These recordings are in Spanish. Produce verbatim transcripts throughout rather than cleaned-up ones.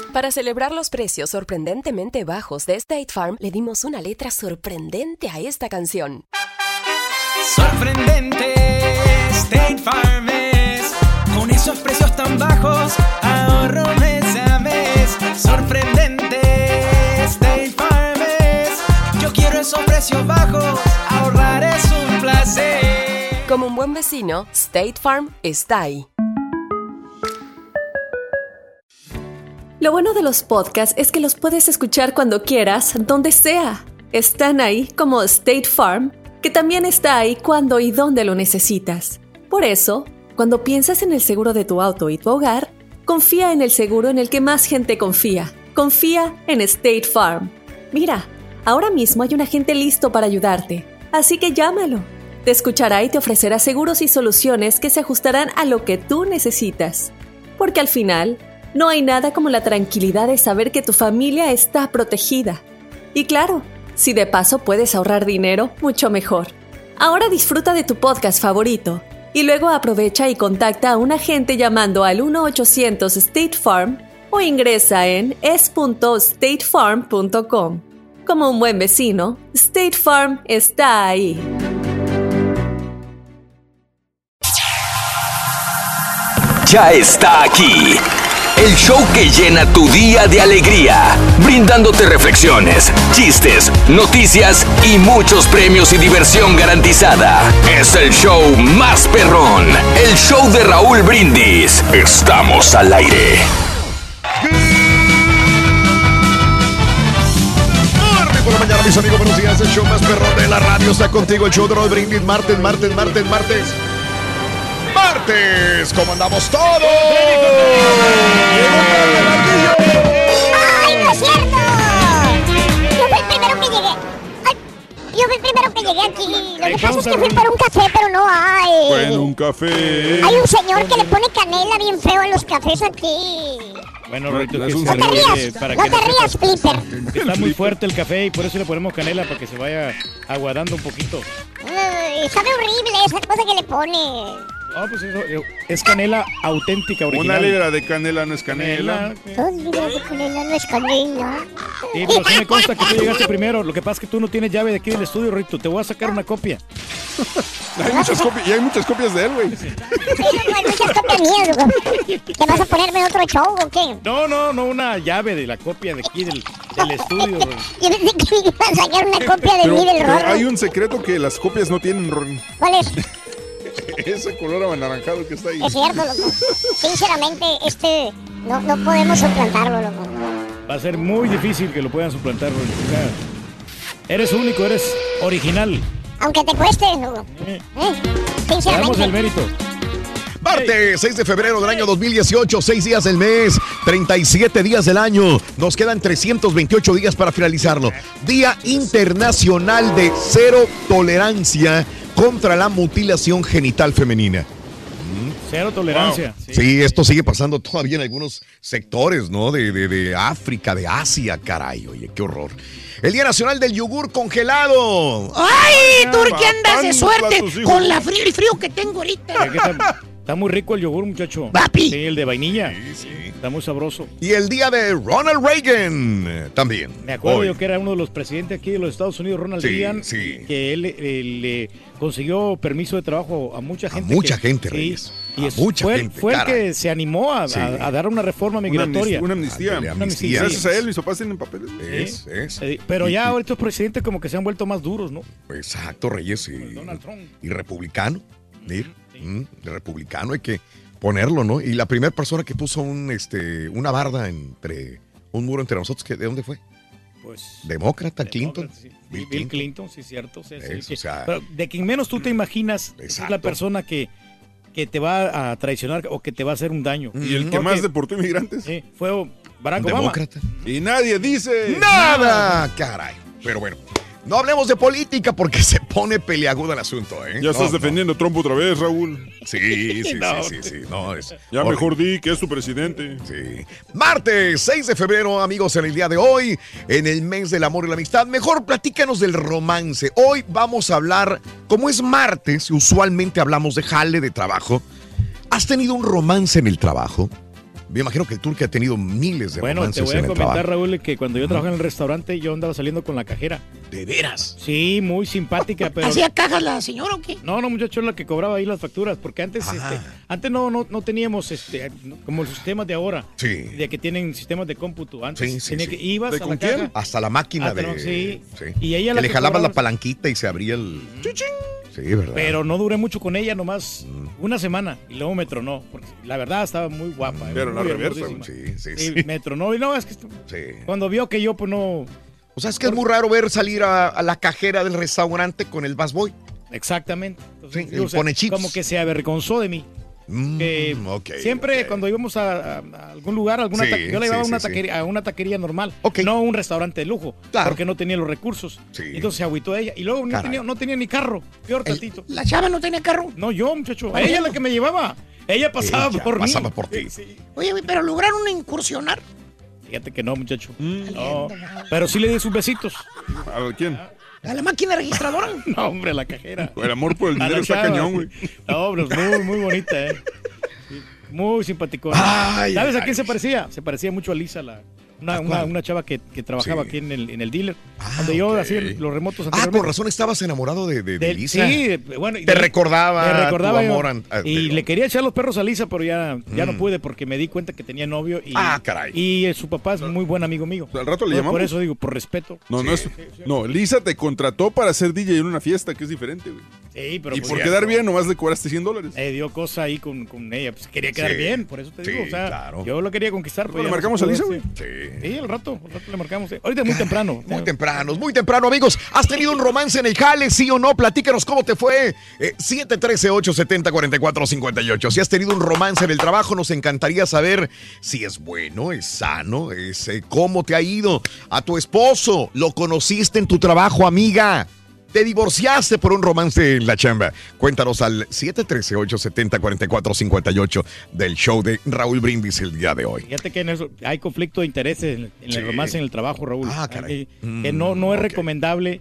Para celebrar los precios sorprendentemente bajos de State Farm, le dimos una letra sorprendente a esta canción. Sorprendente, State Farm es. Con esos precios tan bajos, ahorro mes a mes. Sorprendente, State Farm es. Yo quiero esos precios bajos, ahorrar es un placer. Como un buen vecino, State Farm está ahí. Lo bueno de los podcasts es que los puedes escuchar cuando quieras, donde sea. Están ahí como State Farm, que también está ahí cuando y donde lo necesitas. Por eso, cuando piensas en el seguro de tu auto y tu hogar, confía en el seguro en el que más gente confía. Confía en State Farm. Mira, ahora mismo hay un agente listo para ayudarte, así que llámalo. Te escuchará y te ofrecerá seguros y soluciones que se ajustarán a lo que tú necesitas. Porque al final, no hay nada como la tranquilidad de saber que tu familia está protegida. Y claro, si de paso puedes ahorrar dinero, mucho mejor. Ahora disfruta de tu podcast favorito y luego aprovecha y contacta a un agente llamando al uno ochocientos State Farm o ingresa en es punto state farm punto com. Como un buen vecino, State Farm está ahí. Ya está aquí. El show que llena tu día de alegría, brindándote reflexiones, chistes, noticias y muchos premios y diversión garantizada. Es el show más perrón, el show de Raúl Brindis. Estamos al aire. Martes por la mañana, mis amigos, buenos días. El show más perrón de la radio está contigo. El show de Raúl Brindis, martes, martes, martes, martes. Martes, ¿cómo andamos todos? ¡Ay, no es cierto! Yo fui el primero que llegué. Ay, yo fui el primero que llegué aquí. Lo que pasa es que fui por un café, pero no hay. Bueno, un café. Hay un señor que le pone canela bien feo a los cafés aquí. Bueno, Rito, no, que no No te rías, para no que te rías, Flipper. que está muy fuerte el café y por eso le ponemos canela para que se vaya aguadando un poquito. Ay, sabe horrible esa cosa que le pone. No, pues eso es canela auténtica, original. Una libra de canela no es canela. Dos libras de canela no es canela. Sí, pero sí me consta que tú llegaste primero. Lo que pasa es que tú no tienes llave de aquí del estudio, Rito. Te voy a sacar una copia. Hay muchas copias, y hay muchas copias de él, güey. Sí, no, hay muchas copias mías, güey. ¿Te vas a ponerme otro show o qué? No, no, no, una llave de la copia de aquí del, del estudio. Rito. Yo pensé que me iba a sacar una copia de Pero, mí del pero rorro. hay un secreto que las copias no tienen. ron- ¿Cuál es? Ese color anaranjado que está ahí. Es cierto, loco. Sinceramente, este, no, no podemos suplantarlo, loco. Va a ser muy difícil que lo puedan suplantar, Rito. O sea, eres único, eres original. Aunque te cueste, loco. Eh, ¿Eh? Te damos el Sinceramente. mérito. Martes, seis de febrero del año dos mil dieciocho, seis días del mes, treinta y siete días del año. Nos quedan trescientos veintiocho días para finalizarlo. Día Internacional de Cero Tolerancia contra la Mutilación Genital Femenina. Cero tolerancia. Wow. Sí, esto sigue pasando todavía en algunos sectores, ¿no? De, de, de África, de Asia, caray, oye, qué horror. El Día Nacional del Yogur Congelado. ¡Ay, tú que andas de Matando a suerte tus hijos. con la frío, el frío que tengo ahorita! Mira que Está, está muy rico el yogur, muchacho. Papi. Sí, el de vainilla. Sí, sí. Está muy sabroso. Y el Día de Ronald Reagan eh, también. Me acuerdo Hoy. yo que era uno de los presidentes aquí de los Estados Unidos, Ronald Sí, Reagan, sí. que él eh, le consiguió permiso de trabajo a mucha gente. mucha que- gente, sí, Reyes. Y A es- mucha fue, gente, fue el caray. que se animó a, Sí. a- a dar una reforma migratoria. Una amnistía. Ándale, Una amnistía. amnistía. Gracias a él, mis papás tienen papeles. Es, es. Eh, Pero Y- ya y- ahora estos presidentes como que se han vuelto más duros, ¿no? Exacto, Reyes. Y, Donald Trump. y republicano. ¿sí? Mm, de republicano hay que ponerlo, ¿no? Y la primera persona que puso un, este, una barda entre, un muro entre nosotros, ¿que, ¿de dónde fue? Pues, Demócrata, Clinton. Demócrata, sí. Bill Bill, Clinton. Clinton, sí, cierto. sí, sí, Eso, que- o sea- pero de quien menos tú te imaginas es la Exacto. persona que, que te va a traicionar o que te va a hacer un daño. Y el que No, más deportó inmigrantes. sí, fue Barack Obama. Demócrata. Y nadie dice. Nada, caray. Pero bueno, no hablemos de política porque se pone peleagudo el asunto, ¿eh? Ya estás No, defendiendo a Trump otra vez, Raúl. no. Sí, sí, No. sí, sí, sí. No, es Ya horrible. mejor di que es tu presidente. Sí. Martes, seis de febrero, amigos, en el día de hoy, en el mes del amor y la amistad. Mejor platícanos del romance. Hoy vamos a hablar, como es martes, usualmente hablamos de jale, de trabajo. ¿Has tenido un romance en el trabajo? Me imagino que el Turqui ha tenido miles de Bueno, te romances voy a en el comentar, trabajo. Raúl, que cuando yo trabajaba en el restaurante, yo andaba saliendo con la cajera. ¿De veras? Sí, muy simpática, pero... ¿Hacía cajas la señora o qué? No, no, muchacho, es la que cobraba ahí las facturas, porque antes, Ah. este, antes no, no, no teníamos este, como los sistemas de ahora, Sí. de que tienen sistemas de cómputo. Antes Sí, sí, tenía sí. que ibas ¿De a con la quién? caja. Hasta la máquina Hasta de... no, sí. Y ella que la le que jalabas cobraba- la palanquita y se abría el... Sí, ¿verdad? Pero no duré mucho con ella, nomás Mm. una semana, y luego me tronó, porque la verdad estaba muy guapa. Pero la muy reversa, hermosísima. Sí, sí, Sí, sí. me tronó, y no, es que Sí. cuando vio que yo, pues no... O sea, es que es muy raro ver salir a, a la cajera del restaurante con el Bass Boy. Exactamente. Entonces, Sí, digo, el pone chips. como que se avergonzó de mí. Mm, Que ok, siempre ok. cuando íbamos a, a- a algún lugar, alguna Sí, ta- yo la llevaba sí, a, una sí, sí. taquería, a una taquería normal, Ok. no a un restaurante de lujo, Claro. porque no tenía los recursos. Sí. Entonces se agüitó ella. Y luego no Caray. tenía, no tenía ni carro, peor El- tantito. La chava no tenía carro. No, yo, muchacho. Ella es la que me llevaba. Ella pasaba Ella por mí. pasaba por ti. Sí, sí. Oye, güey, pero lograron incursionar. Fíjate que no, muchacho. Mm. No. Pero sí le di sus besitos. ¿A ver, quién? A la máquina registradora. No, hombre, la cajera. El amor por el A la dinero está chava. cañón, güey. No, hombre, es muy, muy bonita, ¿eh? Sí, muy simpaticona. Ay, ¿Sabes ay, a quién se ay. parecía? Se parecía mucho a Lisa, la, una, ¿A una, cuál? una chava que, que trabajaba Sí. aquí en el, en el dealer. Ah, donde yo ok. hacía los remotos Ah, anteriormente. con razón estabas enamorado de, de, de De- Lisa. Sí, de- bueno. y Te de- recordaba me recordaba tu yo. amor an- ah, Y pero- le quería echar los perros a Lisa, pero ya, ya Mm. no pude porque me di cuenta que tenía novio. Y, Ah, caray. Y eh, su papá es muy buen amigo mío. Al rato le Por- llamamos. Por eso digo, por respeto. No, no es. No, Lisa te contrató para ser D J en una fiesta, que es diferente, güey. Sí, pero Y pues, por ya, quedar bien, nomás le cobraste cien dólares. eh, dio cosa ahí con, con ella. Pues quería quedar Sí. bien, por eso te Sí, digo. O sea, claro. yo lo quería conquistar. ¿Le ya no marcamos se a pudo, Lisa, sí. güey? Sí. Sí, al rato, al rato le marcamos. eh. Ahorita es muy temprano. Muy temprano, muy temprano, amigos. ¿Has tenido un romance en el jale, sí o no? Platícanos cómo te fue. Eh, siete uno tres, ocho siete cero, cuatro cuatro cinco ocho. Si has tenido un romance en el trabajo, nos encantaría saber si es bueno, es sano, es, eh, cómo te ha ido. A tu esposo, ¿lo conociste en tu trabajo, amiga? ¿Te divorciaste por un romance en la chamba? Cuéntanos al siete uno tres, ocho siete cero, cuatro cuatro cinco ocho del show de Raúl Brindis el día de hoy. Fíjate que en eso hay conflicto de intereses en, en Sí. el romance en el trabajo, Raúl. Ah, caray. Que, que no, no es Mm, ok. recomendable.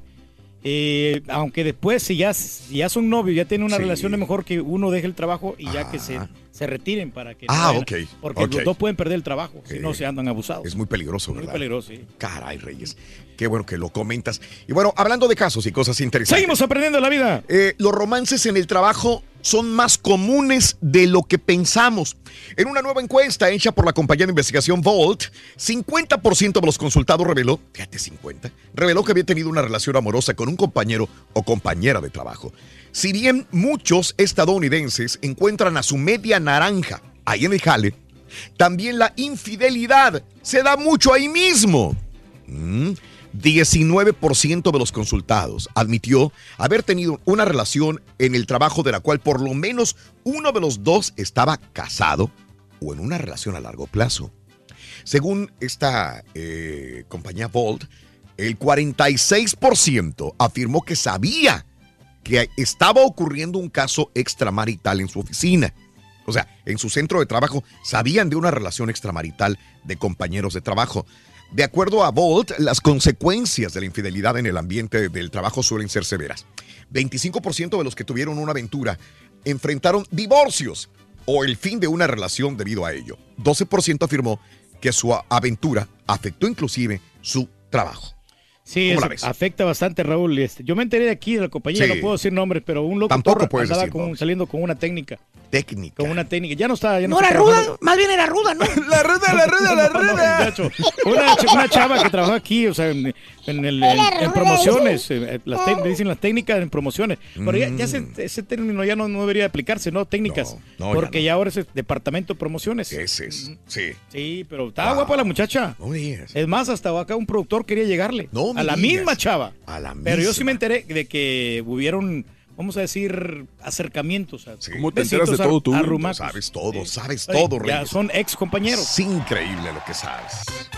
Eh, aunque después, si ya, si ya son novios, ya tienen una Sí. relación, es mejor que uno deje el trabajo y ya que se, Ah. se retiren para que. no Ah, vayan- ok, Porque ok. los dos pueden perder el trabajo si Sí. no se andan abusados. Es muy peligroso, Muy ¿verdad? peligroso, sí. Caray, Reyes. Qué bueno que lo comentas. Y bueno, hablando de casos y cosas interesantes. Seguimos aprendiendo la vida. Eh, los romances en el trabajo son más comunes de lo que pensamos. En una nueva encuesta hecha por la compañía de investigación Volt, cincuenta por ciento de los consultados reveló, fíjate, cincuenta, reveló que había tenido una relación amorosa con un compañero o compañera de trabajo. Si bien muchos estadounidenses encuentran a su media naranja ahí en el jale, también la infidelidad se da mucho ahí mismo. Mm. diecinueve por ciento de los consultados admitió haber tenido una relación en el trabajo de la cual por lo menos uno de los dos estaba casado o en una relación a largo plazo. Según esta eh, compañía Volt, el cuarenta y seis por ciento afirmó que sabía que estaba ocurriendo un caso extramarital en su oficina. O sea, en su centro de trabajo sabían de una relación extramarital de compañeros de trabajo. De acuerdo a Volt, las consecuencias de la infidelidad en el ambiente del trabajo suelen ser severas. veinticinco por ciento de los que tuvieron una aventura enfrentaron divorcios o el fin de una relación debido a ello. doce por ciento afirmó que su aventura afectó inclusive su trabajo. Sí, ¿Cómo eso la ves? afecta bastante, Raúl. Este, yo me enteré de aquí, de la compañía, Sí. no puedo decir nombres, pero un loco Tampoco puedes andaba decir con- nombres. saliendo con una técnica. Técnica. Con una técnica. Ya no está. Ya no, No está era trabajando. ruda, más bien era ruda, ¿no? La rueda, la rueda, la No, no, rueda. muchacho. Una, ch- una chava que trabaja aquí, o sea, en, en el- en- Era en ruda, promociones, eh, las te- le dicen las técnicas en promociones. Pero ya, ya Mm. ese, ese término ya no, no debería aplicarse, ¿no? Técnicas. No, no, ya porque no. ya, ahora es el departamento de promociones. Ese es, sí. Sí, pero estaba Wow. guapa la muchacha. No digas. Es más, hasta acá un productor quería llegarle. No me a la digas. misma chava. A la Pero yo sí misma. me enteré de que hubieron, vamos a decir, acercamientos. Sí. ¿Cómo te enteras de besitos todo tú? ar- Tú arrumacos. sabes todo, sabes Oye, todo, Ya Reyes. son ex compañeros. Es increíble lo que sabes.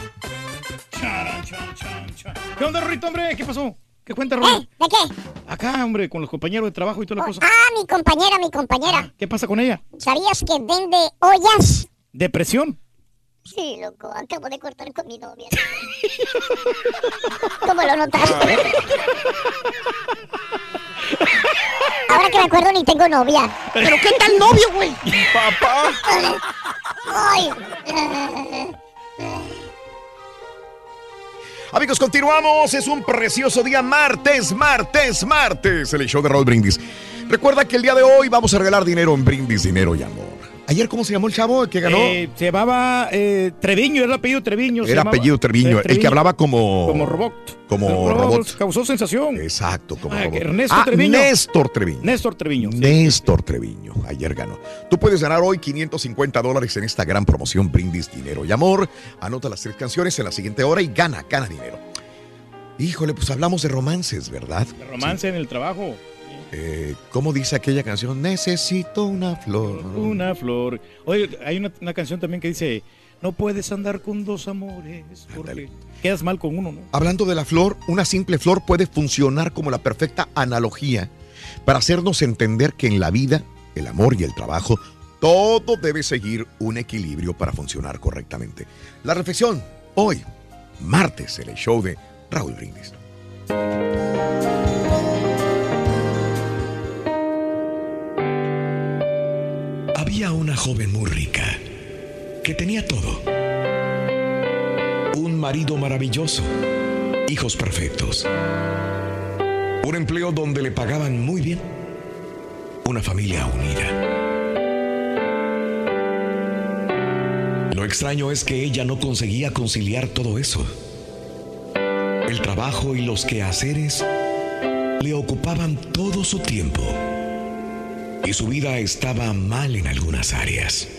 ¿Qué onda, Rorito, hombre? ¿Qué pasó? ¿Qué cuenta, ¿Eh? Rorito? ¿De qué? Acá, hombre, con los compañeros de trabajo y toda la cosa. Ah, mi compañera, mi compañera. ¿Qué pasa con ella? ¿Sabías que vende ollas? ¿Depresión? Sí, loco, acabo de cortar con mi novia. ¿Cómo lo notaste? Ahora que me acuerdo ni tengo novia. Pero qué tal novio, güey. Papá. Ay. Amigos, continuamos. Es un precioso día, martes, martes, martes. El show de Raúl Brindis. Recuerda que el día de hoy vamos a regalar dinero en Brindis, dinero y amor. Ayer, ¿cómo se llamó el chavo que ganó? Eh, se llamaba eh, Treviño, era el apellido Treviño. Era apellido Treviño, eh, Treviño, el que hablaba como... Como robot. Como el robot. Causó sensación. Exacto, como ah, robot. Ernesto ah, Treviño. Néstor Treviño. Néstor Treviño. Sí. Néstor Treviño. Ayer ganó. Tú puedes ganar hoy quinientos cincuenta dólares en esta gran promoción Brindis, dinero y amor. Anota las tres canciones en la siguiente hora y gana, gana dinero. Híjole, pues hablamos de romances, ¿verdad? De romance sí. En el trabajo. Eh, ¿Cómo dice aquella canción? Necesito una flor. Una flor. Oye, hay una, una canción también que dice, no puedes andar con dos amores porque Andale. Quedas mal con uno, ¿no? Hablando de la flor, una simple flor puede funcionar como la perfecta analogía para hacernos entender que en la vida, el amor y el trabajo, todo debe seguir un equilibrio para funcionar correctamente. La reflexión, hoy, martes, en el show de Raúl Brindis. Había una joven muy rica que tenía todo. Un marido maravilloso, hijos perfectos, un empleo donde le pagaban muy bien, una familia unida. Lo extraño es que ella no conseguía conciliar todo eso. El trabajo y los quehaceres le ocupaban todo su tiempo. Y su vida estaba mal en algunas áreas.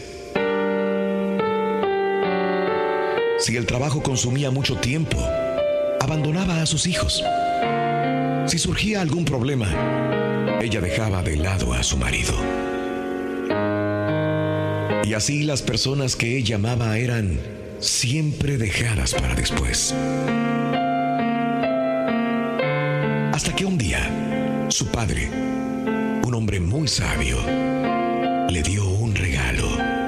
Si el trabajo consumía mucho tiempo, abandonaba a sus hijos. Si surgía algún problema, ella dejaba de lado a su marido. Y así las personas que ella amaba eran siempre dejadas para después. Hasta que un día, su padre, un hombre muy sabio, le dio un regalo.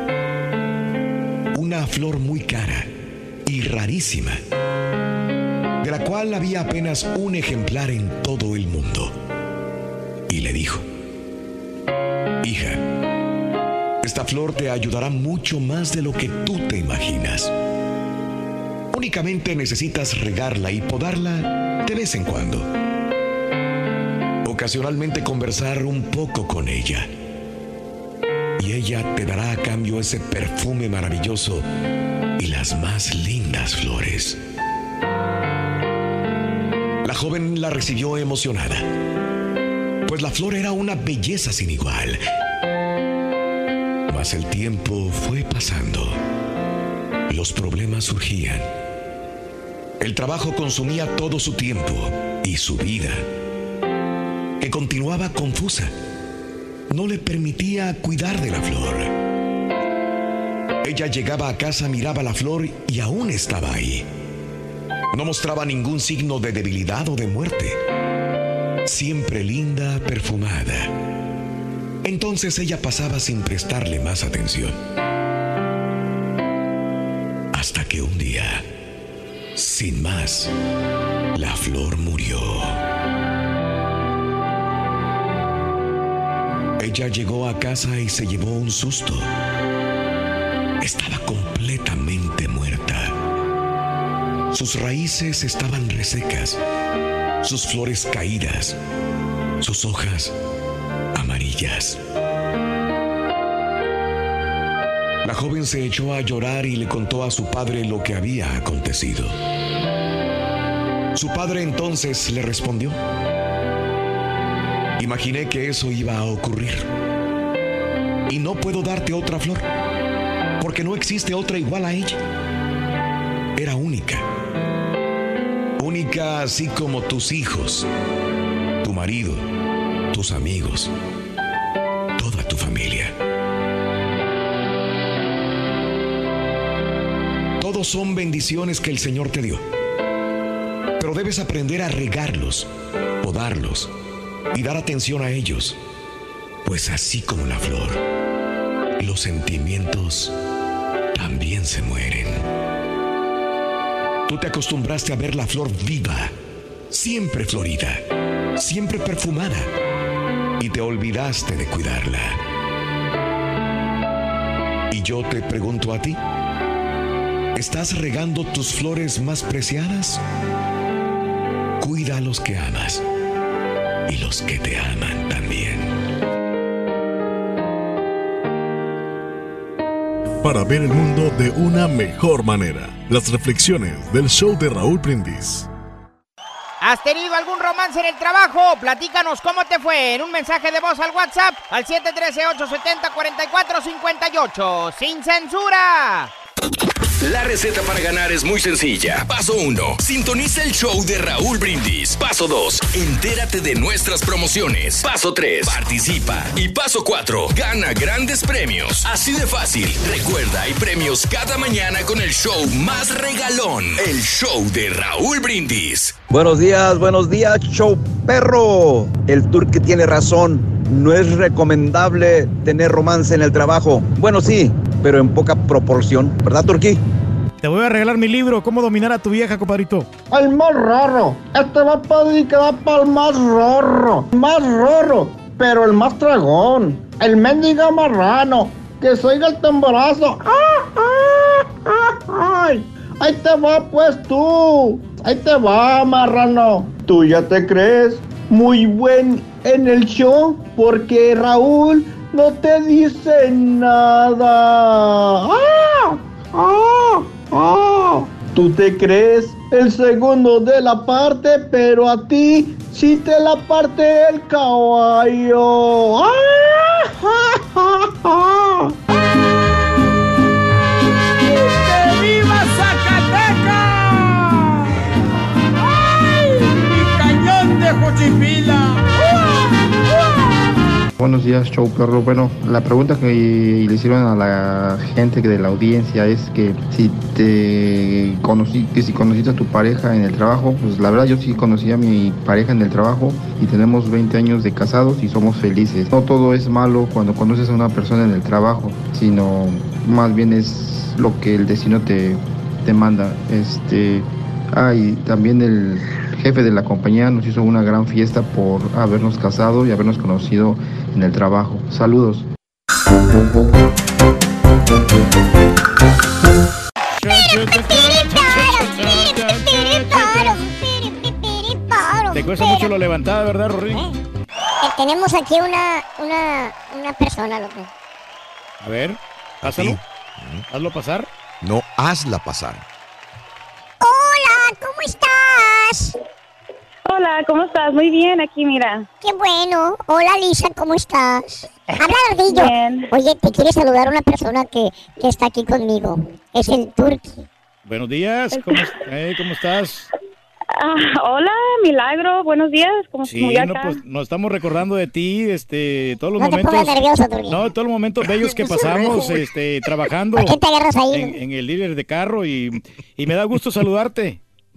Una flor muy cara y rarísima, de la cual había apenas un ejemplar en todo el mundo. Y le dijo: hija, esta flor te ayudará mucho más de lo que tú te imaginas. Únicamente necesitas regarla y podarla de vez en cuando. Ocasionalmente conversar un poco con ella. Y ella te dará a cambio ese perfume maravilloso y las más lindas flores. La joven la recibió emocionada, pues la flor era una belleza sin igual. Mas el tiempo fue pasando. Los problemas surgían. El trabajo consumía todo su tiempo y su vida, que continuaba confusa, no le permitía cuidar de la flor. Ella llegaba a casa, miraba la flor y aún estaba ahí. No mostraba ningún signo de debilidad o de muerte. Siempre linda, perfumada. Entonces ella pasaba sin prestarle más atención. Hasta que un día, sin más, la flor murió. Ella llegó a casa y se llevó un susto. Estaba completamente muerta. Sus raíces estaban resecas, sus flores caídas, sus hojas amarillas. La joven se echó a llorar y le contó a su padre lo que había acontecido. Su padre entonces le respondió: imaginé que eso iba a ocurrir. Y no puedo darte otra flor, porque no existe otra igual a ella. Era única. Única así como tus hijos, tu marido, tus amigos, toda tu familia. Todos son bendiciones que el Señor te dio. Pero debes aprender a regarlos, podarlos y dar atención a ellos, pues así como la flor, los sentimientos también se mueren. Tú te acostumbraste a ver la flor viva, siempre florida, siempre perfumada, y te olvidaste de cuidarla. Y Y yo te pregunto a ti, ¿estás regando tus flores más preciadas? Cuida a los que amas y los que te aman también. Para ver el mundo de una mejor manera, las reflexiones del show de Raúl Brindis. ¿Has tenido algún romance en el trabajo? Platícanos cómo te fue en un mensaje de voz al WhatsApp al siete uno tres, ocho siete cero, cuatro cuatro cinco ocho. ¡Sin censura! La receta para ganar es muy sencilla. Paso uno. Sintoniza el show de Raúl Brindis. Paso dos. Entérate de nuestras promociones. Paso tres. Participa. Y paso cuatro. Gana grandes premios. Así de fácil. Recuerda, hay premios cada mañana con el show más regalón. El show de Raúl Brindis. Buenos días, buenos días, show perro. El Turqui tiene razón. No es recomendable tener romance en el trabajo. Bueno, sí, pero en poca proporción. ¿Verdad, Turqui? Te voy a regalar mi libro, ¿Cómo dominar a tu vieja, compadrito? El más raro. Este va a pedir que va para el más rorro. Más rorro, pero el más tragón. El mendigo marrano. Que se oiga el tamborazo. ¡Ah, ah, ah, ay! Ahí te va, pues tú. Ahí te va, marrano. Tú ya te crees muy buen en el show porque Raúl no te dice nada. ¡Ah! ¡Ah! ¡Ah! Tú te crees el segundo de la parte, pero a ti sí te la parte el caballo. ¡Ah! ¡Ah! ¡Ah! ¡Ah! ¡Que viva Zacatecas! ¡Ay! ¡Mi cañón de Jochipila! Buenos días, show perro. Bueno, la pregunta que le hicieron a la gente de la audiencia es que si te conocí, que si conociste a tu pareja en el trabajo. Pues la verdad yo sí conocí a mi pareja en el trabajo y tenemos veinte años de casados y somos felices. No todo es malo cuando conoces a una persona en el trabajo, sino más bien es lo que el destino te, te manda. Este, ah, y también el jefe de la compañía nos hizo una gran fiesta por habernos casado y habernos conocido en el trabajo. Saludos. Te cuesta mucho lo levantada, ¿verdad, Rory? Eh, tenemos aquí una, una, una persona, loco. A ver, pásalo. Hazlo pasar. No, hazla pasar. Hola, ¿cómo estás? Hola, ¿cómo estás? Muy bien, aquí mira. Qué bueno. Hola, Lisa, ¿cómo estás? Habla Ardillo. Bien. Oye, te quiere saludar una persona que, que está aquí conmigo. Es el Turqui. Buenos días, ¿cómo, eh, ¿cómo estás? Ah, hola, Milagro, buenos días. ¿Cómo Sí, muy no, acá? pues nos estamos recordando de ti, este, todos los No te momentos. pongas nervioso, Turqui. No, todos los momentos bellos que pasamos, este, trabajando. ¿Por qué te agarras ahí? En, en el dealer de carro y, y me da gusto saludarte.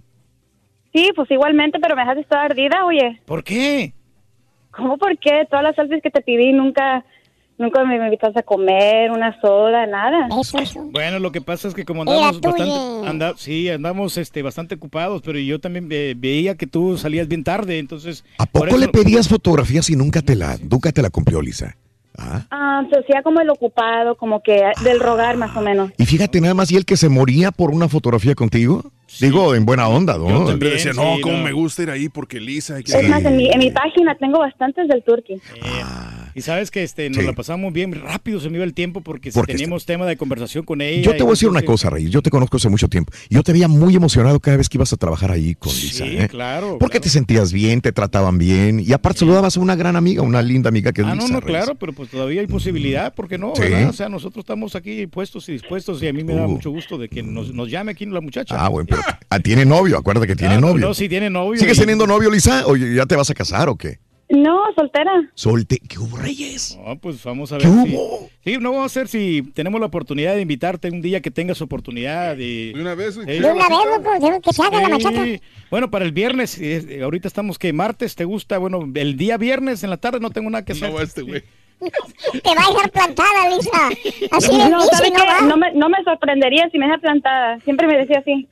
Sí, pues igualmente, pero me dejaste toda ardida, oye. ¿Por qué? ¿Cómo por qué? Todas las selfies que te pedí nunca, nunca me invitaste a comer, una soda, nada. Eso, eso. Bueno, lo que pasa es que como Era andamos tuya. bastante, anda, sí, andamos este, bastante ocupados, pero yo también ve- veía que tú salías bien tarde, entonces... ¿A poco le pedías fotografías y nunca te la, nunca te la cumplió, Lisa? Ah, se hacía como el ocupado, como que del rogar más o menos. Y fíjate nada más, y el que se moría por una fotografía contigo. Digo, en buena onda, ¿no? Siempre decía, no, sí, cómo no. me gusta ir ahí porque Lisa... hay que- Es más, en mi, en mi página tengo bastantes del Turqui. Y sabes que este, nos Sí. la pasamos bien rápido, se me iba el tiempo porque, si Porque teníamos tema de conversación con ella. Yo te y voy a decir una entonces- cosa, Reyes. Yo te conozco hace mucho tiempo. Yo te veía muy emocionado cada vez que ibas a trabajar ahí con Lisa. Sí, ¿eh? claro. Porque te sentías bien, te trataban bien. Y aparte saludabas a una gran amiga, una linda amiga que es Ah, no, Lisa. no, Reyes. claro, pero pues todavía hay posibilidad, ¿por qué no? Sí. ¿Verdad? O sea, nosotros estamos aquí puestos y dispuestos y a mí me da Uh. mucho gusto de que nos, nos llame aquí la muchacha. Ah, bueno, pero ah, tiene novio, acuérdate que tiene Ah, no, novio. no, sí tiene novio. ¿Sigues y- teniendo novio, Lisa? ¿O ya te vas a casar o qué? No, soltera. Solte. ¿Qué hubo, Reyes? No, pues vamos a ¿Qué ver si... hubo? Sí, no vamos a ver si tenemos la oportunidad de invitarte un día que tengas oportunidad de... De una vez, güey. De una vez, loco, que se haga la Sí. machaca. Bueno, para el viernes, eh, ahorita estamos que martes, ¿te gusta? Bueno, el día viernes en la tarde no tengo nada que hacer. No, este güey. Te va a dejar plantada, Lisa. Así de No, bici, ¿sabe no qué? va. No me, no me sorprendería si me deja plantada. Siempre me decía así.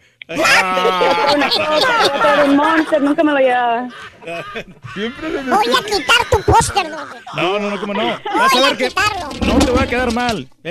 Ah. Una cosa, otra de un monster, nunca me lo llevaba. Siempre le Voy a quitar tu póster, loco. No, no, no, cómo no. Vas Voy a a ver que quitarlo. no te va a quedar mal. Eh,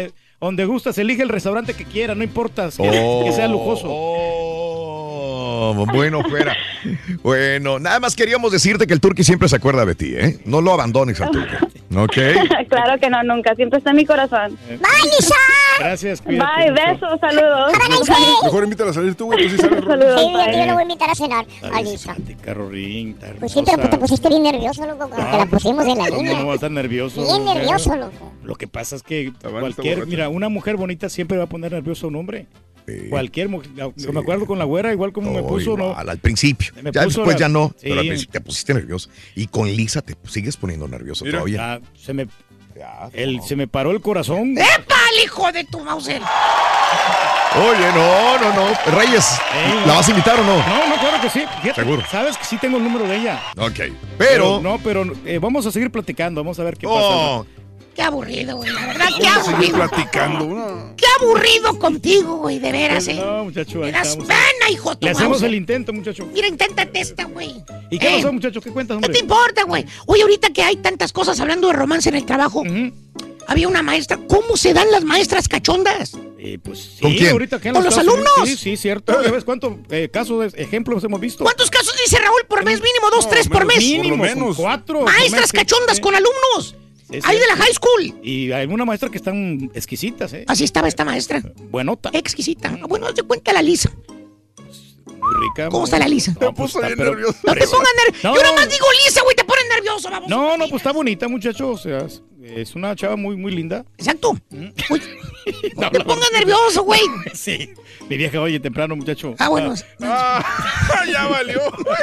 Donde gustas, elige el restaurante que quiera, no importa, que, Oh, que sea lujoso. Oh, bueno, fuera. Bueno, nada más queríamos decirte que el Turqui siempre se acuerda de ti, ¿eh? No lo abandones al Turqui, ¿ok? Claro que no, nunca. Siempre está en mi corazón. ¡Bye, Lisa! Gracias, cuídate. Bye, besos, saludos. Mejor invítala a salir tú, güey, tú sí sabes. Saludos, Sí, bye. yo lo voy a invitar a cenar. Dale, A Lisa. simpática, Rorín, está Pues sí, pero hermosa. te pusiste bien nervioso, loco, cuando te la pusimos en la ¿Cómo línea. no va a estar nervioso? Bien mujer? nervioso, loco. Lo que pasa es que bueno, cualquier, está mira, una mujer bonita siempre va a poner nervioso a un hombre. Sí. Cualquier mujer, me acuerdo con la güera, igual como me Oh, puso, ¿no? igual, al principio. Me Ya puso después la- ya no, Sí. pero al principio te pusiste nervioso. Y con Lisa te sigues poniendo nervioso Mira. todavía. Ya, se me, el, se me paró el corazón. ¡Epa, el hijo de tu Mauser! Oye, no, no, no. Reyes, Ey. ¿la vas a invitar o no? No, no, claro que sí. Fíjate, Seguro. Sabes que sí tengo el número de ella. Ok. Pero. no, pero eh, vamos a seguir platicando, vamos a ver qué Oh, pasa. ¡Qué aburrido, güey! La verdad, qué Vamos a seguir aburrido. platicando. No. ¡Qué aburrido contigo, güey! De veras, ¿eh? No, muchacho, Me ahí das estamos. pena, hijo de tu Le hacemos Mauser. el intento, muchacho. Mira, inténtate esta, güey. ¿Y qué Eh, pasó, muchacho? ¿Qué cuentas, ¿Qué hombre? te importa, güey? Oye, ahorita que hay tantas cosas hablando de romance en el trabajo, Ujú. había una maestra. ¿Cómo se dan las maestras cachondas? Eh, pues sí, ¿Con quién? ahorita que en ¿Con los Estados Unidos- alumnos? Sí, sí, cierto. ¿Ya ves cuántos eh, casos, ejemplos hemos visto? ¿Cuántos casos dice Raúl por mes? Mínimo dos, No, tres por menos, mes. Mínimo, Por lo menos. con cuatro. Maestras con mes, cachondas sí, con alumnos. sí, sí. Ahí de la high school. Y hay alguna maestra que están exquisitas, ¿eh? Así estaba esta maestra. Buenota. Exquisita. Bueno, haz de cuenta la Lisa. Muy rica. ¿Cómo muy- está la Lisa? No, Me pues puso está, bien pero- nervioso. No te pero- pongas nervioso. No. Yo nada más digo Lisa, güey, te pones nervioso, vamos. No, no, pues está bonita, muchacho. O sea, es- es una chava muy, muy linda. Exacto. Mm. Uy, no te pongas nervioso, güey. Sí. Mi vieja, oye, temprano, muchacho. Ah, bueno. Ah, ya valió.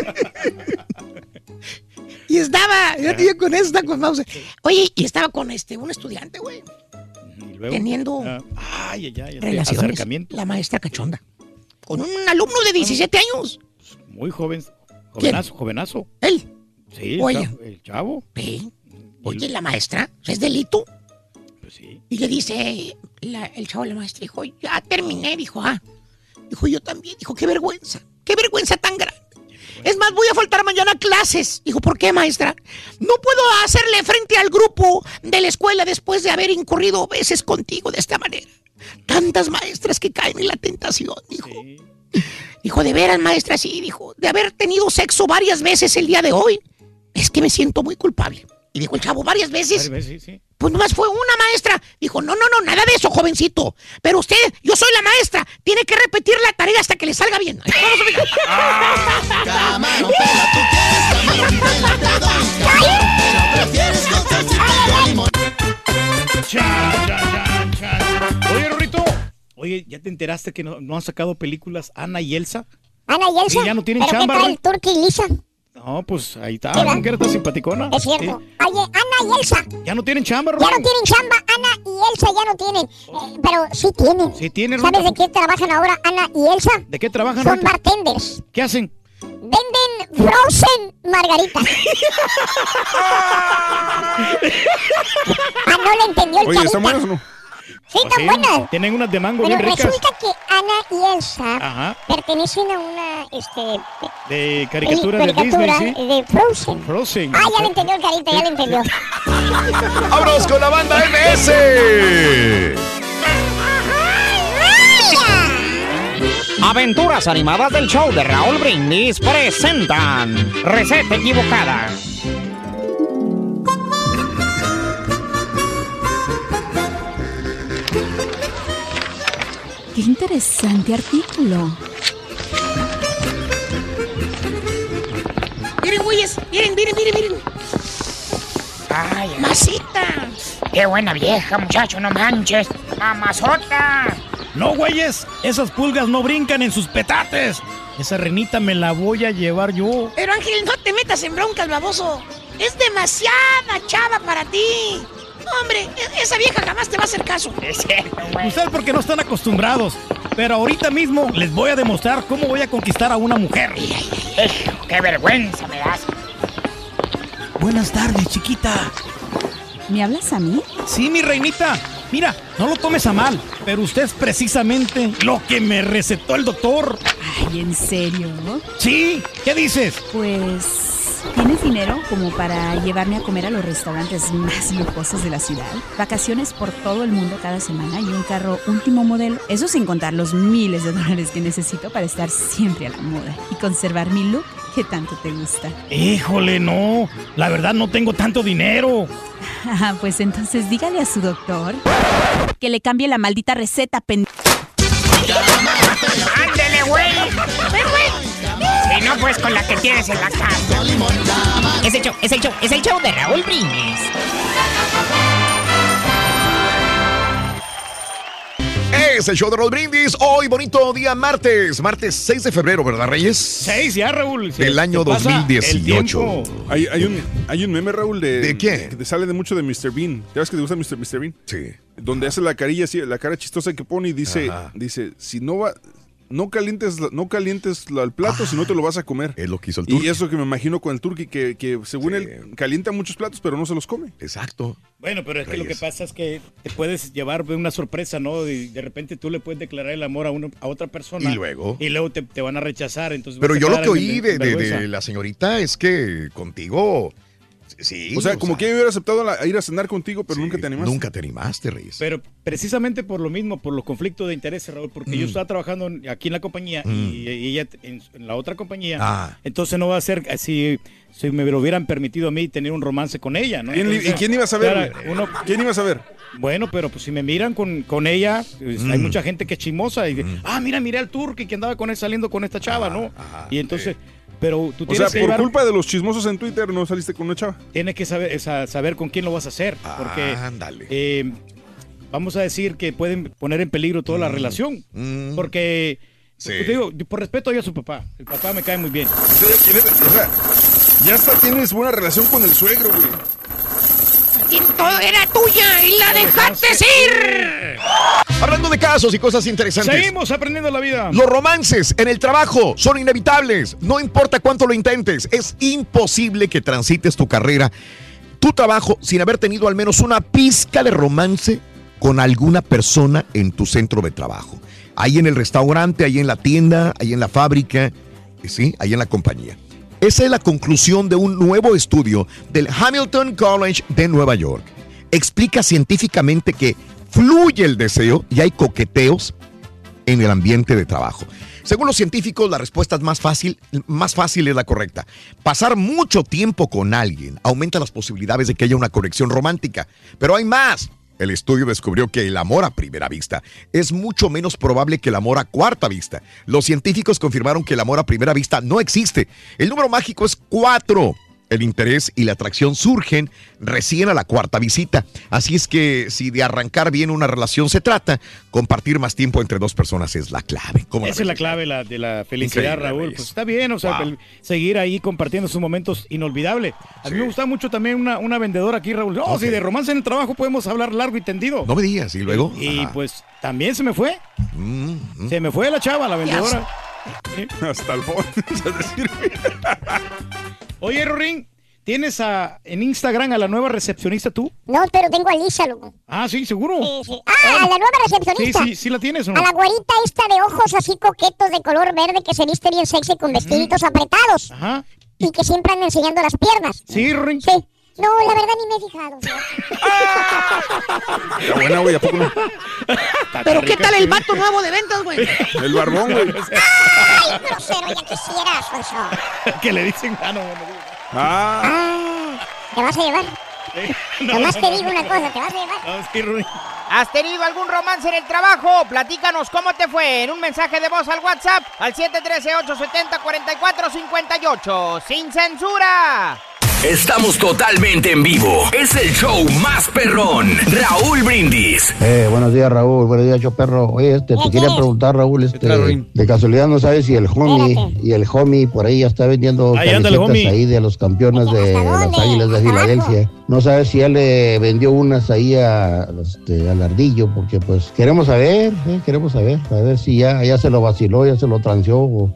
Y estaba, yo te digo, con eso está con Mauser. Oye, y estaba con este, un estudiante, güey, Y luego, teniendo ah, ay, ay, ay, relaciones. acercamiento. La maestra cachonda. Con un alumno de diecisiete años. Muy joven. Jovenazo, jovenazo. Él. Sí, el Oye. chavo- el chavo. Sí. Oye, la maestra, ¿es delito? Pues sí. Y le dice la- el chavo a la maestra, dijo, ya terminé, dijo, ah. Dijo, yo también, dijo, qué vergüenza, qué vergüenza tan grande. Es más, voy a faltar mañana a clases. Dijo, ¿por qué, maestra? No puedo hacerle frente al grupo de la escuela después de haber incurrido veces contigo de esta manera. Tantas maestras que caen en la tentación, dijo. Sí. Dijo, de veras, maestra, sí, dijo, de haber tenido sexo varias veces el día de hoy. Es que me siento muy culpable. Y dijo el chavo, ¿varias veces? Varias veces, sí, sí. Pues nomás fue una maestra. Dijo, no, no, no, nada de eso, jovencito. Pero usted, yo soy la maestra. Tiene que repetir la tarea hasta que le salga bien. Vamos a ver. Camarón, pela, tú quieres camarón, pela, te doy camarón, pela, prefieres con salsita y limón. Chan, chan, chan, chan. Oye, Rorrito. Oye, ¿ya te enteraste que no, no han sacado películas Ana y Elsa? Ana y Elsa. Sí, ya no tienen ¿Pero chamba, qué tal Rey. Turqui y Lisa? No, pues ahí está. ¿Qué va? ¿No que eres tan simpaticona? Es cierto. Sí. Oye, Ana y Elsa. Ya no tienen chamba, Ya Rorrito. no tienen chamba, Ana y Elsa ya no tienen. Eh, pero sí tienen. Sí tienen, ¿Sabes Rorrito. de qué trabajan ahora Ana y Elsa? ¿De qué trabajan, Son Rorrito? bartenders. ¿Qué hacen? Venden Frozen Margarita. Ah, no le entendió el Oye, carita. ¿están buenas o no? Sí, Pues están sí, buenas. Tienen unas de mango Bueno, bien ricas. resulta que Ana y Elsa Ajá. pertenecen a una este, De caricaturas de caricatura Disney, sí. de Frozen. Frozen. Ah, ya le entendió el carita, ya le entendió. ¡Vámonos con la banda M S! Aventuras animadas del show de Raúl Brindis presentan Receta Equivocada. Qué interesante artículo. Miren, güeyes, miren, miren, miren, miren. Ay, Masita. qué buena vieja, muchacho, no manches. Mamazota. No, güeyes, esas pulgas no brincan en sus petates. Esa renita me la voy a llevar yo. Pero Ángel, no te metas en broncas, baboso. Es demasiada chava para ti. Hombre, e- esa vieja jamás te va a hacer caso. Es cierto, güey. Ustedes porque no están acostumbrados. Pero ahorita mismo les voy a demostrar cómo voy a conquistar a una mujer. Hijo, qué vergüenza me das. Buenas tardes, chiquita. ¿Me hablas a mí? Sí, mi reinita. Mira, no lo tomes a mal, pero usted es precisamente lo que me recetó el doctor. Ay, ¿en serio? Sí, ¿qué dices? Pues ¿Tienes dinero como para llevarme a comer a los restaurantes más lujosos de la ciudad? Vacaciones por todo el mundo cada semana y un carro último modelo. Eso sin contar los miles de dólares que necesito para estar siempre a la moda y conservar mi look que tanto te gusta. Híjole, no. La verdad no tengo tanto dinero. Ah, pues entonces dígale a su doctor que le cambie la maldita receta, pendejo. ¡Ándele, güey! ¡Ven, güey! Si no, pues con la que tienes en la casa. Es el show, es el show, es el show de Raúl Brindis. Es el show de Raúl Brindis. Hoy, bonito día martes. Martes seis de febrero, ¿verdad, Reyes? seis ya, Raúl. Del año dos mil dieciocho. Hay, hay, un, hay un meme, Raúl, de... ¿De qué? Que sale de mucho de mister Bean. ¿Te ves que te gusta mister mister Bean? Sí. Donde hace la carilla así, la cara chistosa que pone y dice, dice, si no va... No calientes, no calientes el plato, ah, si no te lo vas a comer. Es lo que hizo el turqui. Y eso que me imagino con el turqui, que, que según sí. él calienta muchos platos, pero no se los come. Exacto. Bueno, pero es Reyes. que lo que pasa es que te puedes llevar una sorpresa, ¿no? Y de repente tú le puedes declarar el amor a, uno, a otra persona. Y luego. Y luego te, te van a rechazar. Entonces pero yo lo que oí de, de, de la señorita es que contigo... Sí, o sea, o como sea, que yo hubiera aceptado la, a ir a cenar contigo, pero sí, nunca te animaste. Nunca te animaste, Reyes. Pero precisamente por lo mismo, por los conflictos de intereses, Raúl, porque mm. yo estaba trabajando aquí en la compañía mm. y, y ella en, en la otra compañía, ah. entonces no va a ser si, si me lo hubieran permitido a mí tener un romance con ella, ¿no? ¿Quién, entonces, ¿Y quién iba a saber? Claro, uno, ¿Quién iba a saber? Bueno, pero pues si me miran con, con ella, pues, mm. hay mucha gente que es chismosa y dice, mm. ah, mira, miré al turqui que andaba con él saliendo con esta chava, ah, ¿no? Ah, y entonces... Eh. Pero tú tienes o sea, que por llevar... culpa de los chismosos en Twitter no saliste con una chava. Tienes que saber, esa, saber con quién lo vas a hacer. Porque ah, ándale. Eh, vamos a decir que pueden poner en peligro toda mm. la relación. Mm. Porque, sí. te digo, por respeto yo a su papá. El papá me cae muy bien. O sea, ya hasta tienes buena relación con el suegro, güey. Todo era tuya y la dejaste ir. Hablando de casos y cosas interesantes. Seguimos aprendiendo la vida. Los romances en el trabajo son inevitables. No importa cuánto lo intentes. Es imposible que transites tu carrera, tu trabajo, sin haber tenido al menos una pizca de romance con alguna persona en tu centro de trabajo. Ahí en el restaurante, ahí en la tienda, ahí en la fábrica, ¿sí? Ahí en la compañía. Esa es la conclusión de un nuevo estudio del Hamilton College de Nueva York. Explica científicamente que fluye el deseo y hay coqueteos en el ambiente de trabajo. Según los científicos, la respuesta es más fácil, más fácil es la correcta. Pasar mucho tiempo con alguien aumenta las posibilidades de que haya una conexión romántica. Pero hay más. El estudio descubrió que el amor a primera vista es mucho menos probable que el amor a cuarta vista. Los científicos confirmaron que el amor a primera vista no existe. El número mágico es cuatro. El interés y la atracción surgen recién a la cuarta visita. Así es que si de arrancar bien una relación se trata, compartir más tiempo entre dos personas es la clave. Esa la es la clave la, de la felicidad, increíble, Raúl. Reyes. Pues está bien, o sea, wow. seguir ahí compartiendo sus momentos inolvidables. A sí. mí me gusta mucho también una, una vendedora aquí, Raúl. No, okay. si de romance en el trabajo podemos hablar largo y tendido. No me digas, ¿y luego? Y, y pues también se me fue. Mm-hmm. Se me fue la chava, la vendedora. ¿Eh? Hasta el fondo, es decir. Oye, Rorín, ¿tienes a, en Instagram a la nueva recepcionista tú? No, pero tengo a Lisa, loco. Ah, sí, seguro. Sí, sí. Ah, ah, a la nueva recepcionista. Sí, sí, sí la tienes, ¿o no? A la güerita esta de ojos así coquetos de color verde que se viste bien sexy con vestiditos mm. apretados. Ajá. Y que siempre anda enseñando las piernas. Sí, Rorín. Sí. No, la verdad ni me he fijado. Está buena, güey, ¿a poco no? Pero ¿qué tal el vato nuevo de ventas, güey? El barbón, güey. Ay, grosero, ya quisieras eso. Que le dicen, ah, no, bueno. Ah. ah. ¿Te vas a llevar? Eh, no, Nomás no, te no, digo no, una cosa, ¿te vas a llevar? No, sí, Rudy. ¿Has tenido algún romance en el trabajo? Platícanos cómo te fue en un mensaje de voz al WhatsApp al siete uno tres, ocho siete cero, cuatro cuatro cinco ocho. ¡Sin censura! Estamos totalmente en vivo. Es el show más perrón. Raúl Brindis. Eh, buenos días, Raúl. Buenos días, yo perro. Oye, este, te quería preguntar, Raúl, este, de casualidad no sabes si el homie Espérate. y el homie por ahí ya está vendiendo ahí camisetas ahí de los campeones de las Águilas de Filadelfia. No sabes si él le vendió unas ahí a, este, al Ardillo, porque pues queremos saber, eh, queremos saber, a ver si ya, ya se lo vaciló, ya se lo transeó. O...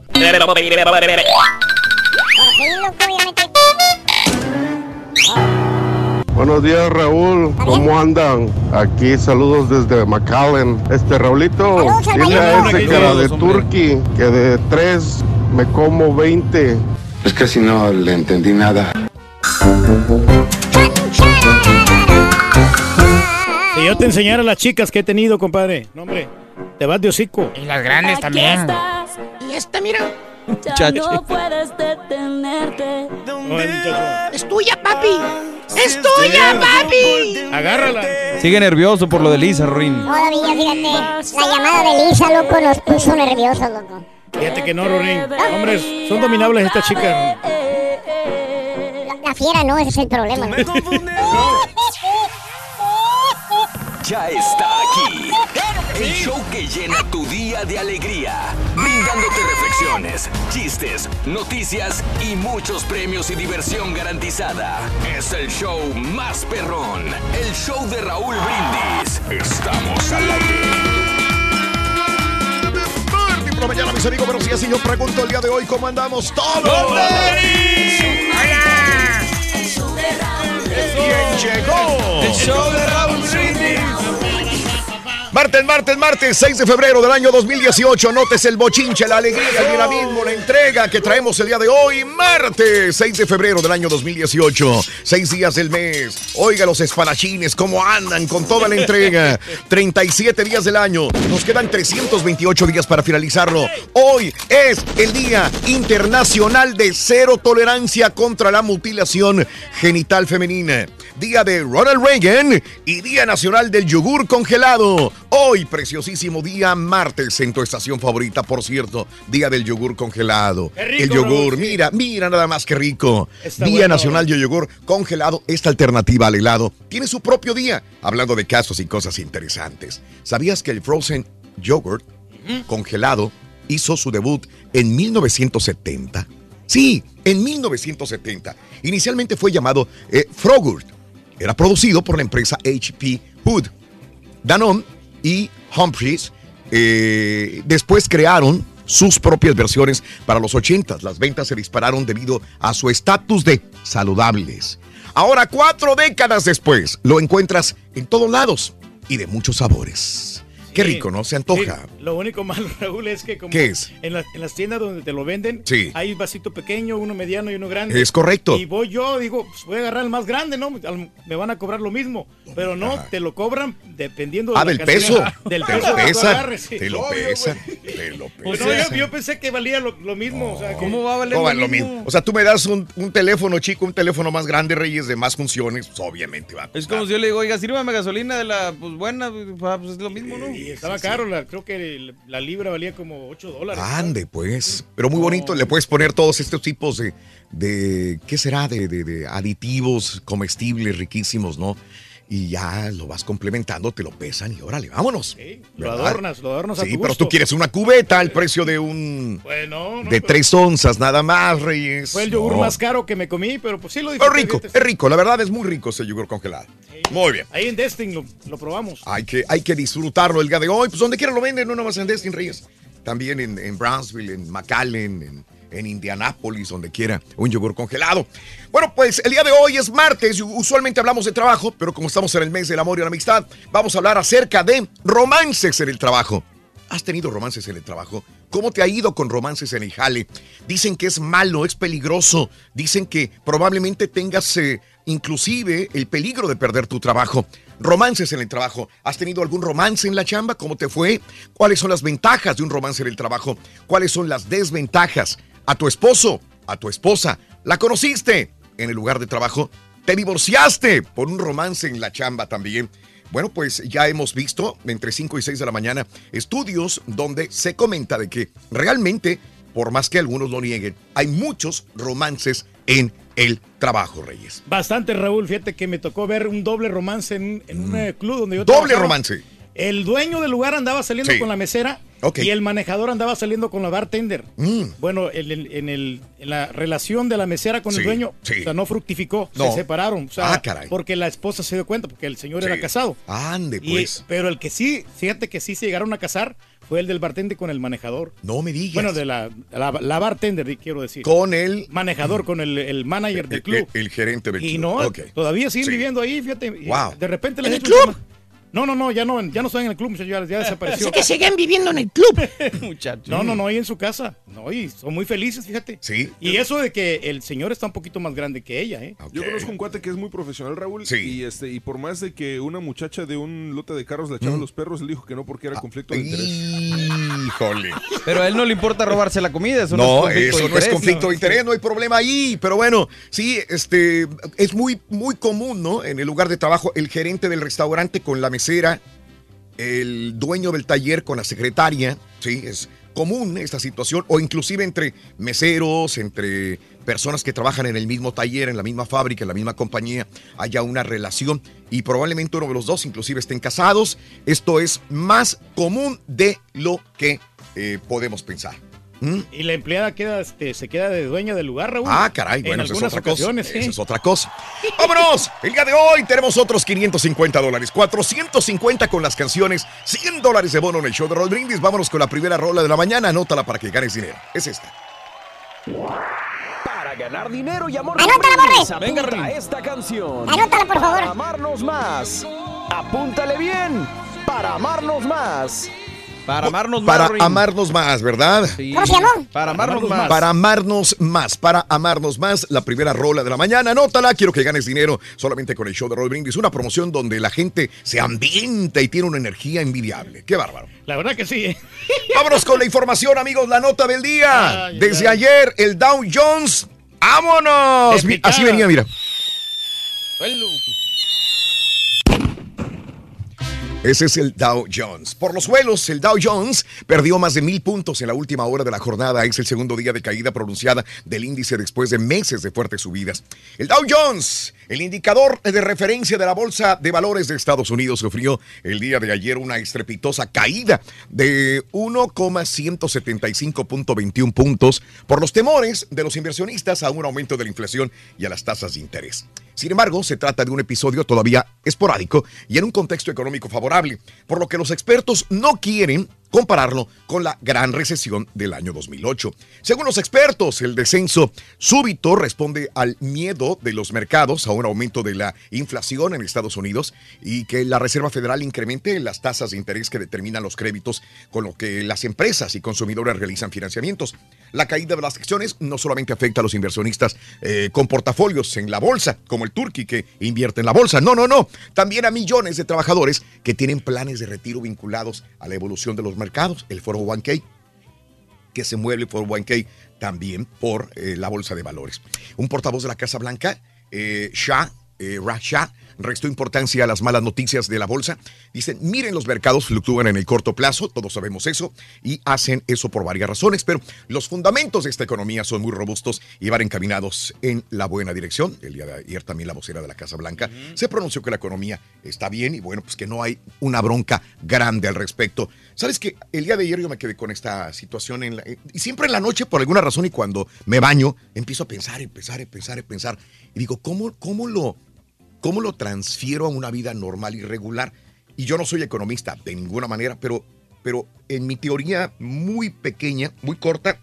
Buenos días, Raúl. ¿Cómo andan? Aquí saludos desde McAllen. Este, Raulito, dile a ese cara de turqui que de tres me como veinte. Pues casi no le entendí nada. Si yo te enseñara a las chicas que he tenido, compadre, no, hombre, te vas de hocico. Y las grandes también. Y esta, mira. Ya no puedes detenerte. Es tuya, papi. Es tuya, papi. Agárrala. Sigue nervioso por lo de Lisa, Rorín. Todavía, fíjate. La llamada de Lisa, loco, nos puso nerviosos, loco. Fíjate que no, Rorín. Hombres, son dominables estas chicas. La, la fiera no, ese es el problema. ¿No? Ya está aquí. El show que llena tu día de alegría, brindándote reflexiones, chistes, noticias y muchos premios y diversión garantizada. Es el show más perrón, el show de Raúl Brindis. Estamos al aire. Por mañana, mis amigos, pero si así yo pregunto el día de hoy, ¿cómo andamos todos? ¡Hola! ¿Quién llegó? El show de Raúl Brindis. Martes, martes, martes, seis de febrero del año dos mil dieciocho. Notes el bochinche, la alegría, el dinamismo, la entrega que traemos el día de hoy. Martes, seis de febrero del año dos mil dieciocho. Seis días del mes. Oiga los espadachines, cómo andan con toda la entrega. treinta y siete días del año. Nos quedan trescientos veintiocho días para finalizarlo. Hoy es el Día Internacional de Cero Tolerancia contra la Mutilación Genital Femenina. Día de Ronald Reagan y Día Nacional del Yogur Congelado. Hoy, preciosísimo día, martes, en tu estación favorita, por cierto, Día del Yogur Congelado. Qué rico, el yogur, Raúl, sí. mira, mira nada más que rico. Está Día bueno. Nacional del Yogur Congelado, esta alternativa al helado, tiene su propio día. Hablando de casos y cosas interesantes. ¿Sabías que el frozen yogurt congelado hizo su debut en mil novecientos setenta? Sí, en mil novecientos setenta. Inicialmente fue llamado eh, Frogurt. Era producido por la empresa H P Hood. Danone y Humphreys eh, después crearon sus propias versiones para los ochentas. Las ventas se dispararon debido a su estatus de saludables. Ahora, cuatro décadas después, lo encuentras en todos lados y de muchos sabores. Qué rico, ¿no? Se antoja. Sí, lo único malo, Raúl, es que como ¿Qué es? En, la- en las tiendas donde te lo venden, Sí. hay vasito pequeño, uno mediano y uno grande. Es correcto. Y voy yo, digo, pues voy a agarrar el más grande, ¿no? Al- Me van a cobrar lo mismo. Pero no, te lo cobran dependiendo de Ah, la del cantidad- peso. Del Te peso lo que tú pesa. agarres, sí. Te lo Obvio, pesa. güey. Te lo Pues pesa. no, yo, yo pensé que valía lo, lo mismo. O sea, ¿cómo va a valer No vale lo mismo. O sea, tú me das un, un teléfono chico, un teléfono más grande, Reyes, de más funciones, pues obviamente va. Es como si yo le digo, oiga, sírvame gasolina de la, pues buena, pues pues, es lo mismo, ¿no? Y estaba caro, la, creo que el- la libra valía como ocho dólares. Ande, pues. Pero muy bonito, le puedes poner todos estos tipos de, de ¿qué será? De, de- de aditivos comestibles riquísimos, ¿no? Y ya lo vas complementando, te lo pesan y órale, vámonos. Lo ¿verdad? adornas, lo adornas a Sí, tu pero gusto. tú quieres una cubeta al precio de un... Bueno, no, de pero tres onzas, nada más, Reyes. fue el yogur No. más caro que me comí, pero pues sí lo Pero disfruté. rico, fíjate. es rico, la verdad es muy rico ese yogur congelado. Muy bien. Ahí en Destin lo, lo probamos. Hay que, hay que disfrutarlo el día de hoy. Pues donde quiera lo venden, no nomás en Destin, Reyes. También en, en Brownsville, en McAllen, en, en Indianápolis, donde quiera, un yogur congelado. Bueno, pues el día de hoy es martes. Usualmente hablamos de trabajo, pero como estamos en el mes del amor y la amistad, vamos a hablar acerca de romances en el trabajo. ¿Has tenido romances en el trabajo? ¿Cómo te ha ido con romances en el jale? Dicen que es malo, es peligroso. Dicen que probablemente tengas eh, inclusive el peligro de perder tu trabajo. Romances en el trabajo. ¿Has tenido algún romance en la chamba? ¿Cómo te fue? ¿Cuáles son las ventajas de un romance en el trabajo? ¿Cuáles son las desventajas? ¿A tu esposo? ¿A tu esposa? ¿La conociste en el lugar de trabajo? ¿Te divorciaste por un romance en la chamba también? Bueno, pues ya hemos visto entre cinco y seis de la mañana estudios donde se comenta de que realmente, por más que algunos lo nieguen, hay muchos romances en el trabajo, Reyes. Bastante, Raúl. Fíjate que me tocó ver un doble romance en, en un eh, club donde yo Doble trabajaba. romance. El dueño del lugar andaba saliendo Sí. con la mesera Ok. y el manejador andaba saliendo con la bartender. Mm. Bueno, el- el- en, el, en la relación de la mesera con Sí, el dueño, sí. o sea, no fructificó, No. se separaron. O sea, Ah, caray. porque la esposa se dio cuenta, porque el señor Sí. era casado. Ande, Y- pues. pero el que sí, fíjate que sí se llegaron a casar fue el del bartender con el manejador. No me digas. Bueno, de la, la, la bartender, quiero decir. Con el manejador, con el, el manager del el, club. el- el gerente del Y club. no, Ok. todavía siguen Sí. viviendo ahí, fíjate. y Wow. De repente les ¿En el echo club? llama- No, no, no, ya no, ya no estoy en el club, muchachos, ya, ya desapareció. Así que siguen viviendo en el club. Muchachos. No, no, no, ahí en su casa. No, y son muy felices, fíjate. Sí. Y eso de que el señor está un poquito más grande que ella, ¿eh? Okay. Yo conozco un cuate que es muy profesional, Raúl. Sí. Y, este, y por más de que una muchacha de un lote de carros le echaba mm. los perros, él dijo que no porque era conflicto de interés. Híjole. Pero a él no le importa robarse la comida. Eso no, no es eso no interés, es conflicto no. de interés, no hay problema ahí. Pero bueno, sí, este, es muy, muy común, ¿no? En el lugar de trabajo, el gerente del restaurante con la mesera, el dueño del taller con la secretaria, sí, es común esta situación, o inclusive entre meseros, entre personas que trabajan en el mismo taller, en la misma fábrica, en la misma compañía, haya una relación y probablemente uno de los dos inclusive estén casados. Esto es más común de lo que eh, podemos pensar. ¿Mm? Y la empleada queda, este, se queda de dueña del lugar, Raúl. Ah, caray, bueno, en esa es otra cosa. ¿sí? Esa es otra cosa. ¡Vámonos! El día de hoy tenemos otros quinientos cincuenta dólares, cuatrocientos cincuenta con las canciones, cien dólares de bono en el show de Raúl Brindis. Vámonos con la primera rola de la mañana, anótala para que ganes dinero. Es esta. Para ganar dinero y amor. Anótala, Borre. Venga, Venga esta canción. Anótala, por favor. Para amarnos más. Apúntale bien. Para amarnos más. Para amarnos más. Para Ring. amarnos más, ¿verdad? Sí. ¿Cómo se llamó? Para amarnos más. Para amarnos más, para amarnos más, la primera rola de la mañana. Anótala, quiero que ganes dinero solamente con el show de Raúl Brindis. Una promoción donde la gente se ambienta y tiene una energía envidiable. ¡Qué bárbaro! La verdad que sí. Vámonos con la información, amigos, la nota del día. Ay, Desde ay. ayer, el Dow Jones. ¡Vámonos! Así venía, mira. Bueno. Ese es el Dow Jones. Por los suelos, el Dow Jones perdió más de mil puntos en la última hora de la jornada. Es el segundo día de caída pronunciada del índice después de meses de fuertes subidas. El Dow Jones, el indicador de referencia de la Bolsa de Valores de Estados Unidos, sufrió el día de ayer una estrepitosa caída de uno coma ciento setenta y cinco punto veintiuno puntos por los temores de los inversionistas a un aumento de la inflación y a las tasas de interés. Sin embargo, se trata de un episodio todavía esporádico y en un contexto económico favorable, por lo que los expertos no quieren compararlo con la gran recesión del año dos mil ocho. Según los expertos, el descenso súbito responde al miedo de los mercados a un aumento de la inflación en Estados Unidos y que la Reserva Federal incremente las tasas de interés que determinan los créditos con lo que las empresas y consumidores realizan financiamientos. La caída de las acciones no solamente afecta a los inversionistas eh, con portafolios en la bolsa, como el Turqui que invierte en la bolsa. No, no, no. También a millones de trabajadores que tienen planes de retiro vinculados a la evolución de los mercados, el cuatro oh uno k, que se mueve el cuatro oh uno k también por eh, la bolsa de valores. Un portavoz de la Casa Blanca, eh, Shah, eh, Rashad, restó importancia a las malas noticias de la bolsa. Dicen, miren, los mercados fluctúan en el corto plazo, todos sabemos eso, y hacen eso por varias razones, pero los fundamentos de esta economía son muy robustos y van encaminados en la buena dirección. El día de ayer también la vocera de la Casa Blanca uh-huh. se pronunció que la economía está bien y bueno, pues que no hay una bronca grande al respecto. ¿Sabes qué? El día de ayer yo me quedé con esta situación en la, y siempre en la noche, por alguna razón, y cuando me baño, empiezo a pensar, y pensar, y pensar, y pensar, y digo, ¿cómo, cómo lo... ¿Cómo lo transfiero a una vida normal y regular? Y yo no soy economista de ninguna manera, pero, pero en mi teoría muy pequeña, muy corta,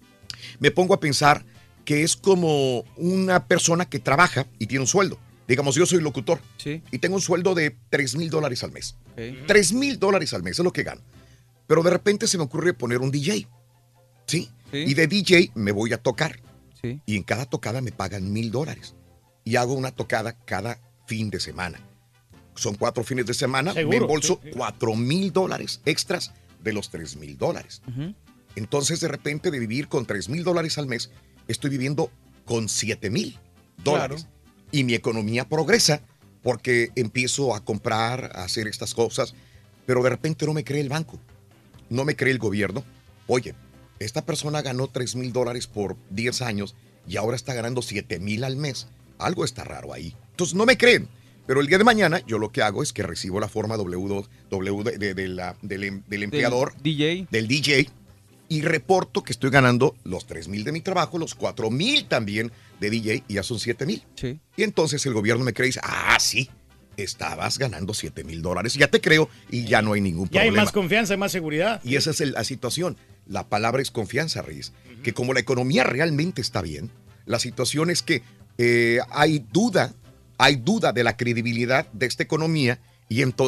me pongo a pensar que es como una persona que trabaja y tiene un sueldo. Digamos, yo soy locutor sí. y tengo un sueldo de tres mil dólares al mes. Okay. tres mil dólares al mes es lo que gano. Pero de repente se me ocurre poner un D J. ¿Sí? sí. Y de D J me voy a tocar. Sí. Y en cada tocada me pagan mil dólares. Y hago una tocada cada fin de semana. Son cuatro fines de semana, ¿seguro? Me embolso sí, sí. cuatro mil dólares extras de los tres mil dólares. Uh-huh. Entonces, de repente, de vivir con tres mil dólares al mes, estoy viviendo con siete mil dólares. Claro. Y mi economía progresa porque empiezo a comprar, a hacer estas cosas, pero de repente no me cree el banco, no me cree el gobierno. Oye, esta persona ganó tres mil dólares por diez años y ahora está ganando siete mil al mes. Algo está raro ahí. Entonces no me creen. Pero el día de mañana yo lo que hago es que recibo la forma W, w de, de, de la, del, del empleador, del D J. del D J, y reporto que estoy ganando los tres mil de mi trabajo, los cuatro mil también de D J, y ya son siete mil. Sí. Y entonces el gobierno me cree y dice, ah, sí, estabas ganando siete mil dólares, ya te creo y ya no hay ningún problema. Ya hay más confianza, hay más seguridad. Y esa es el, la situación. La palabra es confianza, Reyes. Uh-huh. Que como la economía realmente está bien, la situación es que eh, hay duda, hay duda de la credibilidad de esta economía y entonces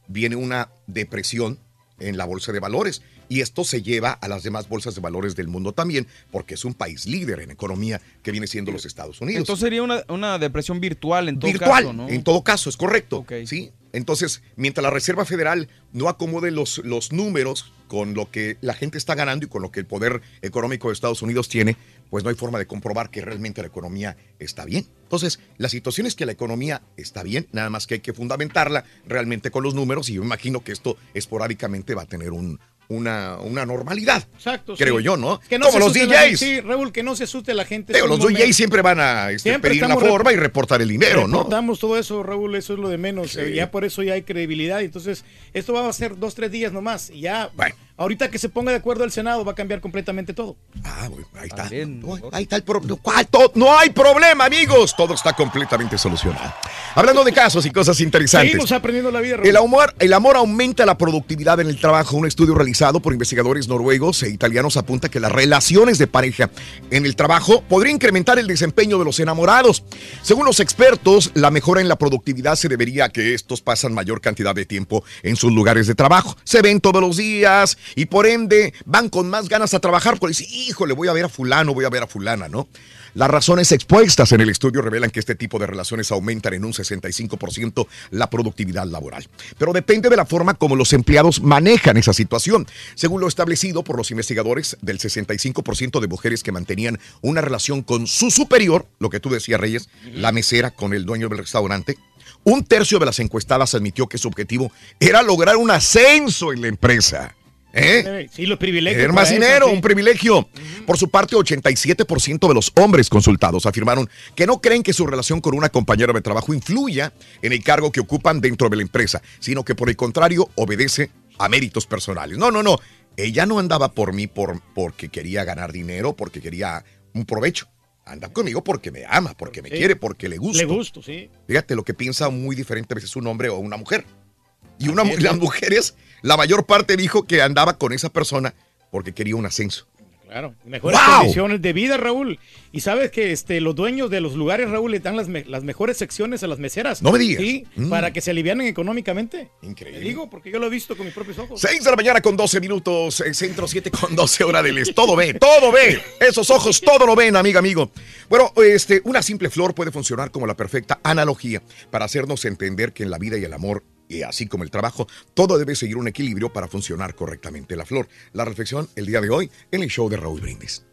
viene una depresión en la bolsa de valores. Y esto se lleva a las demás bolsas de valores del mundo también, porque es un país líder en economía que viene siendo los Estados Unidos. Entonces sería una, una depresión virtual en todo virtual, caso, ¿no? En todo caso, es correcto. Okay. ¿Sí? Entonces, mientras la Reserva Federal no acomode los, los números con lo que la gente está ganando y con lo que el poder económico de Estados Unidos tiene, pues no hay forma de comprobar que realmente la economía está bien. Entonces, la situación es que la economía está bien, nada más que hay que fundamentarla realmente con los números, y yo imagino que esto esporádicamente va a tener un... Una, una normalidad, exacto, creo sí. yo, ¿no? Que no como los D Js. Sí, Raúl, que no se asuste la gente. Pero los D Js siempre van a este, pedir una forma y reportar el dinero, ¿no? Reportamos todo eso, Raúl, eso es lo de menos. Sí. Ya por eso ya hay credibilidad. Entonces, esto va a ser dos, tres días nomás. Y ya, bueno. Ahorita que se ponga de acuerdo el Senado, va a cambiar completamente todo. Ah, bueno, ahí está. No, ahí está el problema. No hay problema, amigos. Todo está completamente solucionado. Hablando de casos y cosas interesantes. Seguimos aprendiendo la vida, Raúl. El amor, el amor aumenta la productividad en el trabajo. Un estudio realizado por investigadores noruegos e italianos apunta que las relaciones de pareja en el trabajo podría incrementar el desempeño de los enamorados. Según los expertos, la mejora en la productividad se debería a que estos pasan mayor cantidad de tiempo en sus lugares de trabajo. Se ven todos los días y por ende van con más ganas a trabajar porque dicen, híjole, voy a ver a fulano, voy a ver a fulana, ¿no? Las razones expuestas en el estudio revelan que este tipo de relaciones aumentan en un sesenta y cinco por ciento la productividad laboral. Pero depende de la forma como los empleados manejan esa situación. Según lo establecido por los investigadores, del sesenta y cinco por ciento de mujeres que mantenían una relación con su superior, lo que tú decías, Reyes, la mesera con el dueño del restaurante, un tercio de las encuestadas admitió que su objetivo era lograr un ascenso en la empresa. ¿Eh? Sí, los privilegios. Tener más dinero, sí. Un privilegio. Uh-huh. Por su parte, ochenta y siete por ciento de los hombres consultados afirmaron que no creen que su relación con una compañera de trabajo influya en el cargo que ocupan dentro de la empresa, sino que por el contrario obedece a méritos personales. No, no, no. Ella no andaba por mí por, porque quería ganar dinero, porque quería un provecho. Anda conmigo porque me ama, porque me sí. quiere, porque le gusto. Le gusto, sí. Fíjate lo que piensa muy diferente a veces un hombre o una mujer. Y una, las mujeres, la mayor parte dijo que andaba con esa persona porque quería un ascenso. Claro, mejores ¡wow! Condiciones de vida, Raúl. Y sabes que este, los dueños de los lugares, Raúl, le dan las, me, las mejores secciones a las meseras. No me digas. Sí, mm. para que se alivianen económicamente. Increíble. Te digo, porque yo lo he visto con mis propios ojos. seis de la mañana con doce minutos, centro siete con doce hora del este. Todo ve, todo ve. Esos ojos todo lo ven, amiga, amigo. Bueno, este, una simple flor puede funcionar como la perfecta analogía para hacernos entender que en la vida y el amor, y así como el trabajo, todo debe seguir un equilibrio para funcionar correctamente. La flor, la reflexión el día de hoy en el show de Raúl Brindis.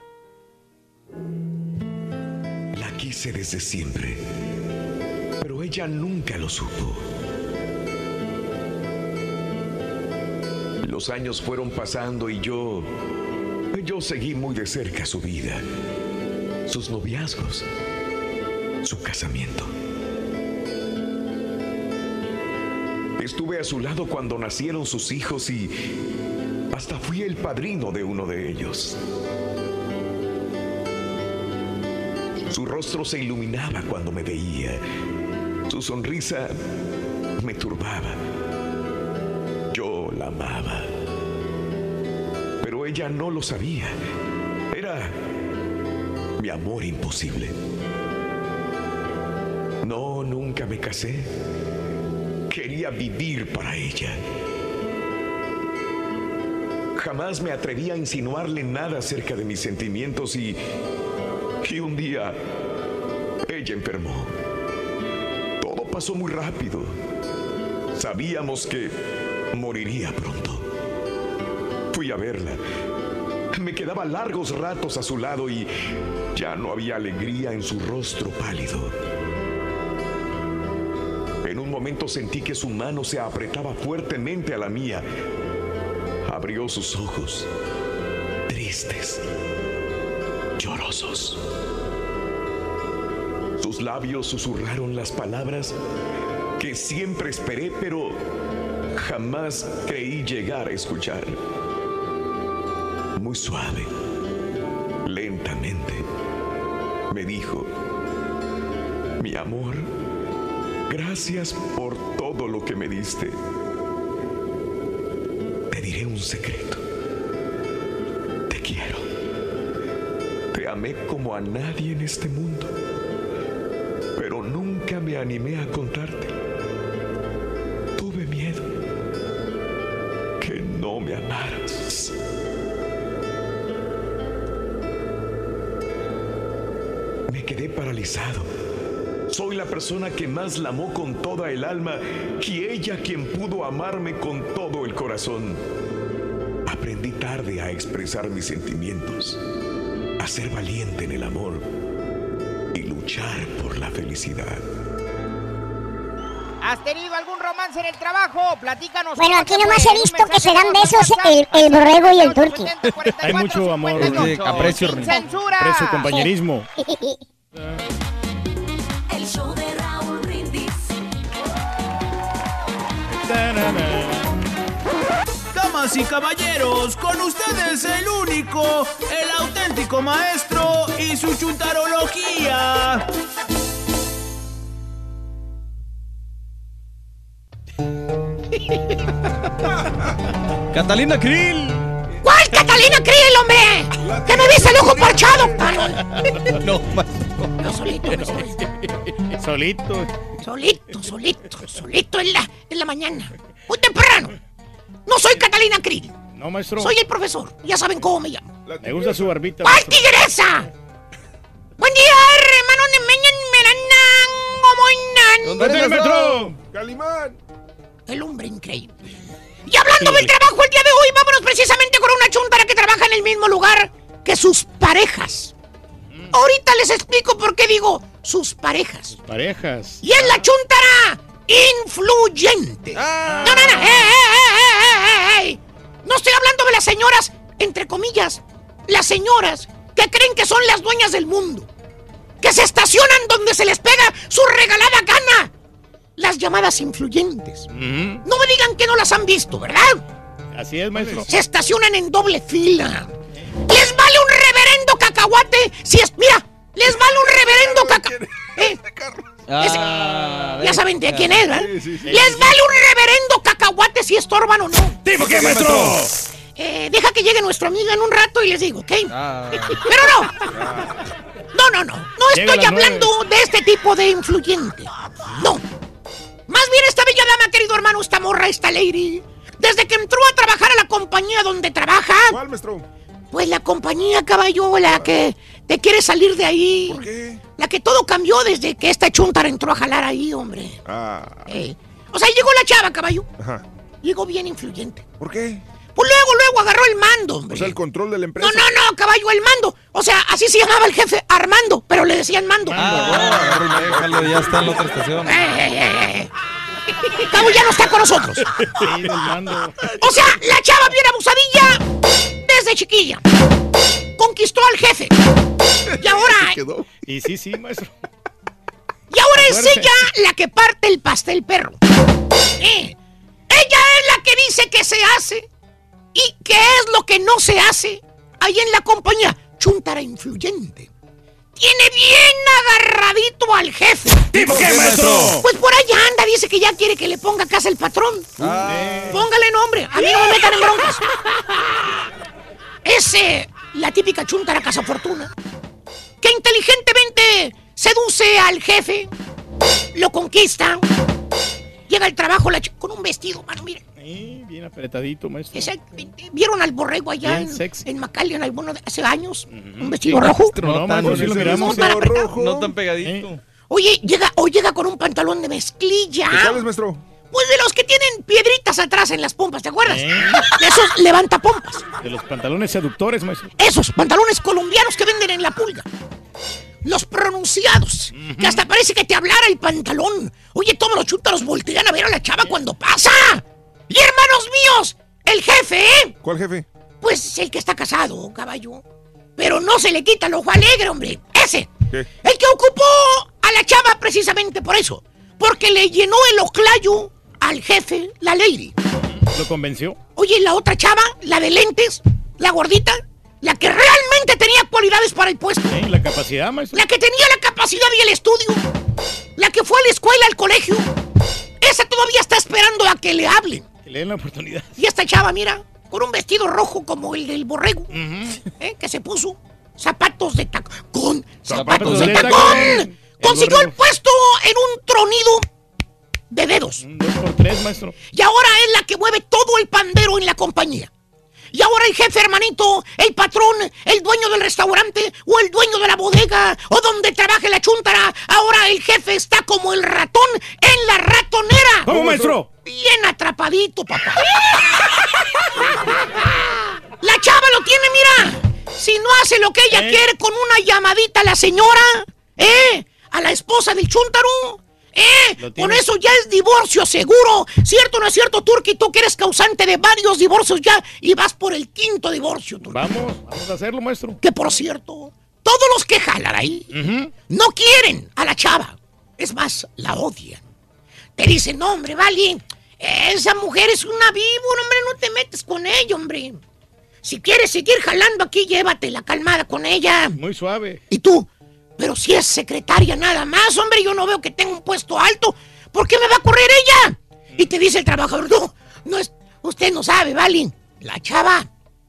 La quise desde siempre, pero ella nunca lo supo. Los años fueron pasando y yo, yo seguí muy de cerca su vida, sus noviazgos, su casamiento. Estuve a su lado cuando nacieron sus hijos y hasta fui el padrino de uno de ellos. Su rostro se iluminaba cuando me veía. Su sonrisa me turbaba. Yo la amaba. Pero ella no lo sabía. Era mi amor imposible. No, nunca me casé. Quería vivir para ella. Jamás me atreví a insinuarle nada acerca de mis sentimientos y, y un día ella enfermó. Todo pasó muy rápido. Sabíamos que moriría pronto. Fui a verla. Me quedaba largos ratos a su lado y ya no había alegría en su rostro pálido. En un momento sentí que su mano se apretaba fuertemente a la mía. Abrió sus ojos, tristes, llorosos. Sus labios susurraron las palabras que siempre esperé, pero jamás creí llegar a escuchar. Muy suave, lentamente, me dijo: mi amor, gracias por todo lo que me diste. Te diré un secreto. Te quiero. Te amé como a nadie en este mundo, pero nunca me animé a contarte. Tuve miedo. me amaras. Me quedé paralizado. Soy la persona que más la amó con toda el alma y ella quien pudo amarme con todo el corazón. Aprendí tarde a expresar mis sentimientos, a ser valiente en el amor y luchar por la felicidad. ¿Has tenido algún romance en el trabajo? Platícanos. Bueno, aquí nomás he visto que se dan besos el, el borrego y el turqui. Hay mucho amor, aprecio, aprecio, compañerismo. El show de Raúl Brindis. Damas y caballeros, con ustedes el único, el auténtico maestro y su chuntarología. Catalina Krill. ¿Cuál Catalina Krill, hombre? ¿Que me viste el ojo parchado? Ah, no. No, más. No, solito, no, solito. Solito. Solito, solito, solito en la, en la mañana. Muy temprano. No soy Catalina Krill. No, maestro. Soy el profesor. Ya saben cómo me llamo. Me gusta su barbita. ¡Ay, tigresa! Buen día, hermano. ¿Dónde eres, maestro? Calimán. El hombre increíble. Y hablando del trabajo el día de hoy, vámonos precisamente con una chuntara que trabaja en el mismo lugar que sus parejas. Mm. Ahorita les explico por qué digo sus parejas. Parejas. Y es la chuntara influyente. Ah. No, no, no. ¡Eh, eh, eh, eh, eh! No estoy hablando de las señoras, entre comillas, las señoras que creen que son las dueñas del mundo, que se estacionan donde se les pega su regalada gana. Las llamadas influyentes. Mm-hmm. No me digan que no las han visto, ¿verdad? Así es, maestro. Se estacionan en doble fila. Les vale un reverendo cacahuate si es... Mira, les vale un reverendo cacahuate. ¿Eh? Ah, ya saben de quién es, ¿verdad? Sí, sí, sí. Les vale un reverendo cacahuate si estorban o no. ¿Tipo qué, maestro? Eh, deja que llegue nuestra amiga en un rato y les digo, ¿ok? Ah. Pero no. No, no, no. No estoy hablando de este tipo de influyente. No. Más bien esta bella dama, querido hermano, esta morra, esta lady, desde que entró a trabajar a la compañía donde trabaja... ¿Cuál, maestro? Pues la compañía, caballo, la que te quiere salir de ahí. ¿Por qué? La que todo cambió desde que esta chuntara entró a jalar ahí, hombre. Ah. Eh. O sea, llegó la chava, caballo. Ajá. Llegó bien influyente. ¿Por qué? Pues luego, luego agarró el mando, hombre. O sea, el control de la empresa. No, no, no, caballo, el mando. O sea, así se llamaba el jefe, Armando, pero le decían mando. Ah, no, déjalo, ya está en la otra estación. Eh, eh, eh. Cabo ya no está con nosotros. Sí, del mando. O sea, la chava bien abusadilla desde chiquilla. Conquistó al jefe. Y ahora... Y sí, sí, maestro. Y ahora es ella la que parte el pastel perro. Eh. Ella es la que dice que se hace y qué es lo que no se hace ahí en la compañía. Chuntara influyente. Tiene bien agarradito al jefe. ¿Tipo qué, maestro? Pues por allá anda, dice que ya quiere que le ponga casa el patrón. Ah. Póngale nombre, a mí no me metan en broncas. Es eh, la típica chuntara cazafortuna, que inteligentemente seduce al jefe, lo conquista. Llega al trabajo la ch- con un vestido, mano, mire. Sí, bien apretadito, maestro. Exactamente. ¿Vieron al borrego allá en, en McAllen alguno de hace años? Uh-huh. Un vestido sí, rojo. No, no, tan, no, sí lo miramos, no, tan rojo. No tan pegadito. ¿Eh? Oye, llega, o llega con un pantalón de mezclilla. ¿Qué cuál es, maestro? Pues de los que tienen piedritas atrás en las pompas, ¿te acuerdas? ¿Eh? De esos levantapompas. De los pantalones seductores, maestro. Esos pantalones colombianos que venden en la pulga. Los pronunciados, uh-huh. Que hasta parece que te hablara el pantalón. Oye, todos los chúntaros voltean a ver a la chava cuando pasa. Y hermanos míos, el jefe, ¿eh? ¿Cuál jefe? Pues el que está casado, caballo. Pero no se le quita el ojo alegre, hombre. Ese. ¿Qué? El que ocupó a la chava precisamente por eso. Porque le llenó el oclayo al jefe, la lady. ¿Lo convenció? Oye, la otra chava, la de lentes, la gordita, la que realmente tenía cualidades para el puesto. ¿Eh? La capacidad, maestro. La que tenía la capacidad y el estudio. La que fue a la escuela, al colegio. Esa todavía está esperando a que le hablen. Que le den la oportunidad. Y esta chava, mira, con un vestido rojo como el del borrego. Uh-huh. ¿Eh? Que se puso zapatos de tacón. Con zapatos, zapatos de, de tacón. tacón. Consiguió el, el puesto en un tronido de dedos. Un dos por tres, maestro. Y ahora es la que mueve todo el pandero en la compañía. Y ahora el jefe, hermanito, el patrón, el dueño del restaurante o el dueño de la bodega o donde trabaje la chuntara, ahora el jefe está como el ratón en la ratonera. ¿Cómo, maestro? Bien atrapadito, papá. La chava lo tiene, mira. Si no hace lo que ella ¿Eh? quiere con una llamadita a la señora, ¿eh? A la esposa del chúntaro, ¿eh? Con eso ya es divorcio seguro. ¿Cierto o no es cierto, Turki? Tú que eres causante de varios divorcios ya y vas por el quinto divorcio, Turki. Vamos, vamos a hacerlo, maestro. Que por cierto, todos los que jalan ahí uh-huh. no quieren a la chava. Es más, la odian. Te dicen, no, hombre, vale, esa mujer es una víbora, hombre, no te metes con ella, hombre. Si quieres seguir jalando aquí, llévatela calmada con ella. Muy suave. ¿Y tú? Pero si es secretaria nada más, hombre, yo no veo que tenga un puesto alto. ¿Por qué me va a correr ella? Y te dice el trabajador, no, no es, usted no sabe, ¿vale? La chava.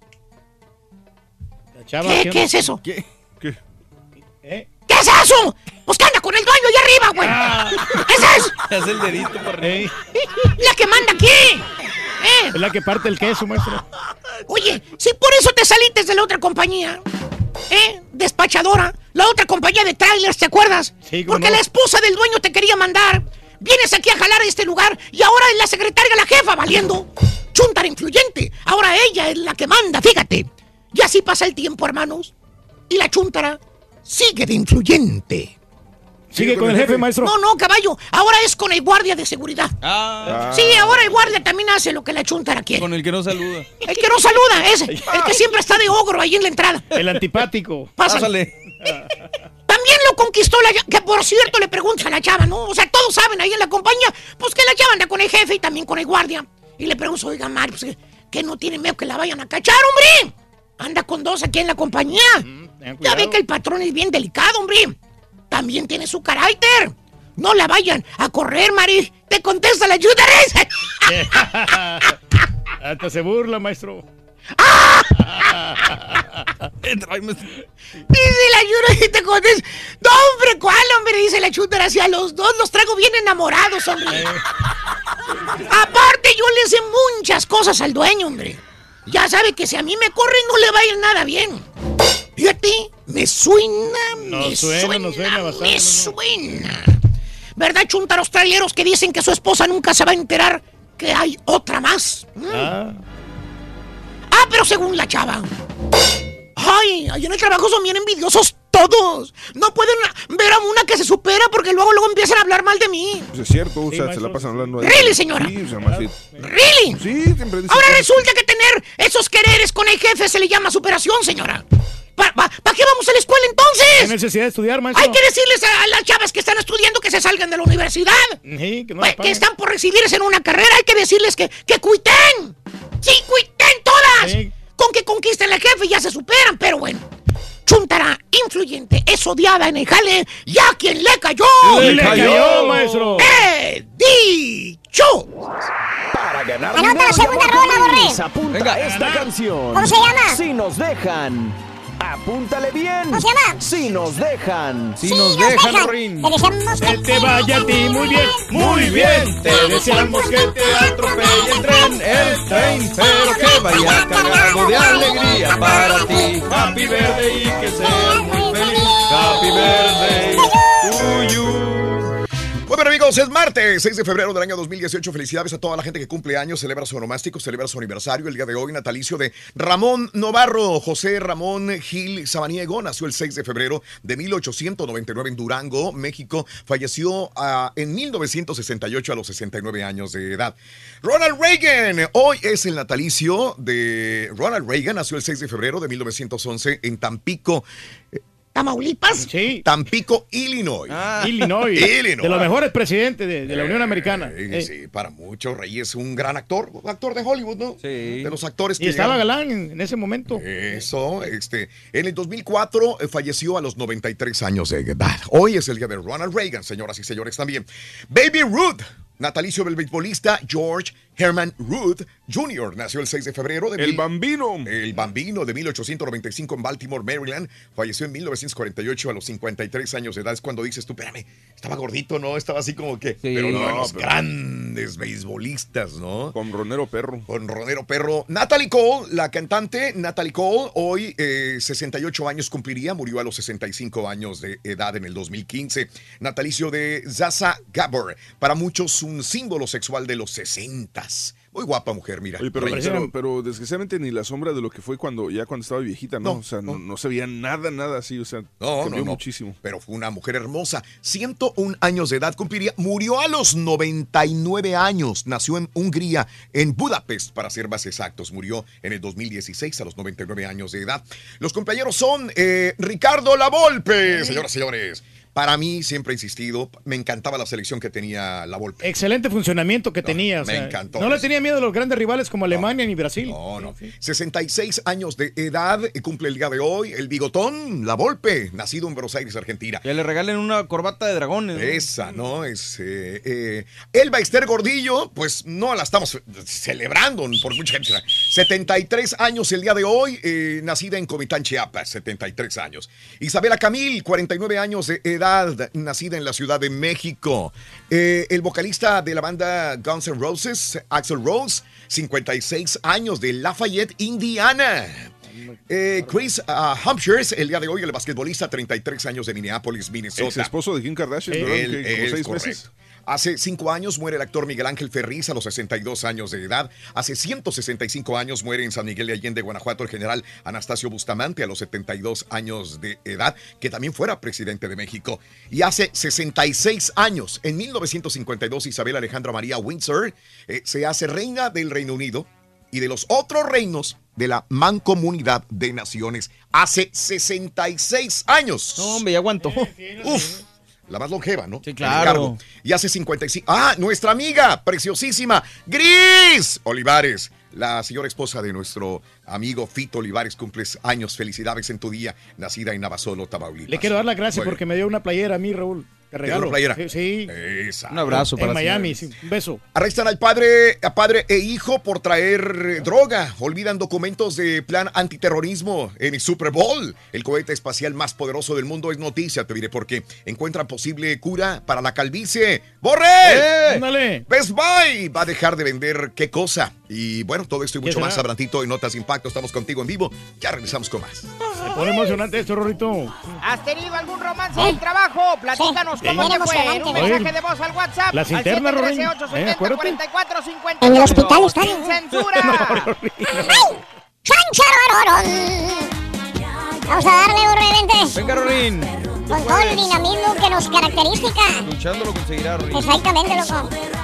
La chava ¿Qué, ¿qué, ¿qué es eso? ¿Qué? ¿Qué? ¿Eh? ¿Qué es eso? Pues que anda con el dueño allá arriba, güey. Ah. ¿Qué es eso? Es el dedito por ahí. La que manda aquí. ¿Eh? Es la que parte el queso, maestro. Oye, si por eso te saliste de la otra compañía, ¿eh? Despachadora, la otra compañía de trailers, ¿te acuerdas? Sí, porque no. La esposa del dueño te quería mandar. Vienes aquí a jalar a este lugar y ahora es la secretaria, la jefa, valiendo. Chuntara influyente. Ahora ella es la que manda, fíjate. Y así pasa el tiempo, hermanos. Y la chuntara sigue de influyente. ¿Sigue con el jefe, maestro? No, no, caballo. Ahora es con el guardia de seguridad. Ah. Sí, ahora el guardia también hace lo que la chuntara quiere. Con el que no saluda. El que no saluda, ese. El que siempre está de ogro ahí en la entrada. El antipático. Pásale. También lo conquistó la... Que por cierto le pregunta a la chava, ¿no? O sea, todos saben ahí en la compañía, pues que la chava anda con el jefe y también con el guardia. Y le pregunto, oiga, Mari, pues que, que no tiene miedo que la vayan a cachar, hombre. Anda con dos aquí en la compañía. Mm, ya ve que el patrón es bien delicado, hombre. También tiene su carácter. No la vayan a correr, Mari. Te contesta la ayuda. Hasta se burla, maestro. Dice la ayuda y te contesta. No, hombre, ¿cuál, hombre? Dice la chútara. Hacia los dos los traigo bien enamorados, hombre. Eh. Aparte, yo le sé muchas cosas al dueño, hombre. Ya sabe que si a mí me corren no le va a ir nada bien. Fíjate, me suena, no me suena, suena, no suena bastante, me no. suena. ¿Verdad, chuntaros traileros que dicen que su esposa nunca se va a enterar que hay otra más? ¿Mm? Ah. ah, pero según la chava. Ay, ahí en el trabajo son bien envidiosos todos. No pueden ver a una que se supera porque luego luego empiezan a hablar mal de mí. Pues es cierto, o Sí, sea, maestro. se la pasan hablando de ¿Really, señora? Sí, o sea, más sí. ¿Really? Sí, siempre dicen Ahora cosas. resulta que tener esos quereres con el jefe se le llama superación, señora. ¿Para pa, pa qué vamos a la escuela entonces? ¿Qué necesidad de estudiar, maestro? Hay que decirles a las chavas que están estudiando que se salgan de la universidad. Sí, que no Pues, la que paguen. están por recibirse en una carrera. Hay que decirles que, que cuiten. Sí, cuiten todas. Sí. Con que conquisten al jefe ya se superan, pero bueno. Chuntara influyente es odiada en el jale y a quien le cayó. ¡Le, le cayó, cayó, maestro! ¡He dicho! Para ganar Anota dinero la segunda llamando rola, a Luis, Borré. apunta Venga. esta canción. ¿Cómo se llama? Si nos dejan. Apúntale bien. ¿Cómo se llama? Si nos dejan. Si nos dejan, Rin. Te deseamos Que te vaya a ti muy bien, muy bien. Te deseamos que te atropelle el tren, el tren, pero que vaya cargado de alegría para ti. Happy birthday y que seas muy feliz. Happy birthday to you. Bueno, amigos, es martes, seis de febrero del año dos mil dieciocho. Felicidades a toda la gente que cumple años, celebra su onomástico, celebra su aniversario. El día de hoy, natalicio de Ramón Novarro. José Ramón Gil Sabaniego nació el seis de febrero de mil ochocientos noventa y nueve en Durango, México. Falleció uh, en mil novecientos sesenta y ocho a los sesenta y nueve años de edad. Ronald Reagan. Hoy es el natalicio de Ronald Reagan. Nació el seis de febrero de mil novecientos once en Tampico, ¿Tamaulipas? Sí. Tampico, Illinois. Ah, Illinois. Illinois. De los mejores presidentes de, de la Unión Americana. Eh, Eh. Sí, para muchos, Reyes, un gran actor, actor de Hollywood, ¿no? Sí. De los actores que Y estaba llegaron. galán en, en ese momento. Eso, este, en el dos mil cuatro eh, falleció a los noventa y tres años de edad. Hoy es el día de Ronald Reagan, señoras y señores, también. Baby Ruth, natalicio del beisbolista George Herman Ruth junior Nació el seis de febrero de... El mil... Bambino. El Bambino de mil ochocientos noventa y cinco en Baltimore, Maryland. Falleció en mil novecientos cuarenta y ocho a los cincuenta y tres años de edad. Es cuando dices tú, espérame, estaba gordito, ¿no? Estaba así como que... Sí, pero no, no, los pero... grandes beisbolistas, ¿no? Con Ronero Perro. Con Ronero Perro. Natalie Cole, la cantante Natalie Cole, hoy eh, sesenta y ocho años cumpliría. Murió a los sesenta y cinco años de edad en el dos mil quince. Natalicio de Zaza Gabor. Para muchos un símbolo sexual de los sesentas. Muy guapa mujer, mira. Oye, pero, pero, pero desgraciadamente ni la sombra de lo que fue cuando ya cuando estaba viejita, ¿no? no o sea, no, no se veía nada, nada así, o sea, no, cambió no, no. muchísimo. Pero fue una mujer hermosa. ciento un años de edad cumpliría. Murió a los noventa y nueve años. Nació en Hungría, en Budapest, para ser más exactos. Murió en el dos mil dieciséis a los noventa y nueve años de edad. Los compañeros son eh, Ricardo Lavolpe, señoras y señores. Para mí, siempre he insistido, me encantaba la selección que tenía la Volpe. Excelente funcionamiento que no, tenía. O me sea, encantó. No le tenía miedo a los grandes rivales como Alemania no, ni Brasil. No, no. Sí. sesenta y seis años de edad, cumple el día de hoy, el bigotón, la Volpe, nacido en Buenos Aires, Argentina. Que le regalen una corbata de dragones. ¿no? Esa, ¿no? Es, eh, eh. Elba Ester Gordillo, pues no la estamos celebrando por mucha gente. setenta y tres años el día de hoy, eh, nacida en Comitán, Chiapas, setenta y tres años. Isabela Camil, cuarenta y nueve años de edad. Edad, nacida en la Ciudad de México. Eh, el vocalista de la banda Guns N' Roses, Axl Rose, cincuenta y seis años de Lafayette, Indiana. Eh, Chris uh, Humphries, el día de hoy, el basquetbolista, treinta y tres años de Minneapolis, Minnesota. Ex esposo de Kim Kardashian, ¿verdad? Él, que, como seis correcto. meses. Hace cinco años muere el actor Miguel Ángel Ferriz a los sesenta y dos años de edad. Hace ciento sesenta y cinco años muere en San Miguel de Allende, Guanajuato, el general Anastasio Bustamante a los setenta y dos años de edad, que también fuera presidente de México. Y hace sesenta y seis años, en mil novecientos cincuenta y dos, Isabel Alejandra María Windsor eh, se hace reina del Reino Unido y de los otros reinos de la Mancomunidad de Naciones. Hace sesenta y seis años. No, hombre, ya aguantó. Uf. La más longeva, ¿no? Sí, claro. Y hace cincuenta y cinco. Ah, nuestra amiga preciosísima, Gris Olivares, la señora esposa de nuestro amigo Fito Olivares, cumples años. Felicidades en tu día, nacida en Navasolo, Tamaulipas. Le quiero dar las gracias bueno. porque me dio una playera a mí, Raúl. Te regalo. ¿Una playera? Sí. sí. Esa. Un abrazo en para Miami, sí. Un beso. Arrestan al padre, a padre e hijo por traer eh, droga. Olvidan documentos de plan antiterrorismo en el Super Bowl. El cohete espacial más poderoso del mundo es noticia. Te diré por qué. Encuentran posible cura para la calvicie. ¡Borre! ¡Eh! ¡Ándale! Best Buy va a dejar de vender qué cosa. Y bueno, todo esto y mucho será? más abrantito en Notas Impacto. Estamos contigo en vivo. Ya regresamos con más. Se pone emocionante esto, Rorrito. ¿Has tenido algún romance en el trabajo? Platícanos Sí. cómo Bien te fue. En un emocionante. mensaje de voz al WhatsApp. Las al internas, siete uno tres, Rorín. ocho Eh, siete cero, acuérdate. cuatro cuatro cinco ocho. En el hospital están. ¡Sin censura! ¡Ay! ¡Chancharororón! Vamos a darle, Borre, vente. Venga, Rorín. Con todo el dinamismo que nos caracteriza. Luchando lo conseguirá, Rorín. Exactamente, loco.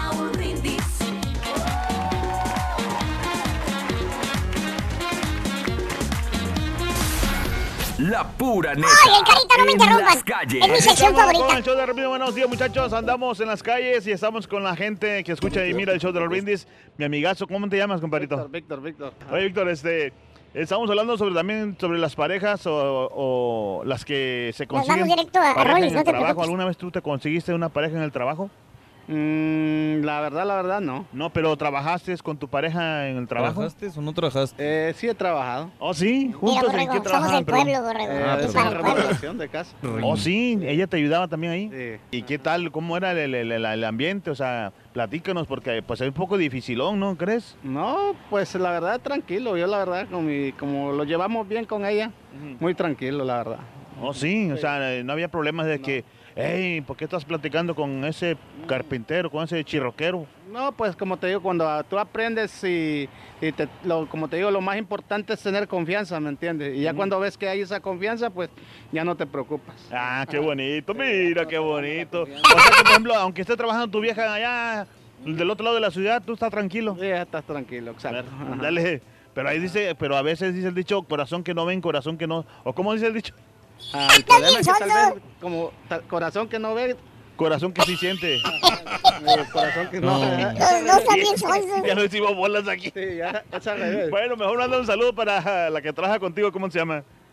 La pura neta. Ay, Carita, no me en interrumpas. las calles. Es mi sección Estamos con favorita. el show de Raúl. Buenos días, muchachos. Andamos en las calles y estamos con la gente que escucha y mira el show de los Brindis. Mi amigazo, ¿cómo te llamas, compadrito? Víctor, Víctor, Víctor. Oye, Víctor, este, estamos hablando sobre también sobre las parejas o, o las que se consiguen vamos directo a- a pareja Rollins, en no el te trabajo. preocupes. ¿Alguna vez tú te conseguiste una pareja en el trabajo? Mm, la verdad, la verdad, no. No, pero ¿trabajaste con tu pareja en el trabajo? ¿Trabajaste o no trabajaste? Eh, sí he trabajado. ¿Oh, sí? Mira, ¿Juntos en Borrego, qué somos trabajaban? del pueblo, Borrego. Eh, Ah, es es para una el pueblo. remodelación de casa. Oh, sí, ella te ayudaba también ahí. Sí. ¿Y qué tal? ¿Cómo era el, el- el- el ambiente? O sea, platícanos, porque pues es un poco dificilón, ¿no crees? No, pues la verdad, tranquilo. Yo la verdad, con mi- como lo llevamos bien con ella, muy tranquilo, la verdad. Oh, sí, o sea, eh, no había problemas de que, hey, ¿por qué estás platicando con ese carpintero, con ese chirroquero? No, pues como te digo, cuando ah, tú aprendes y, y te- lo- como te digo, lo más importante es tener confianza, ¿me entiendes? Y ya cuando ves que hay esa confianza, pues ya no te preocupas. Ah, qué bonito, mira, qué bonito. O sea que, por ejemplo, aunque esté trabajando tu vieja allá del otro lado de la ciudad, tú estás tranquilo. Sí, ya estás tranquilo, exacto. Ajá. Dale, pero ahí dice, pero a veces dice el dicho, corazón que no ven, corazón que no, o ¿cómo dice el dicho? Ah, el problema es que tal vez, como ta- corazón que no ve, Corazón que sí siente. eh, corazón que no, No. ve. Los dos también son. Ya lo hicimos bolas aquí. Sí, ya, es al revés. Bueno, mejor manda un saludo para la que trabaja contigo, ¿cómo se llama?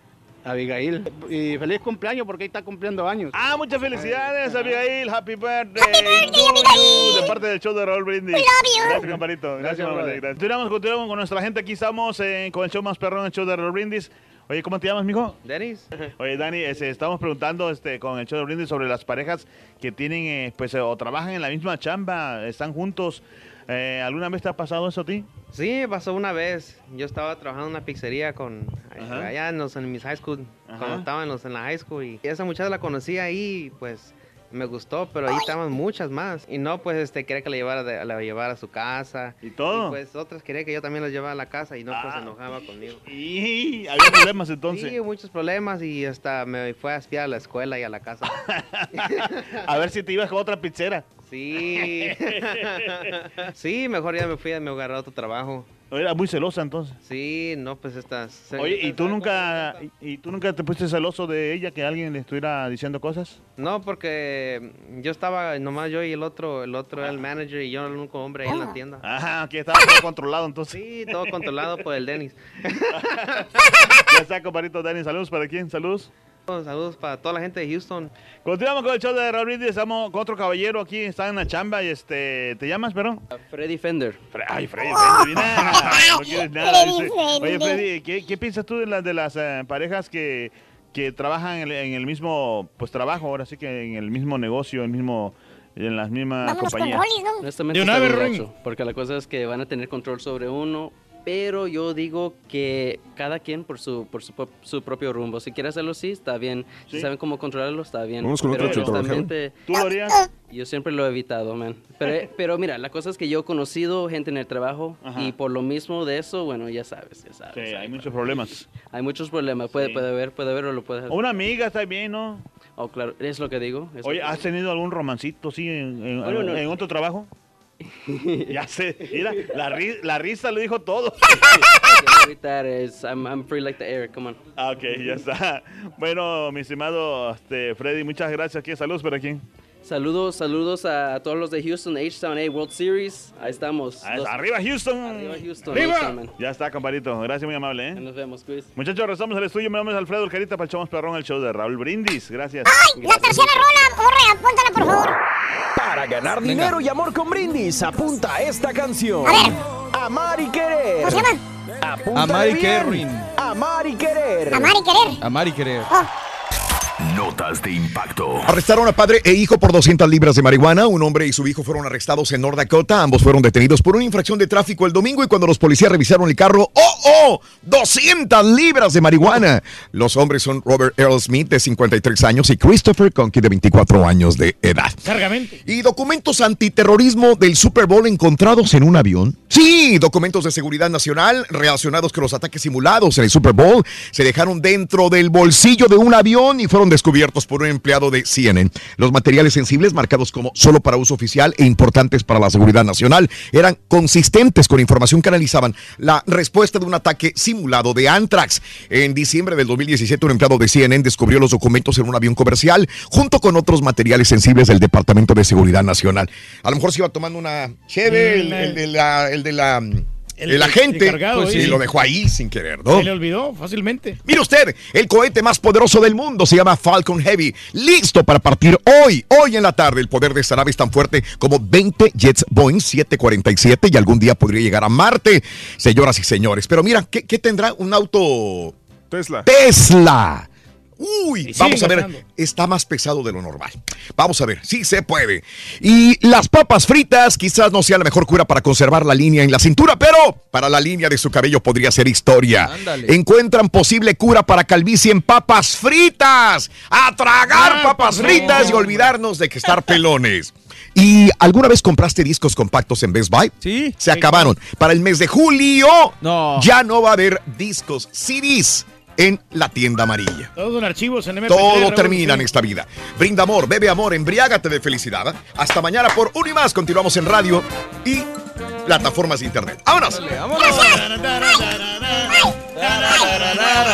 Abigail. Y feliz cumpleaños porque ahí está cumpliendo años. Ah, muchas felicidades, Abigail. Happy birthday. Happy birthday, Abigail. De parte del show de Raúl Brindis. We love you. Gracias, comparito. Gracias, Gracias, mamá. brother. Gracias. Continuamos, continuamos con nuestra gente. Aquí estamos eh, con el show más perrón, el show de Raúl Brindis. Oye, ¿cómo te llamas, mijo? Denis. Oye, Dani, este, estamos preguntando este, con el show de Brindis sobre las parejas que tienen, eh, pues, eh, o trabajan en la misma chamba, están juntos. Eh, ¿Alguna vez te ha pasado eso a ti? Sí, pasó una vez. Yo estaba trabajando en una pizzería con Ajá. allá en, los, en mis high school, Ajá. cuando estaba en, los, en la high school. Y esa muchacha la conocí ahí, pues me gustó, pero ahí estaban muchas más. Y no, pues este, quería que la llevara, de, la llevara a su casa. ¿Y todo? Y pues otras quería que yo también la llevara a la casa y no, pues se enojaba conmigo. Y había problemas entonces. Sí, muchos problemas y hasta me fue a espiar a la escuela y a la casa. A ver si te ibas con otra pizzera. Sí. Sí, mejor ya me fui, me agarré otro trabajo. Era muy celosa entonces. Sí, no, pues estas. Oye, ¿y tú nunca y, y tú nunca te pusiste celoso de ella que alguien le estuviera diciendo cosas? No, porque yo estaba nomás yo y el otro, el otro era el manager y yo era el único hombre ahí en la tienda. Ajá, que estaba todo controlado entonces. Sí, todo controlado por el Denis. Ya está, compadrito Dani. Saludos para quién, saludos. Saludos para toda la gente de Houston. Continuamos con el show de Raúl Brindis. Estamos con otro caballero aquí, está en la chamba y este, ¿te llamas, perdón? Freddy Fender. Fre- Ay, Freddy Fender, nada, no quieres nada. Dice. Oye, Freddy, ¿qué, qué piensas tú de las de las eh, parejas que, que trabajan en el, en el mismo pues trabajo, ahora sí que en el mismo negocio, en el mismo en las mismas Vámonos con compañías? Rollis, ¿no? Honestamente De una está vez, bien Ring. gacho, porque la cosa es que van a tener control sobre uno, pero yo digo que cada quien por su por su, su propio rumbo. Si quiere hacerlo así, está bien. Sí. Si saben cómo controlarlo, está bien. Vamos con pero otro chotoro, honestamente, ¿Tú lo harías? yo siempre lo he evitado, man. Pero, pero mira, la cosa es que yo he conocido gente en el trabajo Ajá. y por lo mismo de eso, bueno, ya sabes, ya sabes. Sí, hay muchos problemas. Hay muchos problemas. Puede, Sí. puede haber, puede haber o lo puede hacer. O una amiga está bien, ¿no? Oh, claro, es lo que digo. es lo Oye, que ¿has digo. tenido algún romancito, sí, en, en- No, no, no. en otro trabajo? Ya sé, mira, la, ri- la risa lo dijo todo. Quiero evitar es, I'm, I'm free like the air, come on. Ah, ok, ya está. Bueno, mi estimado este, Freddy, muchas gracias. ¿Qué saludos para quién? Saludos, saludos a todos los de Houston, H-Town A World Series. Ahí estamos. Ah, Dos- ¡Arriba, Houston! Arriba, Houston. ¡Arriba! Houston, man. Ya está, compadrito. Gracias, muy amable, ¿eh? Nos vemos, Chris. Muchachos, regresamos al estudio. Mi nombre es Alfredo El Carita para el show más perrón, el show de Raúl Brindis. Gracias. ¡Ay! La tercera rola, borre, apúntala, por favor. Para ganar dinero y amor con Brindis, apunta esta canción. A ver. Amar y querer. ¿Cómo se llama? Apúntale Amar y bien. querer. Amar y querer. Amar y querer. Amar y querer. Oh. Notas de impacto. Arrestaron a padre e hijo por doscientas libras de marihuana. Un hombre y su hijo fueron arrestados en North Dakota. Ambos fueron detenidos por una infracción de tráfico el domingo y cuando los policías revisaron el carro, ¡oh, oh! doscientas libras de marihuana. Los hombres son Robert Earl Smith, de cincuenta y tres años, y Christopher Conky, de veinticuatro años de edad. Cargamento. ¿Y documentos antiterrorismo del Super Bowl encontrados en un avión? Sí, documentos de seguridad nacional relacionados con los ataques simulados en el Super Bowl se dejaron dentro del bolsillo de un avión y fueron descubiertos por un empleado de C N N. Los materiales sensibles, marcados como solo para uso oficial e importantes para la seguridad nacional, eran consistentes con información que analizaban la respuesta de un ataque simulado de Anthrax. En diciembre del dos mil diecisiete, un empleado de C N N descubrió los documentos en un avión comercial junto con otros materiales sensibles del Departamento de Seguridad Nacional. A lo mejor se iba tomando una cheve, el, el de la... El de la El, El- agente, encargado, pues, sí. y lo dejó ahí sin querer, ¿no? Se le olvidó fácilmente. Mire usted, el cohete más poderoso del mundo se llama Falcon Heavy, listo para partir hoy, hoy en la tarde. El poder de esta nave es tan fuerte como veinte jets Boeing siete cuarenta y siete y algún día podría llegar a Marte, señoras y señores. Pero mira, ¿qué, qué tendrá un auto Tesla? Tesla? Uy, Y vamos a sigue ver, ganando. está más pesado de lo normal. Vamos a ver, sí se puede. Y las papas fritas quizás no sea la mejor cura para conservar la línea en la cintura, pero para la línea de su cabello podría ser historia. Ándale. Encuentran posible cura para calvicie en papas fritas. A tragar Ah, papas patrón. fritas y olvidarnos de que estar pelones. ¿Y alguna vez compraste discos compactos en Best Buy? Sí. Se acabaron. Para el mes de julio No. ya no va a haber discos C Ds en la tienda amarilla. Todos son archivos en M P tres. Todo Raúl, termina en sí. esta vida. Brinda amor, bebe amor, embriágate de felicidad. Hasta mañana por Un y Más. Continuamos en radio y plataformas de internet. ¡Vámonos!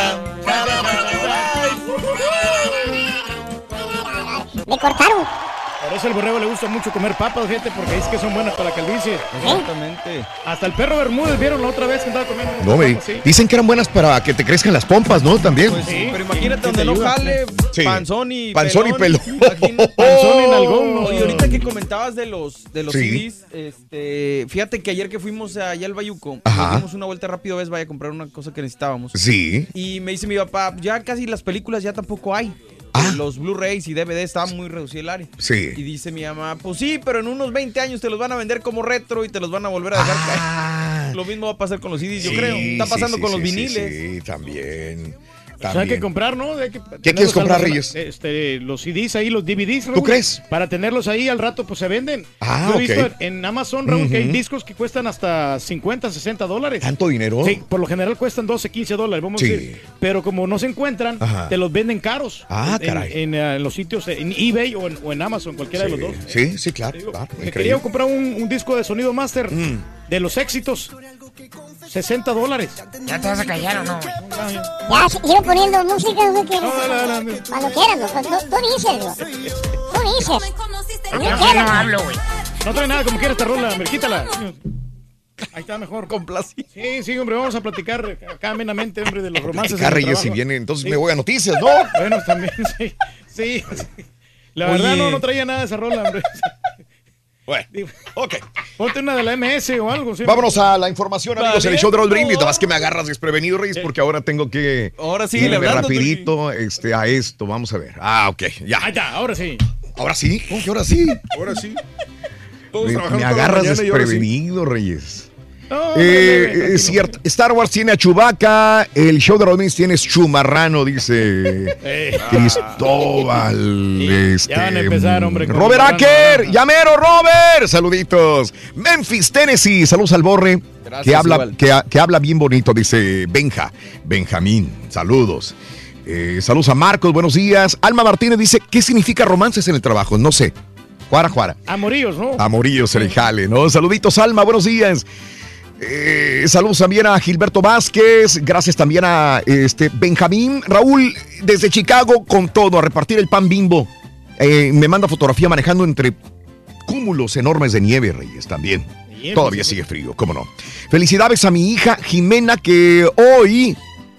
Me cortaron. Por eso al borrego le gusta mucho comer papas, gente, porque dice que son buenas para la calvicie. Exactamente. Hasta el perro Bermúdez vieron la otra vez que andaba comiendo. No, me papas, sí. dicen que eran buenas para que te crezcan las pompas, ¿no? También. Pues sí, pero imagínate donde no jale, Sí. panzón y Panzón y pelón. Imagínate. Panzón y nalgón. Oye, ahorita que comentabas de los, de los Sí. C Ds, este, fíjate que ayer que fuimos allá al Bayuco, Ajá. nos dimos una vuelta rápido, ves, vaya a comprar una cosa que necesitábamos. Sí. Y me dice mi papá, ya casi las películas ya tampoco hay. Ah. Los Blu-rays y D V D estaban muy reducido el área. Sí. Y dice mi mamá, pues sí, pero en unos veinte años te los van a vender como retro y te los van a volver a dejar caer. Lo mismo va a pasar con los C Ds, yo Sí, creo. Está sí, sí, con sí, los sí, viniles. Sí, sí, también. O sea, hay que comprar, ¿no? Hay que ¿Qué quieres comprar, al- Reyes? Este, los C Ds ahí, los D V Ds, Raúl. ¿Tú crees? Para tenerlos ahí al rato, pues se venden. Ah, Yo he visto ok. en Amazon, Raúl, que hay Ujú. discos que cuestan hasta cincuenta, sesenta dólares. ¿Tanto dinero? Sí, por lo general cuestan doce, quince dólares, vamos Sí. a decir. Pero como no se encuentran, Ajá. te los venden caros. Ah, en, caray. En, eh, en los sitios, en eBay o en, o en Amazon, cualquiera Sí, de los dos. sí, sí, claro. claro, Me increíble. quería comprar un, un disco de sonido master de los éxitos. sesenta dólares. ¿Ya te vas a callar o no, güey? Ya, sigo poniendo música, güey, que cuando quieras, güey. Tú, tú dices, güey. Tú dices. Cuando Yo quieras, no güey. hablo, güey. No trae nada como quieras esta rola, hombre, quítala. Ahí está mejor. Complacido. Sí, sí, hombre, vamos a platicar acá amenamente, hombre, de los romances. Acá, en el Reyes, trabajo. si viene, entonces Sí. me voy a noticias, ¿no? Bueno, también, sí. Sí. sí. La verdad, Oye. no, no traía nada de esa rola, hombre. Bueno, ok. Ponte una de la M S o algo, sí. Vámonos a la información, amigos, en el show de Raúl Brindis. Nada más que me agarras desprevenido, Reyes, Eh. porque ahora tengo que Ahora sí, irme hablando, rapidito este, a esto. Vamos a ver. Ah, ok, ya. Ahí está, ahora sí. ¿Ahora sí? ¿Cómo que ahora sí? Ahora sí. Todos Me, trabajando me toda la agarras mañana y ahora sí. desprevenido, Reyes. No, Eh, no, no, no, es cierto, Star Wars tiene a Chewbacca, el show de Raúl Brindis tiene Chumarrano, dice Eh. Cristóbal. Este, Ya van a empezar, hombre, con Robert Marrano, Acker, Marrano. llamero Robert, saluditos. Memphis, Tennessee, saludos al Borre, Gracias, que habla, igual. que, que habla bien bonito, dice Benja, Benjamín, saludos. Eh, saludos a Marcos, buenos días. Alma Martínez dice, ¿qué significa romances en el trabajo? No sé. Juara, Juara. Amoríos, ¿no? Amorillos en el jale, ¿no? Saluditos, Alma, buenos días. Eh, saludos también a Gilberto Vázquez, gracias también a este Benjamín. Raúl, desde Chicago con todo, a repartir el pan Bimbo. Eh, me manda fotografía manejando entre cúmulos enormes de nieve, Reyes, también. Bien, Todavía pues, sigue frío, cómo no. Felicidades a mi hija Jimena, que hoy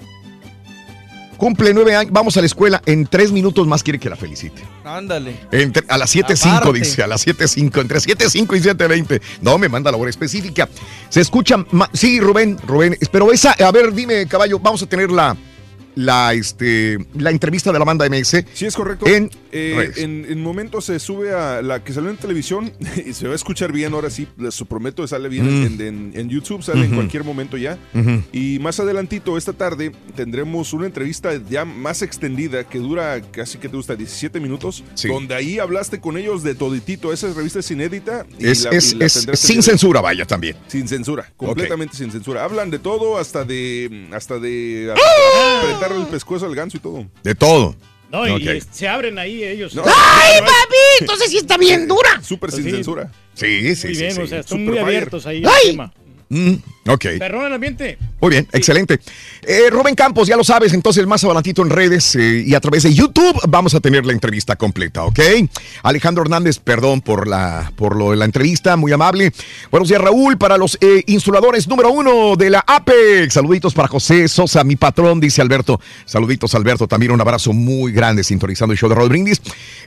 cumple nueve años. Vamos a la escuela, en tres minutos más quiere que la felicite. Ándale. Entre- a las siete cinco Aparte. dice, a las siete cinco, entre siete cinco y siete veinte. No, me manda la hora específica. Se escucha, ma- sí, Rubén, Rubén, pero esa, a ver, dime, caballo, vamos a tener la, la, este, la entrevista de la banda M S. Sí, es correcto. En Eh, redes. en, en momentos se sube a la que salió en televisión y se va a escuchar bien, ahora sí, les prometo, sale bien Mm. en, en- en YouTube, sale en Ujú. cualquier momento ya. Ujú. Y más adelantito, esta tarde, tendremos una entrevista ya más extendida que dura casi, que te gusta, diecisiete minutos, Sí. donde ahí hablaste con ellos de toditito. Esa revista es inédita. y Es, la- es, y la es tendrás el sin día de- censura, vaya, también. Sin censura, completamente sin censura. Hablan de todo, hasta de hasta de ¡Ah! apretar el pescuezo al ganso y todo. De todo. No, y, Ok. y se abren ahí ellos. No. ¡Ay, papi! Entonces sí está bien dura. Súper Pues sin sí. censura. Sí, sí, Muy sí. bien, sí. o sea, están Super muy fire. abiertos ahí ¡Ay! al tema. Mm, ok. Perrón el ambiente. Muy bien, excelente. Eh, Rubén Campos, ya lo sabes, entonces más adelantito en redes eh, y a través de YouTube vamos a tener la entrevista completa, ¿ok? Alejandro Hernández, perdón por la, por lo de la entrevista, muy amable. Buenos días, Raúl, para los eh, insuladores número uno de la APEX. Saluditos para José Sosa, mi patrón, dice Alberto. Saluditos, Alberto, también un abrazo muy grande sintonizando el show de Raúl Brindis.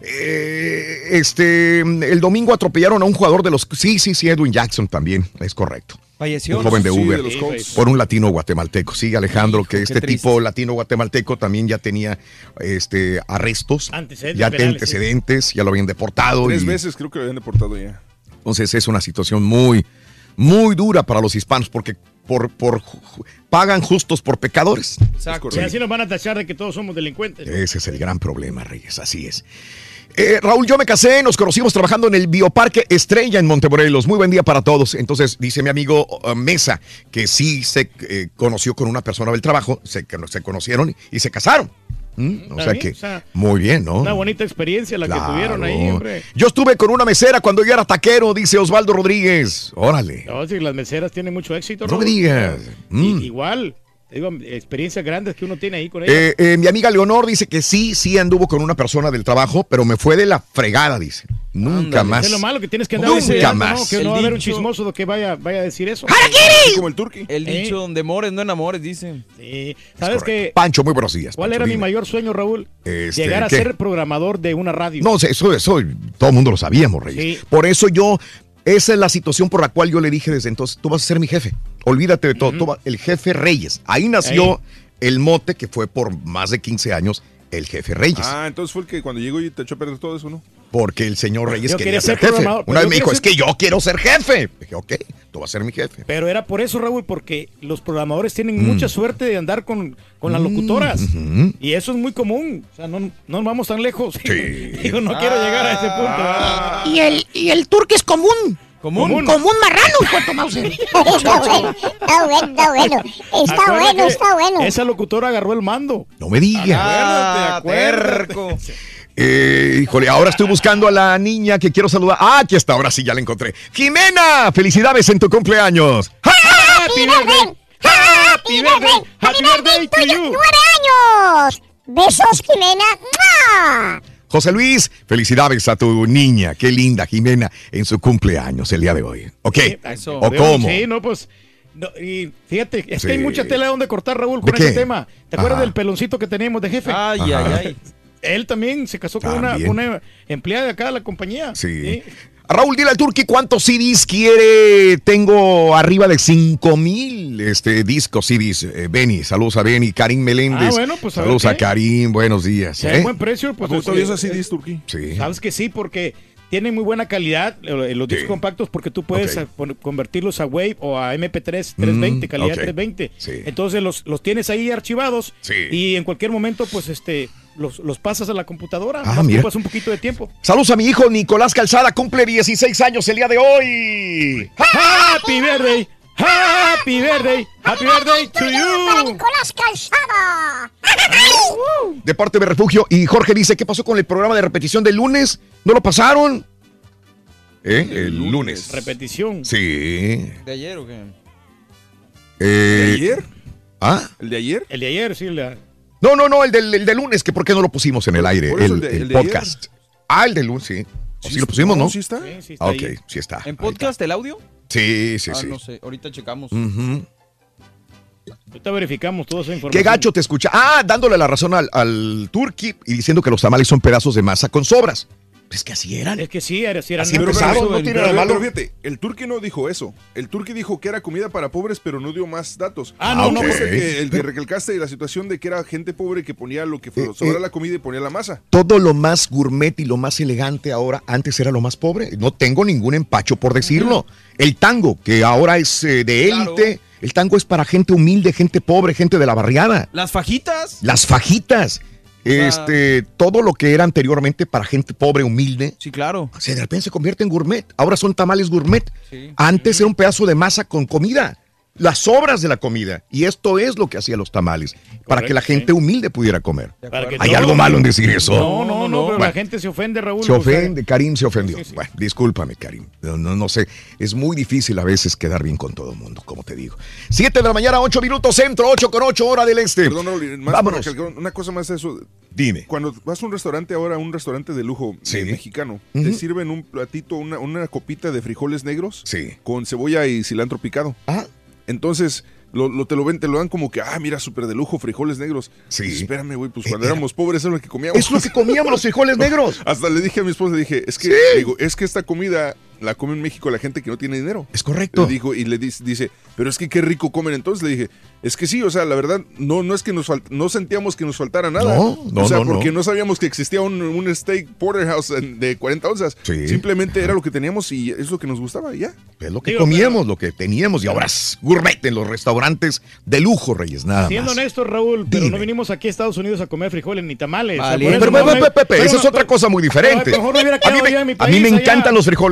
Eh, este, el domingo atropellaron a un jugador de los... Sí, sí, sí, Edwin Jackson también, es correcto. Falleció. Un joven de Sí, Uber. de los Colts. Por un latino guatemalteco. Sí, Alejandro, Hijo, que qué este triste. tipo latino guatemalteco también ya tenía este arrestos, Antecedentes ya penales, antecedentes, ya lo habían deportado. Tres y- veces creo que lo habían deportado ya. Entonces es una situación muy, muy dura para los hispanos porque por, por, ju- pagan justos por pecadores. Exacto. Y así nos van a tachar de que todos somos delincuentes. ¿no? Ese es el gran problema, Reyes, así es. Eh, Raúl, yo me casé, nos conocimos trabajando en el Bioparque Estrella en Montemorelos. Muy buen día para todos. Entonces, dice mi amigo uh, Mesa, que sí se eh, conoció con una persona del trabajo, se, que se conocieron y se casaron. ¿Mm? O Está sea bien, que, o sea, muy bien, ¿no? Una bonita experiencia la que Claro. tuvieron ahí, hombre. Yo estuve con una mesera cuando yo era taquero, dice Osvaldo Rodríguez. Órale. No, sí, las meseras tienen mucho éxito. No me Raúl. digas. Y- Mm. igual, te digo, experiencias grandes que uno tiene ahí con ellos. Eh, eh, mi amiga Leonor dice que sí, sí anduvo con una persona del trabajo, pero me fue de la fregada, dice. Nunca Ándale, más. Es lo malo que tienes que andar Nunca estudiando, más. ¿no? Que El no va a haber un dicho- chismoso de que vaya, vaya a decir eso. Así como el turqui. El ¿Eh? dicho, donde mores, no enamores, dice. Sí. ¿Sabes qué? Pancho, muy buenos días. ¿Cuál Pancho, era mi dime. mayor sueño, Raúl? Este, Llegar a ¿qué? ser programador de una radio. No, eso, eso, todo el mundo lo sabíamos, Reyes. Sí. Por eso yo, esa es la situación por la cual yo le dije desde entonces, tú vas a ser mi jefe. Olvídate de todo, tú va- el jefe Reyes. Ahí nació el mote que fue por más de quince años el jefe Reyes. Ah, entonces fue el que cuando llegó y te echó a perder todo eso, ¿no? Porque el señor Reyes Yo quería quería ser ser jefe. programador, Una pero vez yo me dijo, quería es que yo quiero ser jefe. Dije, ok, tú vas a ser mi jefe. Pero era por eso, Raúl, porque los programadores tienen Mm. mucha suerte de andar con, con las locutoras. Ujú. Y eso es muy común. O sea, no, no nos vamos tan lejos. Digo, no quiero llegar a ese punto. ¿verdad? Y el, y el turque es común. Común. Común marrano, Puerto Mauser. Está bueno, está bueno, está bueno. Está Acuérdate bueno, que está bueno. Esa locutora agarró el mando. No me digas. Acuérdate, acuérdate. Eh, híjole, ahora estoy buscando a la niña que quiero saludar. Ah, aquí está, ahora sí ya la encontré. Jimena, felicidades en tu cumpleaños. Happy birthday. Happy birthday. Happy birthday to you. ¡Nueve años! ¡Besos, Jimena! ¡Mua! José Luis, felicidades a tu niña. Qué linda, Jimena, en su cumpleaños el día de hoy. ¿Ok? Eso. ¿O cómo? Sí, no, pues. no, y fíjate, es Sí. que hay mucha tela de donde cortar, Raúl, ¿De con ese qué? tema. ¿Te acuerdas Ajá. del peloncito que teníamos de jefe? Ay, Ajá. ay, ay. Él también se casó con una, También. una empleada de acá de la compañía. Sí. Raúl, dile al Turqui cuántos C Ds quiere. Tengo arriba de cinco mil este, discos C Ds. Eh, Benny, saludos a Benny. Karim Meléndez. Ah, bueno, pues a ver saludos a qué. Karim, buenos días. Si hay ¿eh? buen precio, pues. ¿A poco todavía este, usas C Ds, Turqui? Sí. Sabes que sí, porque tienen muy buena calidad eh, los discos compactos, porque tú puedes Ok. eh, pon- convertirlos a Wave o a M P tres trescientos veinte, Mm, calidad ok. trescientos veinte. Sí. Entonces los, los tienes ahí archivados Sí. y en cualquier momento, pues este, los, los pasas a la computadora. Ah, nomás mira. ocupas un poquito de tiempo. Saludos a mi hijo Nicolás Calzada, cumple dieciséis años el día de hoy. Happy birthday, happy birthday, happy birthday to Para you. Nicolás Calzada. De parte de Refugio. Y Jorge dice, ¿qué pasó con el programa de repetición del lunes? ¿No lo pasaron? ¿Eh? El lunes. Repetición. Sí. ¿De ayer o qué? Eh, ¿De ayer? ¿Ah? ¿El de ayer? El de ayer, sí. La... No, no, no, el del, el del lunes, que por qué no lo pusimos en el aire, Por eso el, el de- el el de podcast. Ah, el del lunes, sí. ¿O sí, lo pusimos, no? ¿Sí está? Sí, sí está Ah, ok, ahí. sí está. ¿En podcast el audio? Sí, sí, ah, sí. no sé, ahorita checamos. Ujú. Ahorita verificamos toda esa información. Qué gacho te escucha. Ah, dándole la razón al, al Turqui y diciendo que los tamales son pedazos de masa con sobras. Es que así eran. Es que sí, era, sí eran Así una- empezaron, eso no del- tiene Pero, nada pero malo. fíjate, el Turqui no dijo eso. El Turqui dijo que era comida para pobres, pero no dio más datos. Ah, no, no, Es ok. el que, el que recalcaste la situación de que era gente pobre que ponía lo que Eh, sobraba eh. la comida y ponía la masa. Todo lo más gourmet y lo más elegante ahora, antes era lo más pobre. No tengo ningún empacho por decirlo. El tango, que ahora es eh, de Claro. élite, el tango es para gente humilde, gente pobre, gente de la barriada. ¿Las fajitas? Las fajitas, sea- este, todo lo que era anteriormente para gente pobre, humilde, Sí, claro. se de repente se convierte en gourmet. Ahora son tamales gourmet. Sí. Antes era un pedazo de masa con comida, las sobras de la comida. Y esto es lo que hacían los tamales, para que la gente humilde pudiera comer. Para que ¿Hay todo- algo malo en decir eso? No, no, no, pero Bueno. la gente se ofende, Raúl. Se o sea, ofende, Karim se ofendió. Sí, sí. Bueno, discúlpame, Karim. No, no, no sé. Es muy difícil a veces quedar bien con todo el mundo, como te digo. Siete de la mañana, ocho minutos centro, ocho con ocho hora del este. Perdón, Raúl, más Vámonos. para recalcar una cosa más de eso. Dime. Cuando vas a un restaurante ahora, un restaurante de lujo Sí. eh, mexicano, Ujú. te sirven un platito, una, una copita de frijoles negros Sí. con cebolla y cilantro picado. Ah, Entonces, lo, lo- te lo ven, te lo dan como que, ah, mira, súper de lujo, frijoles negros. Sí. Dices, espérame, güey, pues Eh, cuando era- éramos pobres eso es lo que comíamos. es lo que comíamos los frijoles negros. Hasta le dije a mi esposa, le dije, es que, Sí. digo, es que esta comida la come en México la gente que no tiene dinero. Es correcto. Le dijo, y le dice, dice, pero es que qué rico comen. Entonces le dije, es que sí, o sea, la verdad, no, no es que nos falt- no sentíamos que nos faltara nada. No, no, o sea, no, porque no. no sabíamos que existía un, un steak porterhouse en- de cuarenta onzas. Sí. Simplemente era lo que teníamos y es lo que nos gustaba y ya. Es lo que Digo, comíamos, lo que teníamos. Y ahora es gourmet en los restaurantes de lujo, Reyes, nada Siendo más. honestos, Raúl, pero Dime. no vinimos aquí a Estados Unidos a comer frijoles ni tamales. Vale. por eso Pero, no Pepe, me- Pepe, pero esa no- es otra cosa muy diferente. pero mejor me hubiera A mí quedado me, allá en mi a mí me país, allá. encantan los frijoles, los Claro,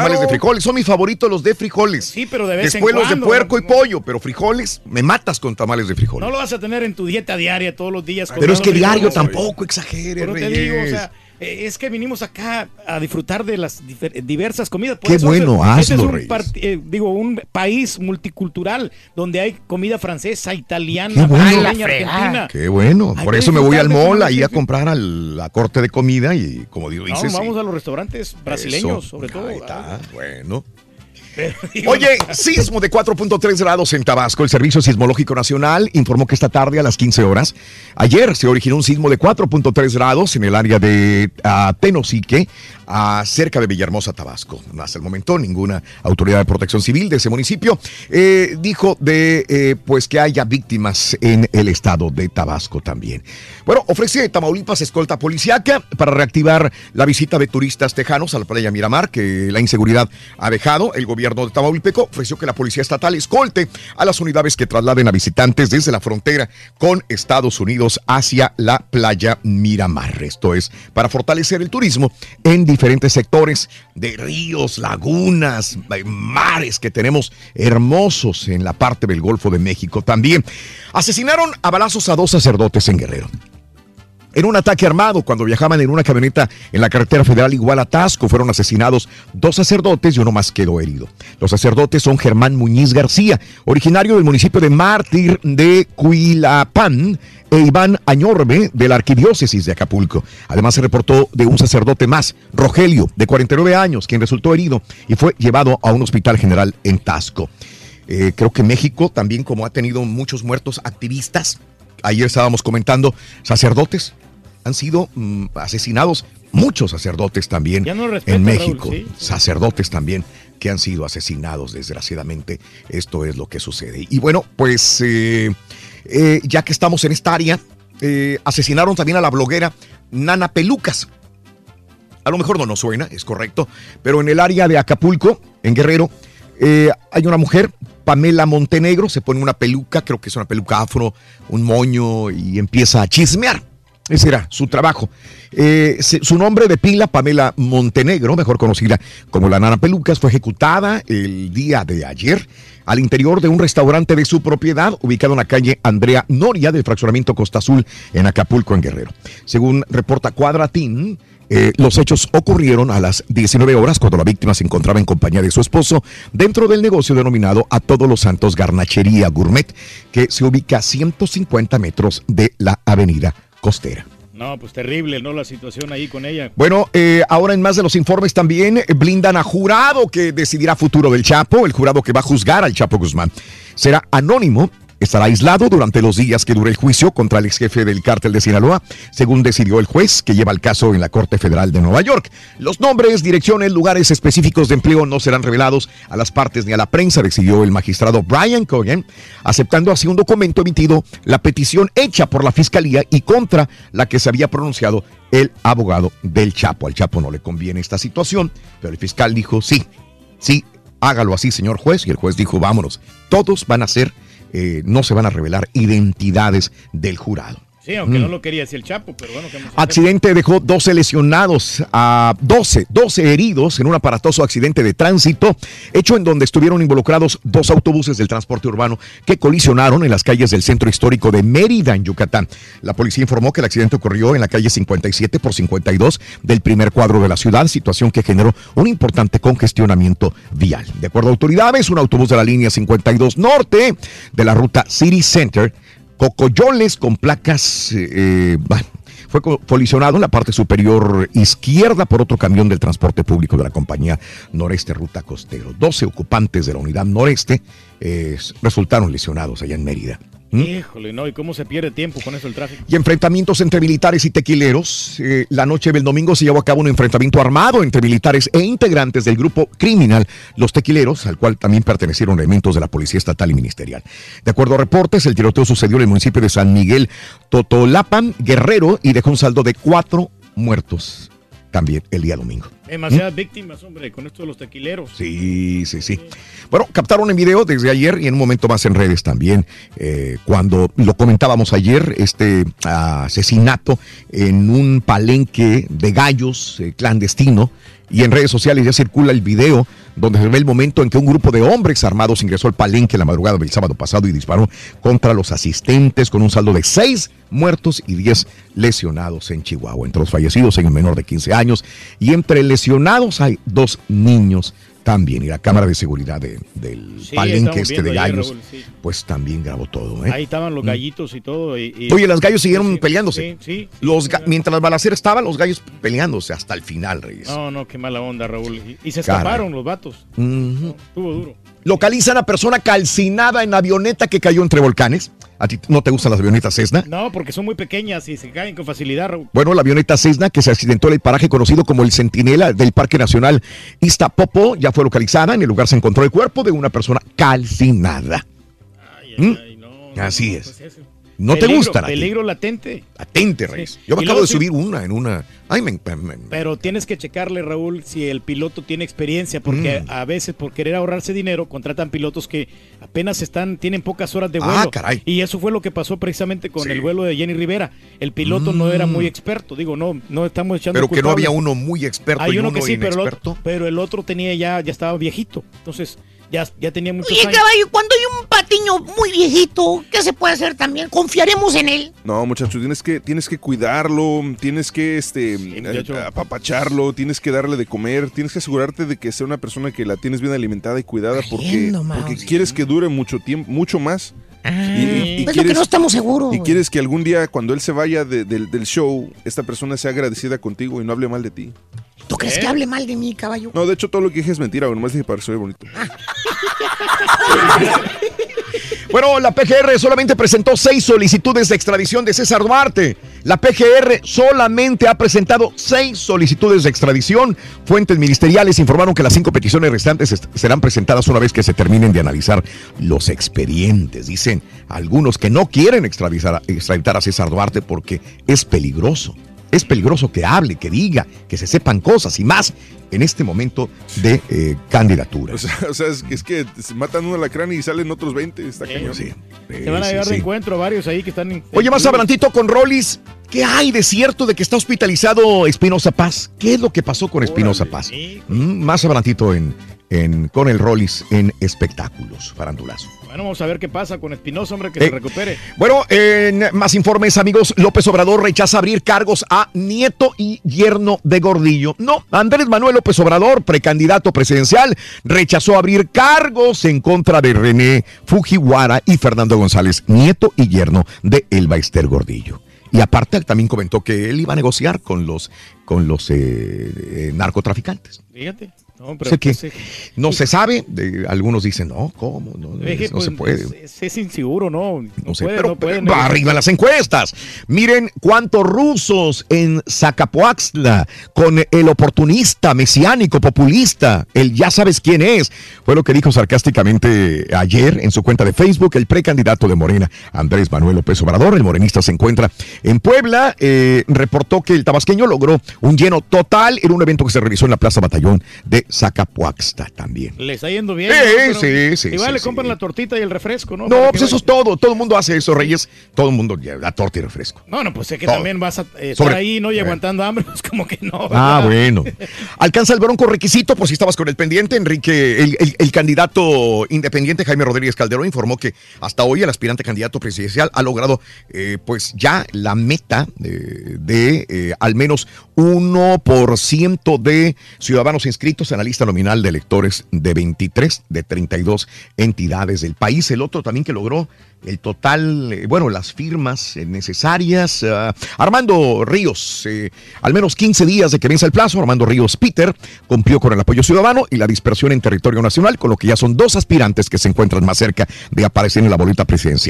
tamales de frijoles. Son mis favoritos los de frijoles. Sí, pero de vez Después en cuando. los de puerco ¿no? y pollo, pero frijoles, me matas con tamales de frijoles. No lo vas a tener en tu dieta diaria todos los días. Pero es que diario frijoles. tampoco exagere, Pero te Reyes. digo, o sea, eh, es que vinimos acá a disfrutar de las difer- diversas comidas. Por Qué eso bueno, este hazlo, es un Reyes. part- eh, digo, un país multicultural donde hay comida francesa, italiana, Qué bueno. brasileña, argentina. Qué bueno. Hay Por que eso me voy al disfrutar de mall comer, ahí sí, a sí. comprar a la corte de comida y como digo, No, dices. vamos a los restaurantes brasileños, Eso. sobre todo. Ahí está, bueno. Digo, Oye, sismo de cuatro punto tres grados en Tabasco. El Servicio Sismológico Nacional informó que esta tarde a las quince horas, ayer se originó un sismo de cuatro punto tres grados en el área de uh, Tenosique, uh, cerca de Villahermosa, Tabasco. Hasta el momento, ninguna autoridad de protección civil de ese municipio eh, dijo de eh, pues que haya víctimas en el estado de Tabasco también. Bueno, ofrece Tamaulipas escolta policiaca para reactivar la visita de turistas tejanos a la playa Miramar, que la inseguridad ha dejado. El gobierno de Tamaulipeco ofreció que la policía estatal escolte a las unidades que trasladen a visitantes desde la frontera con Estados Unidos hacia la playa Miramar. Esto es para fortalecer el turismo en diferentes sectores de ríos, lagunas, mares que tenemos hermosos en la parte del Golfo de México también. Asesinaron a balazos a dos sacerdotes en Guerrero. En un ataque armado, cuando viajaban en una camioneta en la carretera federal Iguala-Tasco, fueron asesinados dos sacerdotes y uno más quedó herido. Los sacerdotes son Germán Muñiz García, originario del municipio de Mártir de Cuilapán, e Iván Añorbe, de la arquidiócesis de Acapulco. Además se reportó de un sacerdote más, Rogelio, de cuarenta y nueve años, quien resultó herido y fue llevado a un hospital general en Tasco. Eh, creo que México también, como ha tenido muchos muertos activistas, ayer estábamos comentando, sacerdotes han sido mm, asesinados, muchos sacerdotes también Ya no respetan, en México, Raúl, sí. sacerdotes también que han sido asesinados, desgraciadamente. Esto es lo que sucede. Y bueno, pues eh, eh, ya que estamos en esta área, eh, asesinaron también a la bloguera Nana Pelucas. A lo mejor no nos suena, es correcto, pero en el área de Acapulco, en Guerrero, eh, hay una mujer, Pamela Montenegro, se pone una peluca, creo que es una peluca afro, un moño, y empieza a chismear. Ese era su trabajo. Eh, se, su nombre de pila, Pamela Montenegro, mejor conocida como la Nana Pelucas, fue ejecutada el día de ayer al interior de un restaurante de su propiedad, ubicado en la calle Andrea Noria del fraccionamiento Costa Azul en Acapulco, en Guerrero. Según reporta Cuadratín, Eh, los hechos ocurrieron a las diecinueve horas cuando la víctima se encontraba en compañía de su esposo dentro del negocio denominado A Todos los Santos Garnachería Gourmet, que se ubica a ciento cincuenta metros de la avenida Costera. No, pues terrible, ¿no? La situación ahí con ella. Bueno, eh, ahora en más de los informes también eh, blindan a jurado que decidirá futuro del Chapo, el jurado que va a juzgar al Chapo Guzmán. Será anónimo. Estará aislado durante los días que dure el juicio contra el ex jefe del cártel de Sinaloa, según decidió el juez que lleva el caso en la Corte Federal de Nueva York. Los nombres, direcciones, lugares específicos de empleo no serán revelados a las partes ni a la prensa, decidió el magistrado Brian Cogan, aceptando así un documento emitido, la petición hecha por la Fiscalía y contra la que se había pronunciado el abogado del Chapo. Al Chapo no le conviene esta situación, pero el fiscal dijo sí, sí, hágalo así, señor juez, y el juez dijo vámonos, todos van a ser Eh, no se van a revelar identidades del jurado. Sí, aunque Mm. no lo quería decir el Chapo, pero bueno. ¿qué vamos a hacer? Accidente dejó doce lesionados, a doce, doce heridos en un aparatoso accidente de tránsito, hecho en donde estuvieron involucrados dos autobuses del transporte urbano que colisionaron en las calles del centro histórico de Mérida, en Yucatán. La policía informó que el accidente ocurrió en la calle cincuenta y siete por cincuenta y dos del primer cuadro de la ciudad, situación que generó un importante congestionamiento vial. De acuerdo a autoridades, un autobús de la línea cincuenta y dos Norte de la ruta City Center, Cocoyoles, con placas, eh, bueno, fue colisionado en la parte superior izquierda por otro camión del transporte público de la compañía Noreste Ruta Costero. doce ocupantes de la unidad Noreste eh, resultaron lesionados allá en Mérida. ¿Mm? Híjole, no, ¿y cómo se pierde tiempo con eso el tráfico? Y enfrentamientos entre militares y tequileros. Eh, la noche del domingo se llevó a cabo un enfrentamiento armado entre militares e integrantes del grupo criminal Los Tequileros, al cual también pertenecieron elementos de la Policía Estatal y Ministerial. De acuerdo a reportes, el tiroteo sucedió en el municipio de San Miguel Totolapan, Guerrero, y dejó un saldo de cuatro muertos también el día domingo. Demasiadas ¿Mm? víctimas, hombre, con esto de los tequileros. Sí, sí, sí. Bueno, captaron en video desde ayer y en un momento más en redes también, eh, cuando lo comentábamos ayer, este asesinato en un palenque de gallos eh, clandestino, y en redes sociales ya circula el video donde se ve el momento en que un grupo de hombres armados ingresó al palenque la madrugada del sábado pasado y disparó contra los asistentes con un saldo de seis muertos y diez lesionados en Chihuahua. Entre los fallecidos hay un menor de quince años y entre lesionados hay dos niños también. Y la cámara de seguridad de, del Sí, palenque este estamos de viendo ayer, gallos, Raúl, sí. pues también grabó todo. ¿eh? Ahí estaban los Mm. gallitos y todo. Y, y- Oye, los gallos siguieron Sí, sí, peleándose. Sí, sí. Los ga- mientras las balaceras estaban, los gallos peleándose hasta el final, Reyes. No, no, qué mala onda, Raúl. Y, y se Caray. escaparon los vatos. Ujú. Estuvo duro. Localizan a persona calcinada en avioneta que cayó entre volcanes. ¿A ti no te gustan las avionetas Cessna? No, porque son muy pequeñas y se caen con facilidad, Raúl. Bueno, la avioneta Cessna que se accidentó en el paraje conocido como el Centinela del Parque Nacional Iztapopo ya fue localizada. En el lugar se encontró el cuerpo de una persona calcinada. ¿Mm? Así es. ¿No te Peligro- gustan a ti? Peligro latente. Atente, Reyes. Yo me Y acabo luego de sí- subir una en una. Ay, me, me- me- Pero tienes que checarle, Raúl, si el piloto tiene experiencia, porque Mm. a veces por querer ahorrarse dinero contratan pilotos que apenas están, tienen pocas horas de Ah, vuelo. caray. Y eso fue lo que pasó precisamente con Sí. el vuelo de Jenny Rivera. El piloto no era Mm. muy experto, digo, no, no estamos echando Pero que no culpables. había uno muy experto Hay y uno uno que sí, pero el, inexperto. otro, pero el otro tenía ya, ya estaba viejito. Entonces, ya, ya tenía muchos Oye, años. caballo, cuando hay un patiño muy viejito, ¿qué se puede hacer también? ¿Confiaremos en él? No, muchachos, tienes que, tienes que cuidarlo, tienes que este, eh, apapacharlo, tienes que darle de comer, tienes que asegurarte de que sea una persona que la tienes bien alimentada y cuidada porque, Entiendo, porque Mouse. quieres que dure mucho tiempo, mucho más. Es lo que no estamos seguros. Y quieres que algún día, cuando él se vaya de- del- del show, esta persona sea agradecida contigo y no hable mal de ti. ¿Tú crees que hable mal de mí, caballo? No, de hecho, todo lo que dije es mentira, nomás dije para que se vea bonito. Bueno, la P G R solamente presentó seis solicitudes de extradición de César Duarte. La P G R solamente ha presentado seis solicitudes de extradición. Fuentes ministeriales informaron que las cinco peticiones restantes est- serán presentadas una vez que se terminen de analizar los expedientes. Dicen algunos que no quieren extraditar, extraditar a César Duarte porque es peligroso. Es peligroso que hable, que diga, que se sepan cosas y más en este momento de eh, candidatura. O sea, o sea, es, que- es que se matan uno alacrán y salen otros veinte. Está cañón. Sí. Se van a sí, llevar de sí. encuentro varios ahí que están... en- Oye, más adelantito con Rollis, ¿qué hay de cierto de que está hospitalizado Espinosa Paz? ¿Qué es lo que pasó con Espinosa Paz? Mm, más adelantito en, en, con el Rollis en espectáculos, farandulazo. Bueno, vamos a ver qué pasa con Espinosa, hombre, que Eh, se recupere. Bueno, en más informes, amigos. López Obrador rechaza abrir cargos a nieto y yerno de Gordillo. No, Andrés Manuel López Obrador, precandidato presidencial, rechazó abrir cargos en contra de René Fujiwara y Fernando González, nieto y yerno de Elba Ester Gordillo. Y aparte, él también comentó que él iba a negociar con los, con los eh, eh, narcotraficantes. Fíjate. No, O pero sea que pues, eh, no se sabe. de- algunos dicen, no, ¿cómo? No, es que, no se pues, puede. Es, es inseguro, ¿no? No, No sé, puede, pero no puede. pero va arriba en las encuestas. Miren cuántos rusos en Zacapoaxtla con el oportunista, mesiánico, populista, el ya sabes quién es. Fue lo que dijo sarcásticamente ayer en su cuenta de Facebook el precandidato de Morena, Andrés Manuel López Obrador. El morenista se encuentra en Puebla. Eh, reportó que el tabasqueño logró un lleno total en un evento que se realizó en la Plaza Batallón de Zacapoaxtla también. Le está yendo bien. Sí, ¿no? Pero sí, sí, Igual sí, le sí. compran la tortita y el refresco, ¿no? No, Para que pues eso vaya- es todo. Todo el mundo hace eso, Reyes. Todo el mundo lleva la torta y refresco. No, no, pues es que Todo. también vas a eh, estar Sobre- ahí, ¿no? Y Eh. aguantando hambre, pues como que no. Ah, ¿verdad? bueno. Alcanza el bronco requisito, por si estabas con el pendiente. Enrique, el, el- el candidato independiente Jaime Rodríguez Calderón informó que hasta hoy el aspirante candidato presidencial ha logrado eh, pues ya la meta de, de, eh, al menos uno por ciento de ciudadanos inscritos en la lista nominal de electores de veintitrés de treinta y dos entidades del país. El otro también que logró el total, eh, bueno, las firmas eh, necesarias. ah, Armando Ríos, eh, al menos quince días de que vence el plazo, Armando Ríos Peter cumplió con el apoyo ciudadano y la dispersión en territorio nacional, con lo que ya son dos aspirantes que se encuentran más cerca de aparecer en la boleta presidencial.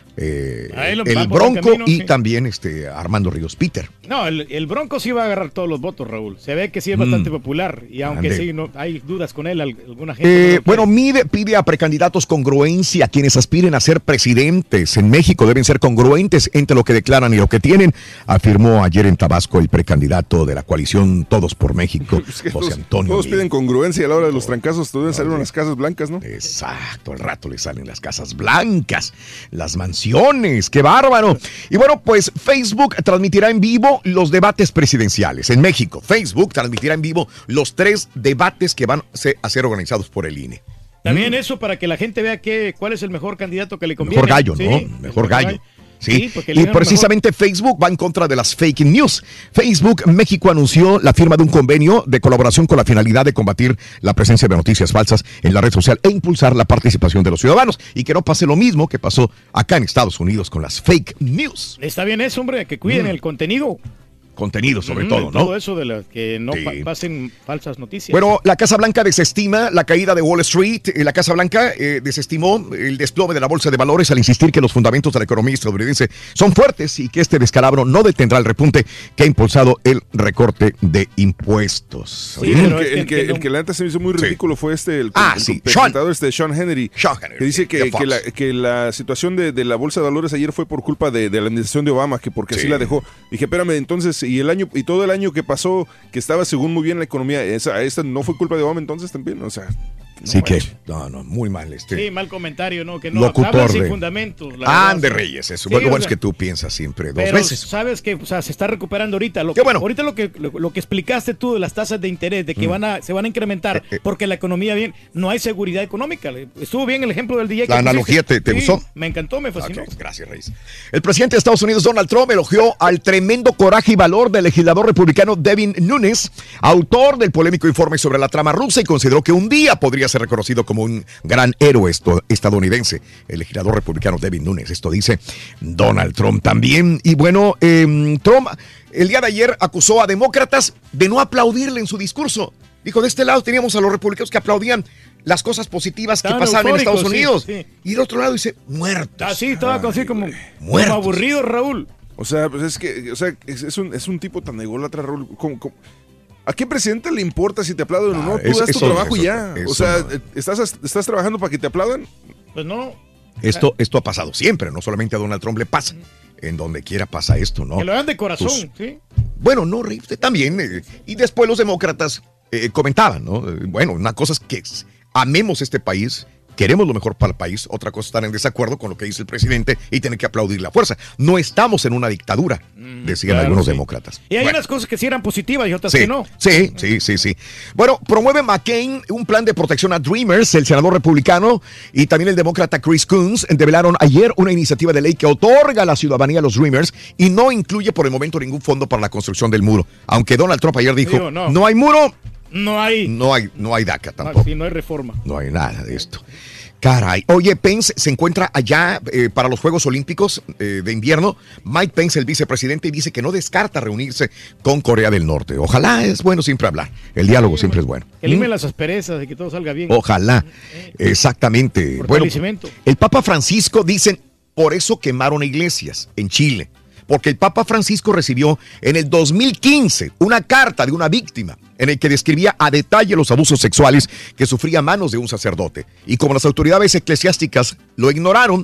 eh, lo, el Bronco camino, y sí. también este Armando Ríos Peter. No, el, el Bronco sí va a agarrar todos los votos, Raúl. Se ve que sí es mm. bastante popular y aunque Ande. sí no hay dudas con él, alguna gente... Eh, no bueno, mide, pide a precandidatos congruencia. Quienes aspiren a ser presidentes en México deben ser congruentes entre lo que declaran y lo que tienen, afirmó ayer en Tabasco el precandidato de la coalición Todos por México, es que José todos, Antonio. Todos piden congruencia a la hora de los trancazos, deben salir unas casas blancas, ¿no? Exacto, al rato le salen las casas blancas, las mansiones, qué bárbaro. Y bueno, pues Facebook transmitirá en vivo los debates presidenciales en México. Facebook transmitirá en vivo los tres debates que van a ser organizados por el I N E. También mm. eso para que la gente vea que, cuál es el mejor candidato que le conviene. Mejor gallo, ¿no? Sí, mejor gallo. gallo. Sí, sí y precisamente mejor. Facebook va en contra de las fake news. Facebook México anunció la firma de un convenio de colaboración con la finalidad de combatir la presencia de noticias falsas en la red social e impulsar la participación de los ciudadanos y que no pase lo mismo que pasó acá en Estados Unidos con las fake news. Está bien eso, hombre, que cuiden mm. el contenido. Contenido sobre mm, todo, ¿no? Todo eso de la, que no sí. pa pasen falsas noticias. Bueno, la Casa Blanca desestima la caída de Wall Street. La Casa Blanca eh, desestimó el desplome de la bolsa de valores al insistir que los fundamentos de la economía estadounidense son fuertes y que este descalabro no detendrá el repunte que ha impulsado el recorte de impuestos. Sí, el, que, el, que, el que la neta se me hizo muy ridículo sí. fue este, el, ah, el, sí. el presentador este, Sean Hannity, Sean Hannity, que dice que, que, la, que la situación de, de la bolsa de valores ayer fue por culpa de, de la administración de Obama, que porque sí. así la dejó. Dije, espérame, entonces, y el año, y todo el año que pasó, que estaba según muy bien la economía, esa, esta no fue culpa de Obama entonces también, o sea... No sí que, no, no, muy mal este. Sí, mal comentario, ¿no? Que no hablan sin de... fundamentos. Ande Reyes, eso. Sí, bueno, bueno, es que tú piensas siempre dos pero veces. Sabes que, o sea, se está recuperando ahorita. Lo Qué que, bueno. Ahorita lo que, lo, lo que explicaste tú de las tasas de interés, de que mm. van a, se van a incrementar eh, eh. porque la economía bien, no hay seguridad económica. Estuvo bien el ejemplo del D J. La analogía te, te sí, gustó. Me encantó, me fascinó. Okay, gracias, Reyes. El presidente de Estados Unidos, Donald Trump, elogió al tremendo coraje y valor del legislador republicano Devin Nunes, autor del polémico informe sobre la trama rusa, y consideró que un día podría ser reconocido como un un gran héroe estadounidense, el legislador republicano Devin Nunes. Esto dice Donald Trump también. Y bueno, eh, Trump el día de ayer acusó a demócratas de no aplaudirle en su discurso. Dijo, de este lado teníamos a los republicanos que aplaudían las cosas positivas que pasaban en Estados Unidos. Sí, sí. Y del otro lado dice, muertos. Ah, sí, estaba así como, como aburrido, Raúl. O sea, pues es que, o sea, es, es, un, es un tipo tan ególatra, Raúl, como... como ¿a qué presidente le importa si te aplauden o no? Tú das tu eso, trabajo eso, y ya. Eso, o sea, no. ¿estás, ¿estás trabajando para que te aplaudan? Pues no. Esto, esto ha pasado siempre, no solamente a Donald Trump le pasa. En donde quiera pasa esto, ¿no? Que lo hagan de corazón, Tus, ¿sí? Bueno, no, también. Eh, y después los demócratas eh, comentaban, ¿no? Eh, bueno, una cosa es que amemos este país, queremos lo mejor para el país. Otra cosa es estar en desacuerdo con lo que dice el presidente y tener que aplaudir la fuerza. No estamos en una dictadura, mm, decían claro, algunos sí. demócratas. Y hay bueno. unas cosas que sí eran positivas y otras sí, que no. Sí, sí, sí, sí. Bueno, promueve McCain un plan de protección a Dreamers. El senador republicano y también el demócrata Chris Coons develaron ayer una iniciativa de ley que otorga la ciudadanía a los Dreamers y no incluye por el momento ningún fondo para la construcción del muro. Aunque Donald Trump ayer dijo, Digo, no. no hay muro. No hay. No hay, no hay DACA tampoco. Sí, no hay reforma. No hay nada de esto. Caray. Oye, Pence se encuentra allá eh, para los Juegos Olímpicos eh, de invierno. Mike Pence, el vicepresidente, dice que no descarta reunirse con Corea del Norte. Ojalá, es bueno siempre hablar. El diálogo sí, siempre es bueno. Que limen ¿Mm? las asperezas y que todo salga bien. Ojalá. Exactamente. Bueno, el Papa Francisco, dicen, por eso quemaron iglesias en Chile. Porque el Papa Francisco recibió en el dos mil quince una carta de una víctima en el que describía a detalle los abusos sexuales que sufría a manos de un sacerdote. Y como las autoridades eclesiásticas lo ignoraron,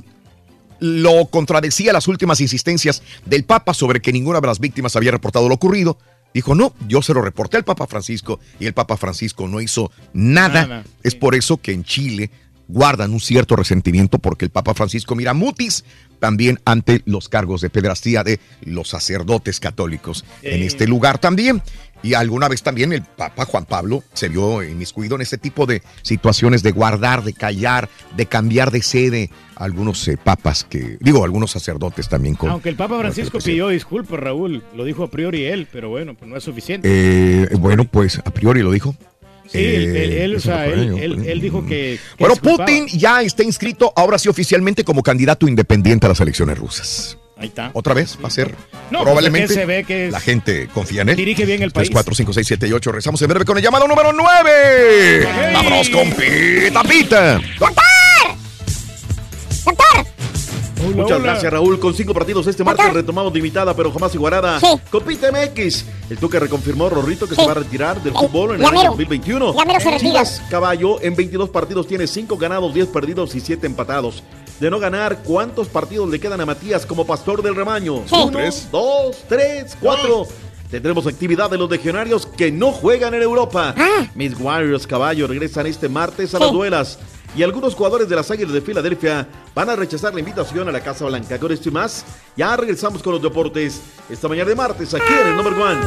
lo contradecía las últimas insistencias del Papa sobre que ninguna de las víctimas había reportado lo ocurrido. Dijo, no, yo se lo reporté al Papa Francisco y el Papa Francisco no hizo nada. nada. Es por eso que en Chile guardan un cierto resentimiento porque el Papa Francisco mira mutis también ante los cargos de pederastía de los sacerdotes católicos eh. en este lugar también. Y alguna vez también el Papa Juan Pablo se vio inmiscuido en este tipo de situaciones de guardar, de callar, de cambiar de sede a algunos eh, papas que, digo, algunos sacerdotes también. Con, Aunque el Papa Francisco pidió disculpas, Raúl, lo dijo a priori él, pero bueno, pues no es suficiente. Eh, bueno, pues a priori lo dijo. Sí, eh, él, él, o sea, él, él, él dijo que... que bueno, Putin ya está inscrito, ahora sí oficialmente, como candidato independiente a las elecciones rusas. Ahí está. ¿Otra vez va a ser? No, probablemente. Pues se ve que es, la gente confía en él. Dirige bien el país. tres, cuatro, cinco, seis, siete y ocho. Rezamos en breve con el llamado número nueve. Hey. ¡Vámonos con Pita Pita! ¡Doctor! ¡Doctor! Hola, Muchas hola. gracias, Raúl. Con cinco partidos este martes retomamos limitada, pero jamás igualada. Sí. Compite M X. El Tuca reconfirmó, Rorrito, que sí. se va a retirar del fútbol en el año dos mil veintiuno. Ya mero se retira. Chivas Caballo en veintidós partidos tiene cinco ganados, diez perdidos y siete empatados. De no ganar, ¿cuántos partidos le quedan a Matías como pastor del rebaño? Sí. Uno, tres. dos, tres, cuatro. Dos. Tendremos actividad de los legionarios que no juegan en Europa. Ah. Mis Warriors Caballo regresan este martes a sí. las duelas. Y algunos jugadores de las Águilas de Filadelfia van a rechazar la invitación a la Casa Blanca. Con esto y más, ya regresamos con los deportes esta mañana de martes aquí en el Number One.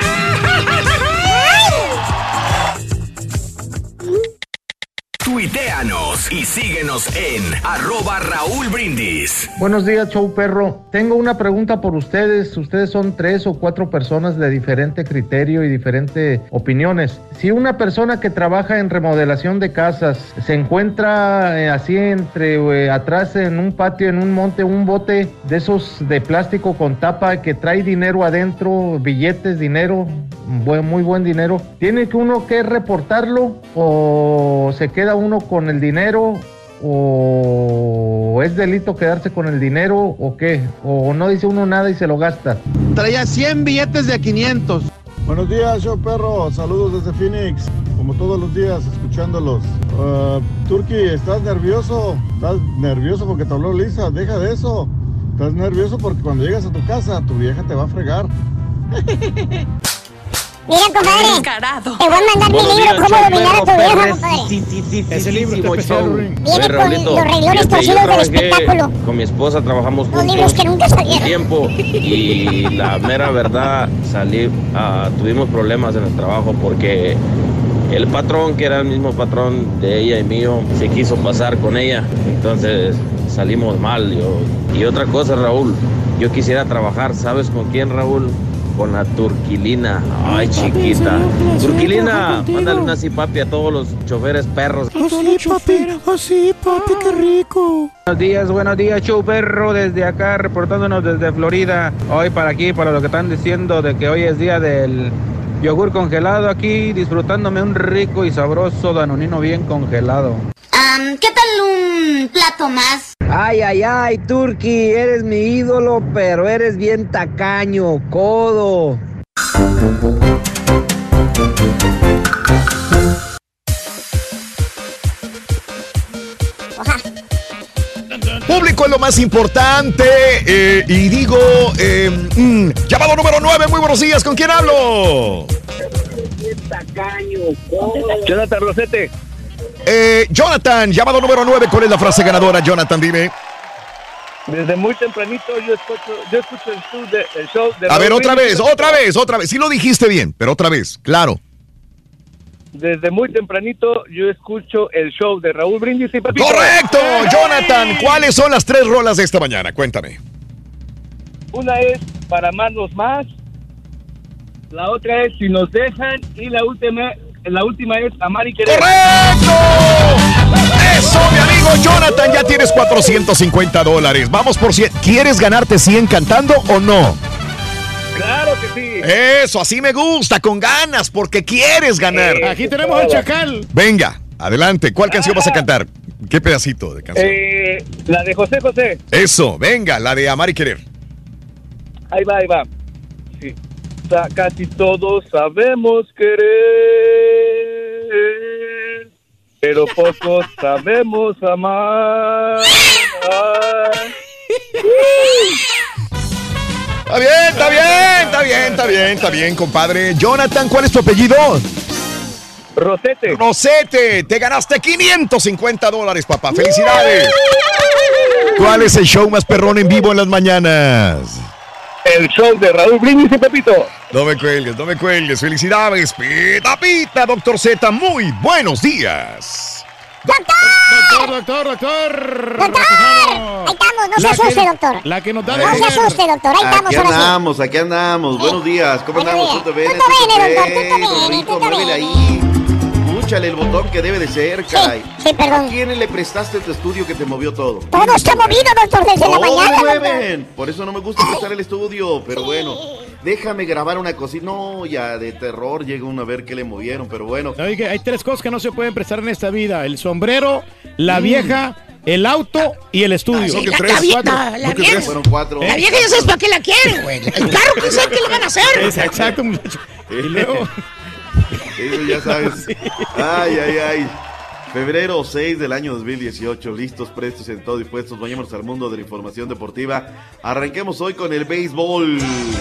Tuiteanos y síguenos en arroba Raúl Brindis. Buenos días, show perro. Tengo una pregunta por ustedes. Ustedes son tres o cuatro personas de diferente criterio y diferentes opiniones. Si una persona que trabaja en remodelación de casas se encuentra eh, así entre eh, atrás en un patio, en un monte, un bote de esos de plástico con tapa que trae dinero adentro, billetes, dinero, buen, muy buen dinero, ¿tiene que uno que reportarlo o se queda uno con el dinero o es delito quedarse con el dinero o qué? O no dice uno nada y se lo gasta. Traía cien billetes de quinientos. Buenos días, show perro, saludos desde Phoenix, como todos los días, escuchándolos. Uh, Turki, ¿estás nervioso? ¿Estás nervioso porque te habló Lisa? Deja de eso. Estás nervioso porque cuando llegas a tu casa, tu vieja te va a fregar. Mira, compadre, Encarado. te voy a mandar Buenos mi libro, días, Cómo show, dominar a tu perro, vieja, perres. compadre. Sí, sí, sí, Ese sí, libro sí, está sí, especial, show. Ruin. Viene Oye, con Raulito, los renglones fíjate, torcidos yo del trabajé espectáculo. con mi esposa, trabajamos Los libros que nunca juntos salieron. tiempo y la mera verdad, salí, uh, tuvimos problemas en el trabajo porque el patrón, que era el mismo patrón de ella y mío, se quiso pasar con ella, entonces salimos mal. Yo. Y otra cosa, Raúl, yo quisiera trabajar, ¿sabes con quién, Raúl? Con la Turquilina. Ay, chiquita. Turquilina, mándale una así, papi, a todos los choferes perros. Así, papi, así, papi, qué rico. Buenos días, buenos días, show perro, desde acá, reportándonos desde Florida. Hoy para aquí, para lo que están diciendo de que hoy es día del yogur congelado, aquí disfrutándome un rico y sabroso danonino bien congelado. Um, ¿Qué tal un plato más? Ay, ay, ay, Turki, eres mi ídolo, pero eres bien tacaño, codo. Público es lo más importante. Eh, y digo, eh, mm, llamado número nueve, muy buenos días, ¿con quién hablo? Jonathan Rosete. Eh, Jonathan, llamado número nueve, ¿cuál es la frase ganadora, Jonathan? Dime. Desde muy tempranito yo escucho, yo escucho el, show de, el show de... A ver, otra vez, otra vez, otra vez. Sí lo dijiste bien, pero otra vez, claro. Desde muy tempranito yo escucho el show de Raúl Brindis y Pepito. ¡Correcto! Jonathan, ¿cuáles son las tres rolas de esta mañana? Cuéntame. Una es Para Amarnos Más, la otra es Si Nos Dejan y la última, la última es Amar y Querer. ¡Correcto! Eso, mi amigo Jonathan, ya tienes cuatrocientos cincuenta dólares. Vamos por cien. ¿Quieres ganarte cien cantando o no? Claro que sí. Eso, así me gusta, con ganas, porque quieres ganar. Eh, Aquí tenemos al Chacal. Venga, adelante. ¿Cuál canción vas a cantar? ¿Qué pedacito de canción? Eh, la de José José. Eso, venga, la de Amar y Querer. Ahí va, ahí va. Sí. Sa- casi todos sabemos querer, pero pocos sabemos amar. Está bien, está bien, está bien, está bien, está bien, compadre. Jonathan, ¿cuál es tu apellido? Rosete. Rosete, te ganaste quinientos cincuenta dólares, papá. ¡Felicidades! ¿Cuál es el show más perrón en vivo en las mañanas? El show de Raúl Brindis y Pepito. No me cuelgues, no me cuelgues. ¡Felicidades! Pita, pita, doctor Z. Muy buenos días. ¡Doctor! Doctor, doctor, doctor. ¡Doctor! Ahí estamos, no se asuste, doctor. La que nos da de No se comer. asuste, doctor. Ahí estamos, Aquí ahora sí. andamos, aquí andamos. Buenos días, ¿cómo Buenos andamos? días. ¿Tú te ves? Tutto bene, doctor, tutto bene, tutto Muévele bene. ahí. Púchale el botón que debe de ser, caray. Sí, perdón. ¿A quién le prestaste tu estudio que te movió todo? Todo está movido, doctor, desde la Todo mañana, doctor. mueven. Por eso no me gusta prestar el estudio, pero bueno. Déjame grabar una cosita. No, ya de terror llega uno a ver qué le movieron, pero bueno. Oye, hay tres cosas que no se pueden prestar en esta vida: el sombrero, la vieja el auto y el estudio. Sí, la, la, vie- la, la vieja, Fueron cuatro. La vieja ya sabes para qué la quieren, güey. El carro, quién sabe qué le van a hacer. Es exacto, muchacho. Y luego... Eso ya sabes. Ay, ay, ay. Febrero seis del año dos mil dieciocho, listos, prestos y en todo dispuestos. Vayamos al mundo de la información deportiva. Arranquemos hoy con el béisbol.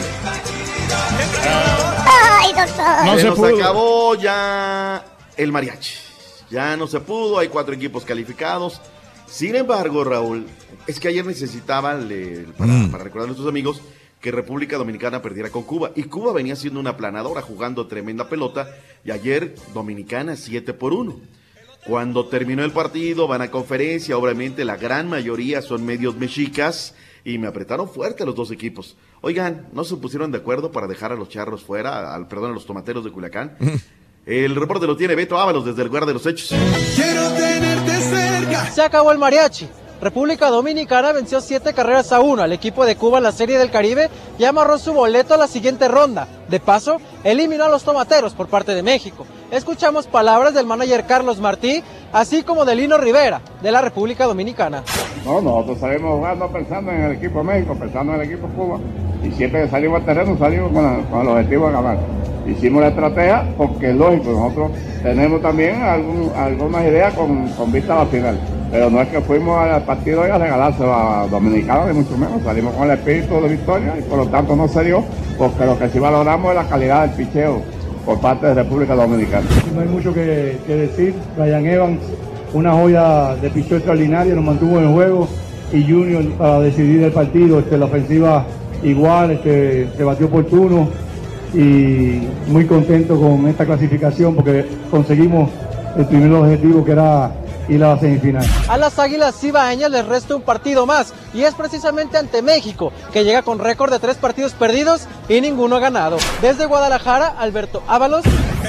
Ay, doctor. No se, se nos pudo. acabó ya el mariachi. Ya no se pudo, hay cuatro equipos calificados. Sin embargo, Raúl, es que ayer necesitaban, le, para, mm. para recordar a nuestros amigos, que República Dominicana perdiera con Cuba. Y Cuba venía siendo una planadora, jugando tremenda pelota. Y ayer, Dominicana siete por uno. Cuando terminó el partido, van a conferencia. Obviamente, la gran mayoría son medios mexicas. Y me apretaron fuerte los dos equipos. Oigan, ¿no se pusieron de acuerdo para dejar a los charros fuera? Al, perdón, a los tomateros de Culiacán. El reporte lo tiene Beto Ábalos desde el lugar de los hechos. Quiero tenerte cerca. Se acabó el mariachi. República Dominicana venció siete carreras a uno al equipo de Cuba en la Serie del Caribe y amarró su boleto a la siguiente ronda. De paso, eliminó a los tomateros por parte de México. Escuchamos palabras del manager Carlos Martí, así como de Lino Rivera, de la República Dominicana. No, nosotros salimos jugando pensando en el equipo de México, pensando en el equipo de Cuba. Y siempre que salimos al terreno, salimos con, la, con el objetivo de ganar. Hicimos la estrategia porque es lógico, nosotros tenemos también algún, algunas ideas con, con vista a la final. Pero no es que fuimos al partido hoy a regalárselo a Dominicana, ni mucho menos. Salimos con el espíritu de victoria y por lo tanto no se dio, porque lo que sí valoramos es la calidad del picheo por parte de República Dominicana. No hay mucho que, que decir. Ryan Evans, una joya de picheo extraordinaria, nos mantuvo en el juego. Y Junior para decidir el partido, este, la ofensiva igual, este, se batió por turno. Y muy contento con esta clasificación porque conseguimos el primer objetivo, que era ir a la semifinal. A las Águilas Cibaeñas les resta un partido más y es precisamente ante México, que llega con récord de tres partidos perdidos y ninguno ganado. Desde Guadalajara, Alberto Ábalos.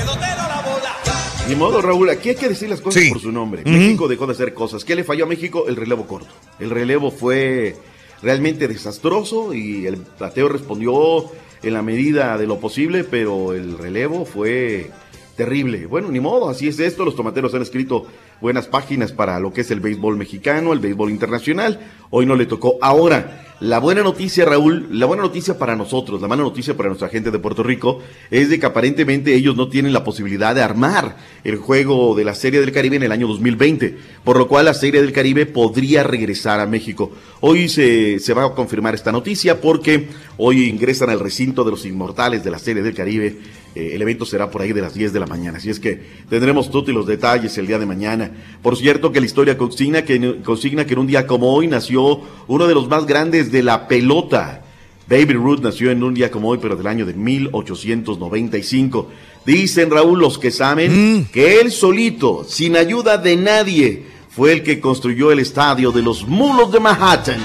Ni modo, Raúl, aquí hay que decir las cosas sí. por su nombre. Uh-huh. México dejó de hacer cosas. ¿Qué le falló a México? El relevo corto. El relevo fue realmente desastroso y el bateo respondió en la medida de lo posible, pero el relevo fue terrible. Bueno, ni modo, así es esto. Los tomateros han escrito buenas páginas para lo que es el béisbol mexicano, el béisbol internacional. Hoy no le tocó. Ahora, la buena noticia, Raúl, la buena noticia para nosotros, la mala noticia para nuestra gente de Puerto Rico, es de que aparentemente ellos no tienen la posibilidad de armar el juego de la Serie del Caribe en el año dos mil veinte, por lo cual la Serie del Caribe podría regresar a México. Hoy se, se va a confirmar esta noticia porque hoy ingresan al recinto de los inmortales de la Serie del Caribe. Eh, el evento será por ahí de las diez de la mañana, así es que tendremos todos los detalles el día de mañana. Por cierto, que la historia consigna que, consigna que en un día como hoy nació uno de los más grandes de la pelota. Baby Ruth nació en un día como hoy, pero del año de mil ochocientos noventa y cinco. Dicen, Raúl, los que saben, mm. que él solito, sin ayuda de nadie, fue el que construyó el estadio de los Mulos de Manhattan.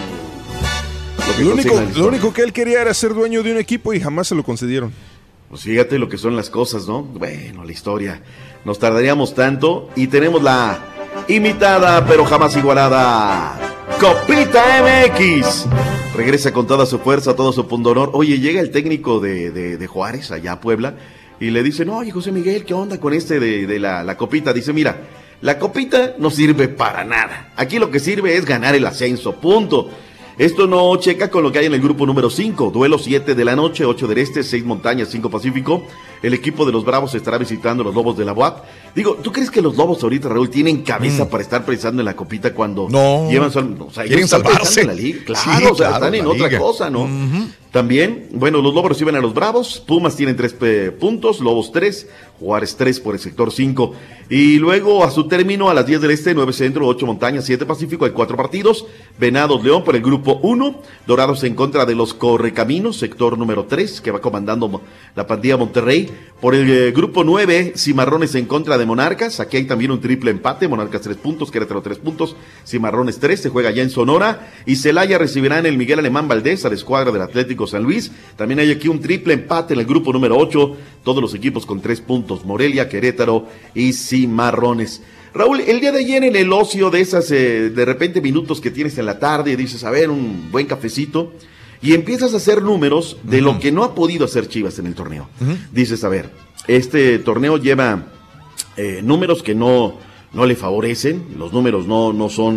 Lo, lo, único, lo único que él quería era ser dueño de un equipo y jamás se lo concedieron. Pues fíjate lo que son las cosas, ¿no? Bueno, la historia. Nos tardaríamos tanto y tenemos la imitada pero jamás igualada Copita M X. Regresa con toda su fuerza, todo su pundonor. Oye, llega el técnico de, de, de Juárez, allá a Puebla, y le dice, no, oye, José Miguel, ¿qué onda con este de, de la, la Copita? Dice, mira, la Copita no sirve para nada. Aquí lo que sirve es ganar el ascenso, punto. Esto no checa con lo que hay en el grupo número cinco, duelo siete de la noche, ocho del este, seis montañas, cinco pacífico. El equipo de los Bravos estará visitando a los Lobos de la U A P. Digo, ¿tú crees que los Lobos ahorita, Raúl, tienen cabeza mm. para estar pensando en la Copita cuando no, llevan sol, o sea, quieren salvarse en la liga? Claro, sí, o sea, claro, están en otra liga. cosa, ¿no? Uh-huh. También, bueno, los Lobos reciben a los Bravos, Pumas tienen tres eh, puntos, Lobos tres, Juárez tres por el sector cinco. Y luego a su término, a las diez del este, nueve centro, ocho montañas, siete pacífico, hay cuatro partidos. Venados León por el grupo uno, Dorados en contra de los Correcaminos, sector número tres, que va comandando la pandilla Monterrey. Por el eh, grupo nueve, Cimarrones en contra de Monarcas, aquí hay también un triple empate, Monarcas tres puntos, Querétaro tres puntos, Cimarrones tres, se juega allá en Sonora. Y Celaya recibirá en el Miguel Alemán Valdés a la escuadra del Atlético San Luis. También hay aquí un triple empate en el grupo número ocho, todos los equipos con tres puntos, Morelia, Querétaro y Cimarrones. Raúl, el día de ayer en el ocio de esas, eh, de repente minutos que tienes en la tarde, dices, a ver, un buen cafecito, y empiezas a hacer números de uh-huh. lo que no ha podido hacer Chivas en el torneo. Uh-huh. Dices, a ver, este torneo lleva eh, números que no, no le favorecen, los números no, no son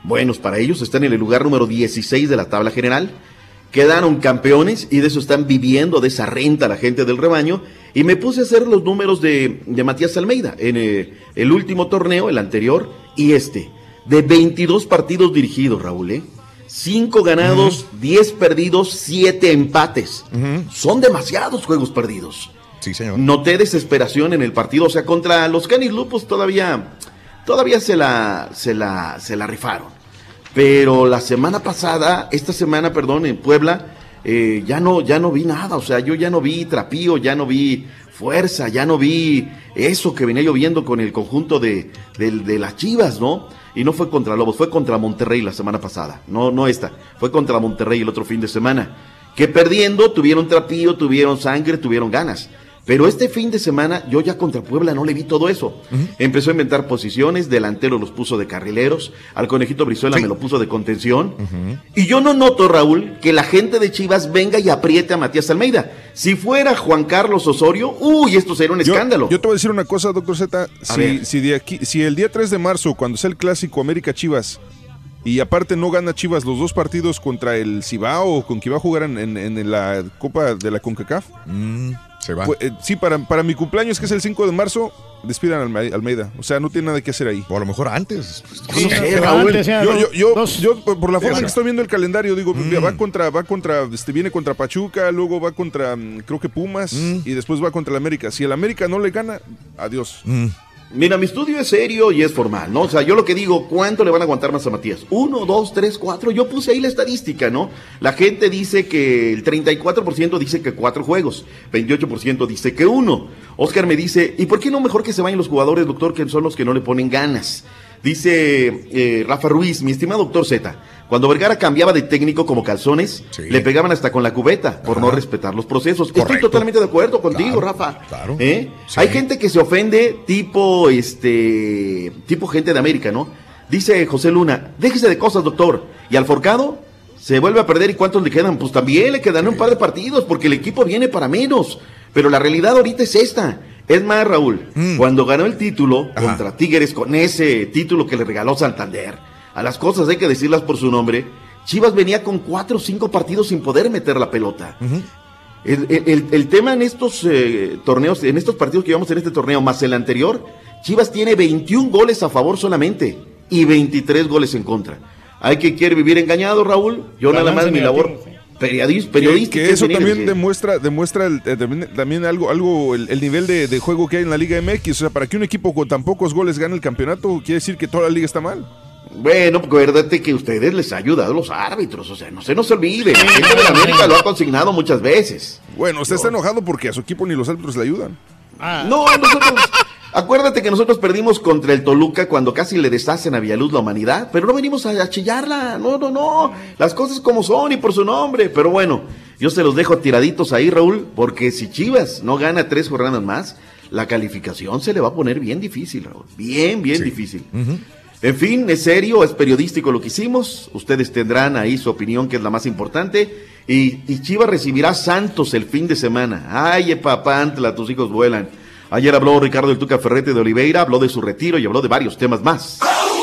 buenos para ellos, están en el lugar número dieciséis de la tabla general, quedaron campeones y de eso están viviendo, de esa renta la gente del rebaño, y me puse a hacer los números de, de Matías Almeida en eh, el último torneo, el anterior y este, de veintidós partidos dirigidos, Raúl, ¿eh? cinco ganados, uh-huh. diez perdidos, siete empates. Uh-huh. Son demasiados juegos perdidos. Sí, señor. Noté desesperación en el partido, o sea, contra los Canis Lupus todavía, todavía se la, se la, se la rifaron. Pero la semana pasada, esta semana, perdón, en Puebla, eh, ya no, ya no vi nada, o sea, yo ya no vi trapío, ya no vi fuerza, ya no vi eso que venía lloviendo con el conjunto de, de, de las Chivas, ¿no? Y no fue contra Lobos, fue contra Monterrey la semana pasada, no, no esta, fue contra Monterrey el otro fin de semana, que perdiendo tuvieron trapío, tuvieron sangre, tuvieron ganas. Pero este fin de semana yo ya contra Puebla no le vi todo eso. Uh-huh. Empezó a inventar posiciones, delantero los puso de carrileros, al Conejito Brizuela sí. me lo puso de contención. Uh-huh. Y yo no noto, Raúl, que la gente de Chivas venga y apriete a Matías Almeida. Si fuera Juan Carlos Osorio, uy, esto sería un yo, escándalo. Yo te voy a decir una cosa, doctor Z, si, si, de aquí, si el día tres de marzo, cuando sea el clásico América Chivas, y aparte no gana Chivas los dos partidos contra el Cibao o con quien va a jugar en, en, en la Copa de la CONCACAF, mm. Se va. Pues, eh, sí, para, para mi cumpleaños, que es el cinco de marzo, despidan a Almeida. O sea, no tiene nada que hacer ahí. O a lo mejor antes. Pues, sí, no sé, Raúl. Antes, yo, yo, yo, dos, yo, por la forma en que estoy viendo el calendario, digo, mm. va contra, va contra, este, viene contra Pachuca, luego va contra, creo que Pumas, mm. y después va contra el América. Si el América no le gana, adiós. Mm. Mira, mi estudio es serio y es formal, ¿no? O sea, yo lo que digo, ¿cuánto le van a aguantar más a Matías? Uno, dos, tres, cuatro. Yo puse ahí la estadística, ¿no? La gente dice que el treinta y cuatro por ciento dice que cuatro juegos, veintiocho por ciento dice que uno. Oscar me dice, ¿y por qué no mejor que se vayan los jugadores, doctor, que son los que no le ponen ganas? Dice eh, Rafa Ruiz, mi estimado doctor Z, cuando Vergara cambiaba de técnico como calzones, sí. le pegaban hasta con la cubeta por Ajá. no respetar los procesos. Correcto. Estoy totalmente de acuerdo contigo, claro, Rafa. Claro. ¿Eh? Sí. Hay gente que se ofende tipo, este, tipo gente de América, ¿no? Dice José Luna, déjese de cosas, doctor. ¿Y al Forcado? Se vuelve a perder, ¿y cuántos le quedan? Pues también le quedan sí. un par de partidos, porque el equipo viene para menos. Pero la realidad ahorita es esta. Es más, Raúl, mm. cuando ganó el título Ajá. contra Tigres, con ese título que le regaló Santander, a las cosas hay que decirlas por su nombre, Chivas venía con cuatro o cinco partidos sin poder meter la pelota. Uh-huh. el, el, el tema en estos eh, torneos, en estos partidos que llevamos en este torneo, más el anterior, Chivas tiene veintiún goles a favor solamente y veintitrés goles en contra. Hay que quiere vivir engañado, Raúl. Yo Balance nada más mi labor... Periodista, periodista que, que eso también que... demuestra demuestra el, eh, también, también algo algo el, el nivel de, de juego que hay en la Liga M X. O sea, para que un equipo con tan pocos goles gane el campeonato, quiere decir que toda la liga está mal. Bueno, acuérdate que a ustedes les ha ayudado los árbitros, o sea, no se nos olvide. La gente de la América lo ha consignado muchas veces. Bueno, usted Yo... está enojado porque a su equipo ni los árbitros le ayudan. Ah. No, nosotros... Acuérdate que nosotros perdimos contra el Toluca cuando casi le deshacen a Villaluz la humanidad, pero no venimos a chillarla, no, no, no, las cosas como son y por su nombre, pero bueno, yo se los dejo tiraditos ahí, Raúl, porque si Chivas no gana tres jornadas más, la calificación se le va a poner bien difícil, Raúl, bien, bien sí. difícil. Uh-huh. En fin, es serio, es periodístico lo que hicimos, ustedes tendrán ahí su opinión que es la más importante, y, y Chivas recibirá Santos el fin de semana. Ay, papantla, tus hijos vuelan. Ayer habló Ricardo del Tuca Ferretti de Oliveira, habló de su retiro y habló de varios temas más.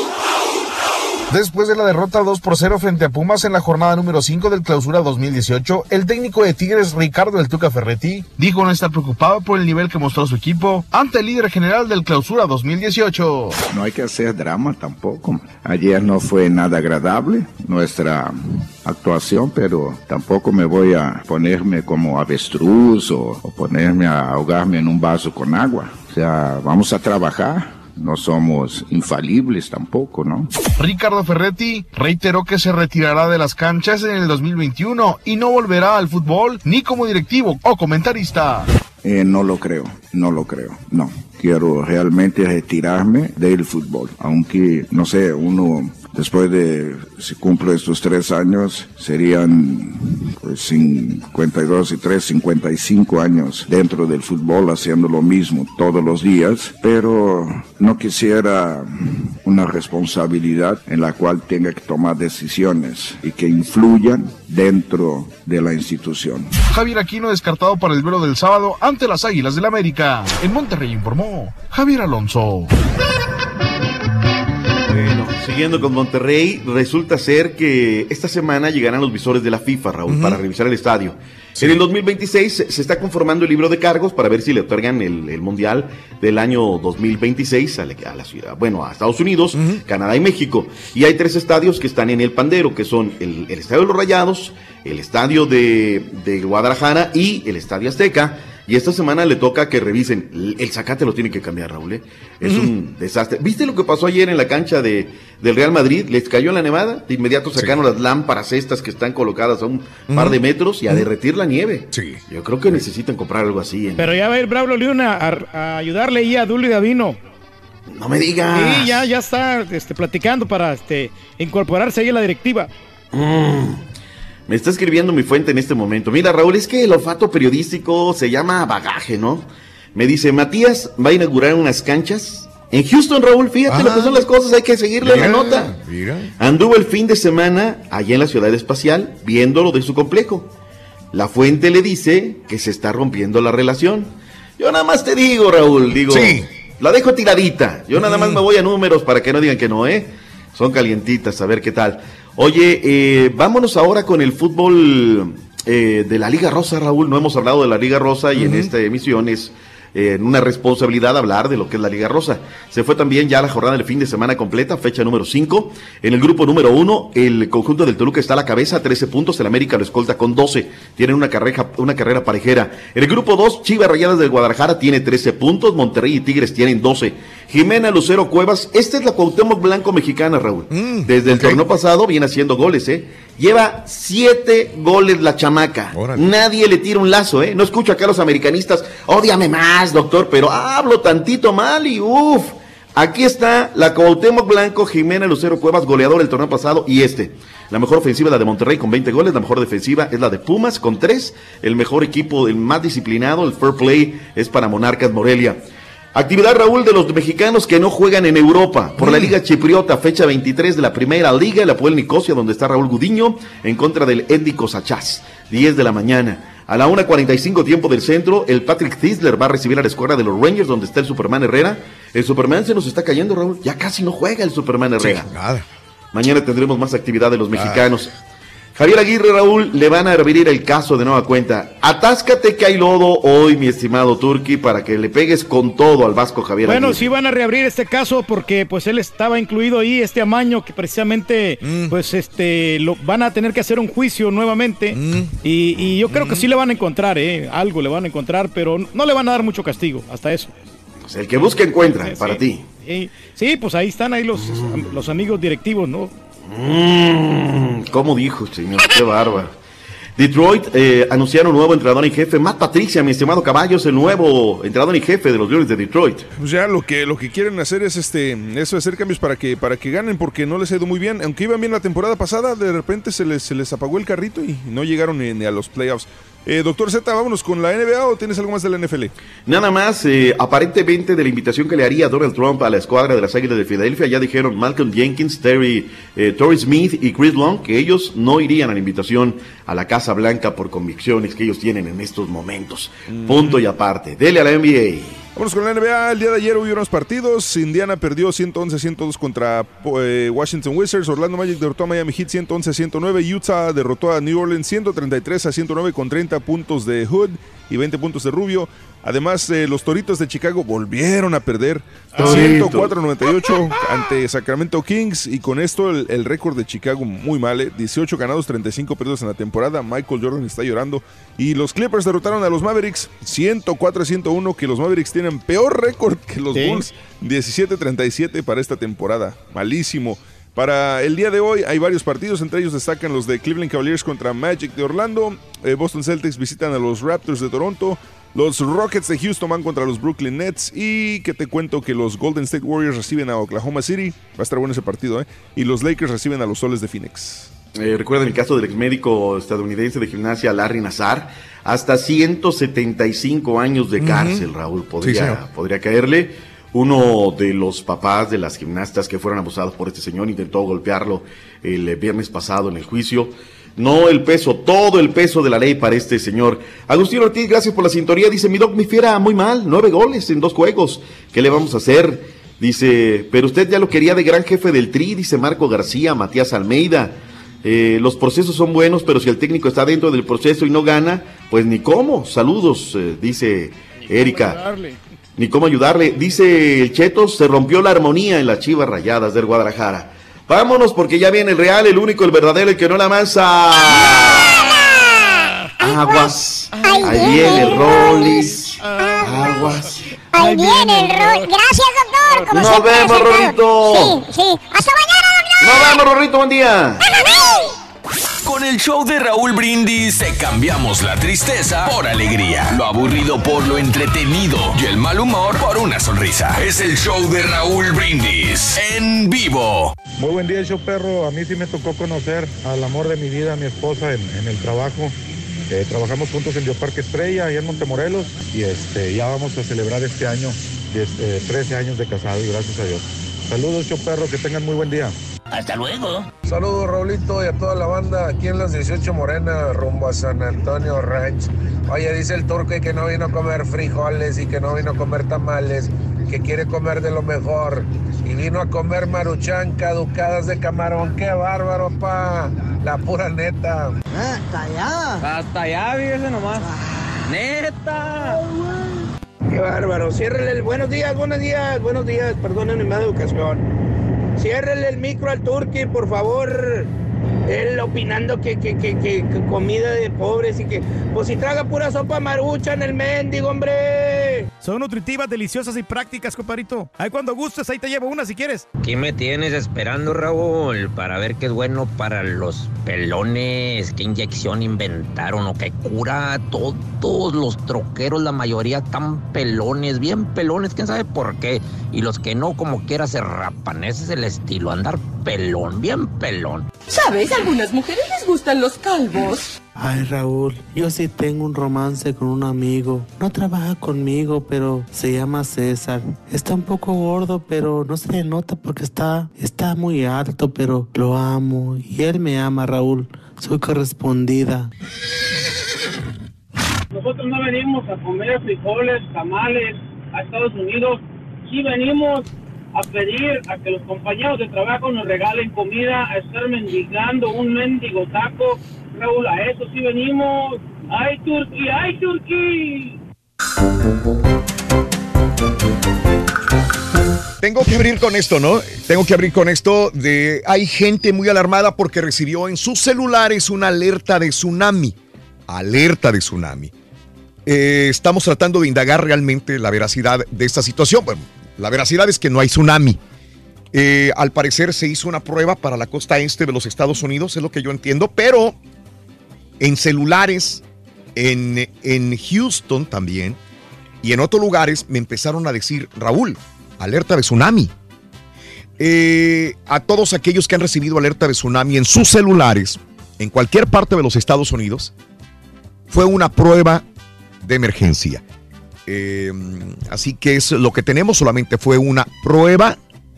Después de la derrota dos por cero frente a Pumas en la jornada número cinco del Clausura dos mil dieciocho, el técnico de Tigres, Ricardo del Tuca Ferretti, dijo no estar preocupado por el nivel que mostró su equipo ante el líder general del Clausura dos mil dieciocho. No hay que hacer drama tampoco. Ayer no fue nada agradable nuestra actuación, pero tampoco me voy a ponerme como avestruz o, o ponerme a ahogarme en un vaso con agua. O sea, vamos a trabajar. No somos infalibles tampoco, ¿no? Ricardo Ferretti reiteró que se retirará de las canchas en el dos mil veintiuno y no volverá al fútbol ni como directivo o comentarista. Eh, no lo creo, no lo creo, no. Quiero realmente retirarme del fútbol, aunque, no sé, uno... Después de, si cumplo estos tres años, serían pues, cincuenta y dos y tres, cincuenta y cinco años dentro del fútbol haciendo lo mismo todos los días, pero no quisiera una responsabilidad en la cual tenga que tomar decisiones y que influyan dentro de la institución. Javier Aquino descartado para el duelo del sábado ante las Águilas del En Monterrey informó Javier Alonso. Bueno, siguiendo con Monterrey, resulta ser que esta semana llegarán los visores de la FIFA, Raúl, uh-huh. para revisar el estadio. Sí. En el dos mil veintiséis se, se está conformando el libro de cargos para ver si le otorgan el, el Mundial del año dos mil veintiséis a la, a la ciudad, bueno, a Estados Unidos, uh-huh. Canadá y México. Y hay tres estadios que están en el pandero, que son el, el Estadio de los Rayados, el Estadio de, de Guadalajara y el Estadio Azteca. Y esta semana le toca que revisen. El zacate lo tiene que cambiar, Raúl, ¿eh? Es uh-huh. un desastre. ¿Viste lo que pasó ayer en la cancha de, del Real Madrid? Les cayó la nevada. De inmediato sacaron sí. las lámparas estas que están colocadas a un uh-huh. par de metros y a uh-huh. derretir la nieve. Sí. Yo creo que necesitan comprar algo así. En... Pero ya va a ir Braulio León a, a ayudarle ahí a Dulio Davino. No me digas. Sí, ya, ya está este, platicando para este, incorporarse ahí a la directiva. Mm. Me está escribiendo mi fuente en este momento. Mira, Raúl, es que el olfato periodístico se llama bagaje, ¿no? Me dice, Matías va a inaugurar unas canchas en Houston, Raúl. Fíjate ah, lo que son las cosas, hay que seguirle mira, la nota. Mira. Anduvo el fin de semana allá en la Ciudad Espacial viéndolo de su complejo. La fuente le dice que se está rompiendo la relación. Yo nada más te digo, Raúl, digo, sí. la dejo tiradita. Yo nada más me voy a números para que no digan que no, ¿eh? Son calientitas, a ver qué tal. Oye, eh, vámonos ahora con el fútbol eh, de la Liga Rosa, Raúl. No hemos hablado de la Liga Rosa y uh-huh. en esta emisión es eh, una responsabilidad hablar de lo que es la Liga Rosa. Se fue también ya la jornada del fin de semana completa, fecha número cinco. En el grupo número uno, el conjunto del Toluca está a la cabeza, trece puntos. El América lo escolta con doce. Tienen una carrera, una carrera parejera. En el grupo dos, Chivas Rayadas del Guadalajara tiene trece puntos. Monterrey y Tigres tienen doce. Jimena Lucero Cuevas, esta es la Cuauhtémoc Blanco mexicana, Raúl. Mm, Desde el okay. torneo pasado viene haciendo goles, ¿eh? Lleva siete goles la chamaca. Órale. Nadie le tira un lazo, ¿eh? No escucho acá a los americanistas, ódiame más, doctor, pero hablo tantito mal y uff. Aquí está la Cuauhtémoc Blanco, Jimena Lucero Cuevas, goleador del torneo pasado, y este. La mejor ofensiva es la de Monterrey con veinte goles, la mejor defensiva es la de Pumas con tres. El mejor equipo, el más disciplinado, el fair play, es para Monarcas Morelia. Actividad, Raúl, de los mexicanos que no juegan en Europa por mm. la Liga Chipriota, fecha veintitrés de la Primera Liga, el Apoel Nicosia, donde está Raúl Gudiño, en contra del Éndico Sachás, diez de la mañana. A la una cuarenta y cinco tiempo del centro, el Patrick Tisler va a recibir a la escuadra de los Rangers, donde está el Superman Herrera. El Superman se nos está cayendo, Raúl, ya casi no juega el Superman Herrera. Sí, nada. Mañana tendremos más actividad de los mexicanos. Ah. Javier Aguirre, Raúl, le van a abrir el caso de nueva cuenta. Atáscate que hay lodo hoy, mi estimado Turki, para que le pegues con todo al Vasco Javier bueno, Aguirre. Bueno, sí van a reabrir este caso porque pues él estaba incluido ahí, este Amaño, que precisamente mm. pues este lo van a tener que hacer un juicio nuevamente mm. y, y yo creo mm. que sí le van a encontrar, eh, algo le van a encontrar, pero no le van a dar mucho castigo, hasta eso. Pues el que busca encuentra, sí, para sí. ti. Sí, sí, pues ahí están ahí los, mm. los amigos directivos, ¿no? Mmm, ¿cómo dijo, señor? Qué bárbaro. Detroit eh, anunciaron un nuevo entrenador en jefe. Matt Patricia, mi estimado Caballos, el nuevo entrenador en jefe de los Leones de Detroit. Pues ya lo que lo que quieren hacer es este eso, hacer cambios para que para que ganen, porque no les ha ido muy bien. Aunque iban bien la temporada pasada, de repente se les, se les apagó el carrito y no llegaron ni, ni a los playoffs. Eh, doctor Z, vámonos con la N B A, ¿o tienes algo más de la N F L? Nada más, eh, aparentemente de la invitación que le haría Donald Trump a la escuadra de las Águilas de Filadelfia, ya dijeron Malcolm Jenkins, Terry, eh, Torrey Smith y Chris Long que ellos no irían a la invitación a la Casa Blanca por convicciones que ellos tienen en estos momentos. Mm. Punto y aparte. Dele a la N B A. Vámonos con la N B A. El día de ayer hubo unos partidos. Indiana perdió ciento once a ciento dos contra eh, Washington Wizards. Orlando Magic derrotó a Miami Heat ciento once a ciento nueve. Utah derrotó a New Orleans ciento treinta y tres a ciento nueve con treinta puntos de Hood y veinte puntos de Rubio. Además, eh, los Toritos de Chicago volvieron a perder ciento cuatro a noventa y ocho ante Sacramento Kings, y con esto el, el récord de Chicago muy mal, eh, dieciocho ganados, treinta y cinco perdidos en la temporada. Michael Jordan está llorando. Y los Clippers derrotaron a los Mavericks ciento cuatro a ciento uno, que los Mavericks tienen peor récord que los sí. Bulls, diecisiete a treinta y siete para esta temporada. Malísimo. Para el día de hoy hay varios partidos, entre ellos destacan los de Cleveland Cavaliers contra Magic de Orlando, eh, Boston Celtics visitan a los Raptors de Toronto, los Rockets de Houston van contra los Brooklyn Nets, y que te cuento que los Golden State Warriors reciben a Oklahoma City, va a estar bueno ese partido, ¿eh? Y los Lakers reciben a los Soles de Phoenix. Eh, recuerden el caso del ex médico estadounidense de gimnasia Larry Nassar, hasta ciento setenta y cinco años de cárcel, uh-huh. Raúl, podría, sí, podría caerle. Uno de los papás de las gimnastas que fueron abusados por este señor intentó golpearlo el viernes pasado en el juicio. No el peso, todo el peso de la ley para este señor. Agustín Ortiz, gracias por la sintonía. Dice, mi doc, mi fiera muy mal, nueve goles en dos juegos. ¿Qué le vamos a hacer? Dice, pero usted ya lo quería de gran jefe del Tri, dice Marco García, Matías Almeida. Eh, los procesos son buenos, pero si el técnico está dentro del proceso y no gana, pues ni cómo. Saludos, eh, dice Erika. Ni cómo ayudarle. Dice el Chetos, se rompió la armonía en las Chivas Rayadas del Guadalajara. Vámonos porque ya viene el real, el único, el verdadero, el que no la amansa. Aguas. Ahí viene el Rollis. Aguas. Ahí viene el Rollis. Gracias, doctor. Como Nos vemos, Rorrito. Sí, sí. Hasta mañana, doctor. Nos vemos, Rorrito. Buen día. Con el show de Raúl Brindis te cambiamos la tristeza por alegría, lo aburrido por lo entretenido y el mal humor por una sonrisa. Es el show de Raúl Brindis en vivo. Muy buen día, show perro. A mí sí me tocó conocer al amor de mi vida, a mi esposa, en, en el trabajo. Eh, trabajamos juntos en Bioparque Estrella, allá en Montemorelos, y este, ya vamos a celebrar este año este, trece años de casado, y gracias a Dios. Saludos, show perro, que tengan muy buen día. Hasta luego. Saludos, Raulito, y a toda la banda aquí en las dieciocho Morena, rumbo a San Antonio Ranch. Oye, dice el turco que no vino a comer frijoles y que no vino a comer tamales, que quiere comer de lo mejor. Y vino a comer maruchan caducadas de camarón. ¡Qué bárbaro, pa! La pura neta. Hasta allá. Hasta allá, fíjese nomás. ¡Neta! ¡Qué bárbaro! Ciérrele el... Buenos días, buenos días, buenos días. Perdonen mi mala educación. Ciérrele el micro al Turqui, por favor. Él opinando que, que, que, que, que comida de pobres y que... Pues si traga pura sopa marucha en el mendigo, hombre. Son nutritivas, deliciosas y prácticas, compadrito. Ahí cuando gustes, ahí te llevo una si quieres. ¿Qué me tienes esperando, Raúl? Para ver qué es bueno para los pelones. ¿Qué inyección inventaron o qué cura? Todos los troqueros, la mayoría están pelones, bien pelones, quién sabe por qué. Y los que no, como quiera, se rapan. Ese es el estilo, andar pelón, bien pelón. ¿Sabes? A algunas mujeres les gustan los calvos. Ay, Raúl, yo sí tengo un romance con un amigo. No trabaja conmigo, pero se llama César. Está un poco gordo, pero no se le nota porque está, está muy alto, pero lo amo. Y él me ama, Raúl. Soy correspondida. Nosotros no venimos a comer frijoles, tamales a Estados Unidos. Sí venimos a pedir a que los compañeros de trabajo nos regalen comida, a estar mendigando un mendigo taco. Raúl, a eso sí venimos. ¡Ay, Turqui! ¡Ay, Turqui! Tengo que abrir con esto, ¿no? Tengo que abrir con esto de... Hay gente muy alarmada porque recibió en sus celulares una alerta de tsunami. Alerta de tsunami. Eh, estamos tratando de indagar realmente la veracidad de esta situación. Bueno, la veracidad es que no hay tsunami. Eh, al parecer se hizo una prueba para la costa este de los Estados Unidos, es lo que yo entiendo, pero en celulares, en, en Houston también, y en otros lugares me empezaron a decir, Raúl, alerta de tsunami. Eh, a todos aquellos que han recibido alerta de tsunami en sus celulares, en cualquier parte de los Estados Unidos, fue una prueba de emergencia. Eh, así que es lo que tenemos, solamente fue una prueba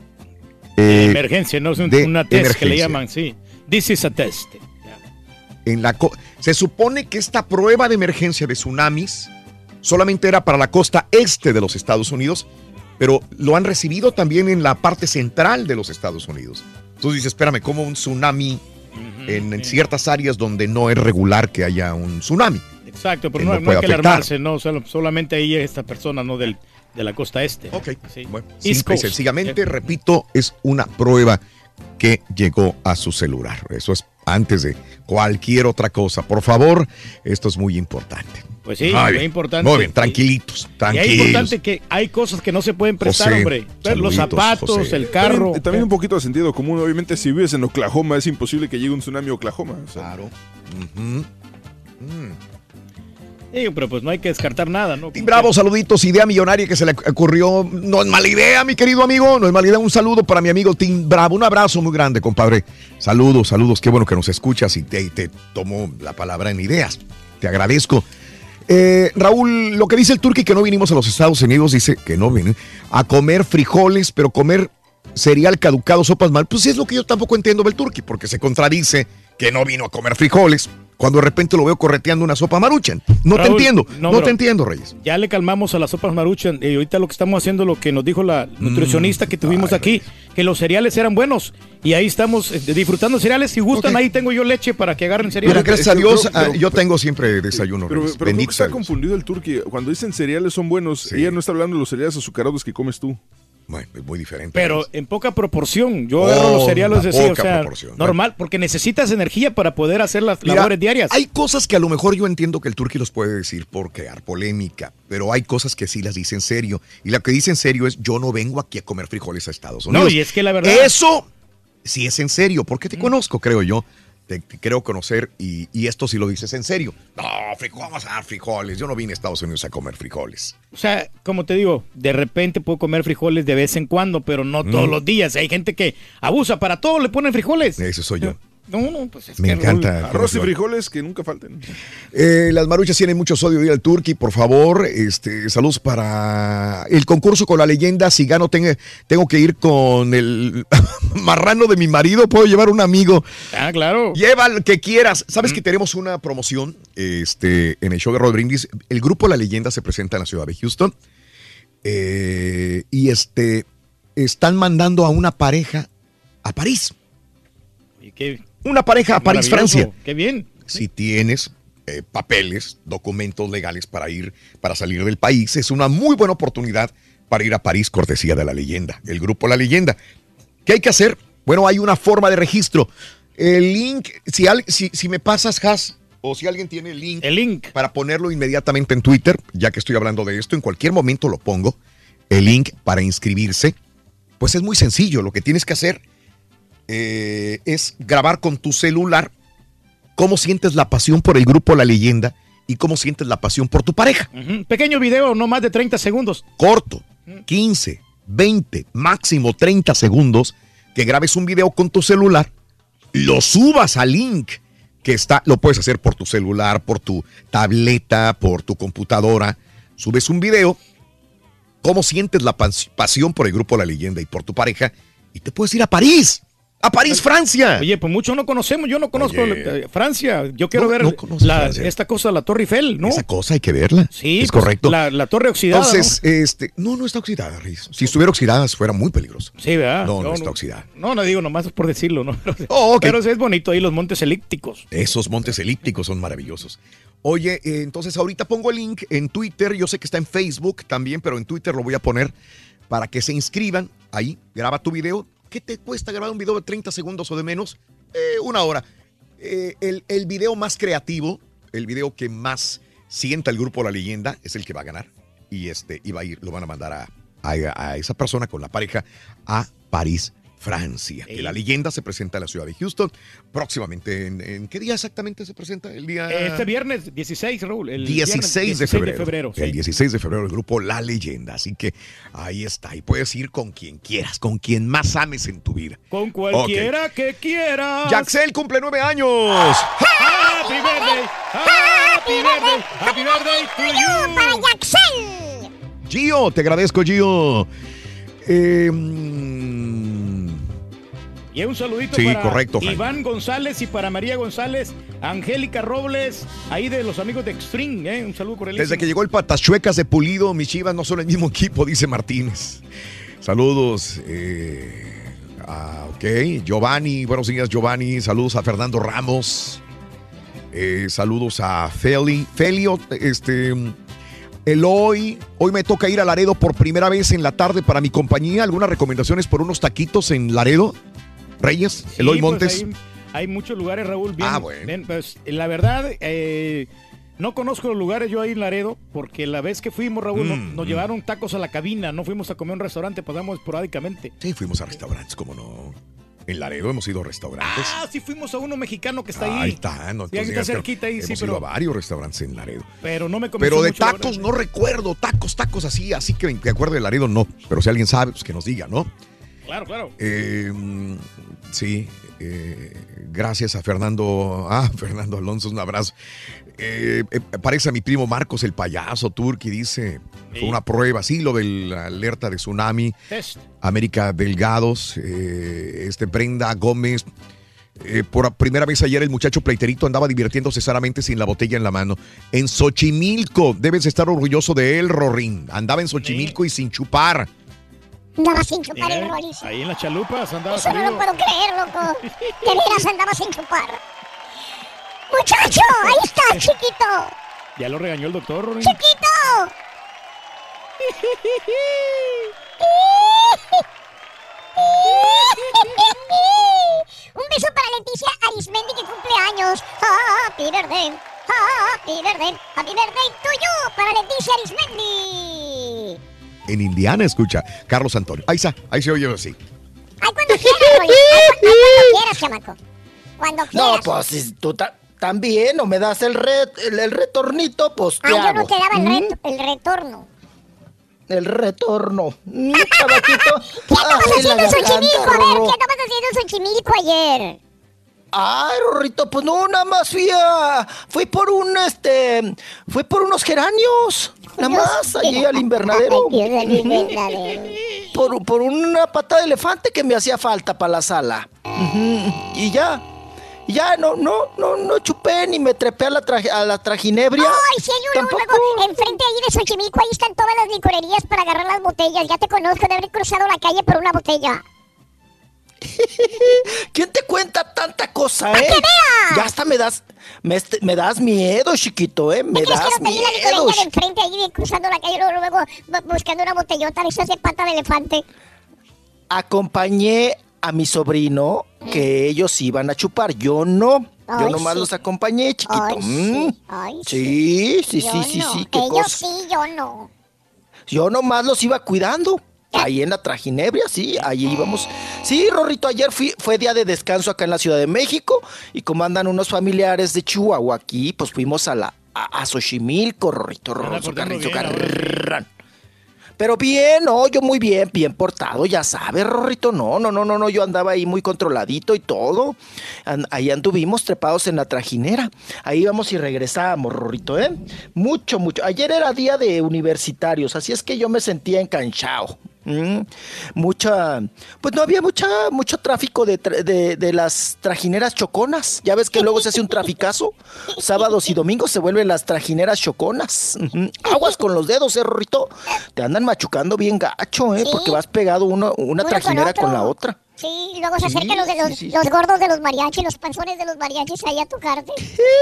de eh, emergencia, no es un, una test emergencia. Que le llaman, sí. This is a test. En la co- se supone que esta prueba de emergencia de tsunamis solamente era para la costa este de los Estados Unidos, pero lo han recibido también en la parte central de los Estados Unidos. Entonces dices, espérame, ¿cómo un tsunami uh-huh, en, en ciertas áreas donde no es regular que haya un tsunami? Exacto, pero no, no, no hay que alarmarse, no, solo, solamente ahí esta persona, no del, de la costa este. Ok, sí. Bueno, simple y sencillamente, repito, es una prueba que llegó a su celular. Eso es antes de cualquier otra cosa. Por favor, esto es muy importante. Pues sí, muy es importante. Muy bien, tranquilitos, tranquilos. Y es importante que hay cosas que no se pueden prestar, José, hombre. Los zapatos, José. El carro. También, también un poquito de sentido común. Obviamente, si vives en Oklahoma, es imposible que llegue un tsunami a Oklahoma. O sea. Claro. Uh-huh. Mm. Sí, pero pues no hay que descartar nada, ¿no? Tim Bravo, saluditos, idea millonaria que se le ocurrió. No es mala idea, mi querido amigo, no es mala idea. Un saludo para mi amigo Tim Bravo, un abrazo muy grande, compadre. Saludos, saludos, qué bueno que nos escuchas y te, te tomo la palabra en ideas. Te agradezco. Eh, Raúl, lo que dice el Turqui que no vinimos a los Estados Unidos, dice que no vienen a comer frijoles, pero comer cereal caducado, sopas mal. Pues es lo que yo tampoco entiendo del Turqui, porque se contradice que no vino a comer frijoles, cuando de repente lo veo correteando una sopa Maruchan. No Raúl, te entiendo, no, no te entiendo, Reyes. Ya le calmamos a las sopas Maruchan. Y ahorita lo que estamos haciendo, lo que nos dijo la nutricionista mm, que tuvimos ay, aquí, Reyes. Que los cereales eran buenos. Y ahí estamos eh, disfrutando cereales. Si gustan, okay. Ahí tengo yo leche para que agarren cereales. Mira, gracias a Dios, pero, pero, yo tengo siempre desayuno. Pero, Reyes. pero creo que está confundido el turqui. Cuando dicen cereales son buenos, sí. Ella no está hablando de los cereales azucarados que comes tú. Bueno, es muy diferente. Pero en poca proporción. Yo agarro oh, los cereales así, o sea, normal, porque necesitas energía para poder hacer las Mira, labores diarias. Hay cosas que a lo mejor yo entiendo que el turqui los puede decir por crear polémica, pero hay cosas que sí las dice en serio. Y lo que dice en serio es, yo no vengo aquí a comer frijoles a Estados Unidos. No, y es que la verdad... Eso sí es en serio, porque te mm. conozco, creo yo. Te, te creo conocer y, y esto sí lo dices en serio. No, frijoles, vamos a dar frijoles. Yo no vine a Estados Unidos a comer frijoles. O sea, como te digo, de repente puedo comer frijoles de vez en cuando, pero no todos mm. los días. Hay gente que abusa, para todo le ponen frijoles. Ese soy yo. No, no, pues es Me que encanta. Arroz y frijoles que nunca falten. Eh, las Maruchas tienen mucho sodio. Dile al turqui, por favor. Este, saludos para el concurso con la leyenda. Si gano, tengo, tengo que ir con el marrano de mi marido. Puedo llevar un amigo. Ah, claro. Lleva el que quieras. Sabes mm. que tenemos una promoción este, en el show de Raúl Brindis. El grupo La Leyenda se presenta en la ciudad de Houston. Eh, y este, están mandando a una pareja a París. ¿Y qué? Una pareja a París, Francia. Qué bien. Si tienes eh, papeles, documentos legales para ir, para salir del país, es una muy buena oportunidad para ir a París, cortesía de La Leyenda, el grupo La Leyenda. ¿Qué hay que hacer? Bueno, hay una forma de registro. El link, si, al, si, si me pasas, Has, o si alguien tiene el link, el link para ponerlo inmediatamente en Twitter, ya que estoy hablando de esto, en cualquier momento lo pongo, el link para inscribirse, pues es muy sencillo. Lo que tienes que hacer Eh, es grabar con tu celular cómo sientes la pasión por el grupo La Leyenda y cómo sientes la pasión por tu pareja. Uh-huh. Pequeño video, no más de treinta segundos. Corto, quince, veinte, máximo treinta segundos, que grabes un video con tu celular, lo subas al link que está, lo puedes hacer por tu celular, por tu tableta, por tu computadora. Subes un video, cómo sientes la pas- pasión por el grupo La Leyenda y por tu pareja, y te puedes ir a París. A París, Francia. Oye, pues muchos no conocemos. Yo no conozco Oye. Francia. Yo quiero no, ver no la, esta cosa, la Torre Eiffel, ¿no? Esa cosa hay que verla. Sí, es pues, correcto. La, la torre oxidada. Entonces, ¿no? este, no, no está oxidada, Riz. Si estuviera oxidada, fuera muy peligroso. Sí, ¿verdad? No, no, no, no está no, oxidada. No, no digo nomás por decirlo, ¿no? Oh, okay. Pero es bonito ahí los montes elípticos. Esos montes elípticos son maravillosos. Oye, eh, entonces ahorita pongo el link en Twitter. Yo sé que está en Facebook también, pero en Twitter lo voy a poner para que se inscriban. Ahí, graba tu video. ¿Qué te cuesta grabar un video de treinta segundos o de menos? Eh, una hora. Eh, el, el video más creativo, el video que más sienta el grupo La Leyenda, es el que va a ganar. Y este, y va a ir, lo van a mandar a, a, a esa persona con la pareja a París, Francia. Ey. Que La Leyenda se presenta en la ciudad de Houston. Próximamente, ¿en, en qué día exactamente se presenta? El día... Este viernes dieciséis, Raúl. El dieciséis de febrero. De febrero sí. El dieciséis de febrero, el grupo La Leyenda. Así que ahí está. Y puedes ir con quien quieras, con quien más ames en tu vida. Con cualquiera okay. que quieras. Jaxel cumple nueve años. ¡Happy birthday! ¡Happy birthday! ¡Happy birthday to you! ¡Para Jaxel! Gio, te agradezco, Gio. Eh... Y un saludito sí, para correcto, Iván González y para María González, Angélica Robles, ahí de los amigos de Extreme, ¿eh? Un saludo cordialísimo. Desde que llegó el Patachuecas de Pulido, mis Chivas no son el mismo equipo, dice Martínez. Saludos. Eh, ah, ok, Giovanni, buenos días, Giovanni. Saludos a Fernando Ramos. Eh, saludos a Feli. Felio, este... Eloy, hoy me toca ir a Laredo por primera vez en la tarde para mi compañía. ¿Algunas recomendaciones por unos taquitos en Laredo? Reyes, sí, Eloy Montes. Pues hay, hay muchos lugares, Raúl. Bien, ah, bueno. Bien, pues, la verdad, eh, no conozco los lugares yo ahí en Laredo, porque la vez que fuimos, Raúl, mm, nos, nos mm. llevaron tacos a la cabina. No fuimos a comer a un restaurante, pasamos esporádicamente. Sí, fuimos a restaurantes, cómo no. En Laredo hemos ido a restaurantes. Ah, sí, fuimos a uno mexicano que está ahí. Ahí está, no, sí, ahí está cerquita ahí, hemos sí, ido pero... a varios restaurantes en Laredo. Pero no me convenció Pero de mucho, tacos no recuerdo, tacos, tacos así, así que me acuerdo de Laredo no. Pero si alguien sabe, pues que nos diga, ¿no? Claro, claro. Eh, sí, eh, gracias a Fernando, ah, Fernando Alonso, un abrazo. Eh, eh, parece a mi primo Marcos, el payaso Turqui, dice, sí. Fue una prueba, sí, lo de la alerta de tsunami. Test. América Delgados, eh, este Brenda Gómez, Eh, por primera vez ayer el muchacho pleiterito andaba divirtiéndose sanamente sin la botella en la mano. En Xochimilco, debes estar orgulloso de él, Rorín. Andaba en Xochimilco sí. y sin chupar. Andaba sin chupar el Rolis. Ahí en las chalupas andaba. Eso no lo puedo creer, loco. De veras andaba sin chupar. Muchacho, ahí está, chiquito. Ya lo regañó el doctor, Rorín. ¡Chiquito! Un beso para Leticia Arismendi que cumple años. Happy birthday, happy birthday, happy birthday to you para Leticia Arismendi. En Indiana, escucha, Carlos Antonio. Ahí está, ahí se oye así. Ay, cuando quieras, Rolis. Ay, cuando quieras, chamaco. Cuando quieras. No, pues si tú ta- también no me das el, re- el, el retornito, pues ¿qué Ay, hago? yo no te daba el, ¿Mm? reto, el retorno. El retorno. Mm, chavajito. ¿Qué andabas Ay, la haciendo en Xochimilco? garganta, A ver, Rorro. ¿qué andabas haciendo en Xochimilco ayer? Ay, Rorrito, pues no, nada más fui a... Fui por un, este... Fui por unos geranios. Nada más, allí al invernadero. Ay, Dios, al invernadero. Por, por una pata de elefante que me hacía falta para la sala. Ujú. Y ya. Y ya, no, no, no, no chupé ni me trepé a la, traje, a la trajinebria. Ay, sí, hay uno luego, enfrente ahí de Xochimilco, ahí están todas las licorerías para agarrar las botellas. Ya te conozco de haber cruzado la calle por una botella. ¿Quién te cuenta tanta cosa, ¡Para eh? que veas! Ya hasta me das, me, este- me das miedo, chiquito, eh. Me ¿Qué crees das que no te vi la miedo. licorería de enfrente ahí de cruzando la calle luego, luego bu- buscando una botellota de esas de pata de elefante? Acompañé a mi sobrino que ellos iban a chupar. Yo no. Yo Ay, nomás sí. los acompañé, chiquito. Ay, Mm. sí, ay, Sí, sí, Yo sí, sí, no. sí. Qué Ellos cosa. sí, yo no. Yo nomás los iba cuidando. Ahí en la trajinebria, sí, ahí íbamos. Sí, Rorrito, ayer fui, fue día de descanso acá en la Ciudad de México y como andan unos familiares de Chihuahua aquí, pues fuimos a la a, a Xochimilco, Rorrito, Rorrito, Carrito, Carrán. Pero bien, no, yo muy bien, bien portado, ya sabes, Rorrito, no, no, no, no, no, yo andaba ahí muy controladito y todo. An- ahí anduvimos trepados en la trajinera. Ahí íbamos y regresábamos, Rorrito, ¿eh? Mucho, mucho. Ayer era día de universitarios, así es que yo me sentía enganchado. Mm, mucha, pues no había mucha, mucho tráfico de, tra- de, de las trajineras choconas. Ya ves que luego se hace un traficazo. Sábados y domingos se vuelven las trajineras choconas. Ujú. Aguas con los dedos, eh, Rorrito. Te andan machucando bien gacho, eh, Sí. porque vas pegado uno, una Uno con trajinera otro. con la otra. Sí, luego se Sí, acercan los, de los, sí, sí, los sí. gordos de los mariachis, los panzones de los mariachis ahí a tocarte.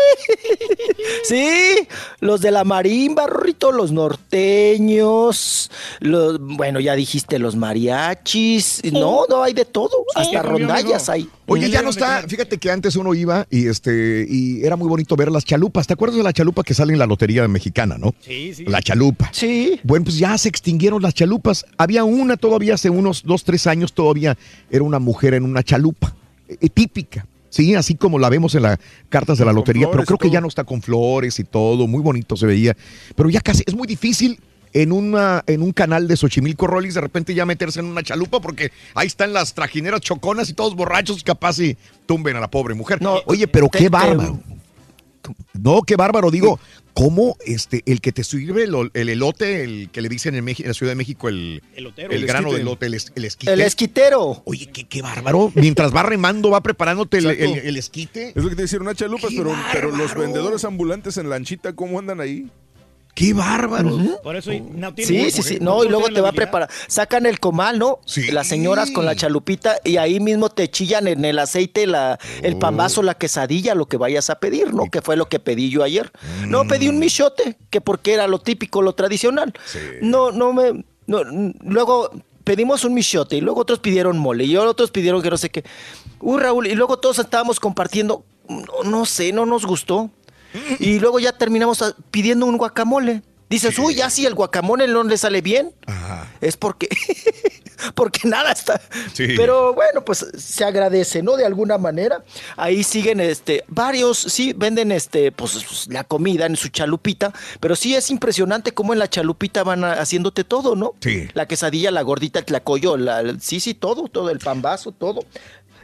Sí, los de la marimba, Rorrito, los norteños, los, bueno, ya dijiste los mariachis. No, no, hay de todo, hasta rondallas hay. Oye, ya no está. Fíjate que antes uno iba y este y era muy bonito ver las chalupas. ¿Te acuerdas de la chalupa que sale en la lotería mexicana, no? Sí, sí. La chalupa. Sí. Bueno, pues ya se extinguieron las chalupas. Había una todavía hace unos dos, tres años, todavía era una mujer en una chalupa, eh, típica. Sí, así como la vemos en las cartas de la Con lotería, pero flores creo y que todo. ya no está con flores y todo, muy bonito se veía. Pero ya casi, es muy difícil en una en un canal de Xochimilco Rollis de repente ya meterse en una chalupa porque ahí están las trajineras choconas y todos borrachos capaz y tumben a la pobre mujer. No, Oye, pero te- qué te- bárbaro. No, qué bárbaro, digo, ¿cómo este, el que te sirve el, el elote, el que le dicen en, Meji- en la Ciudad de México, el, Elotero. el El grano de esquite. elote, el, es- el esquite? El esquitero. Oye, qué, qué bárbaro. Mientras va remando, va preparándote el, Exacto. el- el esquite. Es lo que te decía, unas chalupas, ¡Qué pero, pero los bárbaro! vendedores ambulantes en lanchita, ¿cómo andan ahí? ¡Qué bárbaro! Por eso no tiene Sí, muy- sí, sí. no No, y luego tiene te la va a habilidad. preparar. Sacan el comal, ¿no? Sí. Las señoras con la chalupita y ahí mismo te chillan en el aceite la, el Oh. pambazo, la quesadilla, lo que vayas a pedir, ¿no? Que fue lo que pedí yo ayer. No, pedí un michote, que porque era lo típico, lo tradicional. No, no me... no, n- luego pedimos un michote y luego otros pidieron mole y otros pidieron que no sé qué. Uy, Raúl, y luego todos estábamos compartiendo. No, no sé, no nos gustó. Y luego ya terminamos a- pidiendo un guacamole. Dices, uy, ya si el guacamole no le sale bien, es porque, porque nada está. Sí. Pero bueno, pues se agradece, ¿no? De alguna manera. Ahí siguen, este, varios, sí, venden, este, pues la comida en su chalupita, pero sí es impresionante cómo en la chalupita van a- haciéndote todo, ¿no? Sí. La quesadilla, la gordita, el tlacoyo, la, el- sí, sí, todo, todo, el pambazo, todo.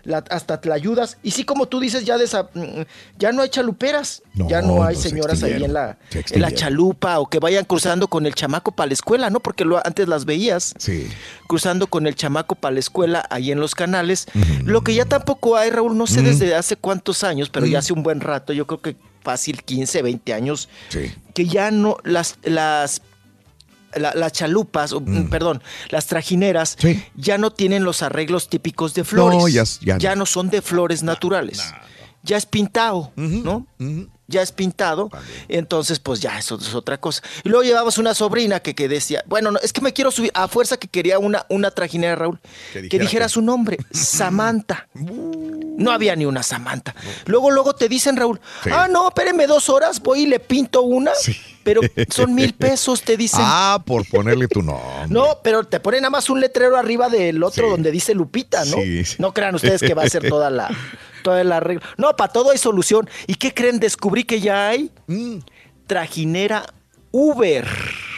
la, hasta te la ayudas. Y sí, como tú dices, ya, desa, ya no hay chaluperas. No, ya no hay no señoras ahí en la, en la chalupa o que vayan cruzando con el chamaco para la escuela, ¿no? Porque lo, antes las veías sí. cruzando con el chamaco para la escuela ahí en los canales. Uh-huh. Lo que ya tampoco hay, Raúl, no sé uh-huh. desde hace cuántos años, pero uh-huh. ya hace un buen rato, yo creo que fácil quince, veinte años, sí. que ya no, las... las La, las chalupas, mm. perdón, las trajineras, sí. ya no tienen los arreglos típicos de flores. No, ya, ya, ya no. no son de flores no, naturales. No, no. Ya es pintado, uh-huh, ¿no? Uh-huh. Ya es pintado. Vale. Entonces, pues ya, eso es otra cosa. Y luego llevabas una sobrina que, que decía, bueno, no, es que me quiero subir, a fuerza que quería una, una trajinera, Raúl, que dijera, que dijera que... su nombre, Samantha. No había ni una Samantha. No. Luego, luego te dicen, Raúl, sí. ah, no, espéreme dos horas, voy y le pinto una, sí. pero son mil pesos, te dicen. Ah, por ponerle tu nombre. No, pero te ponen nada más un letrero arriba del otro sí. donde dice Lupita, ¿no? Sí, sí. No crean ustedes que va a ser toda la... toda la regla. No, para todo hay solución. ¿Y qué creen? Descubrí que ya hay mm. trajinera Uber.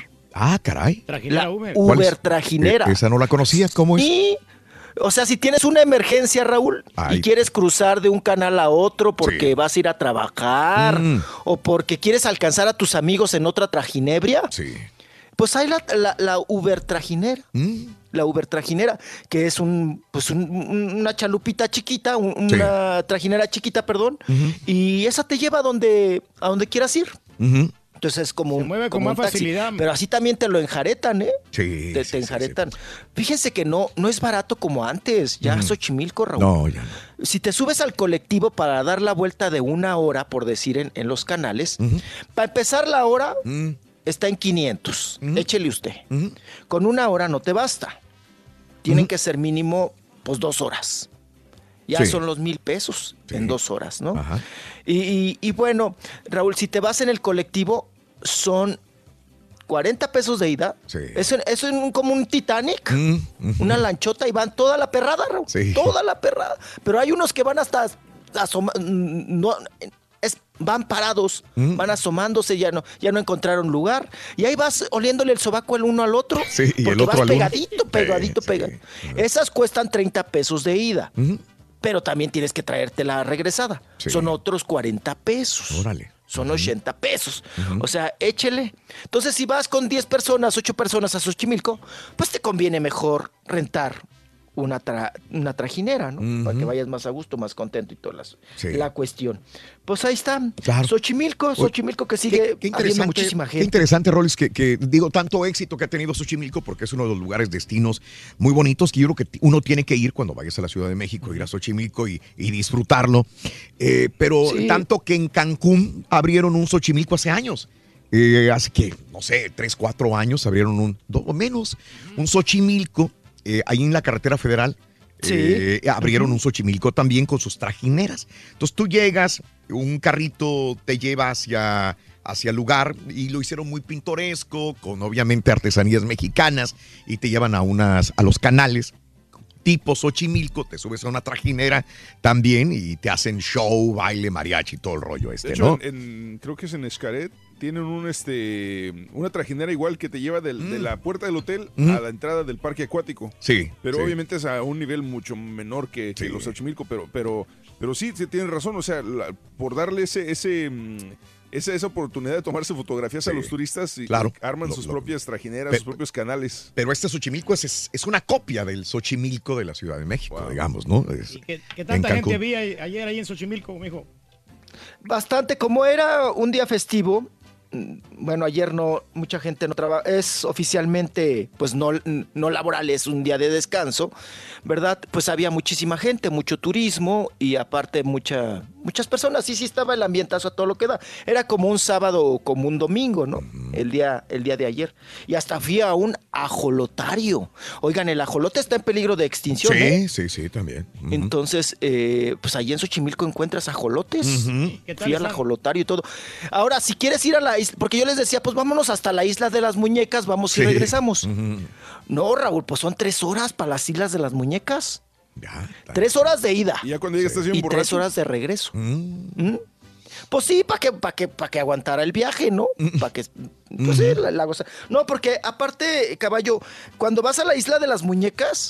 Ah, caray. Trajinera la Uber. Uber trajinera. Eh, esa no la conocía. ¿Cómo es? Y, o sea, si tienes una emergencia, Raúl, Ay. y quieres cruzar de un canal a otro porque sí. vas a ir a trabajar mm. o porque quieres alcanzar a tus amigos en otra trajinebria, sí. pues hay la, la, la Uber trajinera. Mm. La Uber trajinera, que es un, pues un, una chalupita chiquita, un, sí. una trajinera chiquita, perdón, uh-huh. y esa te lleva a donde, a donde quieras ir. Uh-huh. Entonces es como, Se mueve como con un más taxi. facilidad. Pero así también te lo enjaretan, ¿eh? Sí. Te, sí, te enjaretan. Sí, sí. Fíjense que no, no es barato como antes. Ya uh-huh. Xochimilco, Raúl. No, ya no. Si te subes al colectivo para dar la vuelta de una hora, por decir, en, en los canales, uh-huh. para empezar la hora, uh-huh. está en quinientos. Uh-huh. Échele usted. Uh-huh. Con una hora no te basta. Tienen uh-huh. que ser mínimo, pues, dos horas. Ya sí. son los mil pesos sí. en dos horas, ¿no? Ajá. Y, y, y bueno, Raúl, si te vas en el colectivo, son cuarenta pesos de ida. Sí. Eso, eso es un, como un Titanic, uh-huh. una lanchota y van toda la perrada, Raúl. Sí. Toda la perrada. Pero hay unos que van hasta asoma, no, es, van parados, mm. van asomándose, ya no, ya no encontraron lugar. Y ahí vas oliéndole el sobaco el uno al otro. Sí, y porque el otro vas al pegadito, uno. pegadito, sí, pegadito. Sí. Esas cuestan treinta pesos de ida. Uh-huh. Pero también tienes que traerte la regresada. Sí. Son otros cuarenta pesos. Órale. Son uh-huh. ochenta pesos. Uh-huh. O sea, échele. Entonces, si vas con diez personas, ocho personas a Xochimilco, pues te conviene mejor rentar una, tra- una trajinera, ¿no? Uh-huh. Para que vayas más a gusto, más contento y toda la, sí. la cuestión. Pues ahí está. Claro. Xochimilco, Xochimilco que sigue qué, qué habiendo muchísima gente. Qué interesante, Rolis, que, que digo, tanto éxito que ha tenido Xochimilco, porque es uno de los lugares, destinos muy bonitos que yo creo que uno tiene que ir cuando vayas a la Ciudad de México, ir a Xochimilco y, y disfrutarlo. Eh, pero sí. tanto que en Cancún abrieron un Xochimilco hace años. Eh, hace que, no sé, tres, cuatro años abrieron un, o menos, un Xochimilco. Eh, ahí en la carretera federal sí. eh, abrieron uh-huh. un Xochimilco también con sus trajineras. Entonces tú llegas, un carrito te lleva hacia, hacia el lugar y lo hicieron muy pintoresco, con obviamente artesanías mexicanas, y te llevan a, unas, a los canales tipo Xochimilco, te subes a una trajinera también y te hacen show, baile, mariachi, todo el rollo este, de hecho, ¿no? En, en, creo que es en Xcaret, tienen un este una trajinera igual que te lleva del, mm. de la puerta del hotel mm. a la entrada del parque acuático. Sí. Pero sí. obviamente es a un nivel mucho menor que, que sí. los Xochimilco, pero, pero, pero sí, sí tienen razón, o sea, la, por darle ese... ese Esa, esa oportunidad de tomarse fotografías sí. a los turistas y claro. arman lo, sus lo, propias trajineras, pe, sus propios canales. Pero este Xochimilco es, es, es una copia del Xochimilco de la Ciudad de México, wow. digamos, ¿no? Es, ¿Y qué, qué tanta gente había ayer ahí en Xochimilco, mijo? Bastante, como era un día festivo. Bueno, ayer no, mucha gente no trabaja, es oficialmente, pues no, no laboral, es un día de descanso, ¿verdad? Pues había muchísima gente, mucho turismo y aparte mucha, muchas personas, sí, sí estaba el ambientazo a todo lo que da. Era como un sábado o como un domingo, ¿no? Uh-huh. El día, el día de ayer. Y hasta fui a un ajolotario. Oigan, el ajolote está en peligro de extinción, Sí, ¿eh? sí, sí, también. Uh-huh. Entonces, eh, pues allí en Xochimilco encuentras ajolotes. Uh-huh. Fui al ajolotario y todo. Ahora, si quieres ir a la isla, porque yo les decía, pues vámonos hasta la isla de las muñecas, vamos y sí. regresamos. Uh-huh. No, Raúl, pues son tres horas para las islas de las muñecas. Ya, tres horas de ida. Y ya cuando llegas sí. estás bien y borracho. tres horas de regreso. Mm. ¿Mm? Pues sí, para que, para que, para que aguantara el viaje, ¿no? Para que, pues sí, la, la goza. No, porque aparte, caballo, cuando vas a la isla de las muñecas,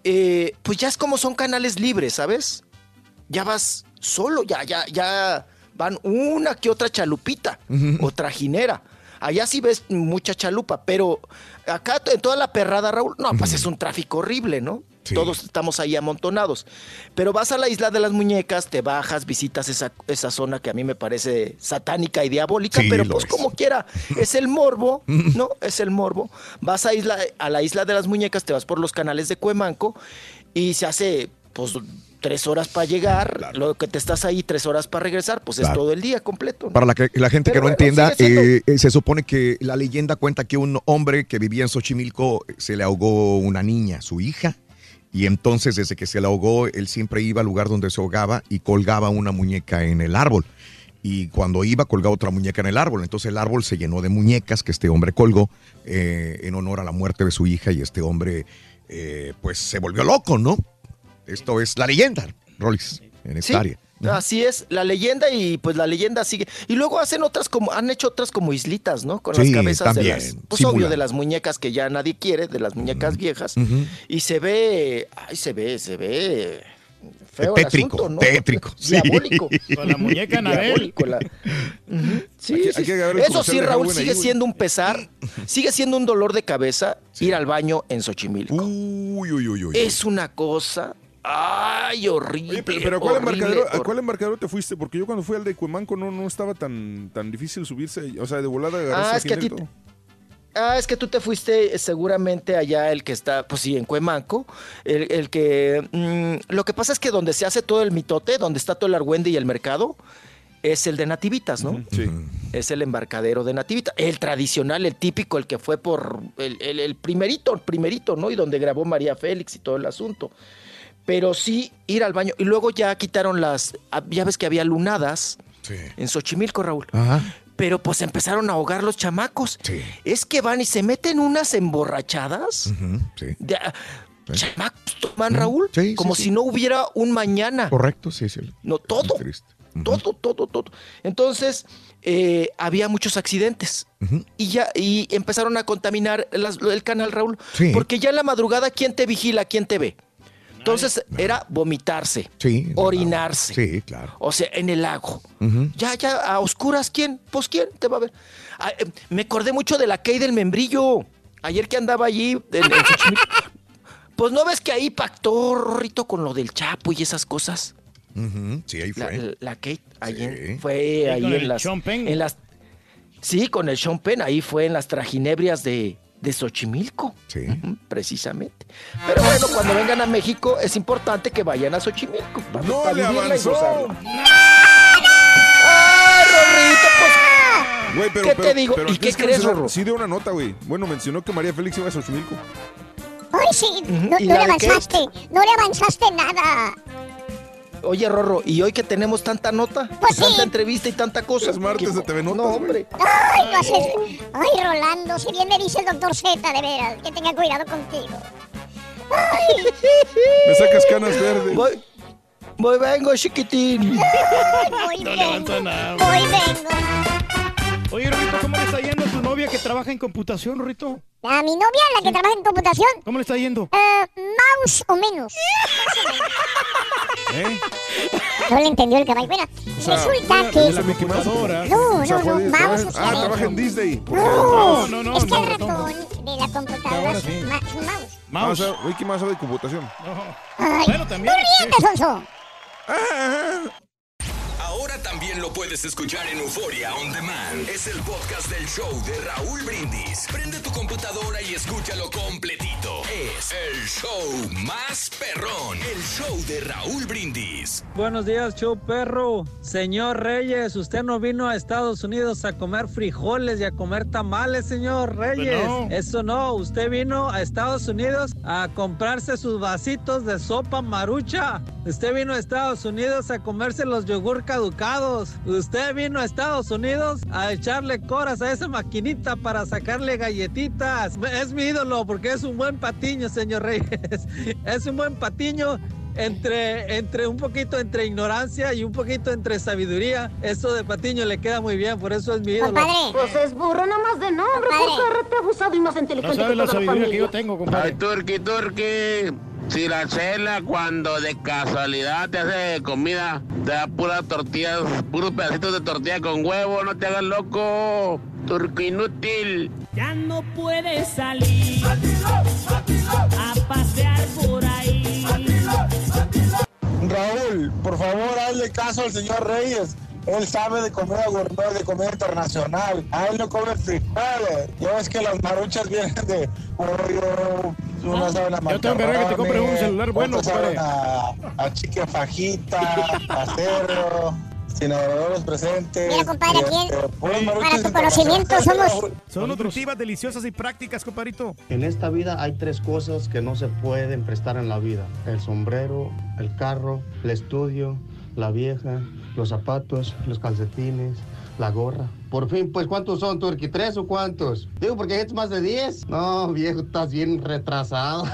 eh, pues ya es como son canales libres, ¿sabes? Ya vas solo, ya, ya, ya van una que otra chalupita uh-huh. o trajinera. Allá sí ves mucha chalupa, pero acá en toda la perrada, Raúl, no, pues uh-huh. es un tráfico horrible, ¿no? Sí. Todos estamos ahí amontonados. Pero vas a la Isla de las Muñecas, te bajas, visitas esa, esa zona que a mí me parece satánica y diabólica, sí, pero pues es. Como quiera, es el morbo, ¿no? Es el morbo. Vas a, isla, a la Isla de las Muñecas, te vas por los canales de Cuemanco y se hace, pues, tres horas para llegar, claro. Lo que te estás ahí, tres horas para regresar, pues claro. Es todo el día completo, ¿no? Para la, que, la gente pero que no bueno, entienda, eh, eh, se supone que la leyenda cuenta que un hombre que vivía en Xochimilco se le ahogó una niña, su hija, y entonces desde que se le ahogó, él siempre iba al lugar donde se ahogaba y colgaba una muñeca en el árbol. Y cuando iba, colgaba otra muñeca en el árbol. Entonces el árbol se llenó de muñecas que este hombre colgó eh, en honor a la muerte de su hija, y este hombre eh, pues se volvió loco, ¿no? Esto es la leyenda, Rolis, en esta sí, área. Así es, la leyenda, y pues la leyenda sigue. Y luego hacen otras como, han hecho otras como islitas, ¿no? Con sí, las cabezas también, de las, pues simulando. Obvio, de las muñecas que ya nadie quiere, de las muñecas uh-huh. viejas. Uh-huh. Y se ve, ay, se ve, se ve feo tétrico, el asunto, ¿no? tétrico. Diabólico. Sí. Con la muñeca Anabel. La... Uh-huh. Sí, hay, sí. Hay eso sí, Raúl, sigue ahí, siendo un pesar, sigue siendo un dolor de cabeza sí. ir al baño en Xochimilco. Uy, uy, uy, uy. Es una cosa... Ay, horrible. Oye, pero, pero ¿a, cuál horrible, embarcadero, horrible. ¿a cuál embarcadero te fuiste? Porque yo cuando fui al de Cuemanco no, no estaba tan, tan difícil subirse. O sea, de volada agarraste ah, es que a ti te... Ah, es que tú te fuiste seguramente allá, el que está, pues sí, en Cuemanco. El, el que... Mmm, lo que pasa es que donde se hace todo el mitote, donde está todo el argüende y el mercado, es el de Nativitas, ¿no? Sí. Es el embarcadero de Nativitas. El tradicional, el típico, el que fue por... El, el, el primerito, el primerito, ¿no? Y donde grabó María Félix y todo el asunto. Pero sí ir al baño. Y luego ya quitaron las... Ya ves que había lunadas sí. en Xochimilco, Raúl. Ajá. Pero pues empezaron a ahogar los chamacos. Sí. Es que van y se meten unas emborrachadas. Uh-huh. Sí. De, sí. Chamacos toman, uh-huh. Raúl. Sí, como sí, si sí. no hubiera un mañana. Correcto, sí, sí. No, todo. Uh-huh. Todo, todo, todo. Entonces, eh, había muchos accidentes. Uh-huh. Y ya y empezaron a contaminar las, el canal, Raúl. Sí. Porque ya en la madrugada, ¿quién te vigila? ¿Quién te ve? Entonces no. era vomitarse, sí, orinarse. Claro. Sí, claro. O sea, en el lago. Uh-huh. Ya, ya, a oscuras, ¿quién? Pues, ¿quién te va a ver? Ah, eh, me acordé mucho de la Key del Membrillo. Ayer que andaba allí, en, en pues, ¿no ves que ahí pactó Rorrito con lo del Chapo y esas cosas? Uh-huh. Sí, ahí fue. La, la Kate, ahí sí. en, fue ahí con en el las, Sean Penn. en las... Sí, con el Sean Penn, ahí fue en las trajinebrias de... de Xochimilco, sí. uh-huh, precisamente. Pero bueno, cuando vengan a México es importante que vayan a Xochimilco. Para, no para le avanzó. ¡Ay, Rorrito! Pues, güey, pero, ¿qué pero, te digo? Pero ¿Y qué crees, Rorro? Sí dio una nota, güey. Bueno, mencionó que María Félix iba a Xochimilco. Ay, sí, uh-huh. no, no le avanzaste, no le avanzaste nada. Oye, Rorro, ¿y hoy que tenemos tanta nota? Pues tanta sí. entrevista y tanta cosa. Es martes de T V Notas. No, hombre. Ay, no haces... Ay, Rolando, si bien me dice el doctor Z, de veras, que tenga cuidado contigo. Ay. Me sacas canas verdes. Voy, voy vengo, chiquitín. Ay, voy no vengo. levanta nada. Voy vengo. Oye, Rorrito, ¿cómo le está yendo a tu novia que trabaja en computación, Rorrito? ¿A mi novia, la que sí. trabaja en computación? ¿Cómo le está yendo? Uh, mouse o menos. ¿Eh? No le entendió el caballo. Bueno, o sea, resulta que... ¿De la computadora? No, o sea, no, no, de, mouse. Ah, trabaja en Disney. No, no, no, no. Es que no, el ratón no. de la computadora es sí. ma un mouse. Mouse. Ah, o sea, Wiki más sabe de computación. No. Ay, bueno, también. ¡No ríete, Sonso! Ahora también lo puedes escuchar en Euforia On Demand. Es el podcast del show de Raúl Brindis. Prende tu computadora y escúchalo completito. Es el show más perrón. El show de Raúl Brindis. Buenos días, show perro. Señor Reyes, usted no vino a Estados Unidos a comer frijoles y a comer tamales, señor Reyes. No. Eso no, usted vino a Estados Unidos a comprarse sus vasitos de sopa marucha. Usted vino a Estados Unidos a comerse los yogur caducados. Usted vino a Estados Unidos a echarle coras a esa maquinita para sacarle galletitas. Es mi ídolo porque es un buen patiño, señor Reyes. Es un buen patiño entre, entre un poquito entre ignorancia y un poquito entre sabiduría. Eso de Patiño le queda muy bien, por eso es mi ídolo. Compadre. Pues es burro nomás de nombre, pues te abusado y más inteligente. No sabes la que toda sabiduría que familia. yo tengo, compadre. Ay, Turqui, Turqui. Si la chela cuando de casualidad te hace comida, te da puras tortillas, puros pedacitos de tortilla con huevo, no te hagas loco. Turqui inútil. Ya no puedes salir a pasear por ahí. Raúl, por favor, hazle caso al señor Reyes. Él sabe de comida gourmet, de comida internacional. A él no come frijoles. Ya ves que las maruchas vienen de pollo, unas saben a Yo tengo que ver que te compres un celular bueno, otras saben a, a chicken fajita, a cerdo, sin adoradores presentes. Mira, compadre, aquí este, puras para maruchas tu conocimiento somos... Son nutritivas, deliciosas y prácticas, compadrito. En esta vida hay tres cosas que no se pueden prestar en la vida: el sombrero, el carro, el estudio, la vieja, los zapatos, los calcetines, la gorra. Por fin, pues, ¿cuántos son, Turqui? ¿Tres o cuántos? Digo, porque hay más de diez. No, viejo, estás bien retrasado.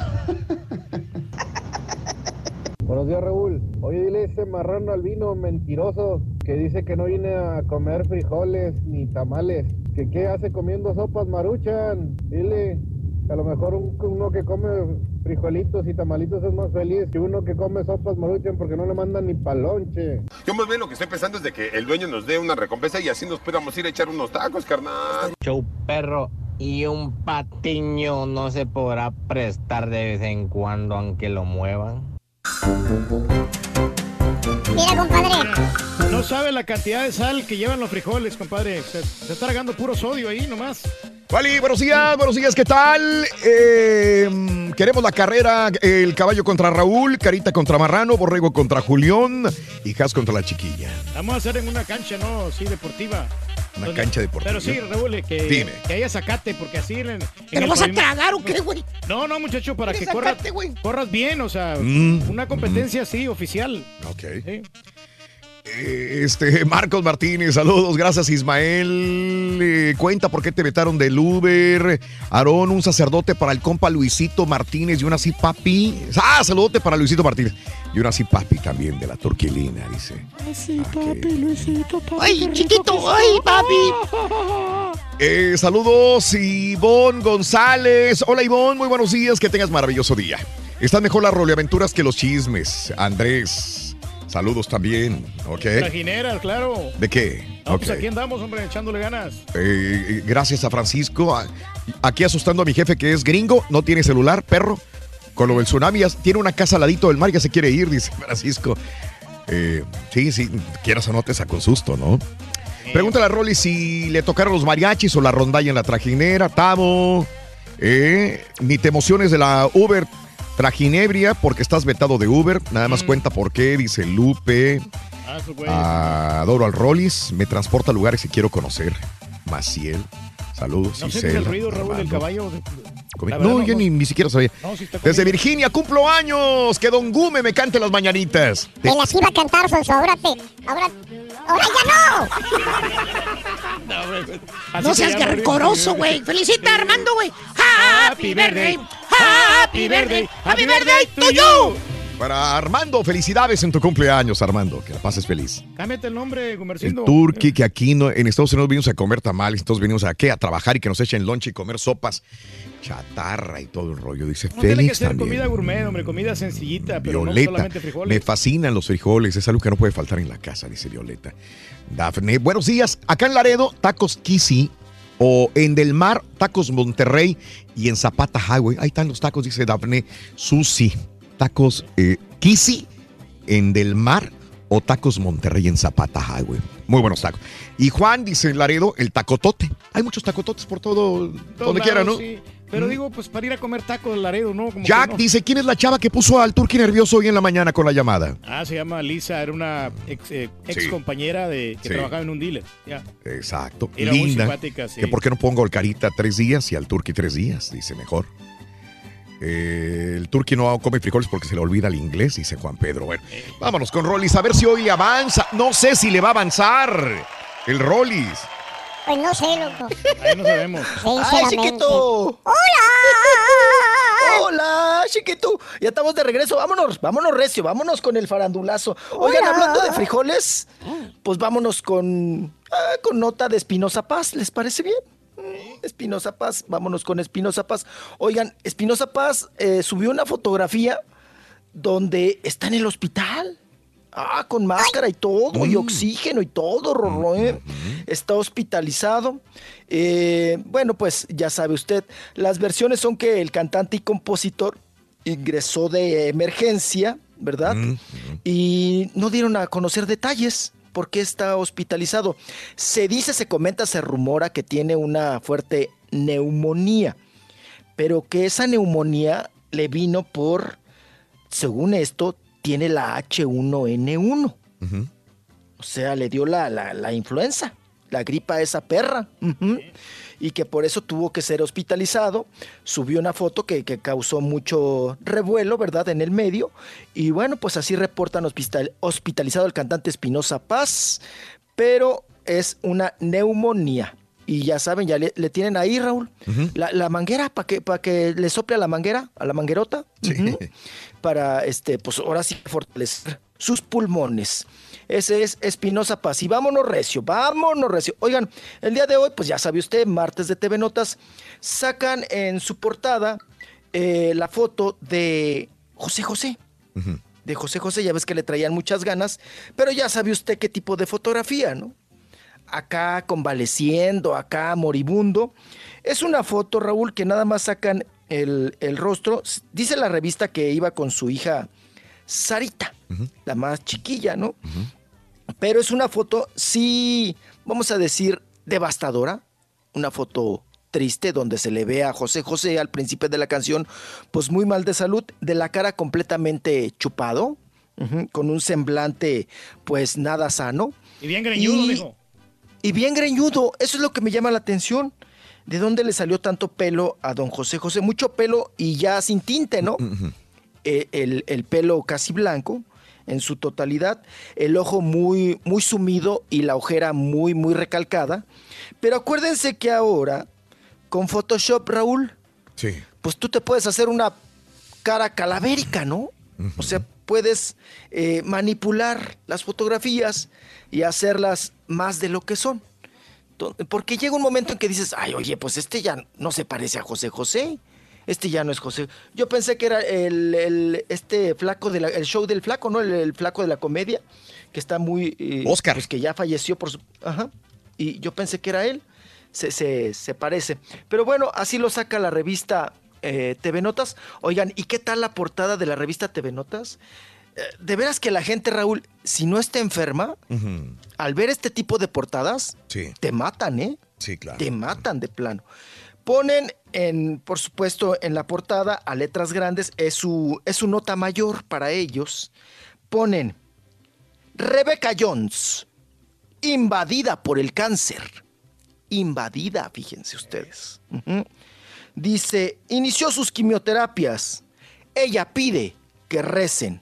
Buenos días, Raúl. Oye, dile a ese marrano albino mentiroso que dice que no viene a comer frijoles ni tamales. ¿Que qué hace comiendo sopas Maruchan? Dile, a lo mejor un- uno que come frijolitos y tamalitos es más feliz que uno que come sopas Maruchan porque no le mandan ni palonche. Yo más bien lo que estoy pensando es de que el dueño nos dé una recompensa y así nos podamos ir a echar unos tacos, carnal. Show perro. Y un patiño no se podrá prestar de vez en cuando aunque lo muevan. Mira, compadre. No sabe la cantidad de sal que llevan los frijoles, compadre. Se, se está tragando puro sodio ahí nomás. Vale, buenos días, buenos días, ¿qué tal? Eh, queremos la carrera, el caballo contra Raúl, Carita contra Marrano, Borrego contra Julián y Has contra la chiquilla. Vamos a hacer en una cancha, ¿no? Sí, deportiva. Una Donde- cancha deportiva. Pero sí, Raúl, que, Dime. que haya zacate, porque así en, en ¿Te lo el vas a pavimento- tragar o qué, güey? No, no, muchacho, para ¿Qué que corras, zacate, güey? corras bien, o sea, Mm. una competencia así, oficial. Ok. Sí. Eh, Este, Marcos Martínez, saludos, gracias Ismael. Eh, cuenta por qué te vetaron del Uber. Aarón, un sacerdote para el compa Luisito Martínez y una así papi. Ah, saludote para Luisito Martínez. Y una así papi también de la Turquilina, dice. Ay, sí, papi, Luisito, papi. Ay, qué rico chiquito, que ay, está. papi. Eh, saludos, Ivonne González. Hola, Ivonne, muy buenos días, que tengas maravilloso día. Están mejor las roleaventuras que los chismes. Andrés, saludos también, ¿ok? Trajinera, claro. ¿De qué? No, Ok. pues aquí andamos, hombre, echándole ganas. Eh, gracias a Francisco. A- Aquí asustando a mi jefe que es gringo, no tiene celular, perro. Con lo del tsunami, ya tiene una casa al ladito del mar, ya se quiere ir, dice Francisco. Eh, sí, sí, quieras o no te saca un susto, ¿no? Pregúntale a Rolly si le tocaron los mariachis o la rondalla en la trajinera, Tavo. Eh, ni te emociones de la Uber trajinebria porque estás vetado de Uber. Nada más cuenta por qué, dice Lupe. Ah, su güey. Adoro al Rollis, me transporta a lugares que quiero conocer. Maciel, saludos. ¿No sientes Isela, el ruido, Raúl, del Armando. caballo? Comi- La verdad, No, yo ni, ni siquiera sabía. No, sí está Desde comiendo. Virginia, cumplo años. Que Don Gume me cante las mañanitas. Te las iba a cantar, Sonso, ahora te... Ahora... ¡Ahora ya no! No seas garcoroso, güey. Felicita a Armando, güey. Happy birthday. Happy birthday. Happy birthday to you. Para Armando, felicidades en tu cumpleaños, Armando. Que la pases feliz. Cámbiate el nombre, El Gumercindo. turqui que aquí no, en Estados Unidos venimos a comer tamales, entonces venimos a qué, a trabajar y que nos echen lonche y comer sopas, chatarra y todo el rollo, dice No tiene que Félix ser también. comida gourmet, hombre, comida sencillita, pero no Violeta, solamente me frijoles. fascinan los frijoles, es algo que no puede faltar en la casa, dice Violeta. Dafne, buenos días, acá en Laredo, tacos Kisi, o en Del Mar, tacos Monterrey, y en Zapata Highway, ahí están los tacos, dice Dafne, Susi, tacos eh, Kisi, en Del Mar, o tacos Monterrey en Zapata Highway. Muy buenos tacos. Y Juan dice en Laredo, el tacotote. Hay muchos tacototes por todo, Todos donde quiera, ¿no? lados, sí. Pero digo, pues para ir a comer tacos de Laredo, ¿no? Como Jack que no. dice, ¿quién es la chava que puso al turqui nervioso hoy en la mañana con la llamada? Ah, se llama Lisa, era una ex, eh, ex Sí. compañera de que Sí. trabajaba en un dealer. Ya. Exacto. Era muy Linda. simpática, sí. Que por qué no pongo al Carita tres días y al turqui tres días, dice mejor. Eh, el turqui no come frijoles porque se le olvida el inglés, dice Juan Pedro. Bueno, vámonos con Rollis a ver si hoy le avanza. No sé si le va a avanzar el Rollis. Pues no sé, loco. Ahí no sabemos. ¡Ay, chiquito! ¡Hola! ¡Hola, chiquito! ya estamos de regreso. Vámonos, vámonos recio, vámonos con el farandulazo. Oigan, Hola. hablando de frijoles, pues vámonos con, ah, con nota de Espinoza Paz. ¿Les parece bien? Espinoza Paz, vámonos con Espinoza Paz. Oigan, Espinoza Paz eh, subió una fotografía donde está en el hospital. Ah, con máscara y todo, y oxígeno y todo, Rorro, ¿eh? Está hospitalizado. Eh, bueno, pues ya sabe usted, las versiones son que el cantante y compositor ingresó de emergencia, ¿verdad? Y no dieron a conocer detalles. ¿Por qué está hospitalizado? Se dice, se comenta, se rumora que tiene una fuerte neumonía, pero que esa neumonía le vino por, según esto, tiene la hache uno ene uno. Uh-huh. O sea, le dio la, la, la influenza, la gripa a esa perra. Uh-huh. Y que por eso tuvo que ser hospitalizado. Subió una foto que, que causó mucho revuelo, ¿verdad?, en el medio. Y bueno, pues así reportan hospital, hospitalizado el cantante Espinoza Paz, pero es una neumonía. Y ya saben, ya le, le tienen ahí, Raúl, uh-huh. la, la manguera, para que, para que le sople a la manguera, a la manguerota, sí. uh-huh, para, este, pues ahora sí fortalecer sus pulmones. Ese es Espinoza Paz. Y vámonos recio, vámonos recio. Oigan, el día de hoy, pues ya sabe usted, martes de T V Notas, sacan en su portada eh, la foto de José José. Uh-huh. De José José, ya ves que le traían muchas ganas, pero ya sabe usted qué tipo de fotografía, ¿no? Acá convaleciendo, acá moribundo. Es una foto, Raúl, que nada más sacan el, el rostro. Dice la revista que iba con su hija Sarita, uh-huh. la más chiquilla, ¿no? Uh-huh. Pero es una foto, sí, vamos a decir, devastadora. Una foto triste donde se le ve a José José al principio de la canción, pues muy mal de salud, de la cara completamente chupado, uh-huh, con un semblante pues nada sano. Y bien greñudo, y, dijo. Y bien greñudo, eso es lo que me llama la atención. ¿De dónde le salió tanto pelo a don José José? Mucho pelo y ya sin tinte, ¿no? Uh-huh. eh, el, el pelo casi blanco en su totalidad, el ojo muy, muy sumido y la ojera muy, muy recalcada. Pero acuérdense que ahora, con Photoshop, Raúl, sí. pues tú te puedes hacer una cara calavérica, ¿no? Uh-huh. O sea, puedes eh, manipular las fotografías y hacerlas más de lo que son. Porque llega un momento en que dices, ay, oye, pues este ya no se parece a José José. Este ya no es José. Yo pensé que era el, el este flaco del el show del flaco, ¿no? El, el flaco de la comedia, que está muy... Eh, Oscar. Pues que ya falleció por su... Ajá. Y yo pensé que era él. Se, se, se parece. Pero bueno, así lo saca la revista eh, T V Notas. Oigan, ¿y qué tal la portada de la revista T V Notas? Eh, de veras que la gente, Raúl, si no está enferma, uh-huh. al ver este tipo de portadas, sí. te matan, ¿eh? Sí, claro. Te matan de plano. Ponen, en, por supuesto, en la portada, a letras grandes, es su, es su nota mayor para ellos. Ponen, Rebecca Jones, invadida por el cáncer. Invadida, fíjense ustedes. Uh-huh. Dice, inició sus quimioterapias. Ella pide que recen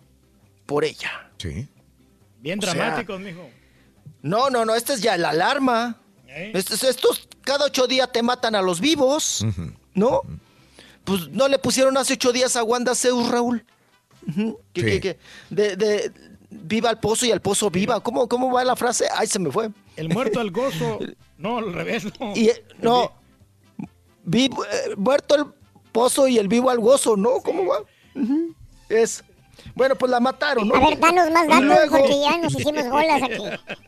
por ella. Sí. Bien o dramáticos, sea, mijo. No, no, no, esta es ya la alarma. ¿Eh? Estos, estos cada ocho días te matan a los vivos, uh-huh. ¿no? Uh-huh. Pues no le pusieron hace ocho días a Wanda Zeus, Raúl. Uh-huh. ¿Qué, sí. qué, qué? De, de, viva al pozo y al pozo viva. ¿Cómo, cómo va la frase? Ay, se me fue. El muerto al gozo. No, al revés, no. Y, no. Vivo, eh, muerto el pozo y el vivo al gozo, ¿no? Sí. ¿Cómo va? Uh-huh. Es. Bueno, pues la mataron, ¿no? A ver, danos más datos luego... porque ya nos hicimos bolas aquí.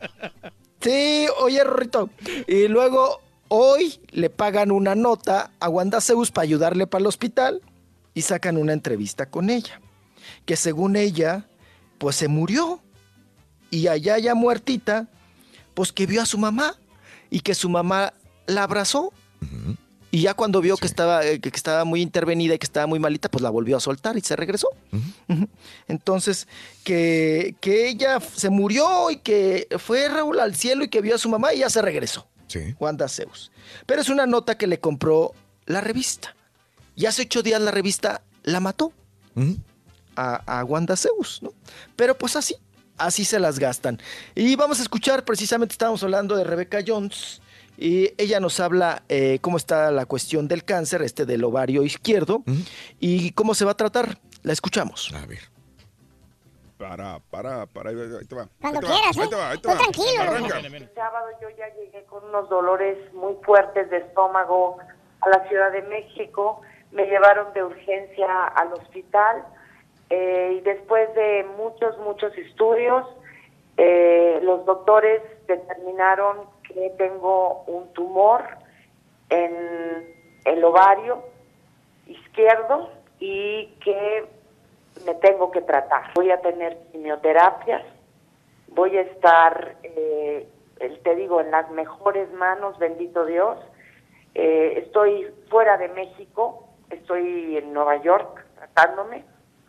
Sí, oye, Rorrito. Y luego, hoy le pagan una nota a Wanda Zeus para ayudarle para el hospital y sacan una entrevista con ella. Que según ella, pues se murió. Y allá ya muertita, pues que vio a su mamá y que su mamá la abrazó. Uh-huh. Y ya cuando vio sí. que, estaba, que, que estaba muy intervenida y que estaba muy malita, pues la volvió a soltar y se regresó. Uh-huh. Uh-huh. Entonces, que, que ella se murió y que fue Raúl al cielo y que vio a su mamá y ya se regresó. Sí. Wanda Zeus. Pero es una nota que le compró la revista. Y hace ocho días la revista la mató. Uh-huh. a, a Wanda Zeus, ¿no? Pero pues así, así se las gastan. Y vamos a escuchar, precisamente estábamos hablando de Rebecca Jones, Y ella nos habla eh, cómo está la cuestión del cáncer, este del ovario izquierdo, uh-huh. y cómo se va a tratar. La escuchamos. A ver. Para, para, para, ahí te va. Cuando ahí quieras, te va, ¿eh? ahí te va, ahí te Tú va. tranquilo. Arranca. El sábado yo ya llegué con unos dolores muy fuertes de estómago a la Ciudad de México. Me llevaron de urgencia al hospital eh, y después de muchos, muchos estudios, eh, los doctores determinaron que tengo un tumor en el ovario izquierdo y que me tengo que tratar. Voy a tener quimioterapias, voy a estar, eh, te digo, en las mejores manos, bendito Dios. Eh, estoy fuera de México, estoy en Nueva York tratándome.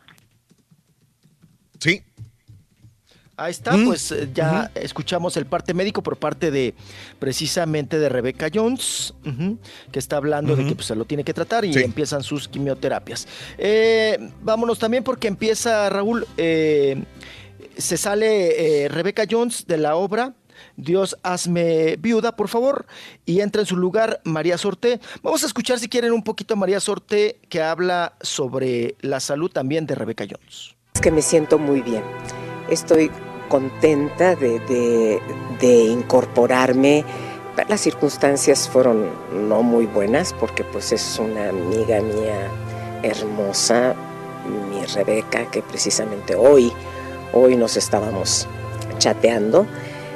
Sí. Ahí está, mm. pues eh, ya uh-huh. escuchamos el parte médico por parte de, precisamente de Rebecca Jones, uh-huh, que está hablando uh-huh. de que pues, se lo tiene que tratar y sí. empiezan sus quimioterapias. Eh, vámonos también porque empieza, Raúl, eh, se sale eh, Rebecca Jones de la obra Dios hazme viuda, por favor, y entra en su lugar María Sorté. Vamos a escuchar, si quieren, un poquito a María Sorté, que habla sobre la salud también de Rebecca Jones. Es que me siento muy bien. Estoy contenta de, de, de incorporarme. Las circunstancias fueron no muy buenas porque pues es una amiga mía hermosa, mi Rebeca, que precisamente hoy, hoy nos estábamos chateando,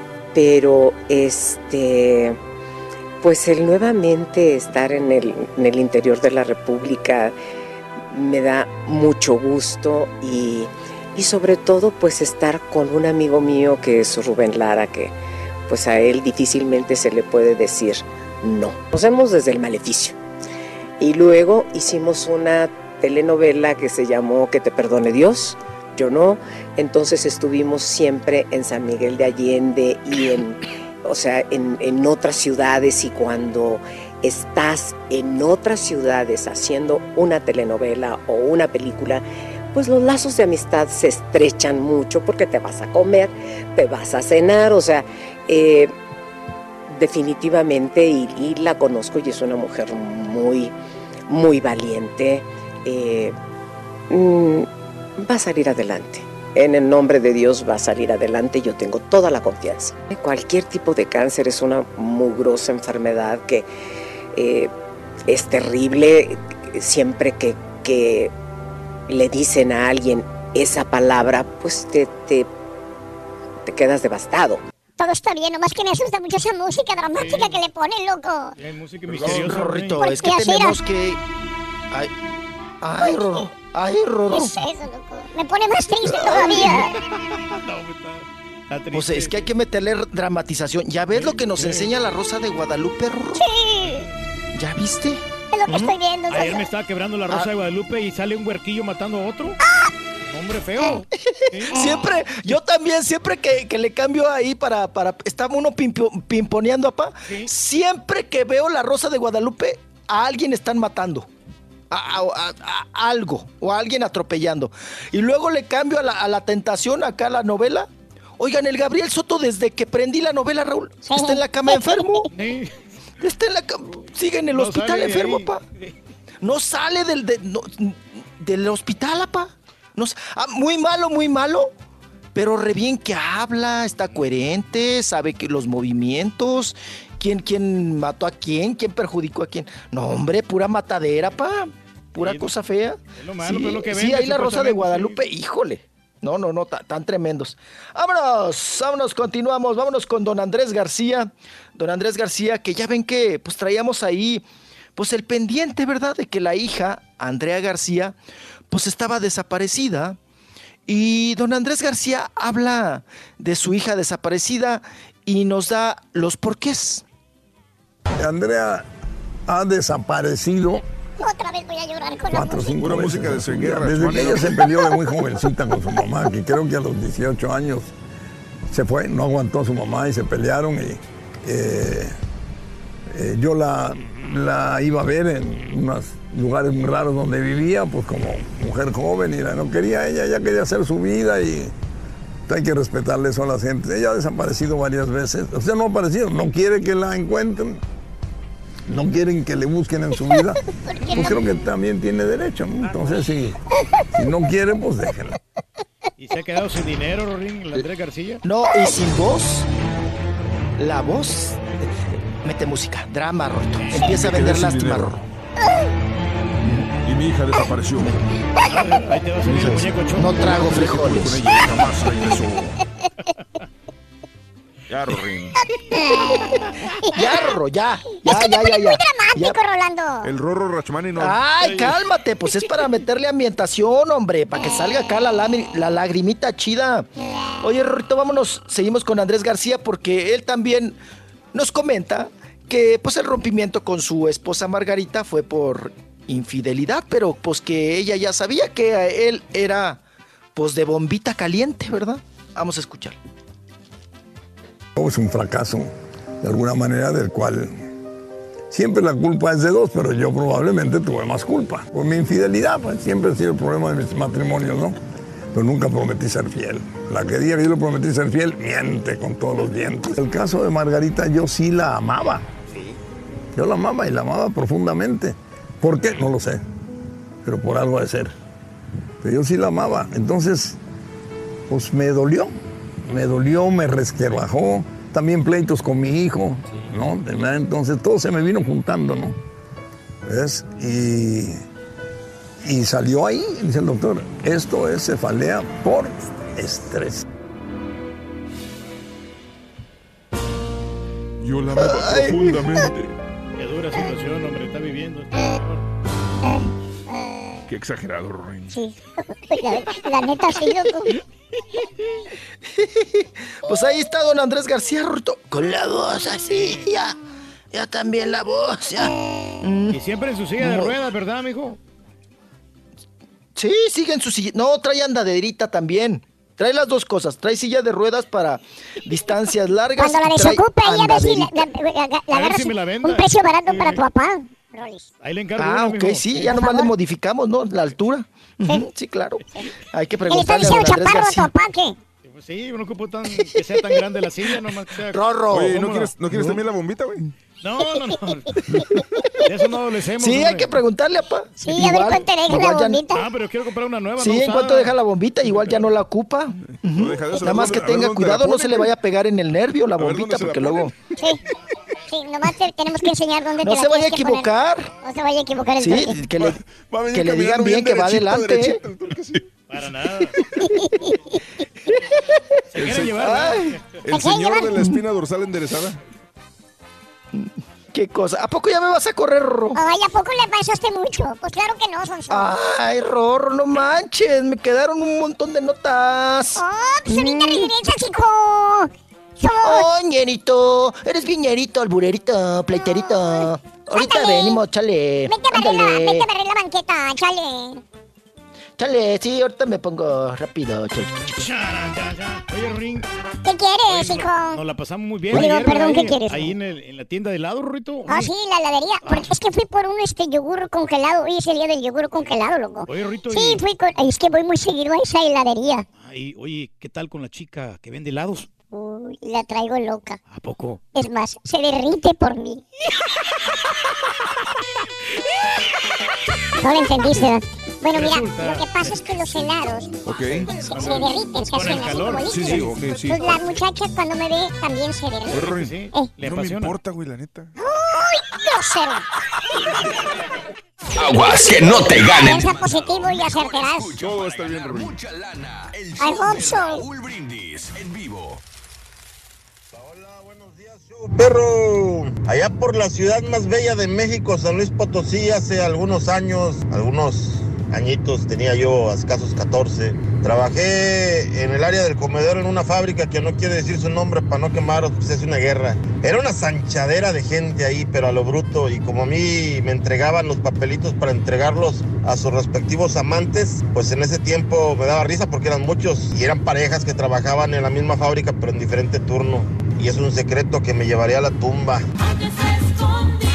pero este, pues el nuevamente estar en el, en el interior de la República me da mucho gusto y Y sobre todo, pues estar con un amigo mío que es Rubén Lara, que pues a él difícilmente se le puede decir no. Nos vemos desde el Maleficio. Y luego hicimos una telenovela que se llamó Que te perdone Dios, yo no. Entonces estuvimos siempre en San Miguel de Allende y en, o sea, en, en otras ciudades, y cuando estás en otras ciudades haciendo una telenovela o una película, pues los lazos de amistad se estrechan mucho porque te vas a comer, te vas a cenar, o sea, eh, definitivamente, y, y la conozco y es una mujer muy, muy valiente, eh, mm, va a salir adelante. En el nombre de Dios va a salir adelante, yo tengo toda la confianza. Cualquier tipo de cáncer es una mugrosa enfermedad que eh, es terrible. Siempre que, que le dicen a alguien esa palabra, pues te, te, te quedas devastado. Todo está bien, nomás que me asusta mucho esa música dramática sí. que le ponen, loco. Sí, música misteriosa. Rorrito, es que tenemos que... Ay, ay, Rorro, ay, Rorro. ¿Qué es eso, loco? Me pone más triste todavía. Pues es que hay que meterle dramatización. ¿Ya ves sí, lo que nos sí. enseña la Rosa de Guadalupe, Rorro? Sí. ¿Ya viste? Es lo que ¿Mm? estoy viendo. Ayer ¿sabes? Me estaba quebrando la Rosa ah. de Guadalupe y sale un huerquillo matando a otro. ¡Ah! Hombre feo. ¿Sí? Siempre, yo también, siempre que, que le cambio ahí para, para estaba uno pimpo, pimponeando a pa, ¿sí? Siempre que veo la Rosa de Guadalupe, a alguien están matando. A, a, a, a algo, o a alguien atropellando. Y luego le cambio a la, a la tentación, acá a la novela. Oigan, el Gabriel Soto, desde que prendí la novela, Raúl, sí. está en la cama enfermo. Sí. Está en la cama, sigue en el no hospital enfermo, pa. No sale del, de, no, del hospital, pa. No, ah, muy malo, muy malo, pero re bien que habla, está coherente, sabe que los movimientos, quién, quién mató a quién, quién perjudicó a quién. No, hombre, pura matadera, pa, pura sí, cosa fea. Es lo malo, sí, pero lo que sí, ahí la Rosa de Guadalupe, sí. híjole. No, no, no, tan, tan tremendos. Vámonos, vámonos, continuamos, vámonos con don Andrés García. Don Andrés García, que ya ven que pues traíamos ahí pues el pendiente, ¿verdad? De que la hija, Andrea García, pues estaba desaparecida. Y don Andrés García habla de su hija desaparecida y nos da los porqués. Andrea ha desaparecido. Otra vez voy a llorar con Cuatro, la cinco música. música de su guerra. Desde que ella se peleó de muy jovencita con su mamá, que creo que a los dieciocho años se fue, no aguantó a su mamá y se pelearon. Y eh, eh, yo la, la iba a ver en unos lugares muy raros donde vivía, pues como mujer joven, y la no quería ella, ella quería hacer su vida y Hay que respetarle eso a la gente. Ella ha desaparecido varias veces. O sea, no ha aparecido. No quiere que la encuentren. No quieren que le busquen en su vida. Pues creo que también tiene derecho, ¿no? Entonces, si, si no quiere, pues déjenla. ¿Y se ha quedado sin dinero, Rorín, el Andrés García? No, y sin voz. La voz. Mete música. Drama, Rorrito. Empieza a vender lástima, Rorro. Y mi hija desapareció. Ahí te va a salir el muñeco choco. No trago frijoles. Con ella jamás regresó. Ya, Rorín. Ya, Rorro, ya. Ya, Es que ya, te ya, pones ya. muy dramático, Ya. Rolando. El Rorro Rachmani no. Ay, cálmate, pues es para meterle ambientación, hombre, para que salga acá la, lami- la lagrimita chida. Oye, Rorrito, vámonos, seguimos con Andrés García porque él también nos comenta que pues el rompimiento con su esposa Margarita fue por infidelidad, pero pues que ella ya sabía que él era pues de bombita caliente, ¿verdad? Vamos a escuchar. Es un fracaso, de alguna manera, del cual siempre la culpa es de dos, pero yo probablemente tuve más culpa. Por mi infidelidad, pues siempre ha sido el problema de mis matrimonios, ¿no? Pero nunca prometí ser fiel. La que diga que yo le prometí ser fiel, miente con todos los dientes. El caso de Margarita, yo sí la amaba. Yo la amaba y la amaba profundamente. ¿Por qué? No lo sé, pero por algo ha de ser. Pero yo sí la amaba. Entonces, pues me dolió. Me dolió, me resquebrajó, también pleitos con mi hijo, ¿no? Entonces todo se me vino juntando, ¿no? ¿Ves? Y, y salió ahí, dice el doctor, esto es cefalea por estrés. Yo la amaba profundamente. Qué dura situación, hombre, está viviendo. Qué exagerado, Rorín. Sí, la, la neta sí, loco. Pues ahí está don Andrés García, Rorrito, con la voz así, ya, ya también la voz, ya. Mm. Y siempre en su silla de No. ruedas, ¿verdad, mijo? Sí, sigue en su silla. No, trae andaderita también. Trae las dos cosas. Trae silla de ruedas para distancias largas. Cuando la y trae desocupe, ahí a ver si la, andaderita. la- la- la A ver agarras si me la venda. un precio barato para tu papá. Rolis. Ahí le encargo Ah, una, ok, mijo. sí, ya nomás le modificamos, ¿no? La altura. Ujú, sí, claro. Hay que ¿Qué le está preguntarle a don diciendo Andrés chaparro a tu García. papá qué? Pues sí, no ocupo tan, que sea tan grande la silla, nomás que sea... Rorro. Oye, ¿no cómoda. quieres, ¿no quieres también la bombita, güey? No, no, no. De eso no adolecemos, Sí, hay hombre. que preguntarle, papá. Sí, a ver cuánto deja la igual ya- bombita. Ah, pero quiero comprar una nueva, Sí, no en usada. cuanto deja la bombita, igual ya no la ocupa. No deja de eso. Nada más que A ver tenga dónde la cuidado, no pone, se le vaya a pegar en el nervio la A ver dónde bombita, se la porque pone. luego Sí, sí, nomás te- tenemos que enseñar dónde no te la se vaya a tienes que poner. equivocar. No se vaya a equivocar el Sí, turqui. que le, Va a venir que le digan caminando bien que va derechito, adelante. derechito, el turco, sí. Para nada. Se El, quiere se- llevar, ¿verdad? Ay, el señor de la espina dorsal enderezada. qué cosa. ¿A poco ya me vas a correr, Rorro? Ay, ¿a poco le pasaste mucho? Pues claro que no, Sonso. Ay, Rorro, no manches. Me quedaron un montón de notas. Oh, pues ahorita Mm. regresa, chico. Somos... Oh, ñerito. Eres bien ñerito, alburerito, pleiterito. Ahorita Ándale. venimos, chale. Vete a barrer la, Ándale. vete a barrer la banqueta, chale. Chale, sí, ahorita me pongo rápido, chale. Ya, ya, ya. Oye, Ring. ¿Qué quieres, hijo? Nos la pasamos muy bien. Digo, ayer, perdón, ¿verdad? ¿qué quieres? Ahí en, el- en la tienda de helado, Rito. Ah, sí, la heladería. Porque es que fui por un este yogur congelado. Hoy es el día del yogur congelado, loco. Oye, Rito. Sí, y- fui con... Es que voy muy seguido a esa heladería. Ay, oye, ¿qué tal con la chica que vende helados? Uy, la traigo loca. ¿A poco? Es más, se derrite por mí. No lo entendiste, ¿verdad? Bueno, mira, Resulta- lo que pasa es que los helados Ok. se, se derriten, se Con hacen el así calor. como Sí, líquidos. sí, ok, sí. Pues la muchacha cuando me ve también se Oye, derrite. Rorín, Sí, Eh. le no me apasiona. importa, güey, la neta. ¡Uy, grosero! Aguas que no te ganen. Piensa positivo y acertarás. Todo va a estar bien, Rorín. Mucha lana. El I show hope de so. Raúl Brindis en vivo. Perro, allá por la ciudad más bella de México, San Luis Potosí, hace algunos años, algunos añitos, tenía yo escasos catorce, trabajé en el área del comedor en una fábrica que no quiere decir su nombre para no quemaros, pues es una guerra. Era una zanchadera de gente ahí, pero a lo bruto, y como a mí me entregaban los papelitos para entregarlos a sus respectivos amantes, pues en ese tiempo me daba risa porque eran muchos y eran parejas que trabajaban en la misma fábrica pero en diferente turno. Y es un secreto que me llevaría a la tumba. Antes escondidas,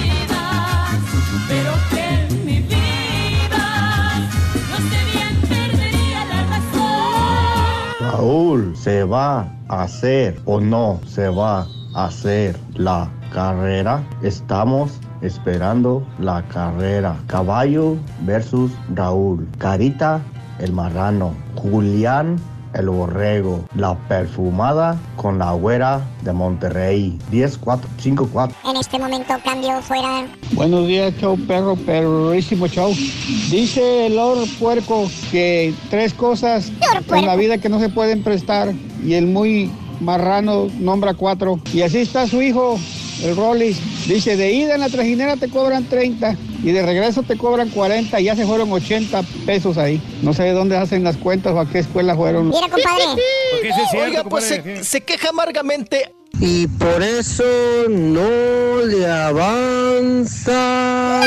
pero que en mi vida no esté bien, perdería la razón. Raúl, ¿se va a hacer o no se va a hacer la carrera? Estamos esperando la carrera. Caballo versus Raúl. Carita, el marrano. Julián, el borrego. La perfumada con la güera de Monterrey. diez, cuatro, cinco, cuatro. En este momento cambio fuera. Buenos días, show perro, perrísimo show. Dice el Lord Puerco que tres cosas en la vida que no se pueden prestar y el muy marrano nombra cuatro. Y así está su hijo, el Rollis. Dice, de ida en la trajinera te cobran treinta y de regreso te cobran cuarenta y ya se fueron ochenta pesos ahí. No sé de dónde hacen las cuentas o a qué escuela fueron. Mira, compadre. Porque eso es cierto, Oiga, pues se, se queja amargamente. Y por eso no le avanza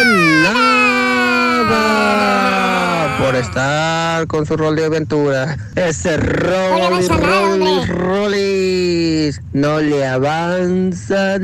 nada por estar con su rol de aventura. Ese Rollis, Rollis, Rollis no le avanza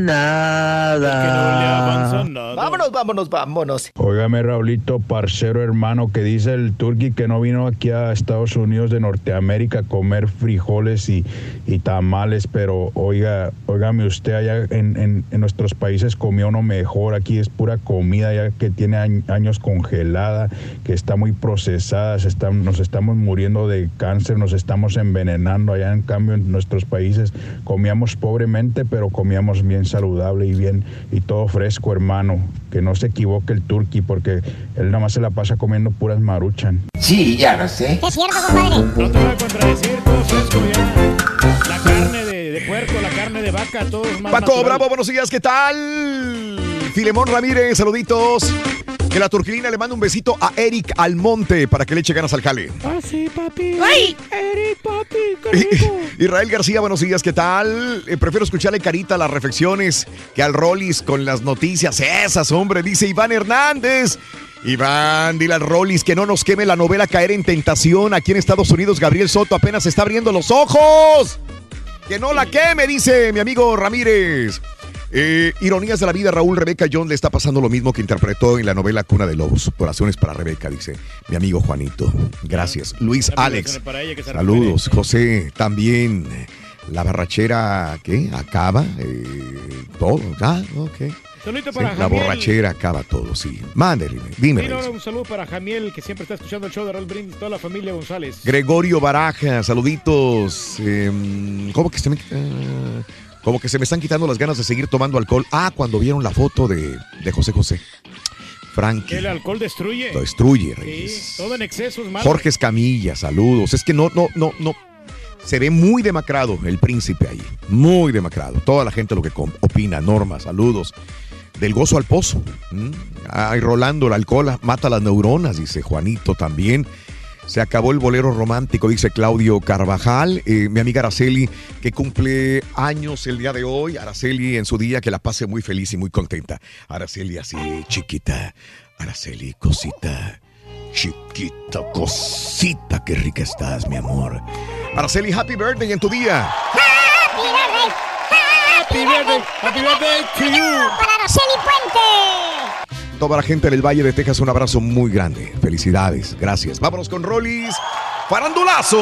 nada. No le avanza nada. Vámonos, vámonos, vámonos. Óigame, Raulito, parcero hermano, que dice el Turqui que no vino aquí a Estados Unidos de Norteamérica a comer frijoles y, y tamales, pero oiga, óigame usted, allá en, en, en nuestros países comió uno mejor. Aquí es pura comida ya que tiene años congelada, que está muy procesada, se está, nos estamos muriendo de cáncer, nos estamos envenenando. Allá en cambio en nuestros países comíamos pobremente, pero comíamos bien saludable y bien y todo fresco, hermano. Que no se equivoque el Turqui, porque él nada más se la pasa comiendo puras maruchan. Sí, ya lo sé. Es cierto, compadre. No te voy a contradecir, todo fresco ya. La carne de, de puerco, la carne de vaca, todo es más Paco natural. Bravo, buenos días, ¿qué tal? Filemón Ramírez, saluditos. Que la turquilina le manda un besito a Eric Almonte para que le eche ganas al jale. Ah, sí, papi. ¡Ay! Eric, papi, qué rico. Israel García, buenos días, ¿qué tal? Eh, prefiero escucharle carita a las reflexiones que al Rollis con las noticias esas, hombre, dice Iván Hernández. Iván, dile al Rollis que no nos queme la novela Caer en Tentación. Aquí en Estados Unidos, Gabriel Soto apenas está abriendo los ojos. Que no la queme, dice mi amigo Ramírez. Eh, ironías de la vida, Raúl, Rebeca John le está pasando lo mismo que interpretó en la novela Cuna de Lobos. Oraciones para Rebeca, dice mi amigo Juanito. Gracias. Luis Alex, saludos. José, también. La barrachera, ¿qué? Acaba eh, todo. Ah, ok. Saludito para sí, la Jamiel. borrachera acaba todo, sí. Mándale, dime. Sí, no, un saludo para Jamiel, que siempre está escuchando el show de Raúl Brindis, toda la familia González. Gregorio Baraja, saluditos. Eh, ¿Cómo que se me... Uh, Como que se me están quitando las ganas de seguir tomando alcohol. Ah, cuando vieron la foto de, de José José. Frankie. El alcohol destruye. Lo destruye, Reyes. Sí, todo en exceso es malo. Jorge Escamilla, saludos. Es que no, no, no, no. Se ve muy demacrado el príncipe ahí. Muy demacrado. Toda la gente lo que opina. Norma, saludos. Del gozo al pozo. ¿Mm? Ay, Rolando, el alcohol mata las neuronas, dice Juanito también. Se acabó el bolero romántico, dice Claudio Carvajal. Eh, mi amiga Araceli, que cumple años el día de hoy. Araceli en su día, que la pase muy feliz y muy contenta. Araceli así, chiquita. Araceli, cosita. Chiquita, cosita, qué rica estás, mi amor. Araceli, happy birthday en tu día. Happy birthday. Happy birthday. Happy birthday to you. Para Araceli Puente. Toda la gente del Valle de Texas, un abrazo muy grande. Felicidades, gracias. Vámonos con Rollis. ¡Farandulazo!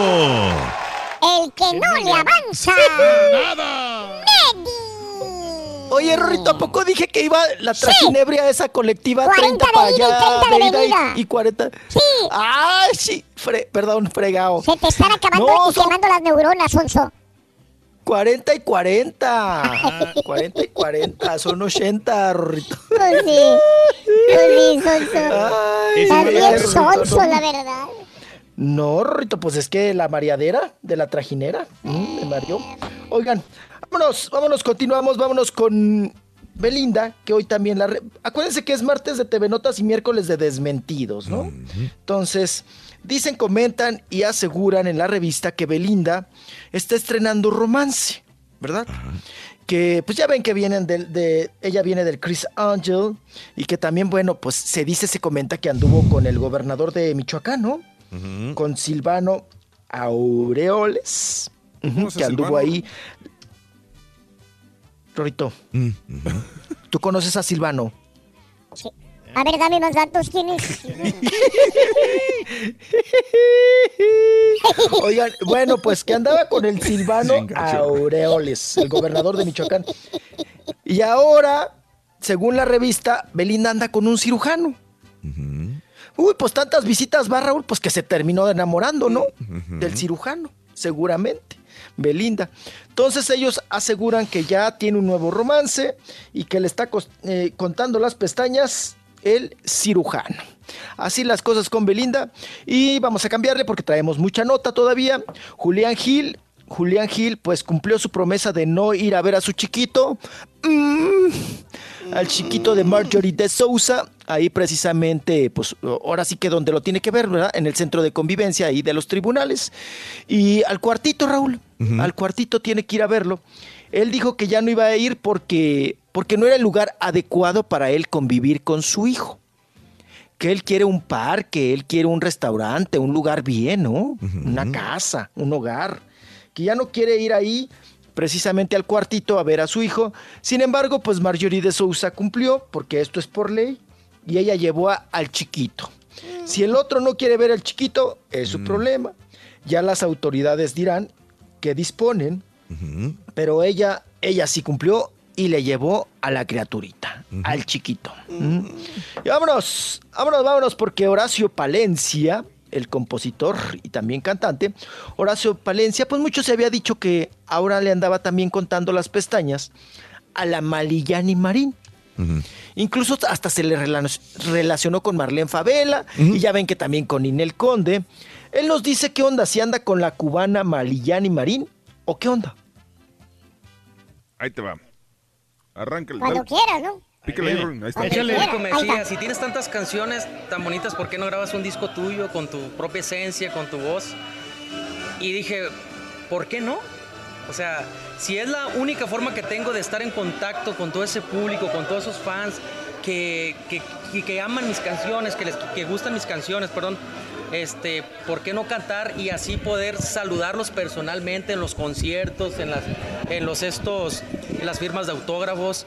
El que no le avanza. ¡Nada! Medi. Oye, Rorrito, ¿a poco dije que iba la trajinebria esa colectiva cuarenta treinta para de ida y allá, treinta de ida venida? y, y cuarenta? Sí. ¡Ay, sí! Fre- perdón, fregado. Se te están acabando No, y son- quemando las neuronas, Sonso. cuarenta y cuarenta. cuarenta y cuarenta. Son ochenta, Rorrito. Pues sí. Pues sí, Sonso. Ay, Está sí, bien Rorrito, sonso, no. la verdad. No, Rorrito, pues es que la mareadera de la trajinera mm, me mareó. Oigan, vámonos, vámonos, continuamos, vámonos con Belinda, que hoy también la... Re... Acuérdense que es martes de T V Notas y miércoles de Desmentidos, ¿no? Uh-huh. Entonces, dicen, comentan y aseguran en la revista que Belinda está estrenando romance, ¿verdad? Uh-huh. Que pues ya ven que vienen del, de... Ella viene del Chris Angel y que también, bueno, pues se dice, se comenta que anduvo con el gobernador de Michoacán, ¿no? Uh-huh. Con Silvano Aureoles, uh-huh, que anduvo Silvano? ahí. Rorito, uh-huh. ¿tú conoces a Silvano? Sí. A ver, dame más datos, ¿quién es? Oigan, bueno, pues que andaba con el Silvano Aureoles, el gobernador de Michoacán. Y ahora, según la revista, Belinda anda con un cirujano. Uh-huh. Uy, pues tantas visitas va, Raúl, pues que se terminó enamorando, ¿no? Uh-huh. Del cirujano, seguramente. Belinda. Entonces ellos aseguran que ya tiene un nuevo romance y que le está eh, contando las pestañas el cirujano. Así las cosas con Belinda. Y vamos a cambiarle porque traemos mucha nota todavía. Julián Gil, Julián Gil pues cumplió su promesa de no ir a ver a su chiquito. Mm, al chiquito de Marjorie de Sousa. Ahí precisamente, pues ahora sí que donde lo tiene que ver, ¿verdad? En el centro de convivencia ahí de los tribunales. Y al cuartito, Raúl, uh-huh. al cuartito tiene que ir a verlo. Él dijo que ya no iba a ir porque, porque no era el lugar adecuado para él convivir con su hijo. Que él quiere un parque, él quiere un restaurante, un lugar bien, ¿no? Uh-huh. Una casa, un hogar. Que ya no quiere ir ahí precisamente al cuartito a ver a su hijo. Sin embargo, pues Marjorie de Sousa cumplió, porque esto es por ley, y ella llevó a, al chiquito. Si el otro no quiere ver al chiquito, es su mm. problema. Ya las autoridades dirán que disponen, uh-huh. pero ella, ella sí cumplió y le llevó a la criaturita, uh-huh. al chiquito. Uh-huh. Y vámonos, vámonos, vámonos, porque Horacio Palencia, el compositor y también cantante, Horacio Palencia, pues mucho se había dicho que ahora le andaba también contando las pestañas a la Malillani Marín. Uh-huh. Incluso hasta se le relacionó con Marlene Favela, uh-huh. y ya ven que también con Ninel Conde. Él nos dice qué onda, si anda con la cubana Malillani Marín o qué onda. Ahí te va. Arranca el Cuando quieras, ¿no? Pícale, ahí está. Échale. Me decía, si tienes tantas canciones tan bonitas, ¿por qué no grabas un disco tuyo con tu propia esencia, con tu voz? Y dije, ¿por qué no? O sea, si es la única forma que tengo de estar en contacto con todo ese público, con todos esos fans que, que, que, que aman mis canciones, que les que gustan mis canciones, perdón, este, ¿por qué no cantar y así poder saludarlos personalmente en los conciertos, en las, en los estos, en las firmas de autógrafos?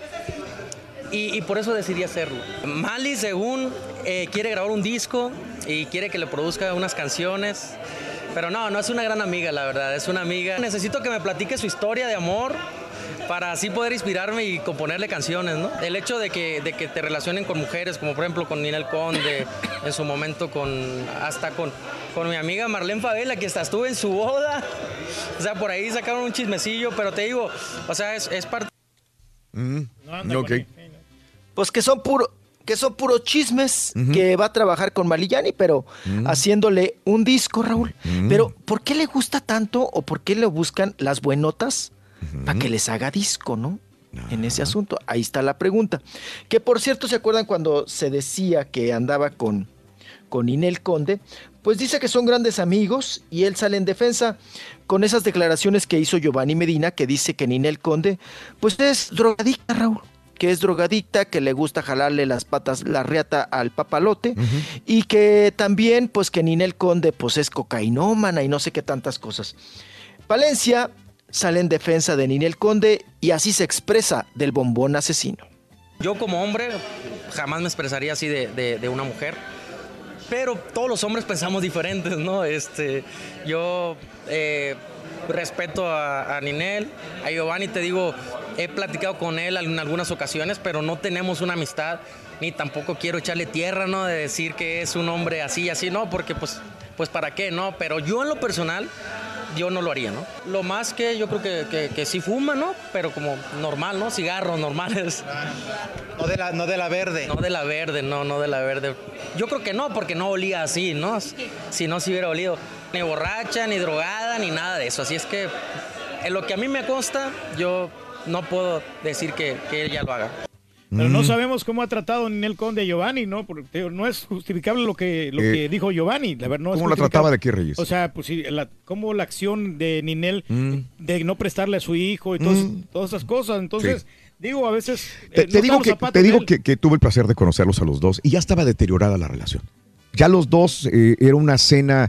Y, y por eso decidí hacerlo. Mali, según eh, quiere grabar un disco y quiere que le produzca unas canciones. Pero no, no es una gran amiga, la verdad, es una amiga. Necesito que me platique su historia de amor para así poder inspirarme y componerle canciones, ¿no? El hecho de que, de que te relacionen con mujeres, como por ejemplo con Ninel Conde, en su momento con, hasta con, con mi amiga Marlene Favela, que hasta estuve en su boda. O sea, por ahí sacaron un chismecillo, pero te digo, o sea, es, es parte... Mm, no ok. Pues que son puro... que son puros chismes, uh-huh. que va a trabajar con Malillani, pero uh-huh. haciéndole un disco, Raúl. Uh-huh. Pero, ¿por qué le gusta tanto o por qué le buscan las buenotas uh-huh. para que les haga disco, no? Uh-huh. En ese asunto, ahí está la pregunta. Que, por cierto, ¿se acuerdan cuando se decía que andaba con, con Ninel Conde? Pues dice que son grandes amigos y él sale en defensa con esas declaraciones que hizo Giovanni Medina, que dice que Ninel Conde, pues es drogadicta, Raúl. Que es drogadicta, que le gusta jalarle las patas, la riata al papalote, uh-huh. y que también, pues que Ninel Conde, pues es cocainómana y no sé qué tantas cosas. Palencia sale en defensa de Ninel Conde y así se expresa del bombón asesino. Yo como hombre jamás me expresaría así de, de, de una mujer, pero todos los hombres pensamos diferentes, ¿no? Este, yo... Eh, respeto a, a Ninel, a Giovanni, te digo, he platicado con él en algunas ocasiones, pero no tenemos una amistad, ni tampoco quiero echarle tierra, ¿no? De decir que es un hombre así y así, no, porque pues, pues para qué, ¿no? Pero yo en lo personal, yo no lo haría, ¿no? Lo más que yo creo que, que, que sí fuma, ¿no? Pero como normal, ¿no? Cigarros normales. No de la, no de la verde. No de la verde, no, no de la verde. Yo creo que no, porque no olía así, ¿no? Si no, si hubiera olido. Ni borracha, ni drogada, ni nada de eso. Así es que en lo que a mí me consta, yo no puedo decir que, que ella lo haga. Pero no sabemos cómo ha tratado Ninel Conde a Giovanni, ¿no? Porque no es justificable lo que, lo eh, que dijo Giovanni. La verdad, no ¿Cómo es la trataba de qué, Reyes? O sea, pues sí, la, cómo la acción de Ninel mm. de no prestarle a su hijo y todas, mm. todas esas cosas. Entonces, sí. digo, a veces... Te, eh, te no digo, que, te digo que, que tuve el placer de conocerlos a los dos y ya estaba deteriorada la relación. Ya los dos, eh, era una cena...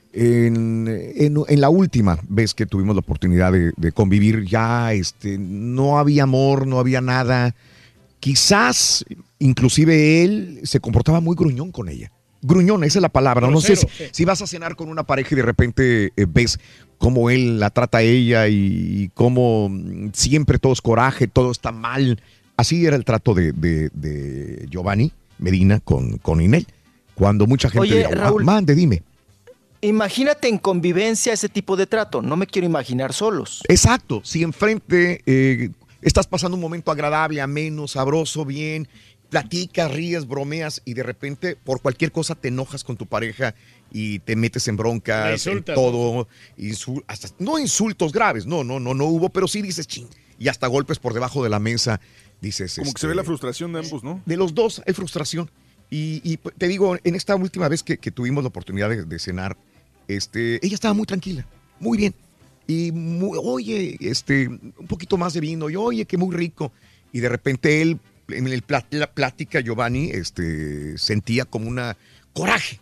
En, en, en la última vez que tuvimos la oportunidad de, de convivir, ya este, no había amor, no había nada. Quizás, inclusive él se comportaba muy gruñón con ella. gruñona, esa es la palabra. No sé Grosero, si, sí. si vas a cenar con una pareja y de repente eh, ves cómo él la trata a ella y cómo mm, siempre todo es coraje, todo está mal. Así era el trato de, de, de Giovanni Medina con, con Ninel. Cuando mucha gente Oye, dirá, "Ah, Raúl. mande, dime. Imagínate en convivencia ese tipo de trato. No me quiero imaginar solos. Exacto, si enfrente eh, estás pasando un momento agradable, ameno, sabroso, bien, platicas, ríes, bromeas y de repente por cualquier cosa te enojas con tu pareja y te metes en La broncas, en insultas, todo, insul- hasta, no insultos graves, no, no, no, no hubo, pero sí dices ching, y hasta golpes por debajo de la mesa, dices. Como que se ve la frustración de ambos, ¿no? De los dos hay frustración. Y, y te digo, en esta última vez que, que tuvimos la oportunidad de, de cenar, este, ella estaba muy tranquila, muy bien. Y, muy, oye, este, un poquito más de vino, y oye, que muy rico. Y de repente él, en el plat- la plática, Giovanni, este, sentía como una coraje.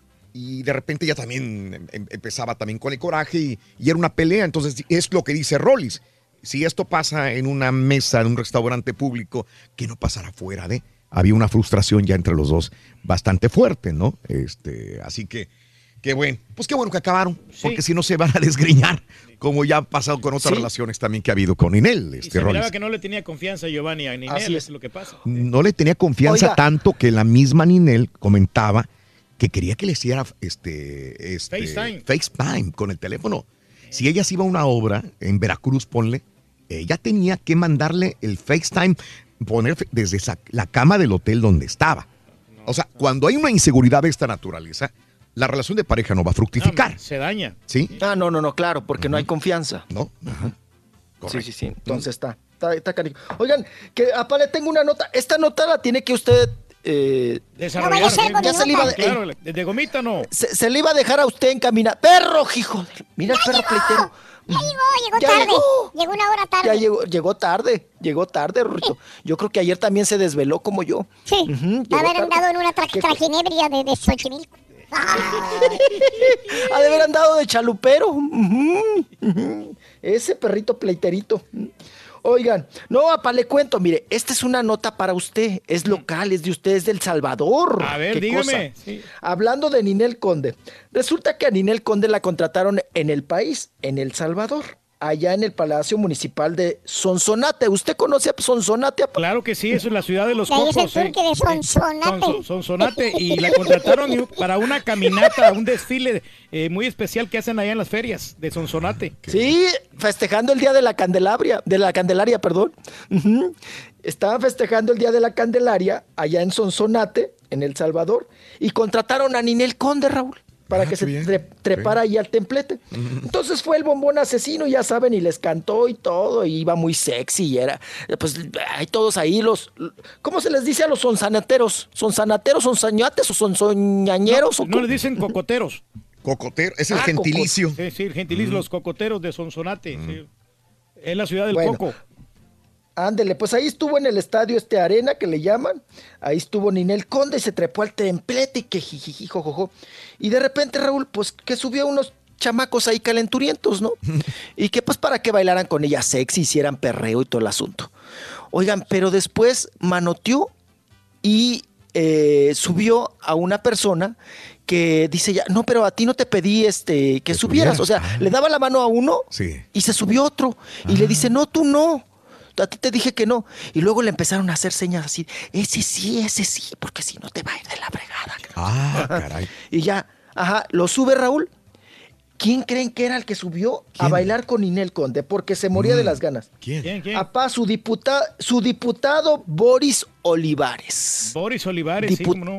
Y de repente ella también em- empezaba también con el coraje y, y era una pelea. Entonces es lo que dice Rollis. Si esto pasa en una mesa, en un restaurante público, que no pasará fuera de... Había una frustración ya entre los dos bastante fuerte, ¿no? Este, así que, qué bueno. Pues qué bueno que acabaron, porque si no se van a desgreñar, como ya ha pasado con otras Sí. relaciones también que ha habido con Ninel. Y Este, se miraba Rollis. que no le tenía confianza a Giovanni a Ninel, Así es es. lo que pasa. No le tenía confianza Oiga. tanto que la misma Ninel comentaba que quería que le hiciera este, este FaceTime. FaceTime con el teléfono. Si ella se iba a una obra en Veracruz, ponle, ella tenía que mandarle el FaceTime, poner fe- desde esa- la cama del hotel donde estaba. O sea, cuando hay una inseguridad de esta naturaleza, la relación de pareja no va a fructificar. No, se daña. ¿Sí? Ah, no, no, no, claro, porque no hay confianza. ¿No? Ajá. Sí, sí, sí. Entonces está. Está, está canijo. Oigan, que apa, le tengo una nota. Esta nota la tiene que usted. eh, Desarrollar. No vaya a ser sí. con ya se le iba de- Claro, de, de gomita no. se, se le iba a dejar a usted encaminar. ¡Perro, hijo! de- Mira el perro pleitero. Ya llegó, llegó Ya tarde. llegó. Llegó una hora tarde. Ya llegó, llegó tarde, llegó tarde, Rurito. Yo creo que ayer también se desveló como yo. Sí, Ujú, de llegó haber tarde. andado en una tra ¿Qué- trajinebria de, de Xochimilco. Ha de haber andado de chalupero. Ujú, ujú. Ese perrito pleiterito. Oigan, no, apa, le cuento, mire, esta es una nota para usted, es local, es de usted, es del Salvador. A ver, ¿Qué dígame. cosa? Sí. Hablando de Ninel Conde, resulta que a Ninel Conde la contrataron en el país, en El Salvador, allá en el Palacio Municipal de Sonsonate. ¿Usted conoce a Sonsonate, apa? Claro que sí, eso es la ciudad de los De ahí es el cocos. sí. turque de Sonsonate. Son- Sonsonate. Y la contrataron y- para una caminata, un desfile eh, muy especial que hacen allá en las ferias de Sonsonate. Sí, festejando el Día de la Candelaria, de la Candelaria, perdón. Ujú. Estaban festejando el Día de la Candelaria allá en Sonsonate, en El Salvador, y contrataron a Ninel Conde, Raúl, para Ah, que qué se bien. tre- trepara ahí al templete. Entonces fue el bombón asesino, ya saben, y les cantó y todo, y iba muy sexy, y era, pues, hay todos ahí los, ¿cómo se les dice a los sonsanateros? ¿Sonsanateros, sonsañates o sonsoñañeros? o No cómo? les dicen cocoteros. Cocotero, es el Ah, gentilicio. Sí, sí, el gentilicio, los cocoteros de Sonsonate. sí. Es la ciudad del Bueno. coco. Ándele, pues ahí estuvo en el estadio este Arena, que le llaman. Ahí estuvo Ninel Conde y se trepó al templete y que jijiji, jojojo. Y de repente, Raúl, pues que subió unos chamacos ahí calenturientos, ¿no? Y que pues para que bailaran con ella sexy, hicieran perreo y todo el asunto. Oigan, pero después manoteó y eh, subió a una persona que dice ya, no, pero a ti no te pedí este que subieras. O sea, le daba la mano a uno Sí. y se subió otro. Y le dice, no, tú no. A ti te dije que no. Y luego le empezaron a hacer señas así, ese sí, ese sí, porque si no te va a ir de la fregada. Ah, caray. Y ya, ajá, lo sube Raúl. ¿Quién creen que era el que subió a ¿Quién? bailar con Ninel Conde? Porque se moría Mm. de las ganas. ¿Quién? ¿Quién, quién? Apá, su, diputa- su diputado Boris Olivares. Boris Olivares, sí, Dipu- cómo no.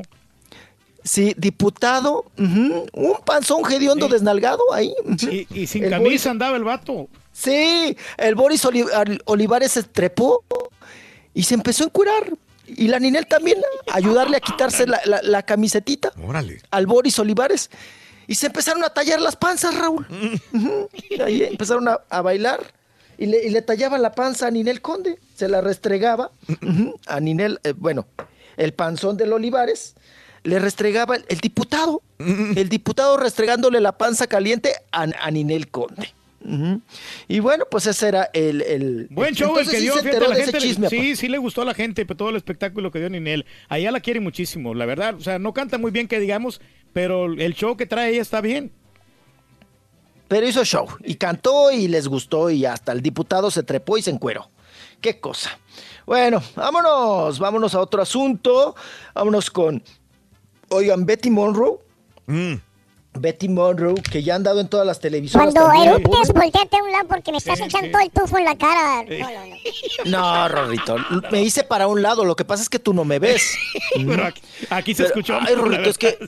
Sí, diputado, ujú, un panzón hediondo Sí. desnalgado ahí. ujú. Y, y sin El camisa Boris- andaba el vato. Sí, el Boris Oli- Al- Olivares se trepó y se empezó a encurar. Y la Ninel también, a ayudarle a quitarse la, la- la camisetita Órale. al Boris Olivares. Y se empezaron a tallar las panzas, Raúl. Ujú. Ahí empezaron a, a bailar. Y le, y le tallaban la panza a Ninel Conde. Se la restregaba ujú, a Ninel, eh, bueno, el panzón del Olivares. Le restregaba el, el diputado. El diputado restregándole la panza caliente a, a Ninel Conde. Uh-huh. Y bueno, pues ese era el... el Buen el, show el que sí dio, se fíjate, enteró la de ese gente, chisme, sí, papá. sí le gustó a la gente, pues, todo el espectáculo que dio Ninel. A ella la quiere muchísimo, la verdad, o sea, no canta muy bien que digamos, pero el show que trae ella está bien. Pero hizo show y cantó y les gustó y hasta el diputado se trepó y se encueró. Qué cosa. Bueno, vámonos, vámonos a otro asunto. Vámonos con, oigan, Betty Monroe. Mm. Betty Monroe, que ya han dado en todas las televisoras. Cuando también. eructes, volteate a un lado porque me estás Sí, echando sí. todo el tufo en la cara. No, no, no. No, Rorrito, me hice para un lado, lo que pasa es que tú no me ves. Pero aquí, aquí se Pero, escuchó. Ay, Rorrito, es que...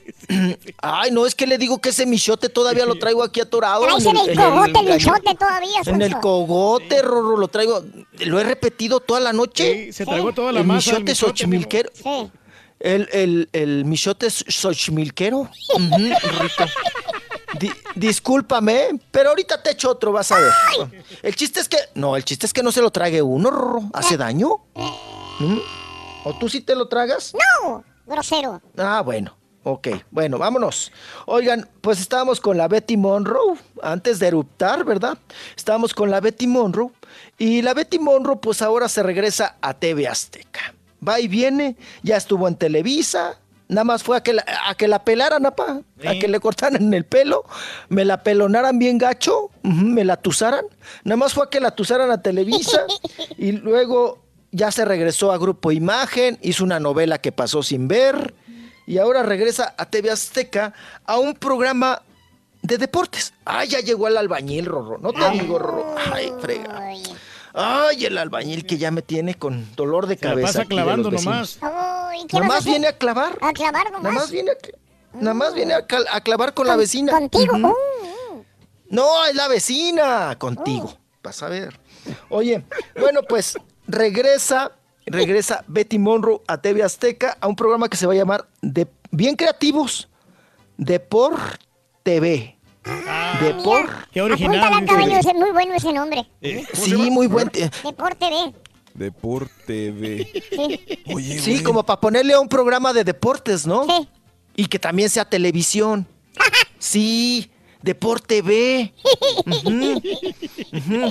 Ay, no, es que le digo que ese michote todavía lo traigo aquí atorado. Traes en el cogote el michote todavía, En el Sonso. cogote, Rorro, lo traigo. Lo he repetido toda la noche. Sí, se tragó toda la el masa del michote michote, xochimilquero. Sí. El, el, el michote xochimilquero. Ujú, Rorrito. Di- discúlpame, pero ahorita te echo otro, vas a ver. El chiste es que... No, el chiste es que no se lo trague uno, Rorro. ¿Hace daño? ¿Mm? ¿O tú sí te lo tragas? No, grosero. Ah, bueno. Ok, bueno, vámonos. Oigan, pues estábamos con la Betty Monroe, antes de eruptar, ¿verdad? Estábamos con la Betty Monroe, y la Betty Monroe pues ahora se regresa a T V Azteca. Va y viene, ya estuvo en Televisa, nada más fue a que la, a que la pelaran, apa, a que le cortaran el pelo, me la pelonaran bien gacho, ujú, me la tusaran, nada más fue a que la tusaran a Televisa, y luego ya se regresó a Grupo Imagen, hizo una novela que pasó sin ver, y ahora regresa a T V Azteca a un programa de deportes. Ay, ya llegó el albañil, Rorro. No te digo, Rorro. Ay, frega. Ay, el albañil que ya me tiene con dolor de Se la cabeza. pasa aquí de clavando los vecinos. nomás. Ay, ¿qué Nada vas a más hacer? viene a clavar. A clavar nomás. Nada más viene a, cl- nada más viene a, cal- a clavar con, la Con- vecina. Contigo. Ujú. Uh, uh. No, es la vecina. Contigo. Vas a ver. Oye, bueno, pues regresa, regresa Betty Monroe a T V Azteca a un programa que se va a llamar de, bien creativos, Deport T V. Deport. Qué Apúntala, caballo, es muy bueno ese nombre. Sí, muy buen. te- Deporte B. Deporte B. Sí. Oye, Sí, güey. como para ponerle a un programa de deportes, ¿no? Sí. Y que también sea televisión. Sí, Deporte B. Ujú, ujú.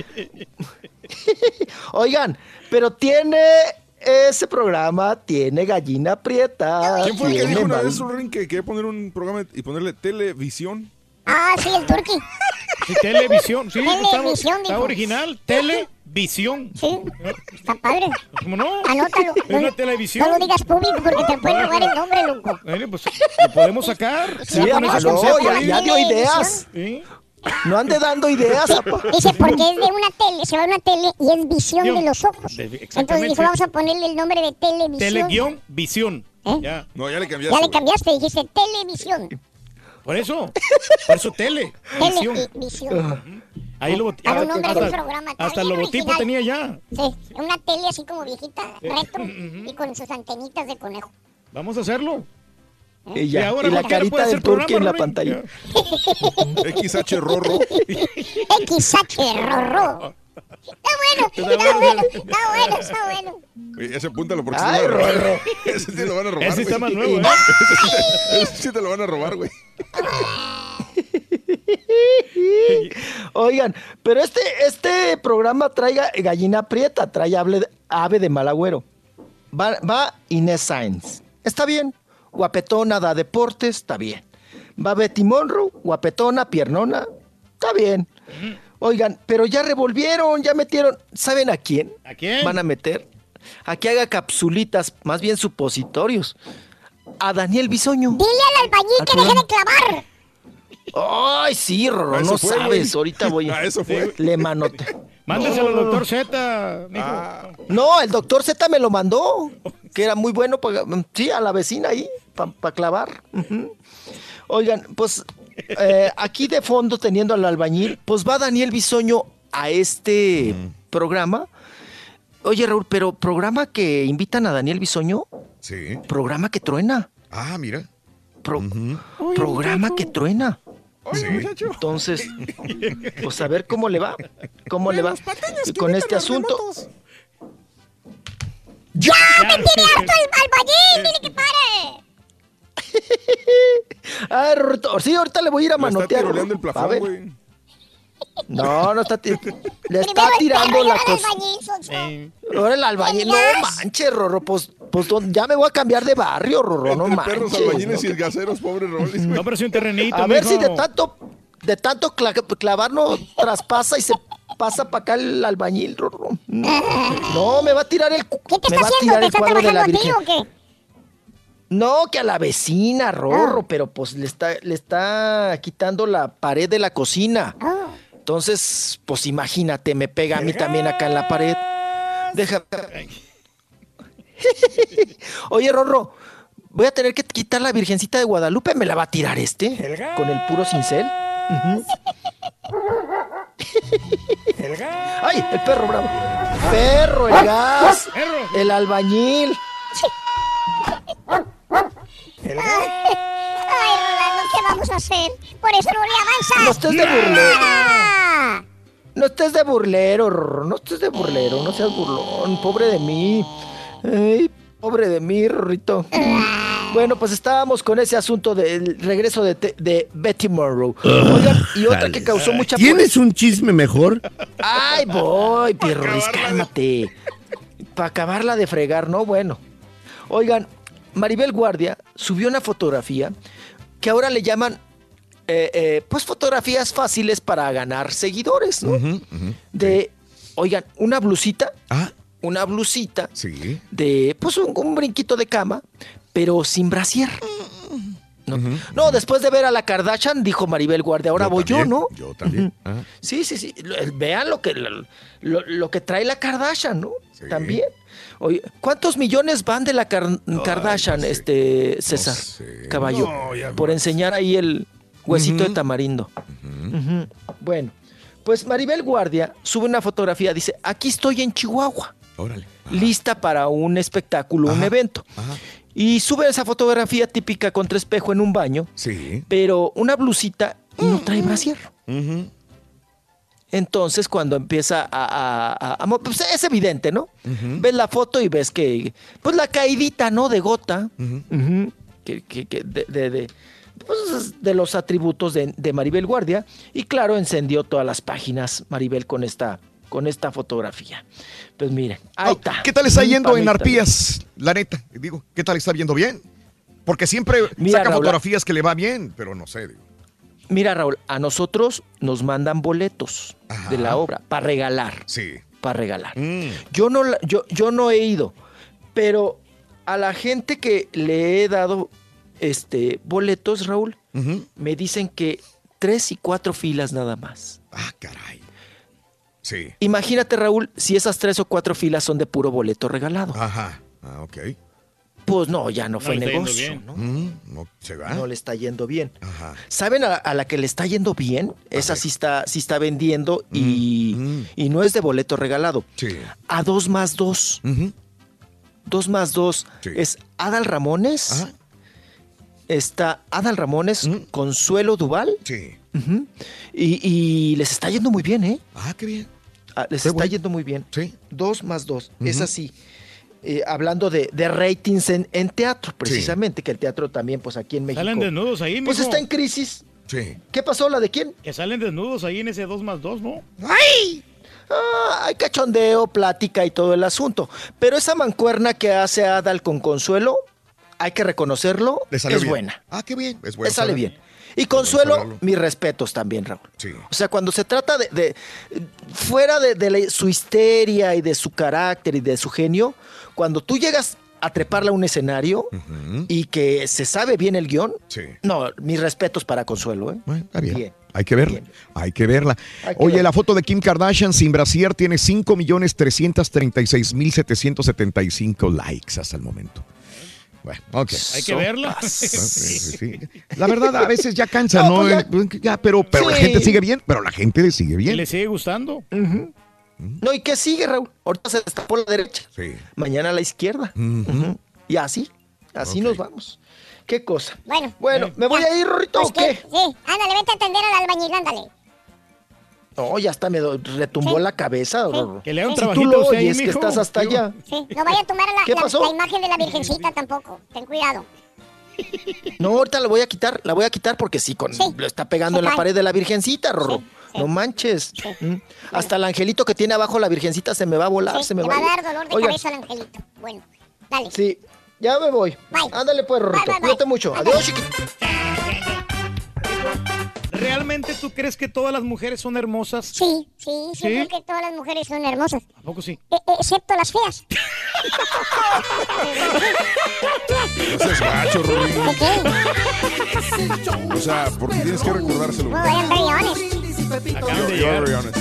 Oigan, pero tiene ese programa, tiene gallina prieta. ¿Quién fue el que tiene dijo una mal- vez, Ring, que quería poner un programa y ponerle televisión? Ah, sí, el turqui. Sí, televisión, sí, Televisión, está, está dijo. original, televisión. Sí, está padre. ¿Cómo no? Anótalo. Es una televisión. No lo digas público porque te pueden robar el nombre, loco. Bueno, pues lo podemos sacar. Sí, Ya con ese aló, concepto ya, ahí. ya dio ideas. Sí. No ande dando ideas, apa. Dice, porque es de una tele, se va a una tele y es visión Visión. de los ojos. De- Entonces exactamente. dijo, vamos a ponerle el nombre de televisión. Teleguión, visión. ¿Eh? Ya. No, ya le cambiaste. Ya le güey. cambiaste, dijiste televisión. Por eso. Por eso tele. Visión. Televisión. Ahí lo Para un nombre de un hasta, programa. está hasta el bien logotipo original. tenía ya. Sí, una tele así como viejita, retro, y con sus antenitas de conejo. Vamos a hacerlo. Y, ya, Y ahora y la cualquiera carita puede del hacer turqui en la programa, pantalla. X H Rorro. X H Rorro. Está bueno, está bueno, está bueno, está bueno. Oye, ese apúntalo porque Ay, sí lo van a robar. Rorro. Ese sí lo van a robar. Ese está güey. más nuevo, ¿eh? Ese sí te- ese sí te lo van a robar, güey. Oigan, pero este, este programa trae ga- gallina prieta, trae able- ave de mal agüero. Va, va Inés Sainz. Está bien. Guapetona da deportes, está bien. Va Betty Monroe, guapetona, piernona, está bien. Oigan, pero ya revolvieron, ya metieron. ¿Saben a quién? ¿A quién? Van a meter a que haga capsulitas, más bien supositorios. A Daniel Bisoño. Dile al albañil Al que deje de programa. clavar. Ay, sí, Rorro, A eso no fue, sabes. güey. Ahorita voy. A eso fue. Le manote. Mándeselo al No. doctor Z, mijo. Ah, No, el doctor Z me lo mandó, que era muy bueno, para, sí, a la vecina ahí, para clavar. Ujú. Oigan, pues eh, aquí de fondo, teniendo al albañil, pues va Daniel Bisoño a este programa. Oye, Raúl, pero programa que invitan a Daniel Bisoño, Sí. programa que truena. Ah, mira. Pro- Ujú. programa que truena. Sí. Entonces, pues a ver cómo le va, cómo le va con este asunto. ¡Ya! ¡Me tiene harto el albañil! ¡Dile que pare! Ah, Rorrito, sí, ahorita le voy a ir a le está manotear. tiroleando el A plafón, ver. güey. No, no está tirando. Le está tirando la cosa. Ahora el albañil. No manches, Rorro. Pues, pues ya me voy a cambiar de barrio, Rorro. No manches. Perros, albañiles y el gaseros, pobre Rolis. No, pero es un terrenito. A ver si de tanto, de tanto cla- clavarnos traspasa y se pasa para acá el albañil, Rorro. No, me va a tirar el. ¿Qué te me está va a haciendo? tirar ¿Te el está cuadro de la trabajando a ti Virgen. o qué? No, que a la vecina, Rorro, pero pues le está, le está quitando la pared de la cocina. Entonces, pues imagínate, me pega a mí también acá en la pared. Deja. Oye, Rorro, voy a tener que quitar la Virgencita de Guadalupe. ¿Me la va a tirar este? Con el puro cincel. Uh-huh. El gas. ¡Ay, el perro bravo! ¡Perro, el gas! ¡El albañil! El gas. Ay, Rolando, ¿qué vamos a hacer? Por eso no le avanzas. No estés de burlero. No estés de burlero, Rorro. No estés de burlero. No seas burlón. Pobre de mí. Ay, pobre de mí, Rorrito. Bueno, pues estábamos con ese asunto del regreso de, te- de Betty Monroe. Oigan, y otra que causó mucha... ¿Tienes un chisme mejor? Ay, voy, Pierrolis, cálmate. Para acabarla de fregar, ¿no? Bueno. Oigan, Maribel Guardia subió una fotografía que ahora le llaman, eh, eh, pues, fotografías fáciles para ganar seguidores, ¿no? Ujú, ujú. De, oigan, una blusita, Ah, una blusita sí. de, pues, un, un brinquito de cama, pero sin brasier. No, no, después de ver a la Kardashian, dijo Maribel Guardia, ahora Yo voy también, yo, ¿no? Yo también. Ah, Sí, sí, sí. Lo- Vean lo que, lo, lo- lo que trae la Kardashian, ¿no? Sí. También. Oye, ¿cuántos millones van de la Kar- Kardashian, no sé. este César sé. Caballo? No, ya por más. enseñar ahí el huesito Ujú. de tamarindo. Ujú. Bueno, pues Maribel Guardia sube una fotografía, dice, aquí estoy en Chihuahua, Órale. lista para un espectáculo, un Ajá. evento. Ajá. Y sube esa fotografía típica contra espejo en un baño, Sí. pero una blusita y no trae brasier. Ujú. Entonces, cuando empieza a... a- a- a mo- pues es evidente, ¿no? Ujú. Ves la foto y ves que... Pues la caidita, ¿no? De gota. Ujú. Ujú. Que, que- que de, de- de- pues, de los atributos de, de Maribel Guardia. Y claro, encendió todas las páginas Maribel con esta, con esta fotografía. Pues miren, ahí Oh, está. ¿Qué tal está Mm, yendo en panita. Arpías? La neta, digo, ¿qué tal está viendo bien? Porque siempre Mira, saca Raúl, fotografías que le va bien, pero no sé, digo. Mira, Raúl, a nosotros nos mandan boletos Ajá. de la obra para regalar. Sí. Para regalar. Mm. Yo no, la- yo, yo no he ido, pero a la gente que le he dado este boletos, Raúl, Ujú. me dicen que tres y cuatro filas nada más. Ah, caray. Sí. Imagínate, Raúl, si esas tres o cuatro filas son de puro boleto regalado. Ajá. Ah, ok. Pues no, ya no, No fue le está yendo negocio, bien. ¿no? Mm, no se va. No le está yendo bien. Ajá. ¿Saben a, a la que le está yendo bien? Esa ver. sí está, sí está vendiendo y, mm. y no es de boleto regalado. Sí. A dos más dos. Ujú. Dos más dos Sí. es Adal Ramones. Ajá. Está Adal Ramones, Mm. Consuelo Duval. Sí. Ujú. y, y les está yendo muy bien, ¿eh? Ah, qué bien. Ah, les Qué está bueno. yendo muy bien. Sí. Dos más dos. Ujú. Es así. Eh, hablando de, de ratings en, en teatro, precisamente, que el teatro también, pues aquí en México. Salen desnudos ahí, Pues mijo. está en crisis. Sí. ¿Qué pasó? ¿La de quién? Que salen desnudos ahí en ese dos más dos, ¿no? ¡Ay! Ah, hay cachondeo, plática y todo el asunto. Pero esa mancuerna que hace Adal con Consuelo, hay que reconocerlo, Le salió es bien. buena. Ah, qué bien. Es Le bueno. sale saberlo. bien. Y Consuelo, saberlo. mis respetos también, Raúl. Sí. O sea, cuando se trata de, de- fuera de, de la- su histeria y de su carácter y de su genio, cuando tú llegas a treparla a un escenario Ujú. y que se sabe bien el guión, Sí. no, mis respetos para Consuelo, ¿eh? Bueno, está bien. Bien. Hay que verla. Bien. Hay que verla. Hay que Oye, verla. la foto de Kim Kardashian sin brasier tiene cinco millones trescientos treinta y seis mil setecientos setenta y cinco likes hasta el momento. Bueno, ok. Hay que verla. Sí, sí, sí. La verdad, a veces ya cansa, No, ¿no? pues Eh, ya, pero pero la Sí. gente sigue bien, pero la gente le sigue ¿Y bien. le sigue gustando? No, ¿y qué sigue, Raúl? Ahorita se destapó la derecha. Sí. Mañana a la izquierda. Ujú. Ujú. Y así, así Ok. nos vamos. ¿Qué cosa? Bueno. Bueno, ¿me voy a ir, Rorrito, Pues o qué? que- Sí, ándale, vete a atender al albañil, ándale. No, ya hasta me do- retumbó Sí. la cabeza, Rorro. Que le haga un Si tú trabajito lo a usted ahí, oyes, que mijo. estás hasta Digo, allá. Sí, no vaya a tomar la, ¿Qué la- pasó? la imagen de la virgencita tampoco. Ten cuidado. No, ahorita la voy a quitar, la voy a quitar porque sí, con, Sí, lo está pegando se en la cae. pared de la virgencita, Rorro. Sí, No manches. Mm. Hasta el angelito que tiene abajo la virgencita se me va a volar, Sí, se me te va va a a ir. dar dolor de Oigan. cabeza al angelito. Bueno, dale. Sí, ya me voy. Bye. Ándale pues, Rorrito. Bye, bye, bye. Cuídate mucho. Adiós, chiquito. ¿Realmente tú crees que todas las mujeres son hermosas? Sí, sí, sí, ¿Sí? creo que todas las mujeres son hermosas. ¿A poco sí? E- e- excepto las feas. No seas macho, Rorri. ¿Por qué? O sea, porque tienes que recordárselo. No, vayan brillones. Yo- yo, very honest.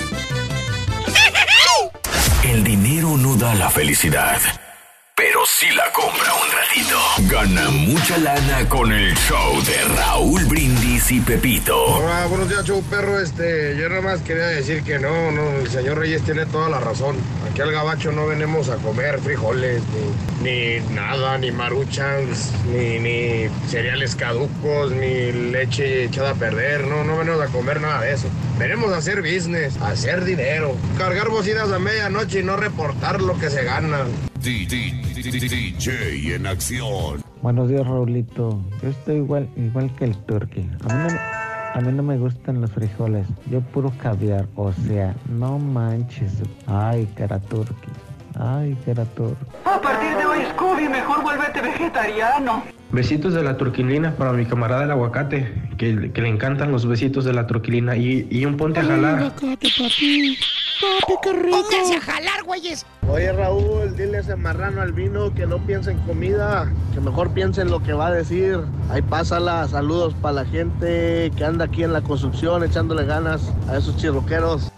El dinero no da la felicidad, pero sí la compra un ratito. Gana mucha lana con el show de Raúl Brindis y Pepito. Hola, buenos días, show perro. Este, yo nada más quería decir que no, no, el señor Reyes tiene toda la razón. Aquí al gabacho no venimos a comer frijoles, ni, ni nada, ni maruchans, ni, ni cereales caducos, ni leche echada a perder. No, no venimos a comer nada de eso. Venimos a hacer business, a hacer dinero, cargar bocinas a medianoche y no reportar lo que se gana. D J en acción. Buenos días, Raulito. Yo estoy igual, igual que el turqui. A mí, no, a mí no me gustan los frijoles. Yo puro caviar, o sea, no manches. Ay, cara turqui. Ay, cara turqui. A partir de hoy, Scooby, mejor vuélvete vegetariano. Besitos de la turquilina para mi camarada el aguacate, que, que le encantan los besitos de la turquilina. Y, y un ponte a jalar. Aguacate, papi. Papi, qué rico. Pónganse a jalar, güeyes. Oye, Raúl, dile a ese marrano albino que no piense en comida, que mejor piense en lo que va a decir. Ahí pásala, saludos para la gente que anda aquí en la construcción echándole ganas a esos chirroqueros.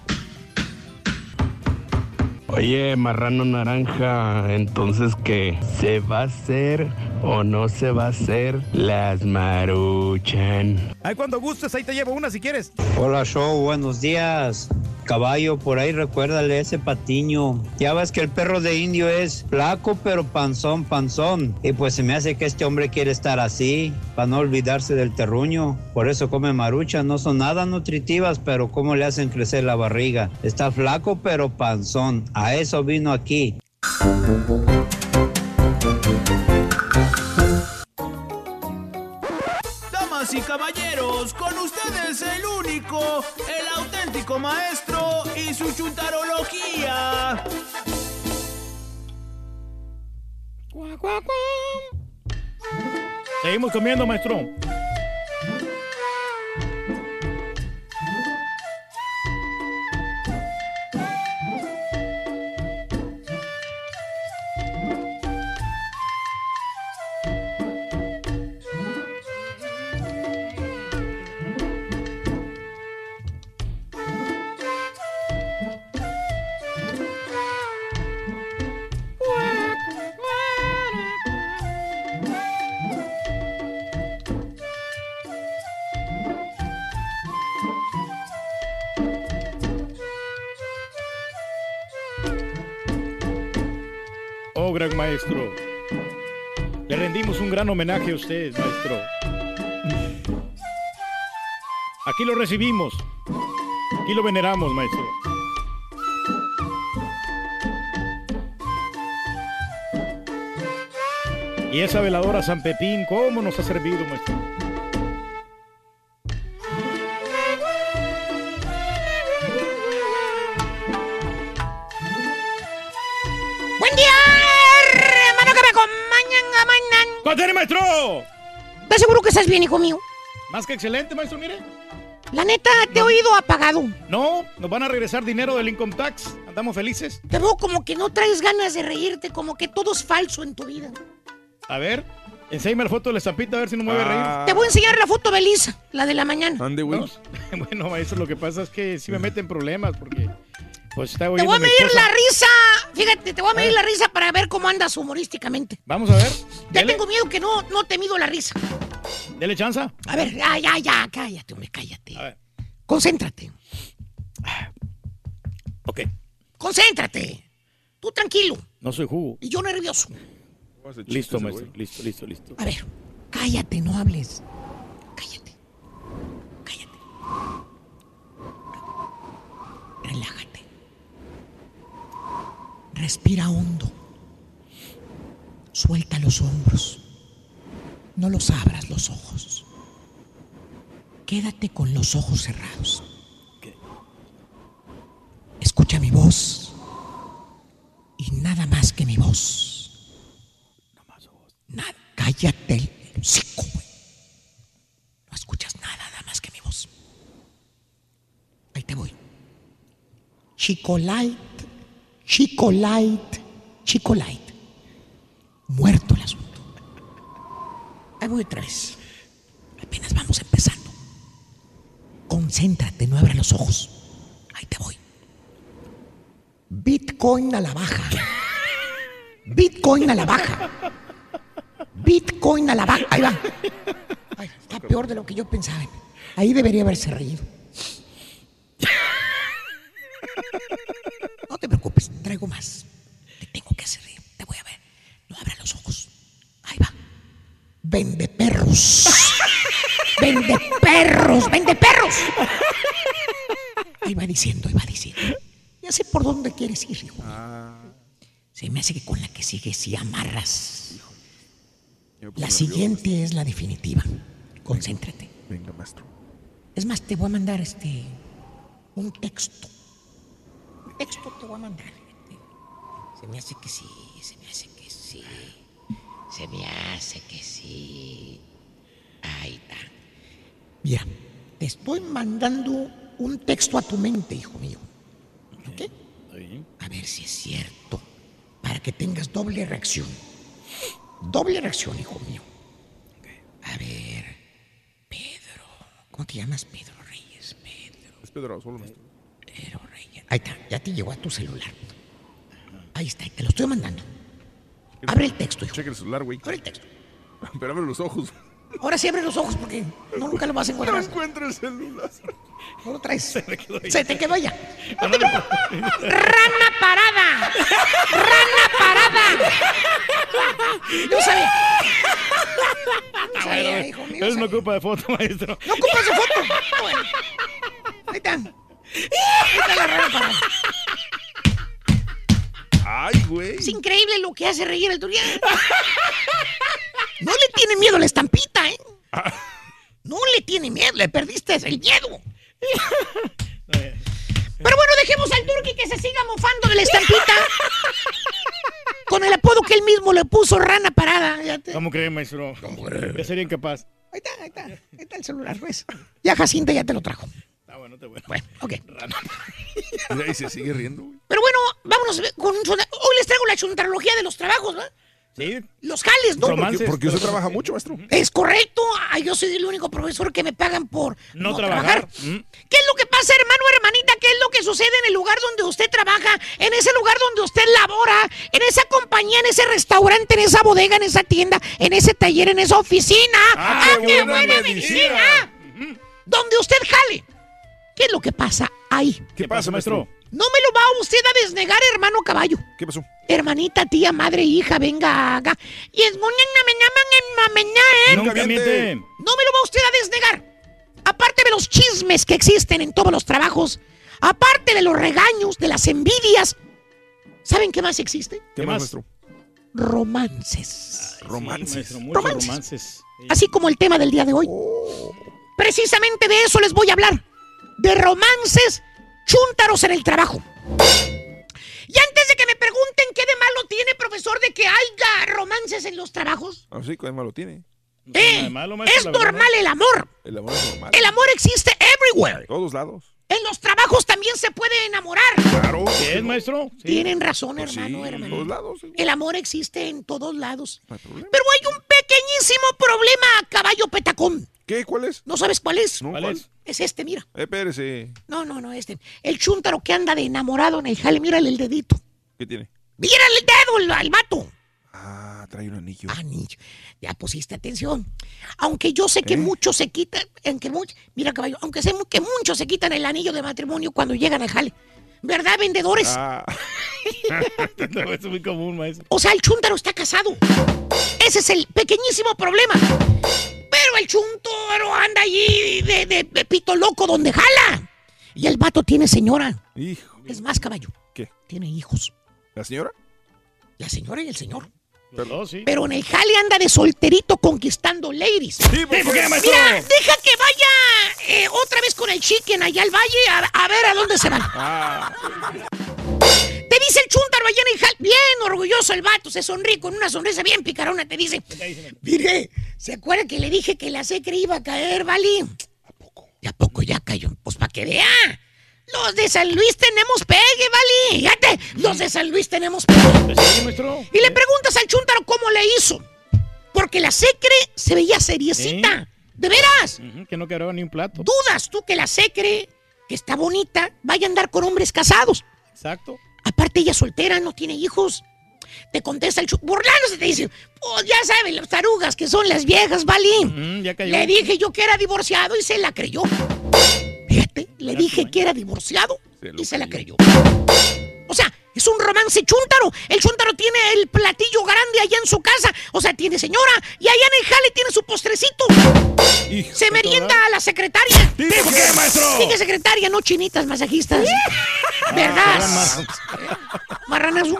Oye, marrano naranja, entonces, ¿qué? ¿Se va a hacer o no se va a hacer las maruchan? Ay, cuando gustes, ahí te llevo una si quieres. Hola, show, buenos días. Caballo, por ahí recuérdale ese Patiño. Ya ves que el perro de indio es flaco, pero panzón, panzón. Y pues se me hace que este hombre quiere estar así, para no olvidarse del terruño. Por eso come maruchas, no son nada nutritivas, pero cómo le hacen crecer la barriga. Está flaco, pero panzón. A eso vino aquí. Damas y caballeros, con ustedes el único, el auténtico maestro y su chuntarología. Seguimos comiendo, maestro. Oh, gran maestro. Le rendimos un gran homenaje a usted, maestro. Aquí lo recibimos. Aquí lo veneramos, maestro. Y esa veladora San Pepín, ¿cómo nos ha servido, maestro? Buen día, hermano, que me acompañan a mañana. ¡Cuéntale, maestro! ¿Estás seguro que estás bien, hijo mío? Más que excelente, maestro, mire. La neta, te he oído apagado. No, nos van a regresar dinero del income tax. Andamos felices. Te veo como que no traes ganas de reírte, como que todo es falso en tu vida. A ver, enséñame la foto de la estampita a ver si no me voy a reír. Te voy a enseñar la foto de Belisa, la de la mañana. Ande, güey. No, bueno, maestro, lo que pasa es que sí me meten problemas porque pues está Te oyendo voy a mi medir esposa. la risa. Fíjate, te voy a medir la risa para ver cómo andas humorísticamente. Vamos a ver. Ya Dele, tengo miedo que no, no te mido la risa. dele chanza. A ver, ya, ya, ya, cállate, hombre, cállate. A ver. Concéntrate. Ok. Concéntrate. Tú tranquilo. No soy jugo. Y yo nervioso. Listo, maestro. Listo, listo, listo. A ver, cállate, no hables. Cállate. Cállate. Relájate. Respira hondo. Suelta los hombros. No los abras los ojos. Quédate con los ojos cerrados. Escucha mi voz. Y nada más que mi voz. No más voz. Nada. Cállate el hocico, güey. No escuchas nada, nada más que mi voz. Ahí te voy. Chico Light, Chico Light, Chico Light. Muerto el asunto. Ahí voy otra vez. Apenas vamos empezando. Concéntrate, no abras los ojos. Ahí te voy. Bitcoin a la baja. Bitcoin a la baja. Bitcoin a la baja. Ahí va. Ay, está peor de lo que yo pensaba. Ahí debería haberse reído. No te preocupes, traigo más. Te tengo que hacer reír. Te voy a ver. No abras los ojos. Ahí va. Vende perros. Vende perros. Vende perros. Ahí va diciendo, ahí va diciendo. Ya sé por dónde quieres ir, hijo. Ah. Se me hace que con la que sigue sí amarras. La siguiente es la definitiva. Concéntrate. Venga, maestro. Es más, te voy a mandar este un texto. Un texto te voy a mandar. Se me hace que sí, se me hace que sí. Se me hace que sí. Ahí está. Mira, te estoy mandando un texto a tu mente, hijo mío. ¿Ok? A ver si es cierto. Para que tengas doble reacción. Doble reacción, hijo mío. A ver. Pedro. ¿Cómo te llamas? Pedro Reyes. Pedro. Es Pedro, solo maestro. Pedro Reyes. Ahí está, ya te llegó a tu celular. Ahí está, te lo estoy mandando. Abre el texto, hijo. Checa el celular, güey. Abre el texto. Pero abre los ojos. Ahora sí abre los ojos porque no, nunca lo vas a encontrar. No encuentro el celular. No lo traes. Se, Se te quedó ya. No te ¡Rana parada! ¡Rana parada! Yo sabía. Yo sabía, hijo mío. Él no ocupa de foto, maestro. ¿No ocupas de foto? Bueno. Ahí está. Ahí está la rana parada. Ay, güey. Es increíble lo que hace reír el Turián. No le tiene miedo a la estampita, ¿eh? No le tiene miedo, le perdiste el miedo. Pero bueno, dejemos al Turqui que se siga mofando de la estampita. Con el apodo que él mismo le puso, Rana Parada. Ya te... ¿Cómo crees, maestro? ¿Cómo crees? Ya sería incapaz. Ahí está, ahí está. Ahí está el celular, ¿ves? Ya Jacinta ya te lo trajo. Está bueno, está bueno. Bueno, ok. Mira, y se sigue riendo, güey. Pero bueno, vámonos con un... Hoy les traigo la chuntarología de los trabajos, ¿no? Sí. Los jales, ¿no? Porque, porque usted trabaja mucho, maestro. Es correcto. Ah, yo soy el único profesor que me pagan por no, no trabajar. trabajar. ¿Mm? ¿Qué es lo que pasa, hermano, hermanita? ¿Qué es lo que sucede en el lugar donde usted trabaja? En ese lugar donde usted labora, en esa compañía, en ese restaurante, en esa bodega, en esa tienda, en ese taller, en esa oficina. ¡Ah, ¡Ah, qué qué buena buena medicina! medicina! Donde usted jale. ¿Qué es lo que pasa ahí? ¿Qué pasa, maestro? No me lo va usted a desnegar, hermano caballo. ¿Qué pasó? Hermanita, tía, madre, hija, venga, haga. Y es muy ¿eh? Nunca miente. No me lo va usted a desnegar. Aparte de los chismes que existen en todos los trabajos, aparte de los regaños, de las envidias, ¿saben qué más existe? ¿Qué más, maestro? Romances. Romances. Sí, maestro, muchos romances. romances. Así como el tema del día de hoy. Oh. Precisamente de eso les voy a hablar. De romances chúntaros en el trabajo. Y antes de que me pregunten qué de malo tiene, profesor, de que haya romances en los trabajos. Ah, sí, ¿qué de malo tiene? No eh, malo, maestro, es normal el amor. El amor es normal. El amor existe everywhere. En todos lados. En los trabajos también se puede enamorar. Claro. ¿Qué es, maestro? Sí. Tienen razón, pues hermano, sí, hermano. En todos lados. Sí. El amor existe en todos lados. No hay problema. Pero hay un pequeñísimo problema, caballo petacón. ¿Qué? ¿Cuál es? ¿No sabes cuál es? No, ¿Cuál ¿cuál? es? Es este, mira. Eh, espérese. No, no, no, este. El chúntaro que anda de enamorado en el jale, mírale el dedito. ¿Qué tiene? Mírale el dedo, al vato. Ah, trae un anillo. Anillo. Ya pusiste atención. Aunque yo sé que ¿Eh? muchos se quitan, aunque muchos, mira caballo, aunque sé que muchos se quitan el anillo de matrimonio cuando llegan al jale. ¿Verdad, vendedores? Ah. No, es muy común, maestro. O sea, el chúntaro está casado. Ese es el pequeñísimo problema. Pero el chúntaro anda allí de, de, de pito loco donde jala. Y el vato tiene señora. Hijo. Es más, caballo. ¿Qué? Tiene hijos. ¿La señora? La señora y el señor. Pero, sí. Pero en el jale anda de solterito conquistando ladies. Sí, ¿por qué, maestro? Mira, deja que vaya eh, otra vez con el chicken allá al valle a, a ver a dónde se van. Ah. dice el chúntaro allá en el jale? Bien orgulloso el vato, se sonríe con una sonrisa bien picarona, te dice, mire, ¿se acuerda que le dije que la secre iba a caer, vale? ¿A poco? ¿Y a poco ya cayó? Pues para que vea. Los de San Luis tenemos pegue, vale. Fíjate, los de San Luis tenemos pegue. Y le preguntas al chúntaro cómo le hizo. Porque la secre se veía seriecita. ¿Eh? ¿De veras? Uh-huh, que no quebraba ni un plato. ¿Dudas tú que la secre, que está bonita, vaya a andar con hombres casados? Exacto. Aparte ella soltera, no tiene hijos. Te contesta el chúntaro, burlándose, te dice, pues ya saben, las tarugas que son las viejas, vale. Uh-huh, ya cayó. Le dije yo que era divorciado y se la creyó. Fíjate, le dije que era divorciado y se la creyó. O sea, es un romance chúntaro. El chúntaro tiene el platillo grande allá en su casa. O sea, tiene señora. Y allá en el jale tiene su postrecito. Hijo, se merienda a la secretaria. ¿Por qué, maestro? Dije secretaria, no chinitas masajistas. ¿Verdad? Marranazo.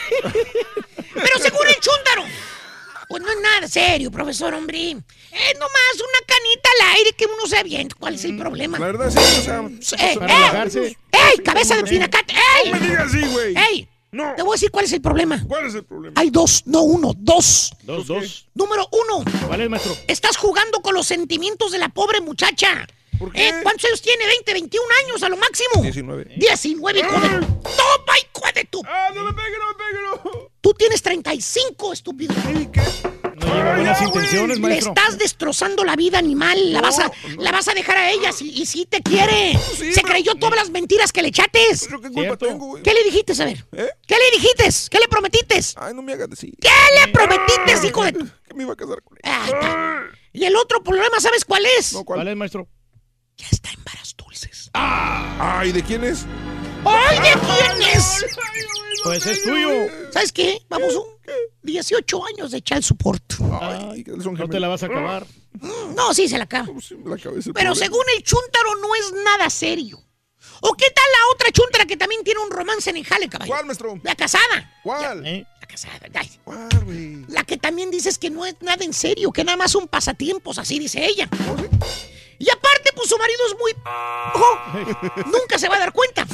Pero según el chúntaro, pues no es nada serio, profesor, hombre. Es nomás una canita al aire que uno se avienta. ¿Cuál es el problema? La verdad, sí, o sea... ¡Ey, ey! ¡Ey, cabeza de pinacate! ¡Ey! No me digas así, güey. ¡Ey! No. Te voy a decir cuál es el problema. ¿Cuál es el problema? Hay dos, no uno, dos. Dos, dos. Número uno. ¿Cuál es, maestro? Estás jugando con los sentimientos de la pobre muchacha. ¿Por qué? Eh, ¿Cuántos años tiene? ¿veinte, veintiún años a lo máximo? diecinueve. diecinueve, hijo de... ¡Toma, hijo de tu! ¡Ah, no me pegue, no me pegue, no! Tú tienes treinta y cinco, estúpido. ¿Y qué? No lleva buenas intenciones, maestro. Le estás destrozando la vida animal. La, no, vas, a, no. la vas a dejar a ella si, y si te quiere. Sí, Se pero... creyó todas las mentiras que le echates. ¿Pero qué culpa tengo, güey? ¿Qué le dijiste, a ver? ¿Eh? ¿Qué le dijiste? ¿Qué le prometiste? Ay, no me hagas decir. ¿Qué le prometiste, hijo de tu...? Que me iba a casar con él. Ay, y el otro problema, ¿sabes cuál es? No, ¿cuál? ¿Cuál es, maestro? Ya está en varas dulces. Ah, ¿y de quién es? ¡Ay, de quién es! Pues es tuyo. ¿Sabes qué? Vamos, dieciocho años de child support. Ay, no te la vas a acabar. No, sí se la acaba. Pero según el chúntaro no es nada serio. ¿O qué tal la otra chúntara que también tiene un romance en el jale, caballo? ¿Cuál, maestro? La casada. ¿Cuál? ¿Eh? La casada. Ay. ¿Cuál, güey? La que también dices que no es nada en serio, que nada más son pasatiempos, así dice ella. ¿Oh, sí? Y aparte, pues su marido es muy... Ojo, nunca se va a dar cuenta.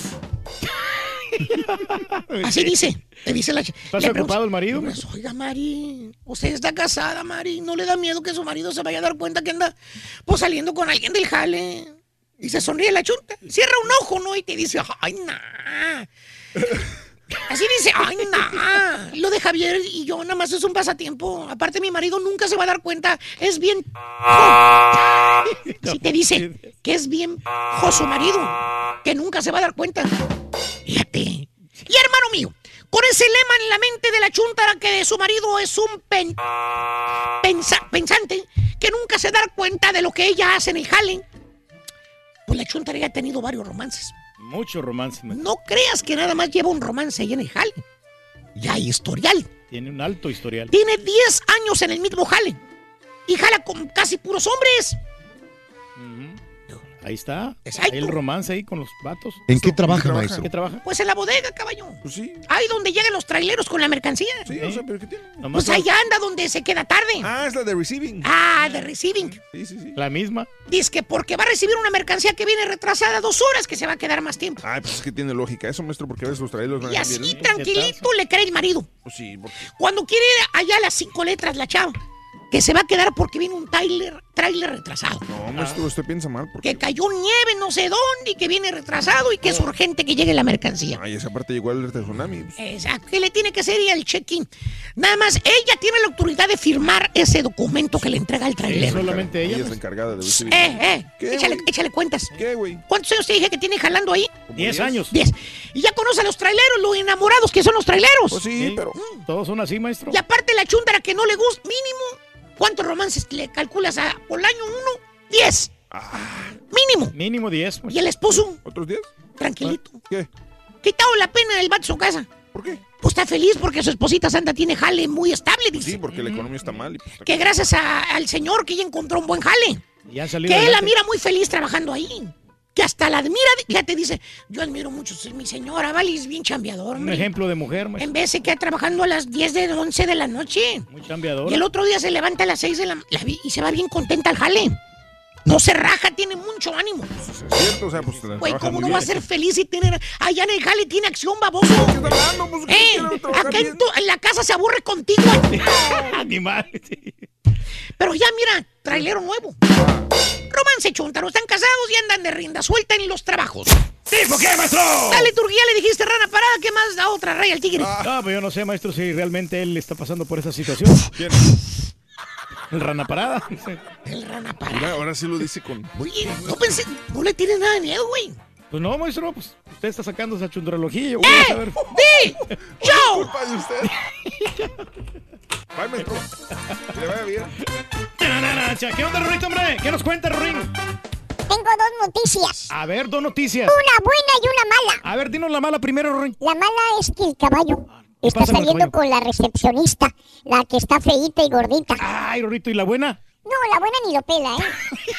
Así dice, te dice la... ¿Estás ocupado el marido? Pues, oiga, Mari, usted está casada, Mari. ¿No le da miedo que su marido se vaya a dar cuenta que anda pues saliendo con alguien del jale? Y se sonríe la chunta, cierra un ojo, ¿no? Y te dice, ay, nah. Así dice, ay, nah. Lo de Javier y yo nada más es un pasatiempo. Aparte, mi marido nunca se va a dar cuenta. Es bien... Si te dice que es bien su marido, que nunca se va a dar cuenta. Fíjate. Y hermano mío, con ese lema en la mente de la chuntara que su marido es un pen... Pensa... pensante, que nunca se da cuenta de lo que ella hace en el jale, pues la chuntara ya ha tenido varios romances. Mucho romance. Man. No creas que nada más lleva un romance ahí en el jale. Ya hay historial. Tiene un alto historial. Tiene diez años en el mismo jale. Y jala con casi puros hombres. Uh-huh. Ahí está. Exacto. El romance ahí con los vatos. ¿En qué trabaja, maestro? ¿En qué trabaja? Pues en la bodega, caballo. Pues sí. Ahí donde llegan los traileros con la mercancía. Sí, ¿Eh? o sea, pero ¿qué tiene? Pues allá anda donde se queda tarde. Ah, es la de receiving. Ah, de receiving. Sí, sí, sí. La misma. Dice que porque va a recibir una mercancía que viene retrasada dos horas, que se va a quedar más tiempo. Ay, pues es que tiene lógica eso, maestro, porque a veces los traileros van Y a así bien. tranquilito le cree el marido. Pues sí, porque... Cuando quiere ir allá a las cinco letras la chava, que se va a quedar porque viene un trailer, trailer retrasado. No, maestro, usted piensa mal. Porque... Que cayó nieve no sé dónde y que viene retrasado y que es urgente que llegue la mercancía. Ay, esa parte llegó al alerta de tsunami. Pues. Exacto, que le tiene que hacer y el check-in. Nada más, ella tiene la autoridad de firmar ese documento que le entrega el trailer. Sí, solamente ella. Ella pues. es la encargada de recibir. Eh, eh, ¿Qué, échale, güey? échale cuentas. ¿Qué, güey? ¿Cuántos años te dije que tiene jalando ahí? Diez años. Diez. Y ya conoce a los traileros, los enamorados que son los traileros. Pues sí, Sí, pero... Todos son así, maestro. Y aparte la chuntara que no le gusta, mínimo, ¿cuántos romances le calculas a, por el año uno? Diez. Ah, Mínimo. Mínimo diez. ¿Y el esposo? ¿Otros diez? Tranquilito. ¿Qué? Quitado la pena del vato de su casa. ¿Por qué? Pues está feliz porque su esposita santa tiene jale muy estable, dice. Sí, porque la economía está mal. Y pues, está Que gracias a- al señor que ella encontró un buen jale. Ya han salido Que él la adelante. mira muy feliz trabajando ahí. Que hasta la admira, ya te dice, yo admiro mucho a mi señora, vale, es bien chambeador, Un hombre. ejemplo de mujer, maestro. En vez de que trabajando a las diez de once de la noche. Muy chambeador. Y el otro día se levanta a las seis de la, la vi- y se va bien contenta al jale. No se raja, tiene mucho ánimo. Es cierto, o sea, pues... Güey, ¿cómo no va a ser feliz si tiene... Allá en el jale tiene acción, baboso? ¿Qué está hablando? Pues, eh, acá en, tu, en la casa se aburre contigo. Animal. Pero ya, mira, trailero nuevo. Romance, chuntaro, están casados y andan de rienda suelta en los trabajos. ¿Tipo qué, maestro? Dale, Turquía, le dijiste rana parada, ¿qué más da otra raya al tigre? Ah, no, pero yo no sé, maestro, si realmente él está pasando por esa situación. ¿Quién? El rana parada. El rana parada. Mira, ahora sí lo dice con... Oye, no pensé, no le tienes nada de miedo, güey. Pues no, maestro, pues usted está sacando esa chundrología. Yo ¡Eh! a ver. ¡Di! ¡Yo! Culpa de usted. Bye, maestro. Que le vaya bien. ¿Qué onda, Rorito, hombre? ¿Qué nos cuenta, Rorín? Tengo dos noticias. A ver, dos noticias. Una buena y una mala. A ver, dinos la mala primero, Rorín. La mala es que el caballo está saliendo con la recepcionista, la que está feíta y gordita. Ay, Rorito, ¿y la buena? No, la buena ni lo pela, ¿eh?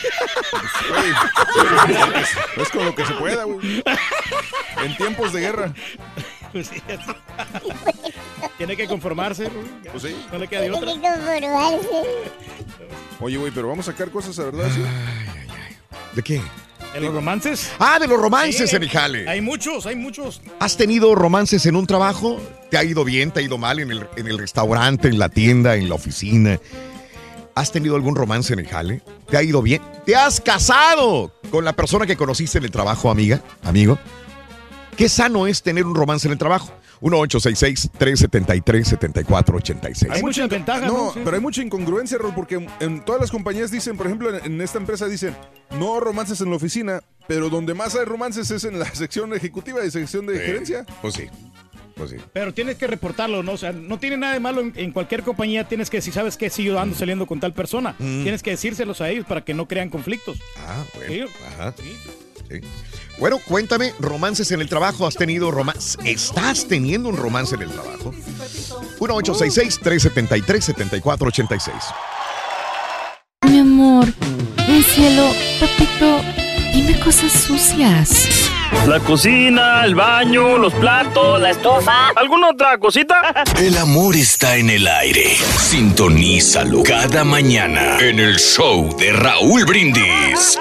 Wey, es con lo que se pueda, güey. En tiempos de guerra. Pues sí, tiene que conformarse, Rorín. Pues sí. No le queda de otra. Tiene que conformarse. Oye, güey, pero vamos a sacar cosas, ¿a verdad? ¿Sí? ¿De qué? ¿De los romances? Ah, de los romances Sí, en el jale. Hay muchos, hay muchos. ¿Has tenido romances en un trabajo? ¿Te ha ido bien, te ha ido mal en el, en el restaurante, en la tienda, en la oficina? ¿Has tenido algún romance en el jale? ¿Te ha ido bien? ¿Te has casado con la persona que conociste en el trabajo, amiga, amigo? ¿Qué sano es tener un romance en el trabajo? uno ocho seis seis, tres siete tres, siete cuatro ocho seis. Hay muchas ventajas, No, ¿no? Sí. pero hay mucha incongruencia, Rol, porque en, en todas las compañías dicen, por ejemplo, en, en esta empresa dicen, no romances en la oficina, pero donde más hay romances es en la sección ejecutiva y sección de Sí, gerencia. Pues sí, pues sí. Pero tienes que reportarlo, ¿no? O sea, no tiene nada de malo en, en cualquier compañía. Tienes que, si sabes que sí, yo ando saliendo con tal persona, Mm. tienes que decírselos a ellos para que no crean conflictos. Ah, bueno. Sí. Ajá. Sí. Bueno, cuéntame, romances en el trabajo. ¿Has tenido romance? ¿Estás teniendo un romance en el trabajo? uno ocho seis seis, tres siete tres, siete cuatro ocho seis. Mi amor, mi cielo, papito, dime cosas sucias. La cocina, el baño, los platos, la estufa. ¿Alguna otra cosita? El amor está en el aire. Sintonízalo cada mañana en el show de Raúl Brindis.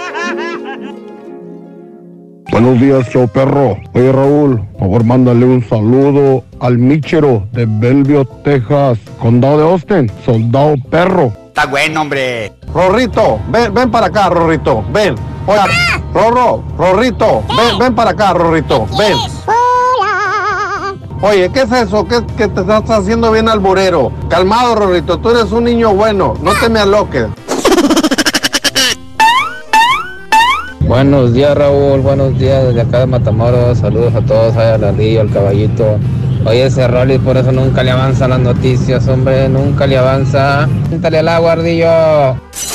Buenos días, show perro. Oye, Raúl, por favor, mándale un saludo al Míchero de Bellevue, Texas, condado de Austin, soldado perro. Está bueno, hombre. Rorrito, ven, ven para acá, Rorrito, ven. Oye, Rorro, Rorrito, ven, ven para acá, Rorrito, ven. Hola. Oye, ¿qué es eso? ¿Qué, qué te estás haciendo bien alburero? Calmado, Rorrito, tú eres un niño bueno, no te me aloques. Buenos días, Raúl. Buenos días desde acá de Matamoros. Saludos a todos, a la Río, al caballito. Oye, ese Rolly, por eso nunca le avanzan las noticias, hombre. Nunca le avanza. Siéntale al agua, ardillo.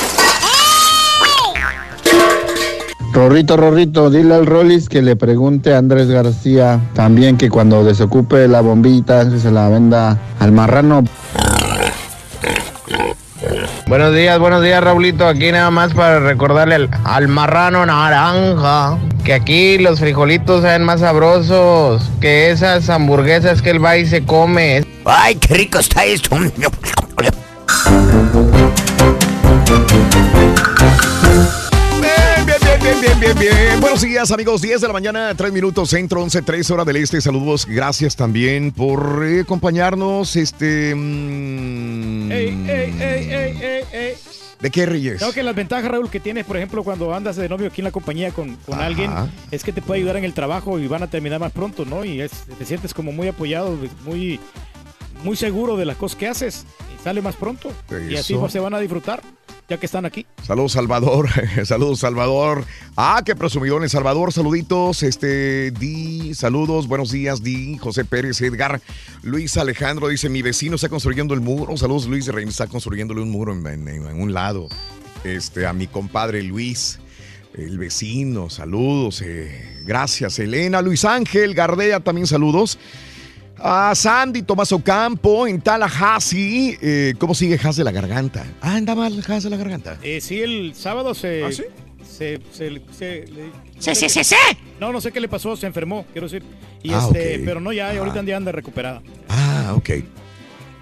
Rorrito, Rorrito, dile al Rollis que le pregunte a Andrés García también que cuando desocupe la bombita que se la venda al marrano. Buenos días, buenos días, Raulito. Aquí nada más para recordarle al, al marrano naranja que aquí los frijolitos saben más sabrosos que esas hamburguesas que él va y se come. ¡Ay, qué rico está esto! Bien, bien, bien, bien, bien, bien, bien. Buenos días, amigos. diez de la mañana, tres minutos, centro, once, tres, hora del este. Saludos. Gracias también por eh, acompañarnos. Este. Mmm... ¡Ey, ey, ey, ey, ey, ey! ¿De qué, Reyes? Creo que las ventajas, Raúl, que tienes, por ejemplo, cuando andas de novio aquí en la compañía con, con alguien, es que te puede ayudar en el trabajo y van a terminar más pronto, ¿no? Y es, te sientes como muy apoyado, muy, muy seguro de las cosas que haces y sale más pronto. Eso. Y así pues, se van a disfrutar, ya que están aquí. Saludos, Salvador. Saludos, Salvador. Ah, qué presumidor en Salvador. Saluditos. Este, Di, saludos. Buenos días, Di. José Pérez, Edgar. Luis Alejandro dice, mi vecino está construyendo el muro. Saludos, Luis de Reina. Está construyéndole un muro en, en, en un lado. Este, a mi compadre Luis, el vecino. Saludos. Eh, gracias, Elena. Luis Ángel Gardea, también saludos. A Sandy Tomás Ocampo en Tallahassee. Eh, ¿Cómo sigue Has de la Garganta? Ah, anda mal Has de la Garganta. Eh, sí, el sábado se... ¿Ah, sí? Se, se, se, le- ¡Se, se, se, se! No, no sé qué le pasó, se enfermó, quiero decir. Y Ah, este, ok. pero no, ya Ah. ahorita ya anda recuperada. Ah, ok.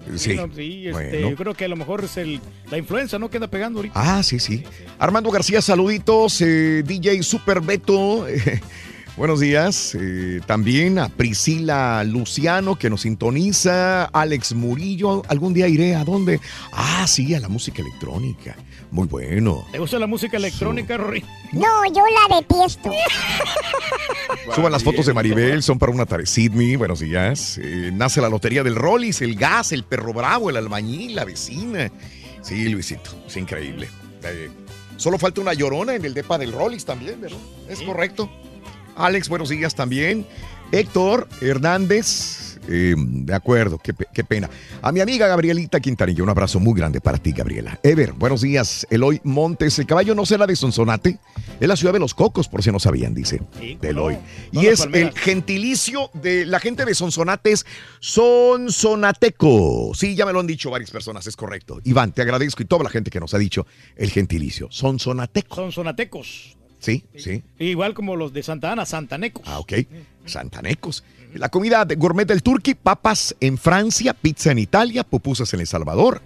Sí, no, sí este, bueno. Yo creo que a lo mejor es el, la influenza, ¿no? Queda pegando ahorita. Ah, sí, sí. Armando García, saluditos. Eh, D J Super Beto, eh, buenos días. Eh, también a Priscila Luciano, que nos sintoniza. Alex Murillo, algún día iré a dónde. Ah, sí, a la música electrónica. Muy bueno. ¿Te gusta la música electrónica, Rory? No, yo la detesto. Suban las fotos de Maribel, son para una tarea. Sidney, buenos días. Eh, nace la lotería del Rollis, el gas, el perro bravo, el albañil, la vecina. Sí, Luisito, es increíble. Eh, solo falta una llorona en el depa del Rollis también, ¿verdad? Es sí. correcto. Alex, buenos días también. Héctor Hernández, eh, de acuerdo, qué, qué pena. A mi amiga Gabrielita Quintanilla, un abrazo muy grande para ti, Gabriela. Ever, buenos días. Eloy Montes, el caballo no será de Sonsonate, es la ciudad de los cocos, por si no sabían, dice sí, de Eloy. No, y es palmeras. El gentilicio de la gente de Sonsonate es sonsonateco. Sí, ya me lo han dicho varias personas, es correcto. Iván, te agradezco y toda la gente que nos ha dicho el gentilicio, sonsonateco. Sonsonatecos. Sí, sí. Igual como los de Santa Ana, santanecos. Ah, ok. Santanecos. La comida de gourmet del Turqui, papas en Francia, pizza en Italia, pupusas en El Salvador.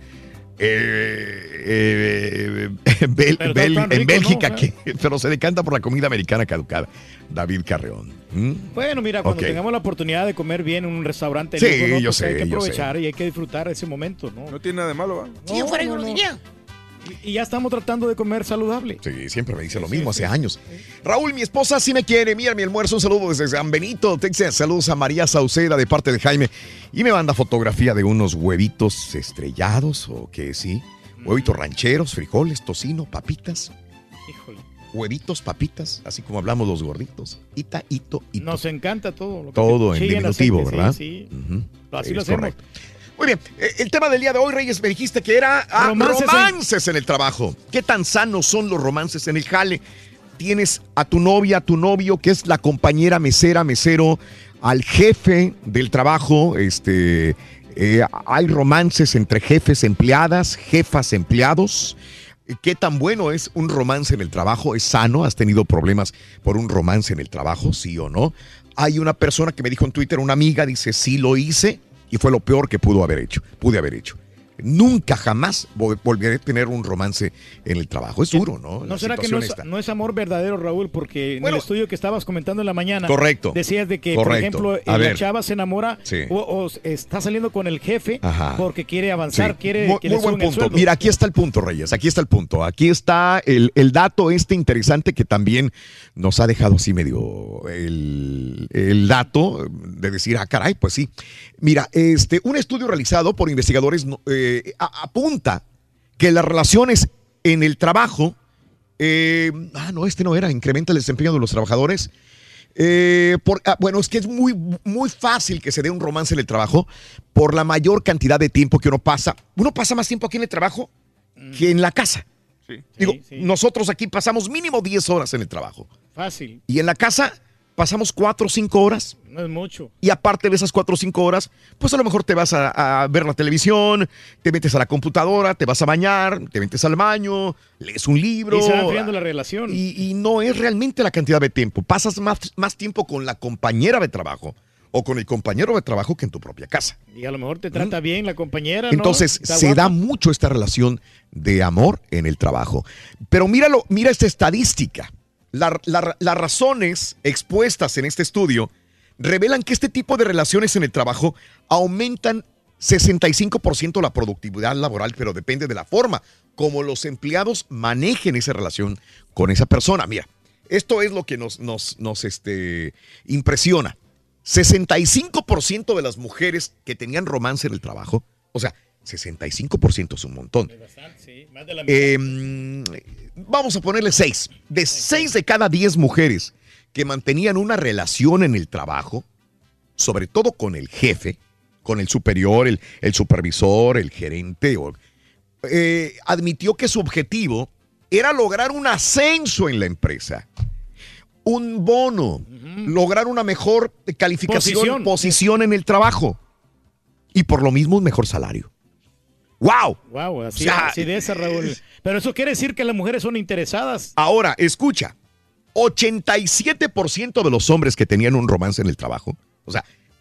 Eh, eh, Bel, Bel, rico, en Bélgica, ¿no? que, pero se decanta por la comida americana caducada. David Carreón. ¿Mm? Bueno, mira, cuando okay. tengamos la oportunidad de comer bien en un restaurante, sí, rico, ¿no? yo pues sé, hay que aprovechar aprovechar y hay que disfrutar ese momento, ¿no? No tiene nada de malo, ¿va? No, si yo fuera yo no, lo diría. Y ya estamos tratando de comer saludable. Sí, siempre me dice lo mismo, sí, hace sí, años. Sí. Raúl, mi esposa sí me quiere. Mira mi almuerzo, un saludo desde San Benito, Texas. Saludos a María Sauceda de parte de Jaime. Y me manda fotografía de unos huevitos estrellados, o que sí. Mm. Huevitos rancheros, frijoles, tocino, papitas. Híjole. Huevitos, papitas, así como hablamos los gorditos. Ita, ito, ito. Nos encanta todo. Lo que todo en diminutivo, aceite, ¿verdad? Sí, sí. Uh-huh. Así es lo hacemos. Correcto. Muy bien, el tema del día de hoy, Reyes, me dijiste que era ah, romances, romances en... en el trabajo. ¿Qué tan sanos son los romances en el jale? Tienes a tu novia, a tu novio, que es la compañera mesera, mesero, al jefe del trabajo. Este, eh, hay romances entre jefes, empleadas, jefas, empleados. ¿Qué tan bueno es un romance en el trabajo? ¿Es sano? ¿Has tenido problemas por un romance en el trabajo? ¿Sí o no? Hay una persona que me dijo en Twitter, una amiga, dice, sí lo hice. Y fue lo peor que pudo haber hecho, pude haber hecho. Nunca jamás volveré a tener un romance en el trabajo. Es duro, ¿no? ¿No la será que no es, no es amor verdadero, Raúl? Porque bueno, en el estudio que estabas comentando en la mañana, correcto, decías de que, correcto. por ejemplo, la chava se enamora sí. o, o está saliendo con el jefe Ajá. porque quiere avanzar, sí. quiere muy, que le muy buen suban el punto. sueldo. Mira, aquí está el punto, Reyes, aquí está el punto. Aquí está el, el dato este interesante que también nos ha dejado así medio el, el dato de decir, ah, caray, pues sí. Mira, este, un estudio realizado por investigadores eh, apunta que las relaciones en el trabajo, eh, ah, no, este no era, incrementa el desempeño de los trabajadores. Eh, por, ah, bueno, es que es muy, muy fácil que se dé un romance en el trabajo por la mayor cantidad de tiempo que uno pasa. Uno pasa más tiempo aquí en el trabajo mm. que en la casa. Sí. Digo, sí, sí. nosotros aquí pasamos mínimo diez horas en el trabajo. Fácil. Y en la casa pasamos cuatro o cinco horas. No es mucho. Y aparte de esas cuatro o cinco horas, pues a lo mejor te vas a, a ver la televisión, te metes a la computadora, te vas a bañar, te metes al baño, lees un libro. Y se va enfriando la relación. Y, y no es realmente la cantidad de tiempo. Pasas más, más tiempo con la compañera de trabajo o con el compañero de trabajo que en tu propia casa. Y a lo mejor te trata ¿Mm? bien la compañera, Entonces, ¿no? se da mucho esta relación de amor en el trabajo. Pero míralo, mira esta estadística. La, la, las razones expuestas en este estudio revelan que este tipo de relaciones en el trabajo aumentan sesenta y cinco por ciento la productividad laboral, pero depende de la forma como los empleados manejen esa relación con esa persona. Mira, esto es lo que nos, nos, nos este, impresiona. sesenta y cinco por ciento de las mujeres que tenían romance en el trabajo, o sea, sesenta y cinco por ciento es un montón. Bastante, sí, más de la mitad. Eh, vamos a ponerle seis. De seis de cada diez mujeres que mantenían una relación en el trabajo, sobre todo con el jefe, con el superior, el, el supervisor, el gerente, o, eh, admitió que su objetivo era lograr un ascenso en la empresa, un bono, uh-huh. lograr una mejor calificación, posición, posición en el trabajo y por lo mismo un mejor salario. ¡Wow! ¡Wow! Así, o sea, así de esa, Raúl. Pero eso quiere decir que las mujeres son interesadas. Ahora, escucha. ochenta y siete por ciento de los hombres que tenían un romance en el trabajo, o sea,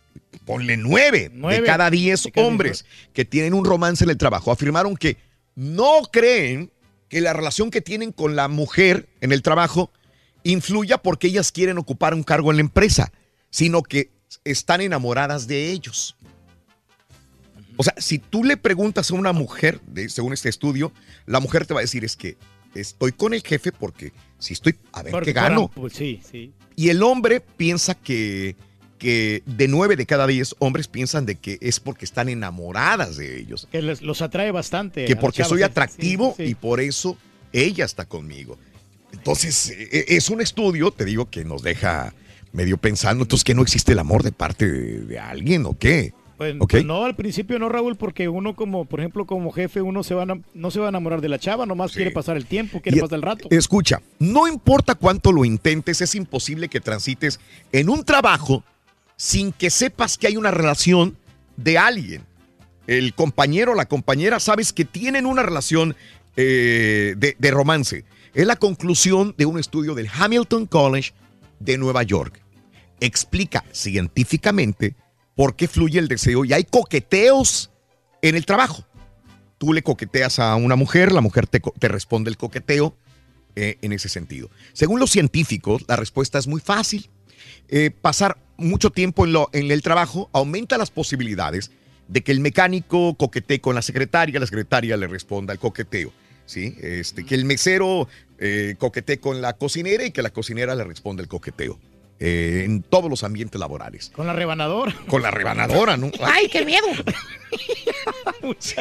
ponle nueve, Nueve de cada diez de cada hombres diez. que tienen un romance en el trabajo afirmaron que no creen que la relación que tienen con la mujer en el trabajo influya porque ellas quieren ocupar un cargo en la empresa, sino que están enamoradas de ellos. O sea, si tú le preguntas a una mujer, de, según este estudio, la mujer te va a decir es que estoy con el jefe porque si estoy, a ver Porque qué gano. fueran, pues, sí, sí. Y el hombre piensa que, que de nueve de cada diez hombres piensan de que es porque están enamoradas de ellos. Que les, los atrae bastante. Que a las porque chavas, soy sí, atractivo sí, sí. y por eso ella está conmigo. Entonces, eh, es un estudio, te digo, que nos deja medio pensando, entonces, ¿que no existe el amor de parte de, de alguien o qué? Pues, ¿Ok? pues no, al principio no, Raúl, porque uno como, por ejemplo, como jefe, uno se va a, no se va a enamorar de la chava, nomás quiere pasar el tiempo, quiere Y, pasar el rato. Escucha, no importa cuánto lo intentes, es imposible que transites en un trabajo sin que sepas que hay una relación de alguien. El compañero o la compañera, sabes que tienen una relación eh, de, de romance. Es la conclusión de un estudio del Hamilton College de Nueva York. Explica científicamente por qué fluye el deseo y hay coqueteos en el trabajo. Tú le coqueteas a una mujer, la mujer te, te responde el coqueteo eh, en ese sentido. Según los científicos, la respuesta es muy fácil. Eh, pasar mucho tiempo en, lo, en el trabajo aumenta las posibilidades de que el mecánico coquetee con la secretaria, la secretaria le responda al coqueteo. ¿Sí? Este, que el mesero eh, coquetee con la cocinera y que la cocinera le responda el coqueteo. Eh, en todos los ambientes laborales. Con la rebanadora. Con la rebanadora, ¿no? ¡Ay, qué miedo! Sí.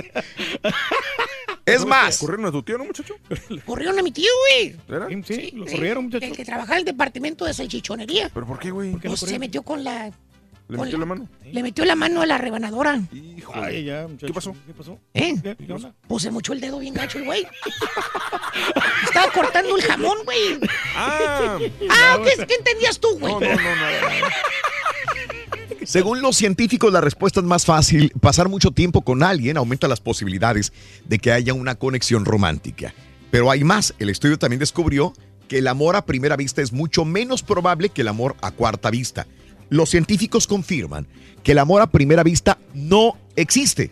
Es más. ¿Corrieron a tu tío, no, muchacho? Corrieron a mi tío, güey. ¿Era? Sí, lo corrieron, muchacho. El que trabajaba en el departamento de salchichonería. ¿Pero por qué, güey? Pues se metió con la... ¿Le con metió la- la mano? Le metió la mano a la rebanadora. Híjole. Ay, ya, muchacho. ¿Qué pasó? ¿Qué pasó? ¿Eh? ¿Qué, qué onda? Pues se mochó el dedo bien gacho el güey. Estaba cortando el jamón, güey. Ah. Ah, ¿qué, ¿qué entendías tú, güey? No, no, no, no. Según los científicos, la respuesta es más fácil. Pasar mucho tiempo con alguien aumenta las posibilidades de que haya una conexión romántica. Pero hay más. El estudio también descubrió que el amor a primera vista es mucho menos probable que el amor a cuarta vista. Los científicos confirman que el amor a primera vista no existe.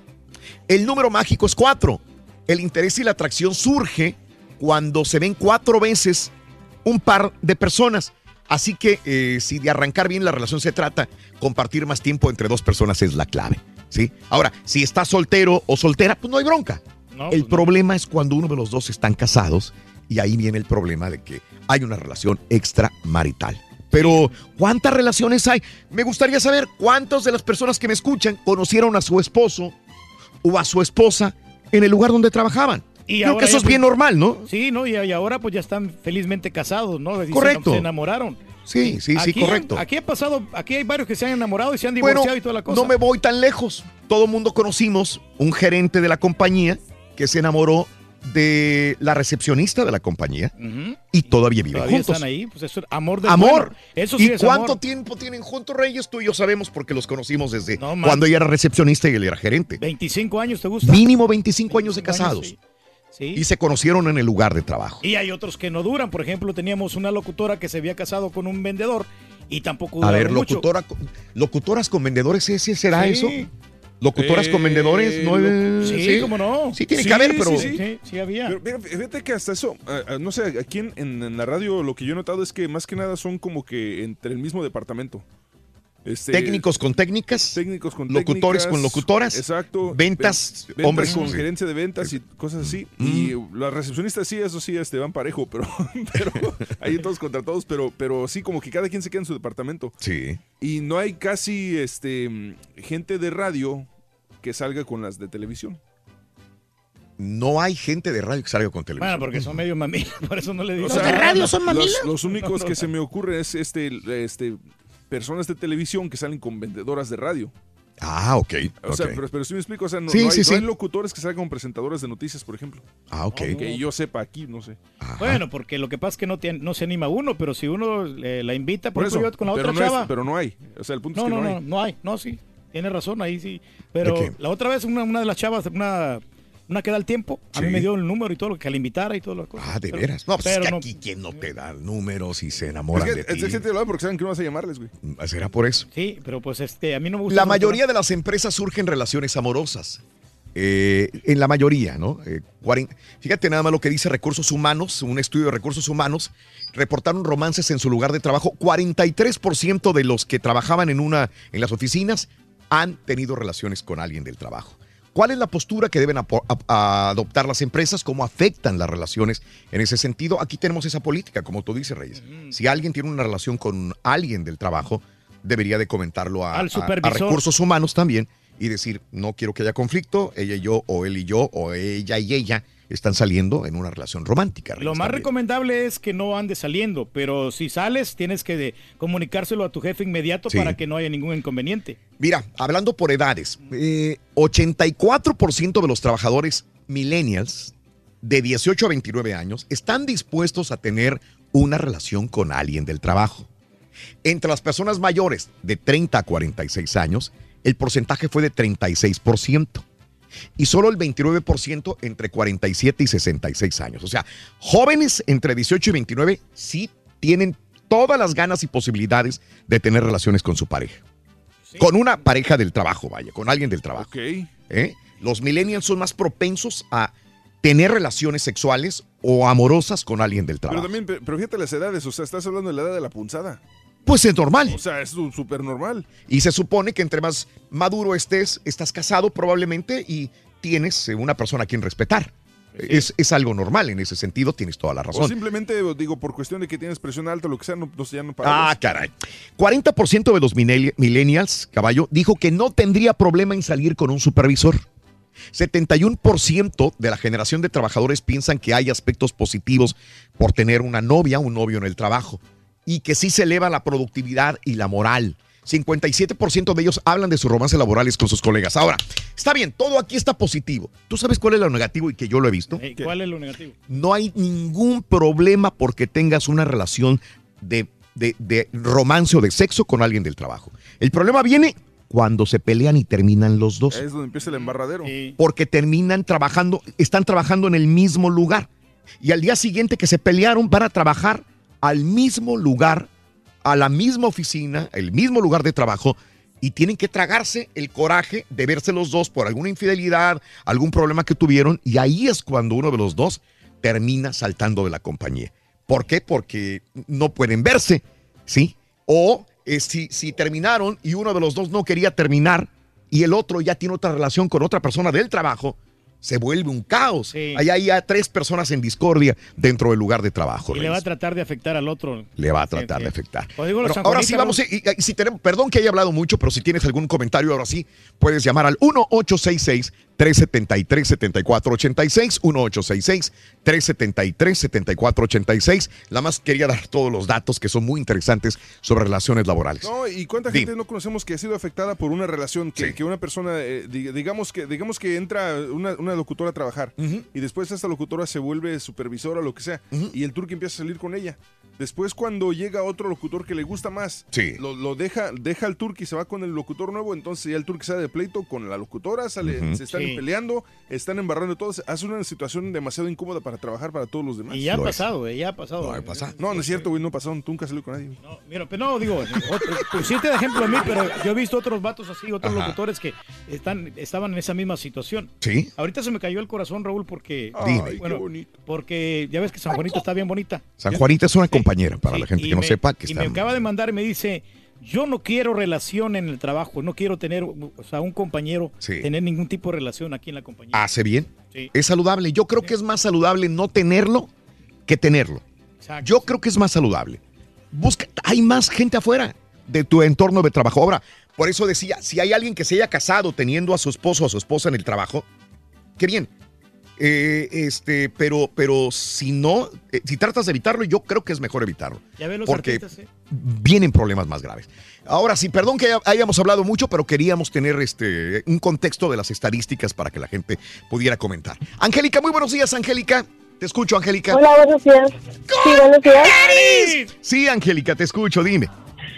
El número mágico es cuatro. El interés y la atracción surge cuando se ven cuatro veces un par de personas. Así que eh, si de arrancar bien la relación se trata, compartir más tiempo entre dos personas es la clave, ¿sí? Ahora, si estás soltero o soltera, pues no hay bronca. No, el pues problema es cuando uno de los dos están casados y ahí viene el problema de que hay una relación extramarital. Pero, ¿cuántas relaciones hay? Me gustaría saber cuántas de las personas que me escuchan conocieron a su esposo o a su esposa en el lugar donde trabajaban. Y Creo ahora que eso ya, es bien pues, normal, ¿no? Sí, ¿no? Y, y ahora pues ya están felizmente casados, ¿no? Dicen, Correcto. Se enamoraron. Sí, sí, sí, Aquí- correcto. Aquí ha pasado, aquí hay varios que se han enamorado y se han Bueno, divorciado y toda la cosa. no me voy tan lejos. Todo mundo conocimos un gerente de la compañía que se enamoró de la recepcionista de la compañía Ujú. y todavía viven Todavía juntos. están ahí, pues eso es amor del Amor. bueno. Eso sí ¿Y es cuánto amor. tiempo tienen juntos, Reyes? Tú y yo sabemos porque los conocimos desde No, man. cuando ella era recepcionista y él era gerente. veinticinco años, ¿te gusta? Mínimo veinticinco años de casados. Sí. Sí. Y se conocieron en el lugar de trabajo. Y hay otros que no duran. Por ejemplo, teníamos una locutora que se había casado con un vendedor y tampoco A duraron ver, mucho. locutora, con- locutoras con vendedores, ¿ese será Sí. eso? ¿Locutoras Eh, con vendedores? ¿No? lo- Sí, cómo no. Sí, tiene Sí, que haber, pero... sí, sí. Sí, sí había. Pero mira, fíjate que hasta eso, ah, ah, no sé, aquí en, en- en la radio lo que yo he notado es que más que nada son como que entre el mismo departamento. Este, Técnicos con técnicas, técnicos con locutores técnicas, con locutoras, exacto, ventas, ven- ventas hombres con sí. gerencia de ventas y cosas así. Mm. Y las recepcionistas sí, eso sí, este, van parejo, pero, pero ahí todos contra todos, pero, pero sí, como que cada quien se queda en su departamento. Sí. Y no hay casi este, gente de radio que salga con las de televisión. No hay gente de radio que salga con televisión. Bueno, porque son medio mamilas, por eso no le digo. O ¿Los sea, de radio son los- mamilas? Los, únicos No, no, que no. se me ocurren es este, este, personas de televisión que salen con vendedoras de radio. Ah, ok. O sea, ok. pero, pero sí me explico, o sea, no, Sí, no hay, sí, no sí. hay locutores que salgan con presentadoras de noticias, por ejemplo. Ah, ok. Que yo sepa aquí, no sé. Ajá. Bueno, porque lo que pasa es que no, te- no se anima uno, pero si uno eh, la invita, por, Por eso, ejemplo, yo con la pero, otra no es- chava. pero no hay. O sea, el punto No, es que no, no, no, hay. no hay, no, sí, tiene razón, ahí sí. Pero ¿De qué? la otra vez una, una de las chavas, una una que da el tiempo. A Sí. mí me dio el número y todo lo que le invitara y todo lo que. Ah, de Pero- veras. No, pues pero es que no- aquí quién no te da números y se Es enamoran que de ti. es gente de lo porque saben que no vas a llamarles, güey. ¿Será por eso? Sí, pero pues este, a mí no me gusta. La eso, mayoría de las empresas surgen relaciones amorosas. Eh, en la mayoría, ¿no? Eh, cuarenta fíjate nada más lo que dice Recursos Humanos, un estudio de Recursos Humanos, reportaron romances en su lugar de trabajo. cuarenta y tres por ciento de los que trabajaban en, una, en las oficinas han tenido relaciones con alguien del trabajo. ¿Cuál es la postura que deben apo- a- a adoptar las empresas? ¿Cómo afectan las relaciones en ese sentido? Aquí tenemos esa política, como tú dices, Reyes. Si alguien tiene una relación con alguien del trabajo, debería de comentarlo a, Al a- a supervisor. Recursos Humanos también y decir, no quiero que haya conflicto, ella y yo, o él y yo, o ella y ella están saliendo en una relación romántica. Lo Reyes, más también. recomendable es que no andes saliendo, pero si sales tienes que de- comunicárselo a tu jefe inmediato Sí. para que no haya ningún inconveniente. Mira, hablando por edades, eh, ochenta y cuatro por ciento de los trabajadores millennials de dieciocho a veintinueve años están dispuestos a tener una relación con alguien del trabajo. Entre las personas mayores de treinta a cuarenta y seis años, el porcentaje fue de treinta y seis por ciento. Y solo el veintinueve por ciento entre cuarenta y siete y sesenta y seis años. O sea, jóvenes entre dieciocho y veintinueve sí tienen todas las ganas y posibilidades de tener relaciones con su pareja. Con una pareja del trabajo, vaya, con alguien del trabajo. ¿Eh? Los millennials son más propensos a tener relaciones sexuales o amorosas con alguien del Pero trabajo. también, pe- pero fíjate las edades, o sea, estás hablando de la edad de la punzada. Pues es normal. O sea, es su- súper normal. Y se supone que entre más maduro estés, estás casado probablemente y tienes eh, una persona a quien respetar. Es, es algo normal en ese sentido, tienes toda la O razón. simplemente, digo, por cuestión de que tienes presión alta o lo que sea, no, no, ya no Ah, pagas. caray. cuarenta por ciento de los millenni- millennials, caballo, dijo que no tendría problema en salir con un supervisor. setenta y uno por ciento de la generación de trabajadores piensan que hay aspectos positivos por tener una novia, un novio en el trabajo, y que sí se eleva la productividad y la moral. cincuenta y siete por ciento de ellos hablan de sus romances laborales con sus colegas. Ahora, está bien, todo aquí está positivo. ¿Tú sabes cuál es lo negativo y que yo lo he visto? Eh, ¿Cuál es lo negativo? No hay ningún problema porque tengas una relación de, de, de romance o de sexo con alguien del trabajo. El problema viene cuando se pelean y terminan los dos. Es donde empieza el embarradero. Porque terminan trabajando, están trabajando en el mismo lugar. Y al día siguiente que se pelearon van a trabajar al mismo lugar, a la misma oficina, el mismo lugar de trabajo, y tienen que tragarse el coraje de verse los dos por alguna infidelidad, algún problema que tuvieron, y ahí es cuando uno de los dos termina saltando de la compañía. ¿Por qué? Porque no pueden verse, ¿sí? O eh, si, si terminaron y uno de los dos no quería terminar y el otro ya tiene otra relación con otra persona del trabajo, se vuelve un caos. Ahí hay ya tres personas en discordia dentro del lugar de trabajo. Y le va a Reyes. tratar de afectar al otro. Le va a tratar de afectar. Pues digo, los Bueno, ahora sí sanjuanitas, vamos, y, y si tenemos, perdón que haya hablado mucho, pero si tienes algún comentario ahora sí, puedes llamar al uno ocho seis seis, tres siete tres, siete cuatro ocho seis, uno ocho seis seis, tres siete tres, siete cuatro ocho seis. La más quería dar todos los datos que son muy interesantes sobre relaciones laborales. No, y cuánta Dime. gente no conocemos que ha sido afectada por una relación, que, que una persona, eh, di- digamos que digamos que entra una, una locutora a trabajar y después esta locutora se vuelve supervisora o lo que sea y el turqui empieza a salir con ella. Después cuando llega otro locutor que le gusta más, Sí. lo, lo deja, deja al turqui, se va con el locutor nuevo, entonces ya el turqui sale de pleito con la locutora, sale, Ujú. se están Sí. peleando, están embarrando todos, hace una situación demasiado incómoda para trabajar para todos los demás. Y ya ha Lo es. pasado, eh, ya ha pasado. No, No, no es cierto, güey, no pasó, tú nunca salió con nadie. güey. No, mira, pero no, digo, otro, pusiste de ejemplo a mí, pero yo he visto otros vatos así, otros Ajá. locutores que están, estaban en esa misma situación. Sí. Ahorita se me cayó el corazón, Raúl, porque, Dime. bueno, porque ya ves que San Juanito está bien bonita. San Juanita es una compañera, para Sí, la gente y que no me- sepa que y está. me acaba de mandar y me dice, yo no quiero relación en el trabajo, no quiero tener, o sea, un compañero, Sí. tener ningún tipo de relación aquí en la compañía. Hace bien. Sí. Es saludable. Yo creo que es más saludable no tenerlo que tenerlo. Exacto. Yo creo que es más saludable. Busca, hay más gente afuera de tu entorno de trabajo. Ahora, por eso decía, si hay alguien que se haya casado teniendo a su esposo o a su esposa en el trabajo, qué bien. Eh, este, pero, pero si no, eh, si tratas de evitarlo, yo creo que es mejor evitarlo. Ya ves los porque artistas, eh. vienen problemas más graves. Ahora sí, perdón que haya- hayamos hablado mucho, pero queríamos tener este un contexto de las estadísticas para que la gente pudiera comentar. Angélica, muy buenos días, Angélica. Te escucho, Angélica. Hola, buenos días. Sí, buenos días. Sí, Angélica, te escucho, dime.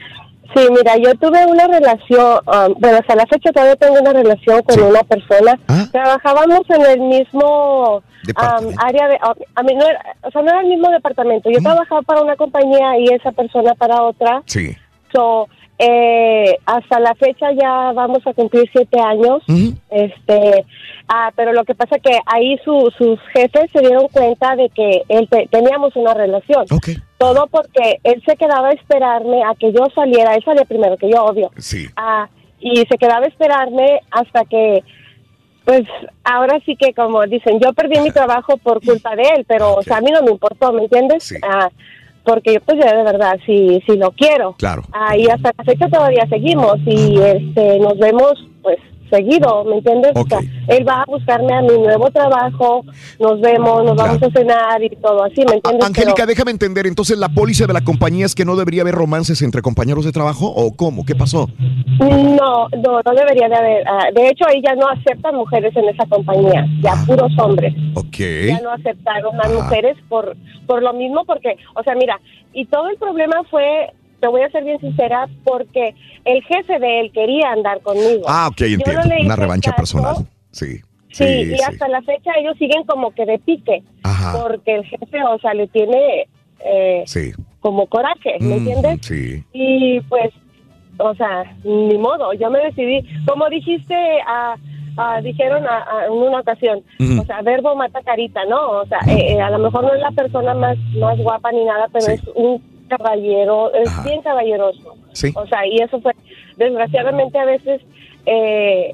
Sí, mira, yo tuve una relación, um, bueno, hasta la fecha todavía tengo una relación con sí. una persona. ¿Ah? Trabajábamos en el mismo um, área de, uh, a mí no era, o sea, no era el mismo departamento. Yo mm. trabajaba para una compañía y esa persona para otra. Sí. So, eh, hasta la fecha ya vamos a cumplir siete años. Mm-hmm. Este, ah, pero lo que pasa que ahí su, sus jefes se dieron cuenta de que él te, teníamos una relación. Okay. Todo porque él se quedaba a esperarme a que yo saliera. Él salía primero que yo, obvio. Sí. Ah, y se quedaba a esperarme hasta que, pues, ahora sí que como dicen, yo perdí mi trabajo por culpa de él, pero, okay. o sea, a mí no me importó, ¿me entiendes? Sí. Ah, porque pues ya de verdad sí sí lo quiero. Claro. Ah, y hasta la fecha todavía seguimos y este nos vemos pues seguido, ¿me entiendes? Okay. O sea, él va a buscarme a mi nuevo trabajo, nos vemos, nos claro. vamos a cenar y todo así, ¿me entiendes? Angélica, Pero... déjame entender, entonces la póliza de la compañía es que no debería haber romances entre compañeros de trabajo o cómo, ¿qué pasó? No, no, no debería de haber. Uh, de hecho, ahí ya no aceptan mujeres en esa compañía, ya ah. puros hombres. Ok. Ya no aceptaron más mujeres por por lo mismo, porque, o sea, mira, y todo el problema fue, te voy a ser bien sincera, porque el jefe de él quería andar conmigo. Ah, ok, entiendo. No una revancha caso, personal. Sí. Sí, sí y sí. hasta la fecha ellos siguen como que de pique. Ajá. Porque el jefe, o sea, le tiene eh, sí. como coraje, ¿me mm, entiendes? Sí. Y pues, o sea, ni modo, yo me decidí, como dijiste, a, a, dijeron a, a, en una ocasión, uh-huh. o sea, verbo mata carita, ¿no? O sea, eh, eh, a lo mejor no es la persona más, más guapa ni nada, pero sí. es un caballero, es Ajá. bien caballeroso. Sí. O sea, y eso fue, desgraciadamente a veces, eh,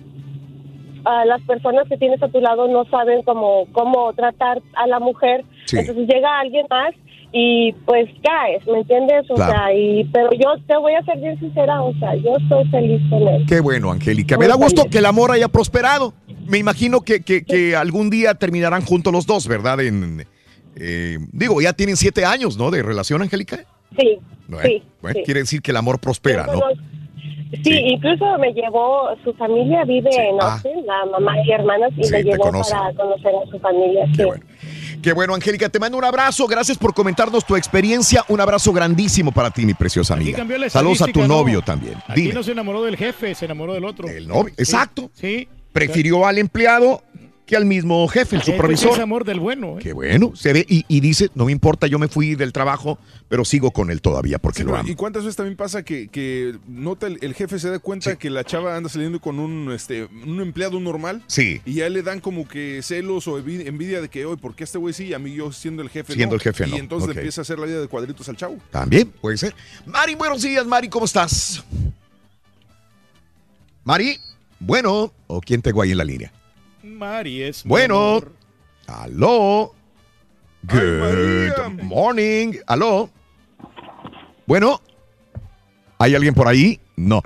a las personas que tienes a tu lado no saben cómo, cómo tratar a la mujer, sí. entonces llega alguien más y pues caes, ¿me entiendes? O claro. sea, y, pero yo te voy a ser bien sincera, o sea, yo estoy feliz con él. Qué bueno, Angélica. Me da gusto que el amor haya prosperado. Me imagino que, que, que algún día terminarán juntos los dos, ¿verdad? En, eh, digo, ya tienen siete años, ¿no? De relación, Angélica. Sí, ¿No, eh? sí, bueno, sí. Quiere decir que el amor prospera, ¿no? Sí, sí, incluso me llevó, su familia vive sí. en Austin, ah. la mamá y hermanas, y sí, me llevó para conocer a su familia. Qué sí. bueno. Qué bueno, Angélica, te mando un abrazo, gracias por comentarnos tu experiencia, un abrazo grandísimo para ti, mi preciosa amiga. Saludos a tu no. novio también. Aquí Dime. No se enamoró del jefe, se enamoró del otro. El novio, sí. exacto. Sí. Prefirió al empleado que al mismo jefe, el supervisor. Es amor del bueno. ¿eh? Qué bueno, se ve y, y dice, no me importa, yo me fui del trabajo, pero sigo con él todavía porque sí, lo amo. ¿Y cuántas veces también pasa que, que nota el, el jefe se da cuenta sí. que la chava anda saliendo con un este un empleado normal? Sí. Y ya le dan como que celos o envidia de que, oye, ¿por qué este güey sí? A mí yo siendo el jefe Siendo no. el jefe y no. Y entonces okay. le empieza a hacer la vida de cuadritos al chavo. También, puede ser. Mari, buenos días, Mari, ¿cómo estás? Mari, bueno, ¿o quién tengo ahí en la línea? Mari es Bueno, aló. Good morning. Aló. Bueno, ¿hay alguien por ahí? No.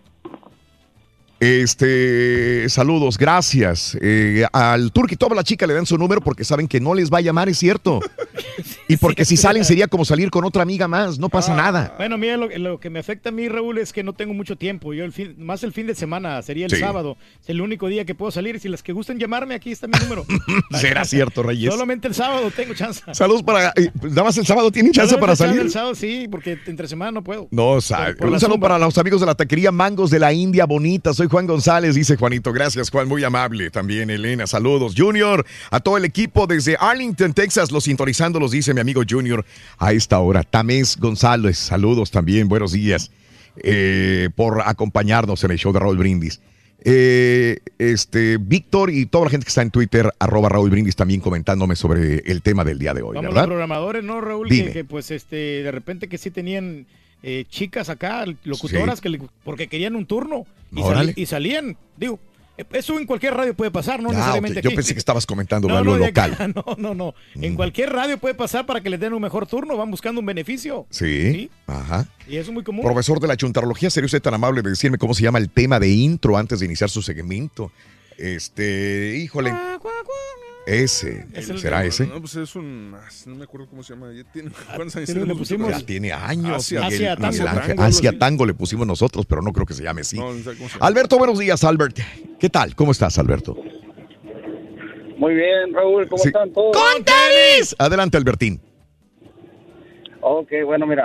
Este, saludos, gracias. Eh, al Turqui, toda la chica le dan su número porque saben que no les va a llamar, es cierto. Y porque si salen sería como salir con otra amiga más, no pasa ah, nada. Bueno, mira, lo, lo que me afecta a mí, Raúl, es que no tengo mucho tiempo. Yo el fin, más el fin de semana, sería el sí. sábado. Es el único día que puedo salir. Si las que gusten llamarme, aquí está mi número. Será cierto, Reyes. Solamente el sábado tengo chance. Saludos para... Eh, nada más el sábado tienen chance para salir. El sábado sí, porque entre semana no puedo. No, o sea, un saludo zumba. Para los amigos de la taquería Mangos de la India Bonita. Soy Juan González, dice Juanito. Gracias, Juan, muy amable. También Elena, saludos. Junior, a todo el equipo desde Arlington, Texas, los sintonizando, los dice mi amigo Junior a esta hora. Tamés González, saludos también, buenos días eh, por acompañarnos en el show de Raúl Brindis. Eh, este, Víctor y toda la gente que está en Twitter, arroba Raúl Brindis, también comentándome sobre el tema del día de hoy, Vamos, ¿verdad? Los programadores, ¿no, Raúl? Que, que pues este, de repente que sí tenían eh, chicas acá, locutoras, sí. que le, porque querían un turno y, sali, y salían, digo, eso en cualquier radio puede pasar, no ah, necesariamente okay. Yo aquí. pensé que estabas comentando no, algo no, local. Acá, no, no, no. Mm. En cualquier radio puede pasar para que les den un mejor turno, van buscando un beneficio. Sí, ¿sí? Ajá. Y eso es muy común. Profesor de la chuntarología, ¿sería usted tan amable de decirme cómo se llama el tema de intro antes de iniciar su segmento? Este, híjole. Ese, ¿Es ¿será el, ese? No, pues es un, no me acuerdo cómo se llama. Ya tiene, ¿cuántos años le pusimos? Ya tiene años. Asia, Miguel, Asia, tango, Miguel Ángel, tango, Asia Tango le pusimos nosotros, pero no creo que se llame así. No, no sé cómo se llama. Alberto, buenos días, Albert. ¿Qué tal? ¿Cómo estás, Alberto? Muy bien, Raúl, ¿cómo sí. están todos? ¡Con tenis! Adelante, Albertín. Ok, bueno, mira,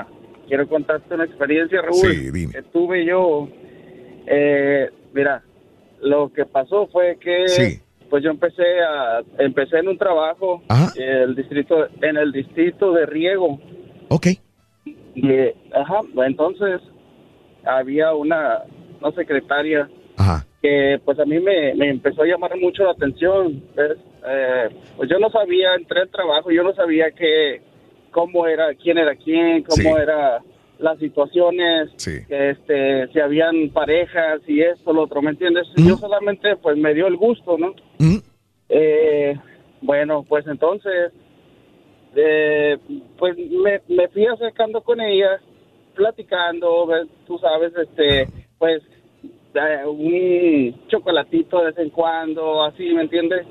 quiero contarte una experiencia, Raúl, Sí, dime. que tuve yo. Eh, mira, lo que pasó fue que Sí. pues yo empecé a empecé en un trabajo el distrito en el distrito de riego. Ok. Y eh, ajá, entonces había una, una secretaria Ajá. que pues a mí me, me empezó a llamar mucho la atención, ¿ves? Eh, pues yo no sabía, entré al trabajo, yo no sabía que cómo era, quién era quién, cómo Sí. era las situaciones, Sí. que este, si habían parejas y esto, lo otro, ¿me entiendes? Yo solamente pues me dio el gusto, ¿no? Eh, bueno, pues entonces, eh, pues me, me fui acercando con ella, platicando, ¿ves? Tú sabes, este, pues eh, un chocolatito de vez en cuando, así, ¿me entiendes?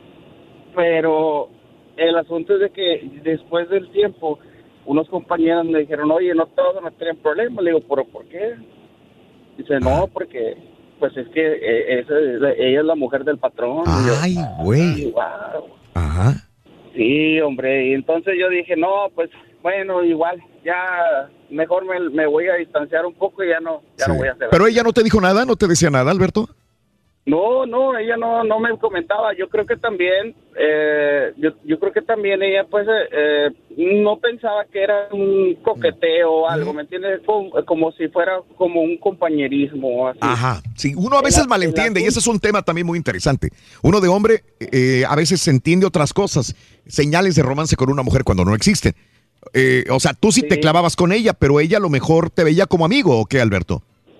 Pero el asunto es de que después del tiempo, unos compañeros me dijeron, oye, no te vas a meter en problemas. Le digo, ¿pero por qué? Dice, no, porque pues es que eh, esa es la- ella es la mujer del patrón. Y yo, Ay, güey. wow. Ajá. Sí, hombre, y entonces yo dije, no, pues bueno, igual, ya mejor me, me voy a distanciar un poco y ya no, ya no voy a hacer. Pero ella no te dijo nada, no te decía nada, Alberto. No, no, ella no, no me comentaba. Yo creo que también, eh, yo, yo creo que también ella, pues, eh, eh, no pensaba que era un coqueteo o algo, ¿me entiendes? Como, como si fuera como un compañerismo, así. Ajá. Sí, uno a veces El- el malentiende y asunto- ese es un tema también muy interesante. Uno de hombre eh, a veces se entiende otras cosas, señales de romance con una mujer cuando no existen. Eh, o sea, tú sí, te clavabas con ella, pero ella a lo mejor te veía como amigo, ¿o qué, Alberto?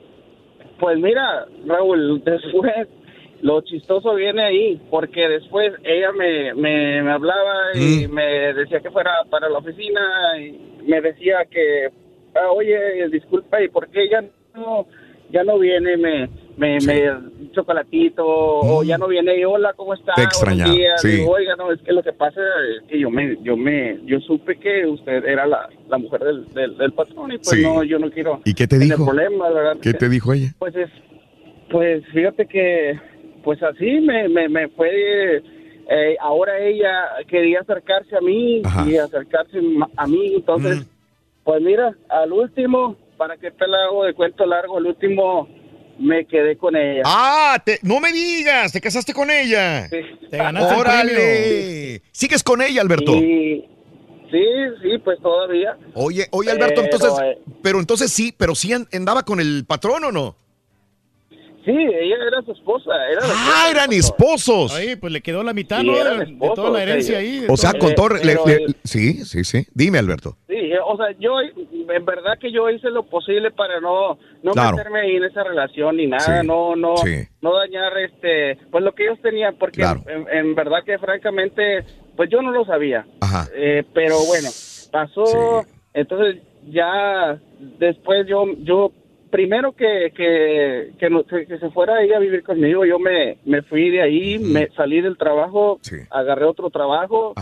Pues mira, Raúl, después lo chistoso viene ahí, porque después ella me, me, me hablaba y me decía que fuera para la oficina y me decía que, ah, oye, disculpa, ¿y por qué ya no, ya no viene? Me, me, me un chocolatito, o ya no viene, y hola, ¿cómo está? Te extrañaba, Buenos días. sí. Digo, oiga, no, es que lo que pasa es que yo me, yo me, yo supe que usted era la, la mujer del, del, del patrón y pues Sí. no, yo no quiero ¿Y qué te tener dijo? problemas, ¿verdad? ¿Qué te dijo ella? Pues es, pues fíjate que, pues así me, me, me fue, eh, ahora ella quería acercarse a mí y acercarse ma- a mí, entonces, pues mira, al último, para que te la hago de cuento largo, al último me quedé con ella. Ah, te- no me digas, te casaste con ella. Te ganaste el ¡Órale! ¿Sigues con ella, Alberto? Sí, sí, sí, pues todavía. Oye, oye, Alberto, Pero, entonces, eh, pero entonces sí, pero sí an- andaba con el patrón, ¿o no? Sí, ella era su esposa. Era la esposa Ah, del eran patrón. esposos. Oye, pues le quedó la mitad, Sí, ¿no? eran De, de esposos, toda la herencia o sea, ahí. de O sea, todo. con todo... Eh, le- pero le- el- sí, sí, sí. Dime, Alberto. Sí, eh, o sea, yo, en verdad que yo hice lo posible para no, no Claro. meterme ahí en esa relación ni nada, Sí, no, no, sí. no dañar, este, pues lo que ellos tenían, porque Claro. en, en verdad que francamente, pues yo no lo sabía. Ajá. Eh, pero bueno, pasó, entonces ya después yo, yo primero que que, que, no- que- que se fuera ella a vivir conmigo, yo me, me fui de ahí, me salí del trabajo, agarré otro trabajo,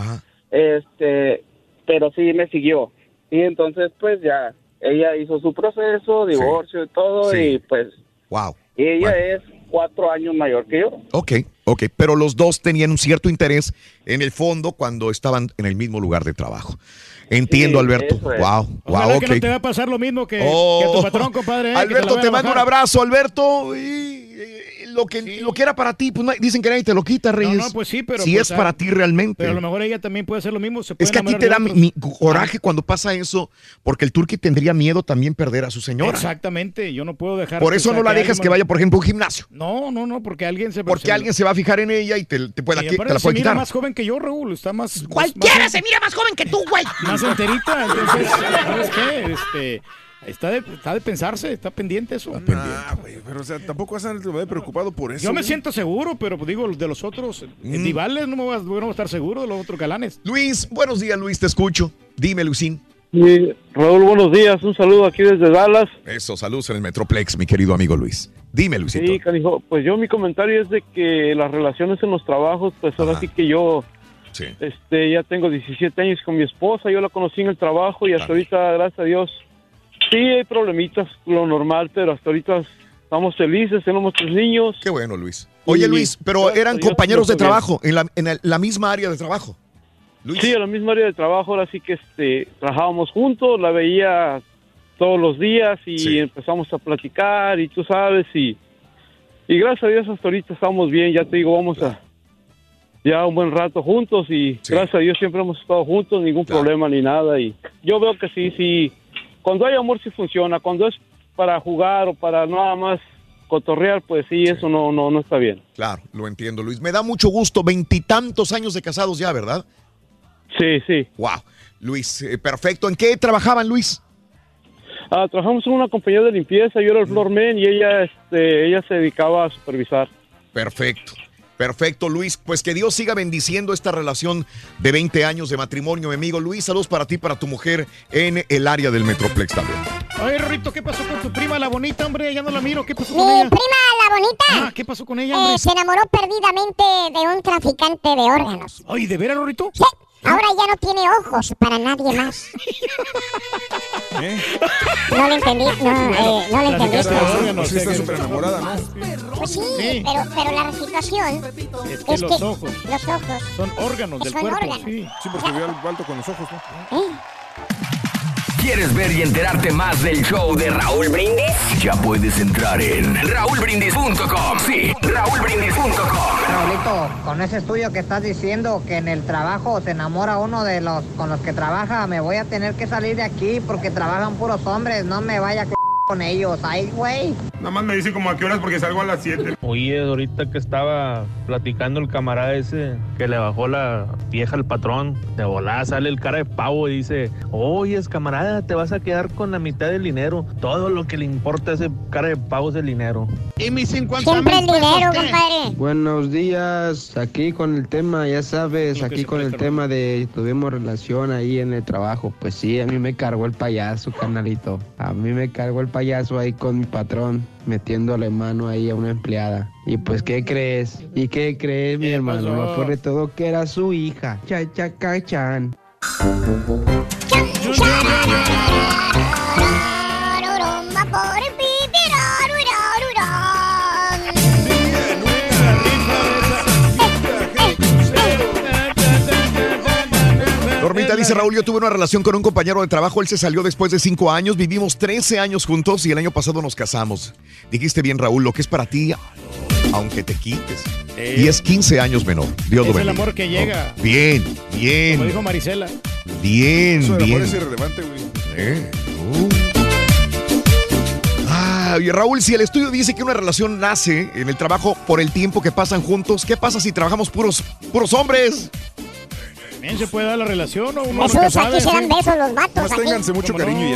este, pero sí me siguió. Y entonces pues ya, ella hizo su proceso, divorcio y todo, Sí. y pues Wow. ella es cuatro años mayor que yo. Ok, ok, pero los dos tenían un cierto interés en el fondo cuando estaban en el mismo lugar de trabajo. Entiendo, Sí, Alberto. eso es. Wow, Ojalá wow, que ok. no te va a pasar lo mismo que, Oh. que a tu patrón, compadre. eh, que Alberto, la vaya te a mando un bajar. abrazo, Alberto. Y, eh, lo que, lo que era para ti, pues no- dicen que nadie te lo quita, Reyes. No, no, pues sí, pero... Si pues, es para ah, ti realmente. Pero a lo mejor ella también puede hacer lo mismo. Se puede Es que a ti enamorar te de da otros. mi, mi coraje cuando pasa eso, porque el turqui tendría miedo también perder a su señora. Exactamente, yo no puedo dejar... Por que eso sa- no la alguien dejas que más- vaya, por ejemplo, a un gimnasio. No, no, no, porque alguien se... Porque se- alguien se va a fijar en ella y te, te, puede, Y te aparte la se puede mira quitar. más joven que yo, Raúl, está más... Cualquiera más, se mira más joven que tú, güey. más enterita, entonces, ¿sabes qué? Este, está, de, está de pensarse, está pendiente eso. Ah, güey, pero o sea, tampoco vas a estar preocupado por eso. Yo me güey. siento seguro, pero pues, digo, de los otros, Mm. Divales no me voy a, no voy a estar seguro de los otros galanes. Luis, buenos días, Luis, te escucho. Dime, Luisín. Sí, Raúl, buenos días. Un saludo aquí desde Dallas. Eso, saludos en el Metroplex, mi querido amigo Luis. Dime, Luisito. Sí, canijo. Pues yo mi comentario es de que las relaciones en los trabajos, pues ahora sí que yo Sí. este, ya tengo diecisiete años con mi esposa. Yo la conocí en el trabajo y hasta ahorita, gracias a Dios, sí hay problemitas, lo normal, pero hasta ahorita estamos felices, tenemos tres niños. Qué bueno, Luis. Oye, Luis, pero eran compañeros de trabajo, en la, en el- la misma área de trabajo. Sí, en la misma área de trabajo, ahora sí que este, trabajábamos juntos, la veía todos los días y Sí. empezamos a platicar y tú sabes y, y gracias a Dios hasta ahorita estamos bien, ya te digo, vamos a ya un buen rato juntos y Sí. gracias a Dios siempre hemos estado juntos, ningún Claro. problema ni nada y yo veo que sí, sí, cuando hay amor sí funciona, cuando es para jugar o para nada más cotorrear, pues sí, eso no, no, no está bien. Claro, lo entiendo, Luis. Me da mucho gusto. Veintitantos años de casados ya, ¿verdad? Sí, sí. Wow. Luis, eh, perfecto. ¿En qué trabajaban, Luis? Ah, trabajamos en una compañía de limpieza, yo era el floorman y ella, este, ella se dedicaba a supervisar. Perfecto. Perfecto, Luis. Pues que Dios siga bendiciendo esta relación de veinte años de matrimonio, mi amigo Luis. Saludos para ti, para tu mujer en el área del Metroplex también. Oye, Rorrito, ¿qué pasó con tu prima, la bonita, hombre? Ya no la miro. ¿Qué pasó Mi con ella? prima, la bonita, Ah, ¿qué pasó con ella, hombre? eh, se enamoró perdidamente de un traficante de órganos. Ay, ¿de veras, Rorrito? Sí, ahora ya no tiene ojos para nadie más. ¿Eh? No le entendí, no, eh, no le entendí. Pues sí, está súper enamorada, ¿no? Pues sí, Sí. Pero, pero la situación Es que es los que ojos los ojos. son órganos del Son cuerpo. órganos. Sí. Sí, porque vio al Balto con los ojos, ¿no? ¿Eh? ¿Quieres ver y enterarte más del show de Raúl Brindis? Ya puedes entrar en raúl brindis punto com. Sí, raúl brindis punto com. Raulito, con ese estudio que estás diciendo que en el trabajo se enamora uno de los con los que trabaja, me voy a tener que salir de aquí porque trabajan puros hombres, no me vaya a c con ellos. Ay, güey. Nada más me dice como a qué horas porque salgo a las siete. Oye, ahorita que estaba platicando el camarada ese que le bajó la vieja al patrón, de volada sale el cara de pavo y dice, oye, camarada, te vas a quedar con la mitad del dinero. Todo lo que le importa a ese cara de pavo es el dinero. ¿Y mis cincuenta Siempre el mil pesos dinero, qué? compadre. Buenos días, aquí con el tema, ya sabes, Lo que aquí se con el presta, tema de tuvimos relación ahí en el trabajo. Pues sí, a mí me cargó el payaso, carnalito. A mí me cargó el payaso ahí con mi patrón, metiéndole mano ahí a una empleada. Y pues, ¿qué crees? ¿Y qué crees, mi ¿Qué hermano? pasó? Lo peor de todo que era su hija. Cha, cha, ca, chan. Rororoma por el Dormita dice, Raúl, yo tuve una relación con un compañero de trabajo, él se salió después de cinco años, vivimos trece años juntos y el año pasado nos casamos. Dijiste bien, Raúl, lo que es para ti, aunque te quites. Eh. Y es quince años menor. Dios lo Es el bendiga. amor que llega. Bien, bien. Como dijo Marisela. Bien, Eso de amor bien. es irrelevante, güey. Eh, uh. Ah, y Raúl, si el estudio dice que una relación nace en el trabajo por el tiempo que pasan juntos, ¿qué pasa si trabajamos puros, puros hombres? También se puede dar la relación o uno Jesús, nunca aquí sabe, se dan sí. besos los vatos. Pues aquí. ténganse mucho ¿Cómo cariño no? ya.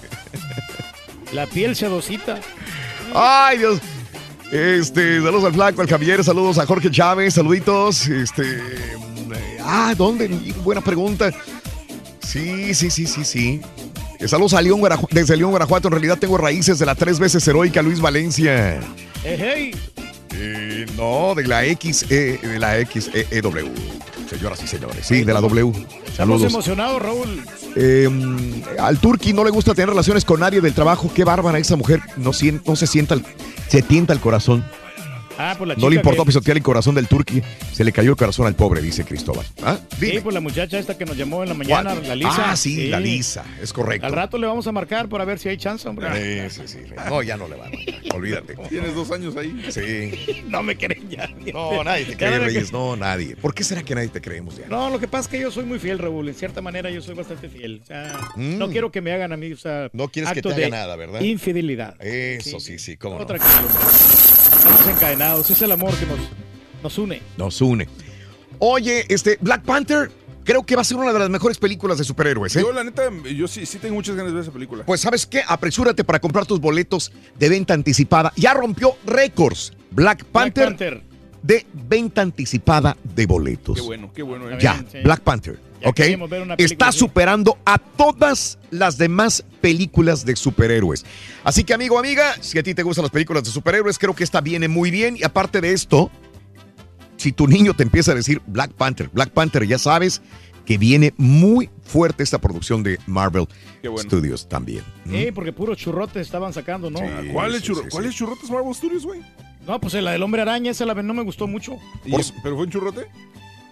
La piel se adosita. Ay, Dios. Este, saludos al Flaco, al Javier, saludos a Jorge Chávez, saluditos. Este, eh, ah, ¿dónde? Buena pregunta. Sí, sí, sí, sí, sí. Eh, Saludos a León, Guanajuato, desde León, Guanajuato. En realidad tengo raíces de la tres veces heroica Luis Valencia. Eh, hey. Eh, no, de la X, E, de la X, E, E, W. Señoras y señores, sí, de la W. Estamos Saludos. emocionados, Raúl. Eh, al Turqui no le gusta tener relaciones con nadie del trabajo. Qué bárbara esa mujer. No, sien- no se sienta, el- se tienta el corazón. Ah, pues la No le chica importó que- pisotear el corazón del Turqui. Se le cayó el corazón al pobre, dice Cristóbal. ¿Ah? Sí, pues la muchacha esta que nos llamó en la mañana, ¿Cuál? la Lisa. Ah, sí, la Lisa, es correcto. Al rato le vamos a marcar para ver si hay chance, hombre. Sí, sí, sí. No, ya no le van. Olvídate. Tienes dos años ahí. Sí. No me creen ya. No, nadie te Ya cree, no me Reyes. creen. No, nadie. ¿Por qué será que nadie te creemos ya? No, lo que pasa es que yo soy muy fiel, Raúl. En cierta manera yo soy bastante fiel. O sea, Mm. no quiero que me hagan a mí, o sea, No quieres que te actos haga de nada, ¿verdad? Infidelidad. Eso sí, sí, cómo No, no. tranquilo, hombre. Estamos encadenados. Es el amor que nos, nos une. Nos une. Oye, este, Black Panther, creo que va a ser una de las mejores películas de superhéroes, ¿eh? Yo, la neta, yo sí, sí tengo muchas ganas de ver esa película. Pues, ¿sabes qué? Apresúrate para comprar tus boletos de venta anticipada. Ya rompió récords. Black Panther, Panther. de venta anticipada de boletos. Qué bueno, qué bueno. eh. Ya, Sí. Black Panther. Ya ¿Ok? queríamos ver una película Está así. superando a todas las demás películas de superhéroes. Así que, amigo, amiga, si a ti te gustan las películas de superhéroes, creo que esta viene muy bien. Y aparte de esto, si tu niño te empieza a decir Black Panther, Black Panther, ya sabes que viene muy fuerte esta producción de Marvel Qué bueno. Studios también. ¿Mm? Eh, porque puros churrotes estaban sacando, ¿no? Sí. ¿Cuál es sí, churro? sí, ¿Cuál sí. es churrotes Marvel Studios, güey? No, pues la del hombre araña, esa la no me gustó mucho. ¿Y- ¿Pero fue un churrote?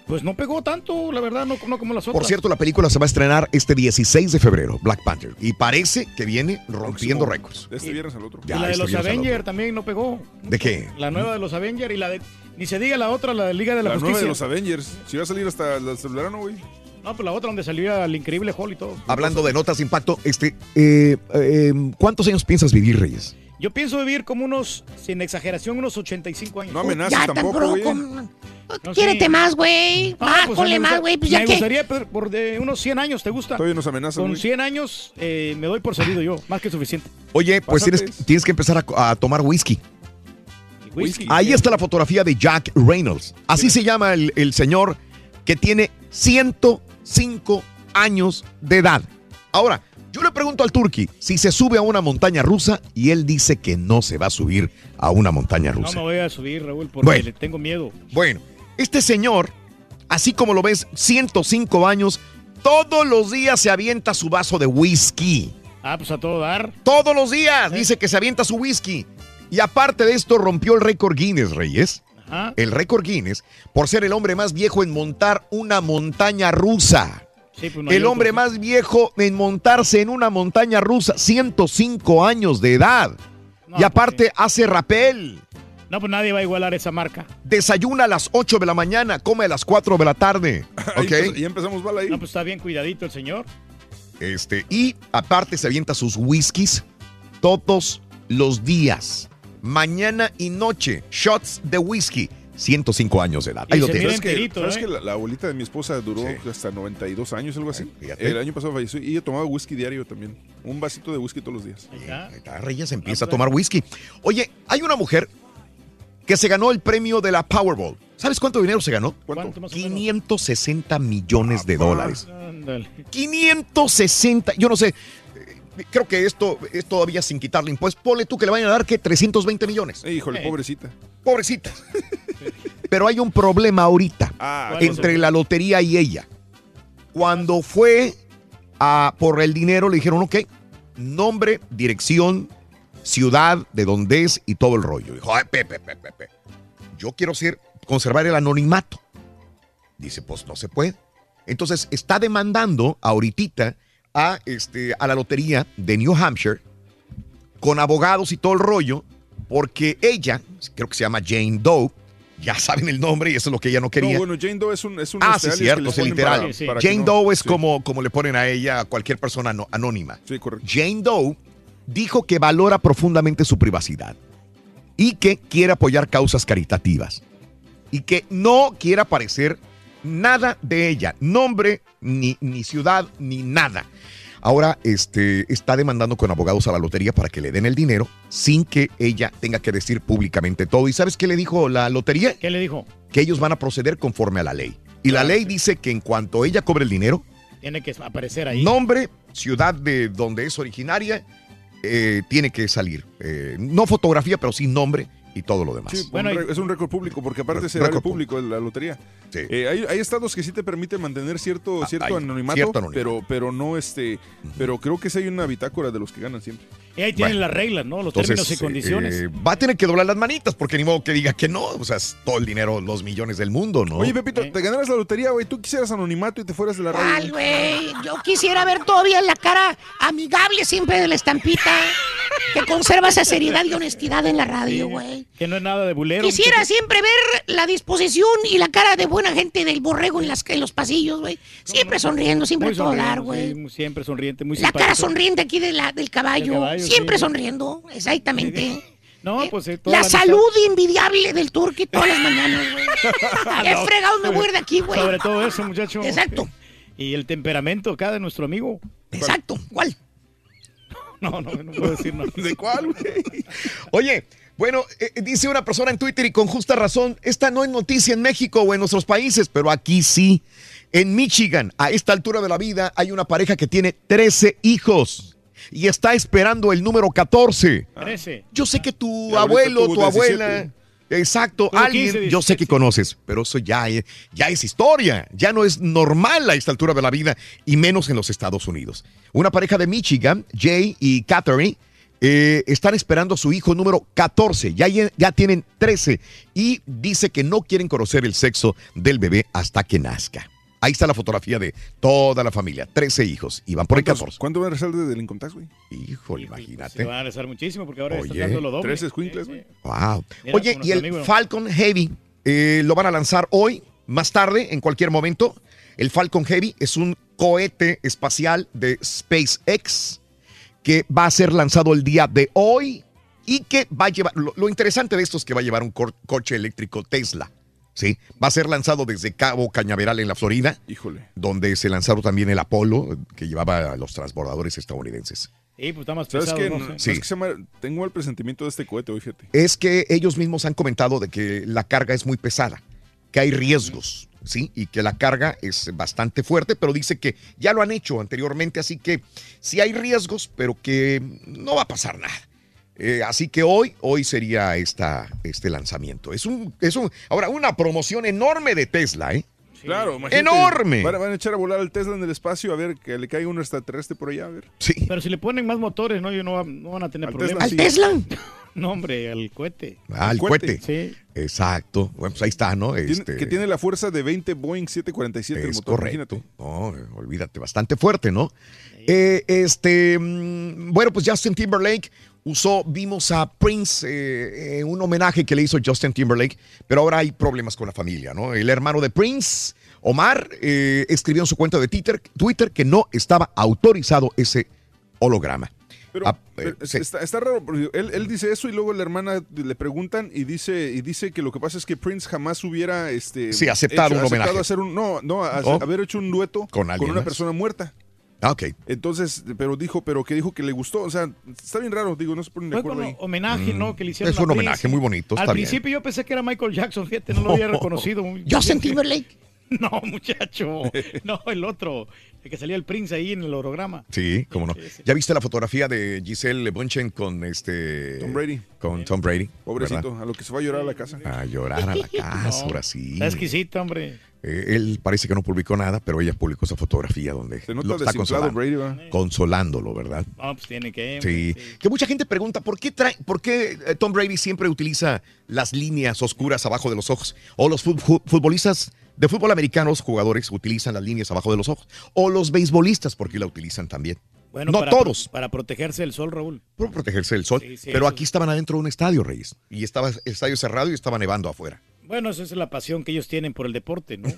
Pues no pegó tanto, la verdad, no, no como las otras. Por cierto, la película se va a estrenar este dieciséis de febrero, Black Panther. Y parece que viene rompiendo récords. De este viernes al otro. Ya, y la de este los Avengers también no pegó. ¿De qué? La nueva de los Avengers y la de... Ni se diga la otra, la de Liga de la, la Justicia. La nueva de los Avengers. Si va a salir hasta el verano, güey. No, pues la otra donde salía el increíble Hulk y todo. Hablando de notas de impacto, este, eh, eh, ¿cuántos años piensas vivir, Reyes? Yo pienso vivir como unos, sin exageración, unos ochenta y cinco años. No amenaces Ya, tampoco, güey. tampoco. No, Quiérete sí. más, güey. Ah, Más, pues, ponle me más, gusta- güey. Pues me ya que. gustaría por, por de unos cien años, ¿te gusta? Todavía nos amenazan, Con güey. cien años eh, me doy por servido yo, más que suficiente. Oye, pues Pásate. tienes, tienes que empezar a, a tomar whisky. Whisky. Ahí está la fotografía de Jack Reynolds. Así se llama el, el señor que tiene ciento cinco años de edad. Ahora, yo le pregunto al Turqui si se sube a una montaña rusa y él dice que no se va a subir a una montaña No rusa. me voy a subir, Raúl, porque Bueno. le tengo miedo. Bueno, este señor, así como lo ves, ciento cinco años, todos los días se avienta su vaso de whisky. Ah, pues a todo dar. Todos los días dice que se avienta su whisky. Y aparte de esto, rompió el récord Guinness, Reyes. Ajá. El récord Guinness por ser el hombre más viejo en montar una montaña rusa. Sí, pues no hay El otro, hombre sí. más viejo en montarse en una montaña rusa, ciento cinco años de edad. No, y aparte hace rapel. No, pues nadie va a igualar esa marca. Desayuna a las ocho de la mañana, come a las cuatro de la tarde. Ahí ¿Ok? empe- ya empezamos mal ahí. No, pues está bien cuidadito el señor. Este, y aparte se avienta sus whiskies todos los días. Mañana y noche. Shots de whisky. ciento cinco años de edad. Ahí lo ¿Sabes tienes. que, ¿sabes que la, la abuelita de mi esposa duró hasta noventa y dos años, algo así? fíjate. El año pasado falleció y ella tomaba whisky diario también. Un vasito de whisky todos los días. Ahí está, Reyes empieza a tomar whisky. Oye, hay una mujer que se ganó el premio de la Powerball. ¿Sabes cuánto dinero se ganó? ¿Cuánto más o menos? quinientos sesenta millones de dólares. Ándale. quinientos sesenta, yo no sé, eh, creo que esto es todavía sin quitarle impuestos. Ponle tú que le vayan a dar que trescientos veinte millones. Eh, híjole, Eh. pobrecita. Pobrecita. Pero hay un problema ahorita Ah, entre la lotería y ella. Cuando fue a por el dinero le dijeron, ok, nombre, dirección, ciudad, de dónde es y todo el rollo. Dijo, ay, Pepe, Pepe, Pepe, yo quiero ser, conservar el anonimato. Dice, pues no se puede. Entonces está demandando ahorita a, este, a la lotería de New Hampshire con abogados y todo el rollo porque ella, creo que se llama Jane Doe, ya saben el nombre y eso es lo que ella no quería. No, bueno, Jane Doe es un, es un Ah, este, sí, alias que cierto, les es el ponen literal. para- Sí, para que Jane no- Doe es sí. como, como le ponen a ella a cualquier persona ano- anónima. Sí, correcto. Jane Doe dijo que valora profundamente su privacidad y que quiere apoyar causas caritativas y que no quiere aparecer nada de ella, nombre, ni, ni ciudad, ni nada. Ahora este, está demandando con abogados a la lotería para que le den el dinero sin que ella tenga que decir públicamente todo. ¿Y sabes qué le dijo la lotería? ¿Qué le dijo? Que ellos van a proceder conforme a la ley. Y la ley dice que en cuanto ella cobre el dinero, Tiene que aparecer ahí. nombre, ciudad de donde es originaria, eh, tiene que salir. Eh, no fotografía, pero sí nombre y todo lo demás. Sí, Bueno, un y- re- es un récord público porque aparte Re- es erario récord público la lotería. Sí. Eh, hay, hay estados que sí te permiten mantener cierto, Ah, cierto, hay anonimato, cierto anonimato. pero pero no este, pero creo que sí hay una bitácora de los que ganan siempre. Y ahí tienen Bueno. las reglas, ¿no? Los Entonces, términos y condiciones. eh, va a tener que doblar las manitas porque ni modo que diga que no. O sea, es todo el dinero, los millones del mundo, ¿no? Oye, Pepito, Eh. te ganaras la lotería, güey, tú quisieras anonimato y te fueras de la Ay, radio. güey, yo quisiera ver todavía la cara amigable siempre de la estampita, que conserva esa seriedad y honestidad en la radio, güey. Que no es nada de bulero. Quisiera muchacho. siempre ver la disposición y la cara de buena gente del borrego en, las, en los pasillos, güey. Siempre sonriendo, siempre Muy a todo dar, sonriente, güey. sí, muy- siempre sonriente, muy La cara simpático. sonriente aquí de la, del caballo, Del caballo, siempre sí. sonriendo, exactamente. No, pues eh, toda La amistad- salud envidiable del turqui todas las mañanas, güey. He No, fregado me sobre- voy a ir de aquí, güey. Sobre todo eso, muchacho. Exacto. Y el temperamento acá de nuestro amigo. Exacto, ¿cuál? No, no, no puedo decir nada. ¿De cuál, güey? Oye, bueno, eh, dice una persona en Twitter y con justa razón, esta no es noticia en México o en nuestros países, pero aquí sí. En Michigan, a esta altura de la vida, hay una pareja que tiene trece hijos y está esperando el número catorce. Trece. Yo sé que tu Y ahorita abuelo, tuvo tu abuela, diecisiete. exacto, Tuvo alguien, quince, yo sé que diecisiete. conoces, pero eso ya es, ya es historia, ya no es normal a esta altura de la vida y menos en los Estados Unidos. Una pareja de Michigan, Jay y Catherine, Eh, están esperando a su hijo número catorce, ya, ya tienen trece y dice que no quieren conocer el sexo del bebé hasta que nazca. Ahí está la fotografía de toda la familia, trece hijos, y van por el catorce. ¿Cuánto van a rezar desde el Incontax, güey? Híjole, imagínate. Se van a rezar muchísimo porque ahora Oye, están dando lo doble. Tres escuincles, güey. Wow. Mira, Oye, con y el amigo. Falcon Heavy eh, lo van a lanzar hoy, más tarde, en cualquier momento. El Falcon Heavy es un cohete espacial de SpaceX que va a ser lanzado el día de hoy y que va a llevar, lo, lo interesante de esto es que va a llevar un co- coche eléctrico Tesla, ¿sí? Va a ser lanzado desde Cabo Cañaveral en la Florida, Híjole. donde se lanzaron también el Apolo, que llevaba a los transbordadores estadounidenses. Sí, pues está más ¿Sabes pesado, qué? no No, sé. ¿sabes qué se llama? Tengo el presentimiento de este cohete hoy, fíjate. Es que ellos mismos han comentado de que la carga es muy pesada, que hay riesgos, ¿sí? Y que la carga es bastante fuerte, pero dice que ya lo han hecho anteriormente, así que sí hay riesgos, pero que no va a pasar nada. Eh, así que hoy, hoy sería esta, este lanzamiento. Es un, es un, ahora, una promoción enorme de Tesla, ¿eh? Claro, imagínate. ¡Enorme! Van, van a echar a volar el Tesla en el espacio a ver que le caiga un extraterrestre por allá, a ver. Sí. Pero si le ponen más motores, no, Ellos no, va- no van a tener Al problemas. Tesla, ¿Al sí. Tesla? No, hombre, al cohete. Ah, el cohete. cohete. Sí. Exacto. Bueno, pues ahí está, ¿no? Tiene- Este, Que tiene la fuerza de veinte Boeing siete cuarenta y siete el es motor, correcto. imagínate. No, eh, olvídate, bastante fuerte, ¿no? Eh, este, mm, bueno, pues Justin Timberlake usó, vimos a Prince, eh, eh, un homenaje que le hizo Justin Timberlake, pero ahora hay problemas con la familia, ¿no? El hermano de Prince, Omar, eh, escribió en su cuenta de Twitter, Twitter que no estaba autorizado ese holograma. Pero, Ah, pero eh, es- sí. está, está raro, porque él, él dice eso y luego la hermana le preguntan y dice y dice que lo que pasa es que Prince jamás hubiera este, Sí, aceptado un aceptado homenaje. hacer un, no, no, a- Oh. haber hecho un dueto ¿Con alguien una más? persona muerta. Ah, ok. Entonces, pero dijo, pero que dijo que le gustó, o sea, está bien raro, digo, no se ponen de Fue acuerdo con ahí. homenaje, ¿no? Que le hicieron Es a un Prince. homenaje muy bonito, Al está bien. principio yo pensé que era Michael Jackson, fíjate, no lo había reconocido. Justin Timberlake. No, muchacho. No, el otro. El que salía el Prince ahí en el holograma. Sí, cómo no. ¿Ya viste la fotografía de Giselle Bunchen con este Tom Brady. Con Tom Brady. Pobrecito, ¿verdad? a lo que se va a llorar a la casa. A llorar a la casa, No, ahora sí. Está exquisito, hombre. Eh, él parece que no publicó nada, pero ella publicó esa fotografía donde Se nota lo está desinflado consolando, Brady, ¿verdad? consolándolo, ¿verdad? No, pues tiene que. Sí. hombre, Que mucha gente pregunta, ¿por qué, trae, ¿por qué eh, Tom Brady siempre utiliza las líneas oscuras abajo de los ojos? O los fu- fu- futbolistas de fútbol americano, los jugadores utilizan las líneas abajo de los ojos. O los beisbolistas, porque la utilizan también. Bueno, no para, todos. Para protegerse del sol, Raúl. Por protegerse del sol. Sí, sí, pero eso aquí es. estaban adentro de un estadio, Reyes. Y estaba el estadio cerrado y estaba nevando afuera. Bueno, esa es la pasión que ellos tienen por el deporte, ¿no?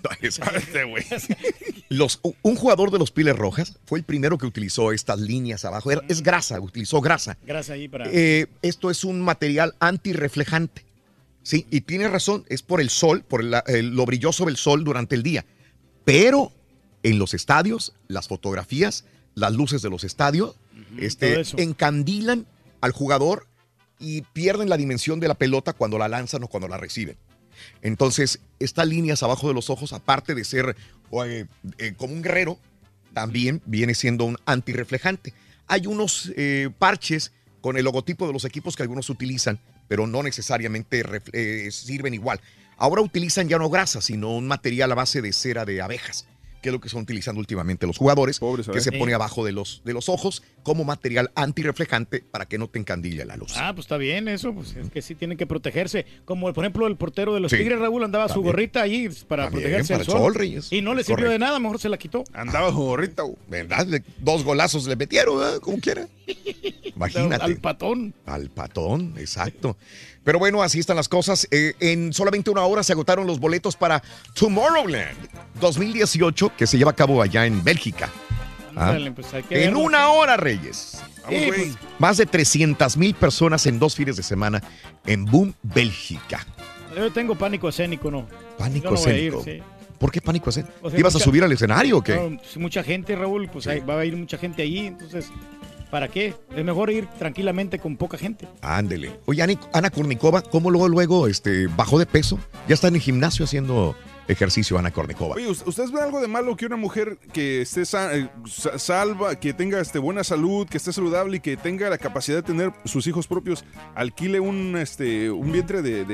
Los, un jugador de los Piles Rojas fue el primero que utilizó estas líneas abajo. Era- es grasa, utilizó grasa. Gracias ahí para. Eh, esto es un material antirreflejante. Sí, y tiene razón, es por el sol, por el- el- lo brilloso del sol durante el día. Pero en los estadios, las fotografías, las luces de los estadios, este, todo eso. encandilan al jugador y pierden la dimensión de la pelota cuando la lanzan o cuando la reciben. Entonces, estas líneas abajo de los ojos, aparte de ser eh, eh, como un guerrero, también viene siendo un antirreflejante. Hay unos eh, parches con el logotipo de los equipos que algunos utilizan, pero no necesariamente ref- eh, sirven igual. Ahora utilizan ya no grasa, sino un material a base de cera de abejas, que es lo que están utilizando últimamente los jugadores, Pobres que abejas. se Sí. pone abajo de los, de los ojos como material antirreflejante para que no te encandille la luz. Ah, pues está bien eso, pues es que sí tienen que protegerse. Como por ejemplo el portero de los Sí. Tigres, Raúl, andaba su También. gorrita ahí para También, protegerse para del el sol. sol, Reyes. Y no le Es sirvió de correcto. nada, mejor se la quitó. Andaba su gorrita. güey. ¿Verdad? Le- Dos golazos le metieron, ¿eh? Como quiera. Imagínate. Al patón. Al patón, exacto. Pero bueno, así están las cosas. Eh, en solamente una hora se agotaron los boletos para Tomorrowland dos mil dieciocho, que se lleva a cabo allá en Bélgica. ¿Ah? Ándale, pues hay que En verlo. una hora, Reyes. Vamos, Sí, güey. pues, Más de trescientas mil personas en dos fines de semana en Boom, Bélgica. yo tengo pánico escénico, ¿no? Pánico Yo no voy a ir, escénico. sí. ¿Por qué pánico escénico? O sea, ¿Ibas a mucha- subir al escenario o qué? No, pues, mucha gente, Raúl, pues ahí va a ir mucha gente allí, entonces, ¿para qué? Es mejor ir tranquilamente con poca gente. Ándele. Oye, Ani- Ana Kournikova, ¿cómo luego, luego este, bajó de peso? Ya está en el gimnasio haciendo ejercicio, Ana Kournikova. Oye, ¿ustedes ven algo de malo que una mujer que esté sa- eh, sa- salva, que tenga este, buena salud, que esté saludable y que tenga la capacidad de tener sus hijos propios, alquile un, este, un vientre de, de,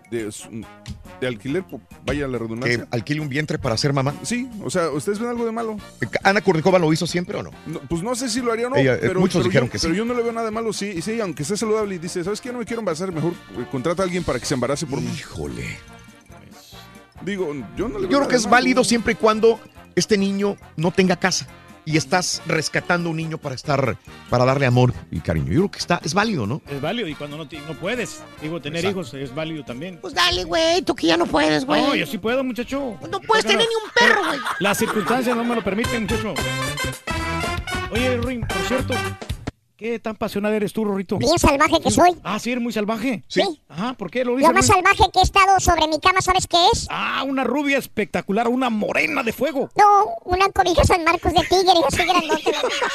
de, de alquiler, vaya la redundancia. ¿Que alquile un vientre para ser mamá? Sí, o sea, ¿ustedes ven algo de malo? ¿Ana Kournikova lo hizo siempre o no? no pues no sé si lo haría o no. Ella, pero, muchos pero dijeron yo, que sí. Pero yo no le veo nada de malo, sí, sí, aunque esté saludable y dice, ¿sabes qué? No me quiero embarazar, mejor eh, contrata a alguien para que se embarace por mí. Híjole. Digo, yo no le veo Yo creo nada que es de válido malo. siempre y cuando este niño no tenga casa y estás rescatando a un niño para estar, para darle amor y cariño. Yo creo que está, es válido, ¿no? Es válido y cuando no, no puedes, digo, tener Exacto. hijos es válido también. Pues dale, güey, tú que ya no puedes, güey. No, yo sí puedo, muchacho. No puedes tener ni un perro, güey. Las circunstancias no me lo permiten, muchacho. Oye, Ruin, por cierto, ¿qué tan apasionada eres tú, Rorrito? Bien salvaje que soy. Ah, sí, eres muy salvaje. Sí. Ajá, ¿por qué lo dices? Lo más salvaje que he estado sobre mi cama, ¿sabes qué es? Ah, una rubia espectacular, una morena de fuego. No, una cobija San Marcos de tigre, así grandote.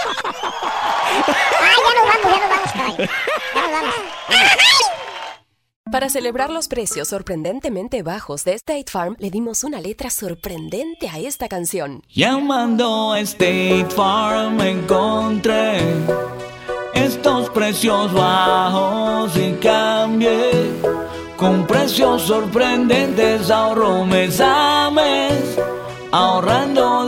Ah, ya nos vamos, ya nos vamos, caballo. Ya nos vamos. Para celebrar los precios sorprendentemente bajos de State Farm, le dimos una letra sorprendente a esta canción. Llamando a State Farm encontré estos precios bajos y cambié. Con precios sorprendentes ahorro mes a mes. Ahorrando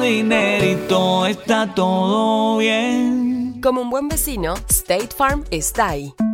dinerito está todo bien. Como un buen vecino, State Farm está ahí.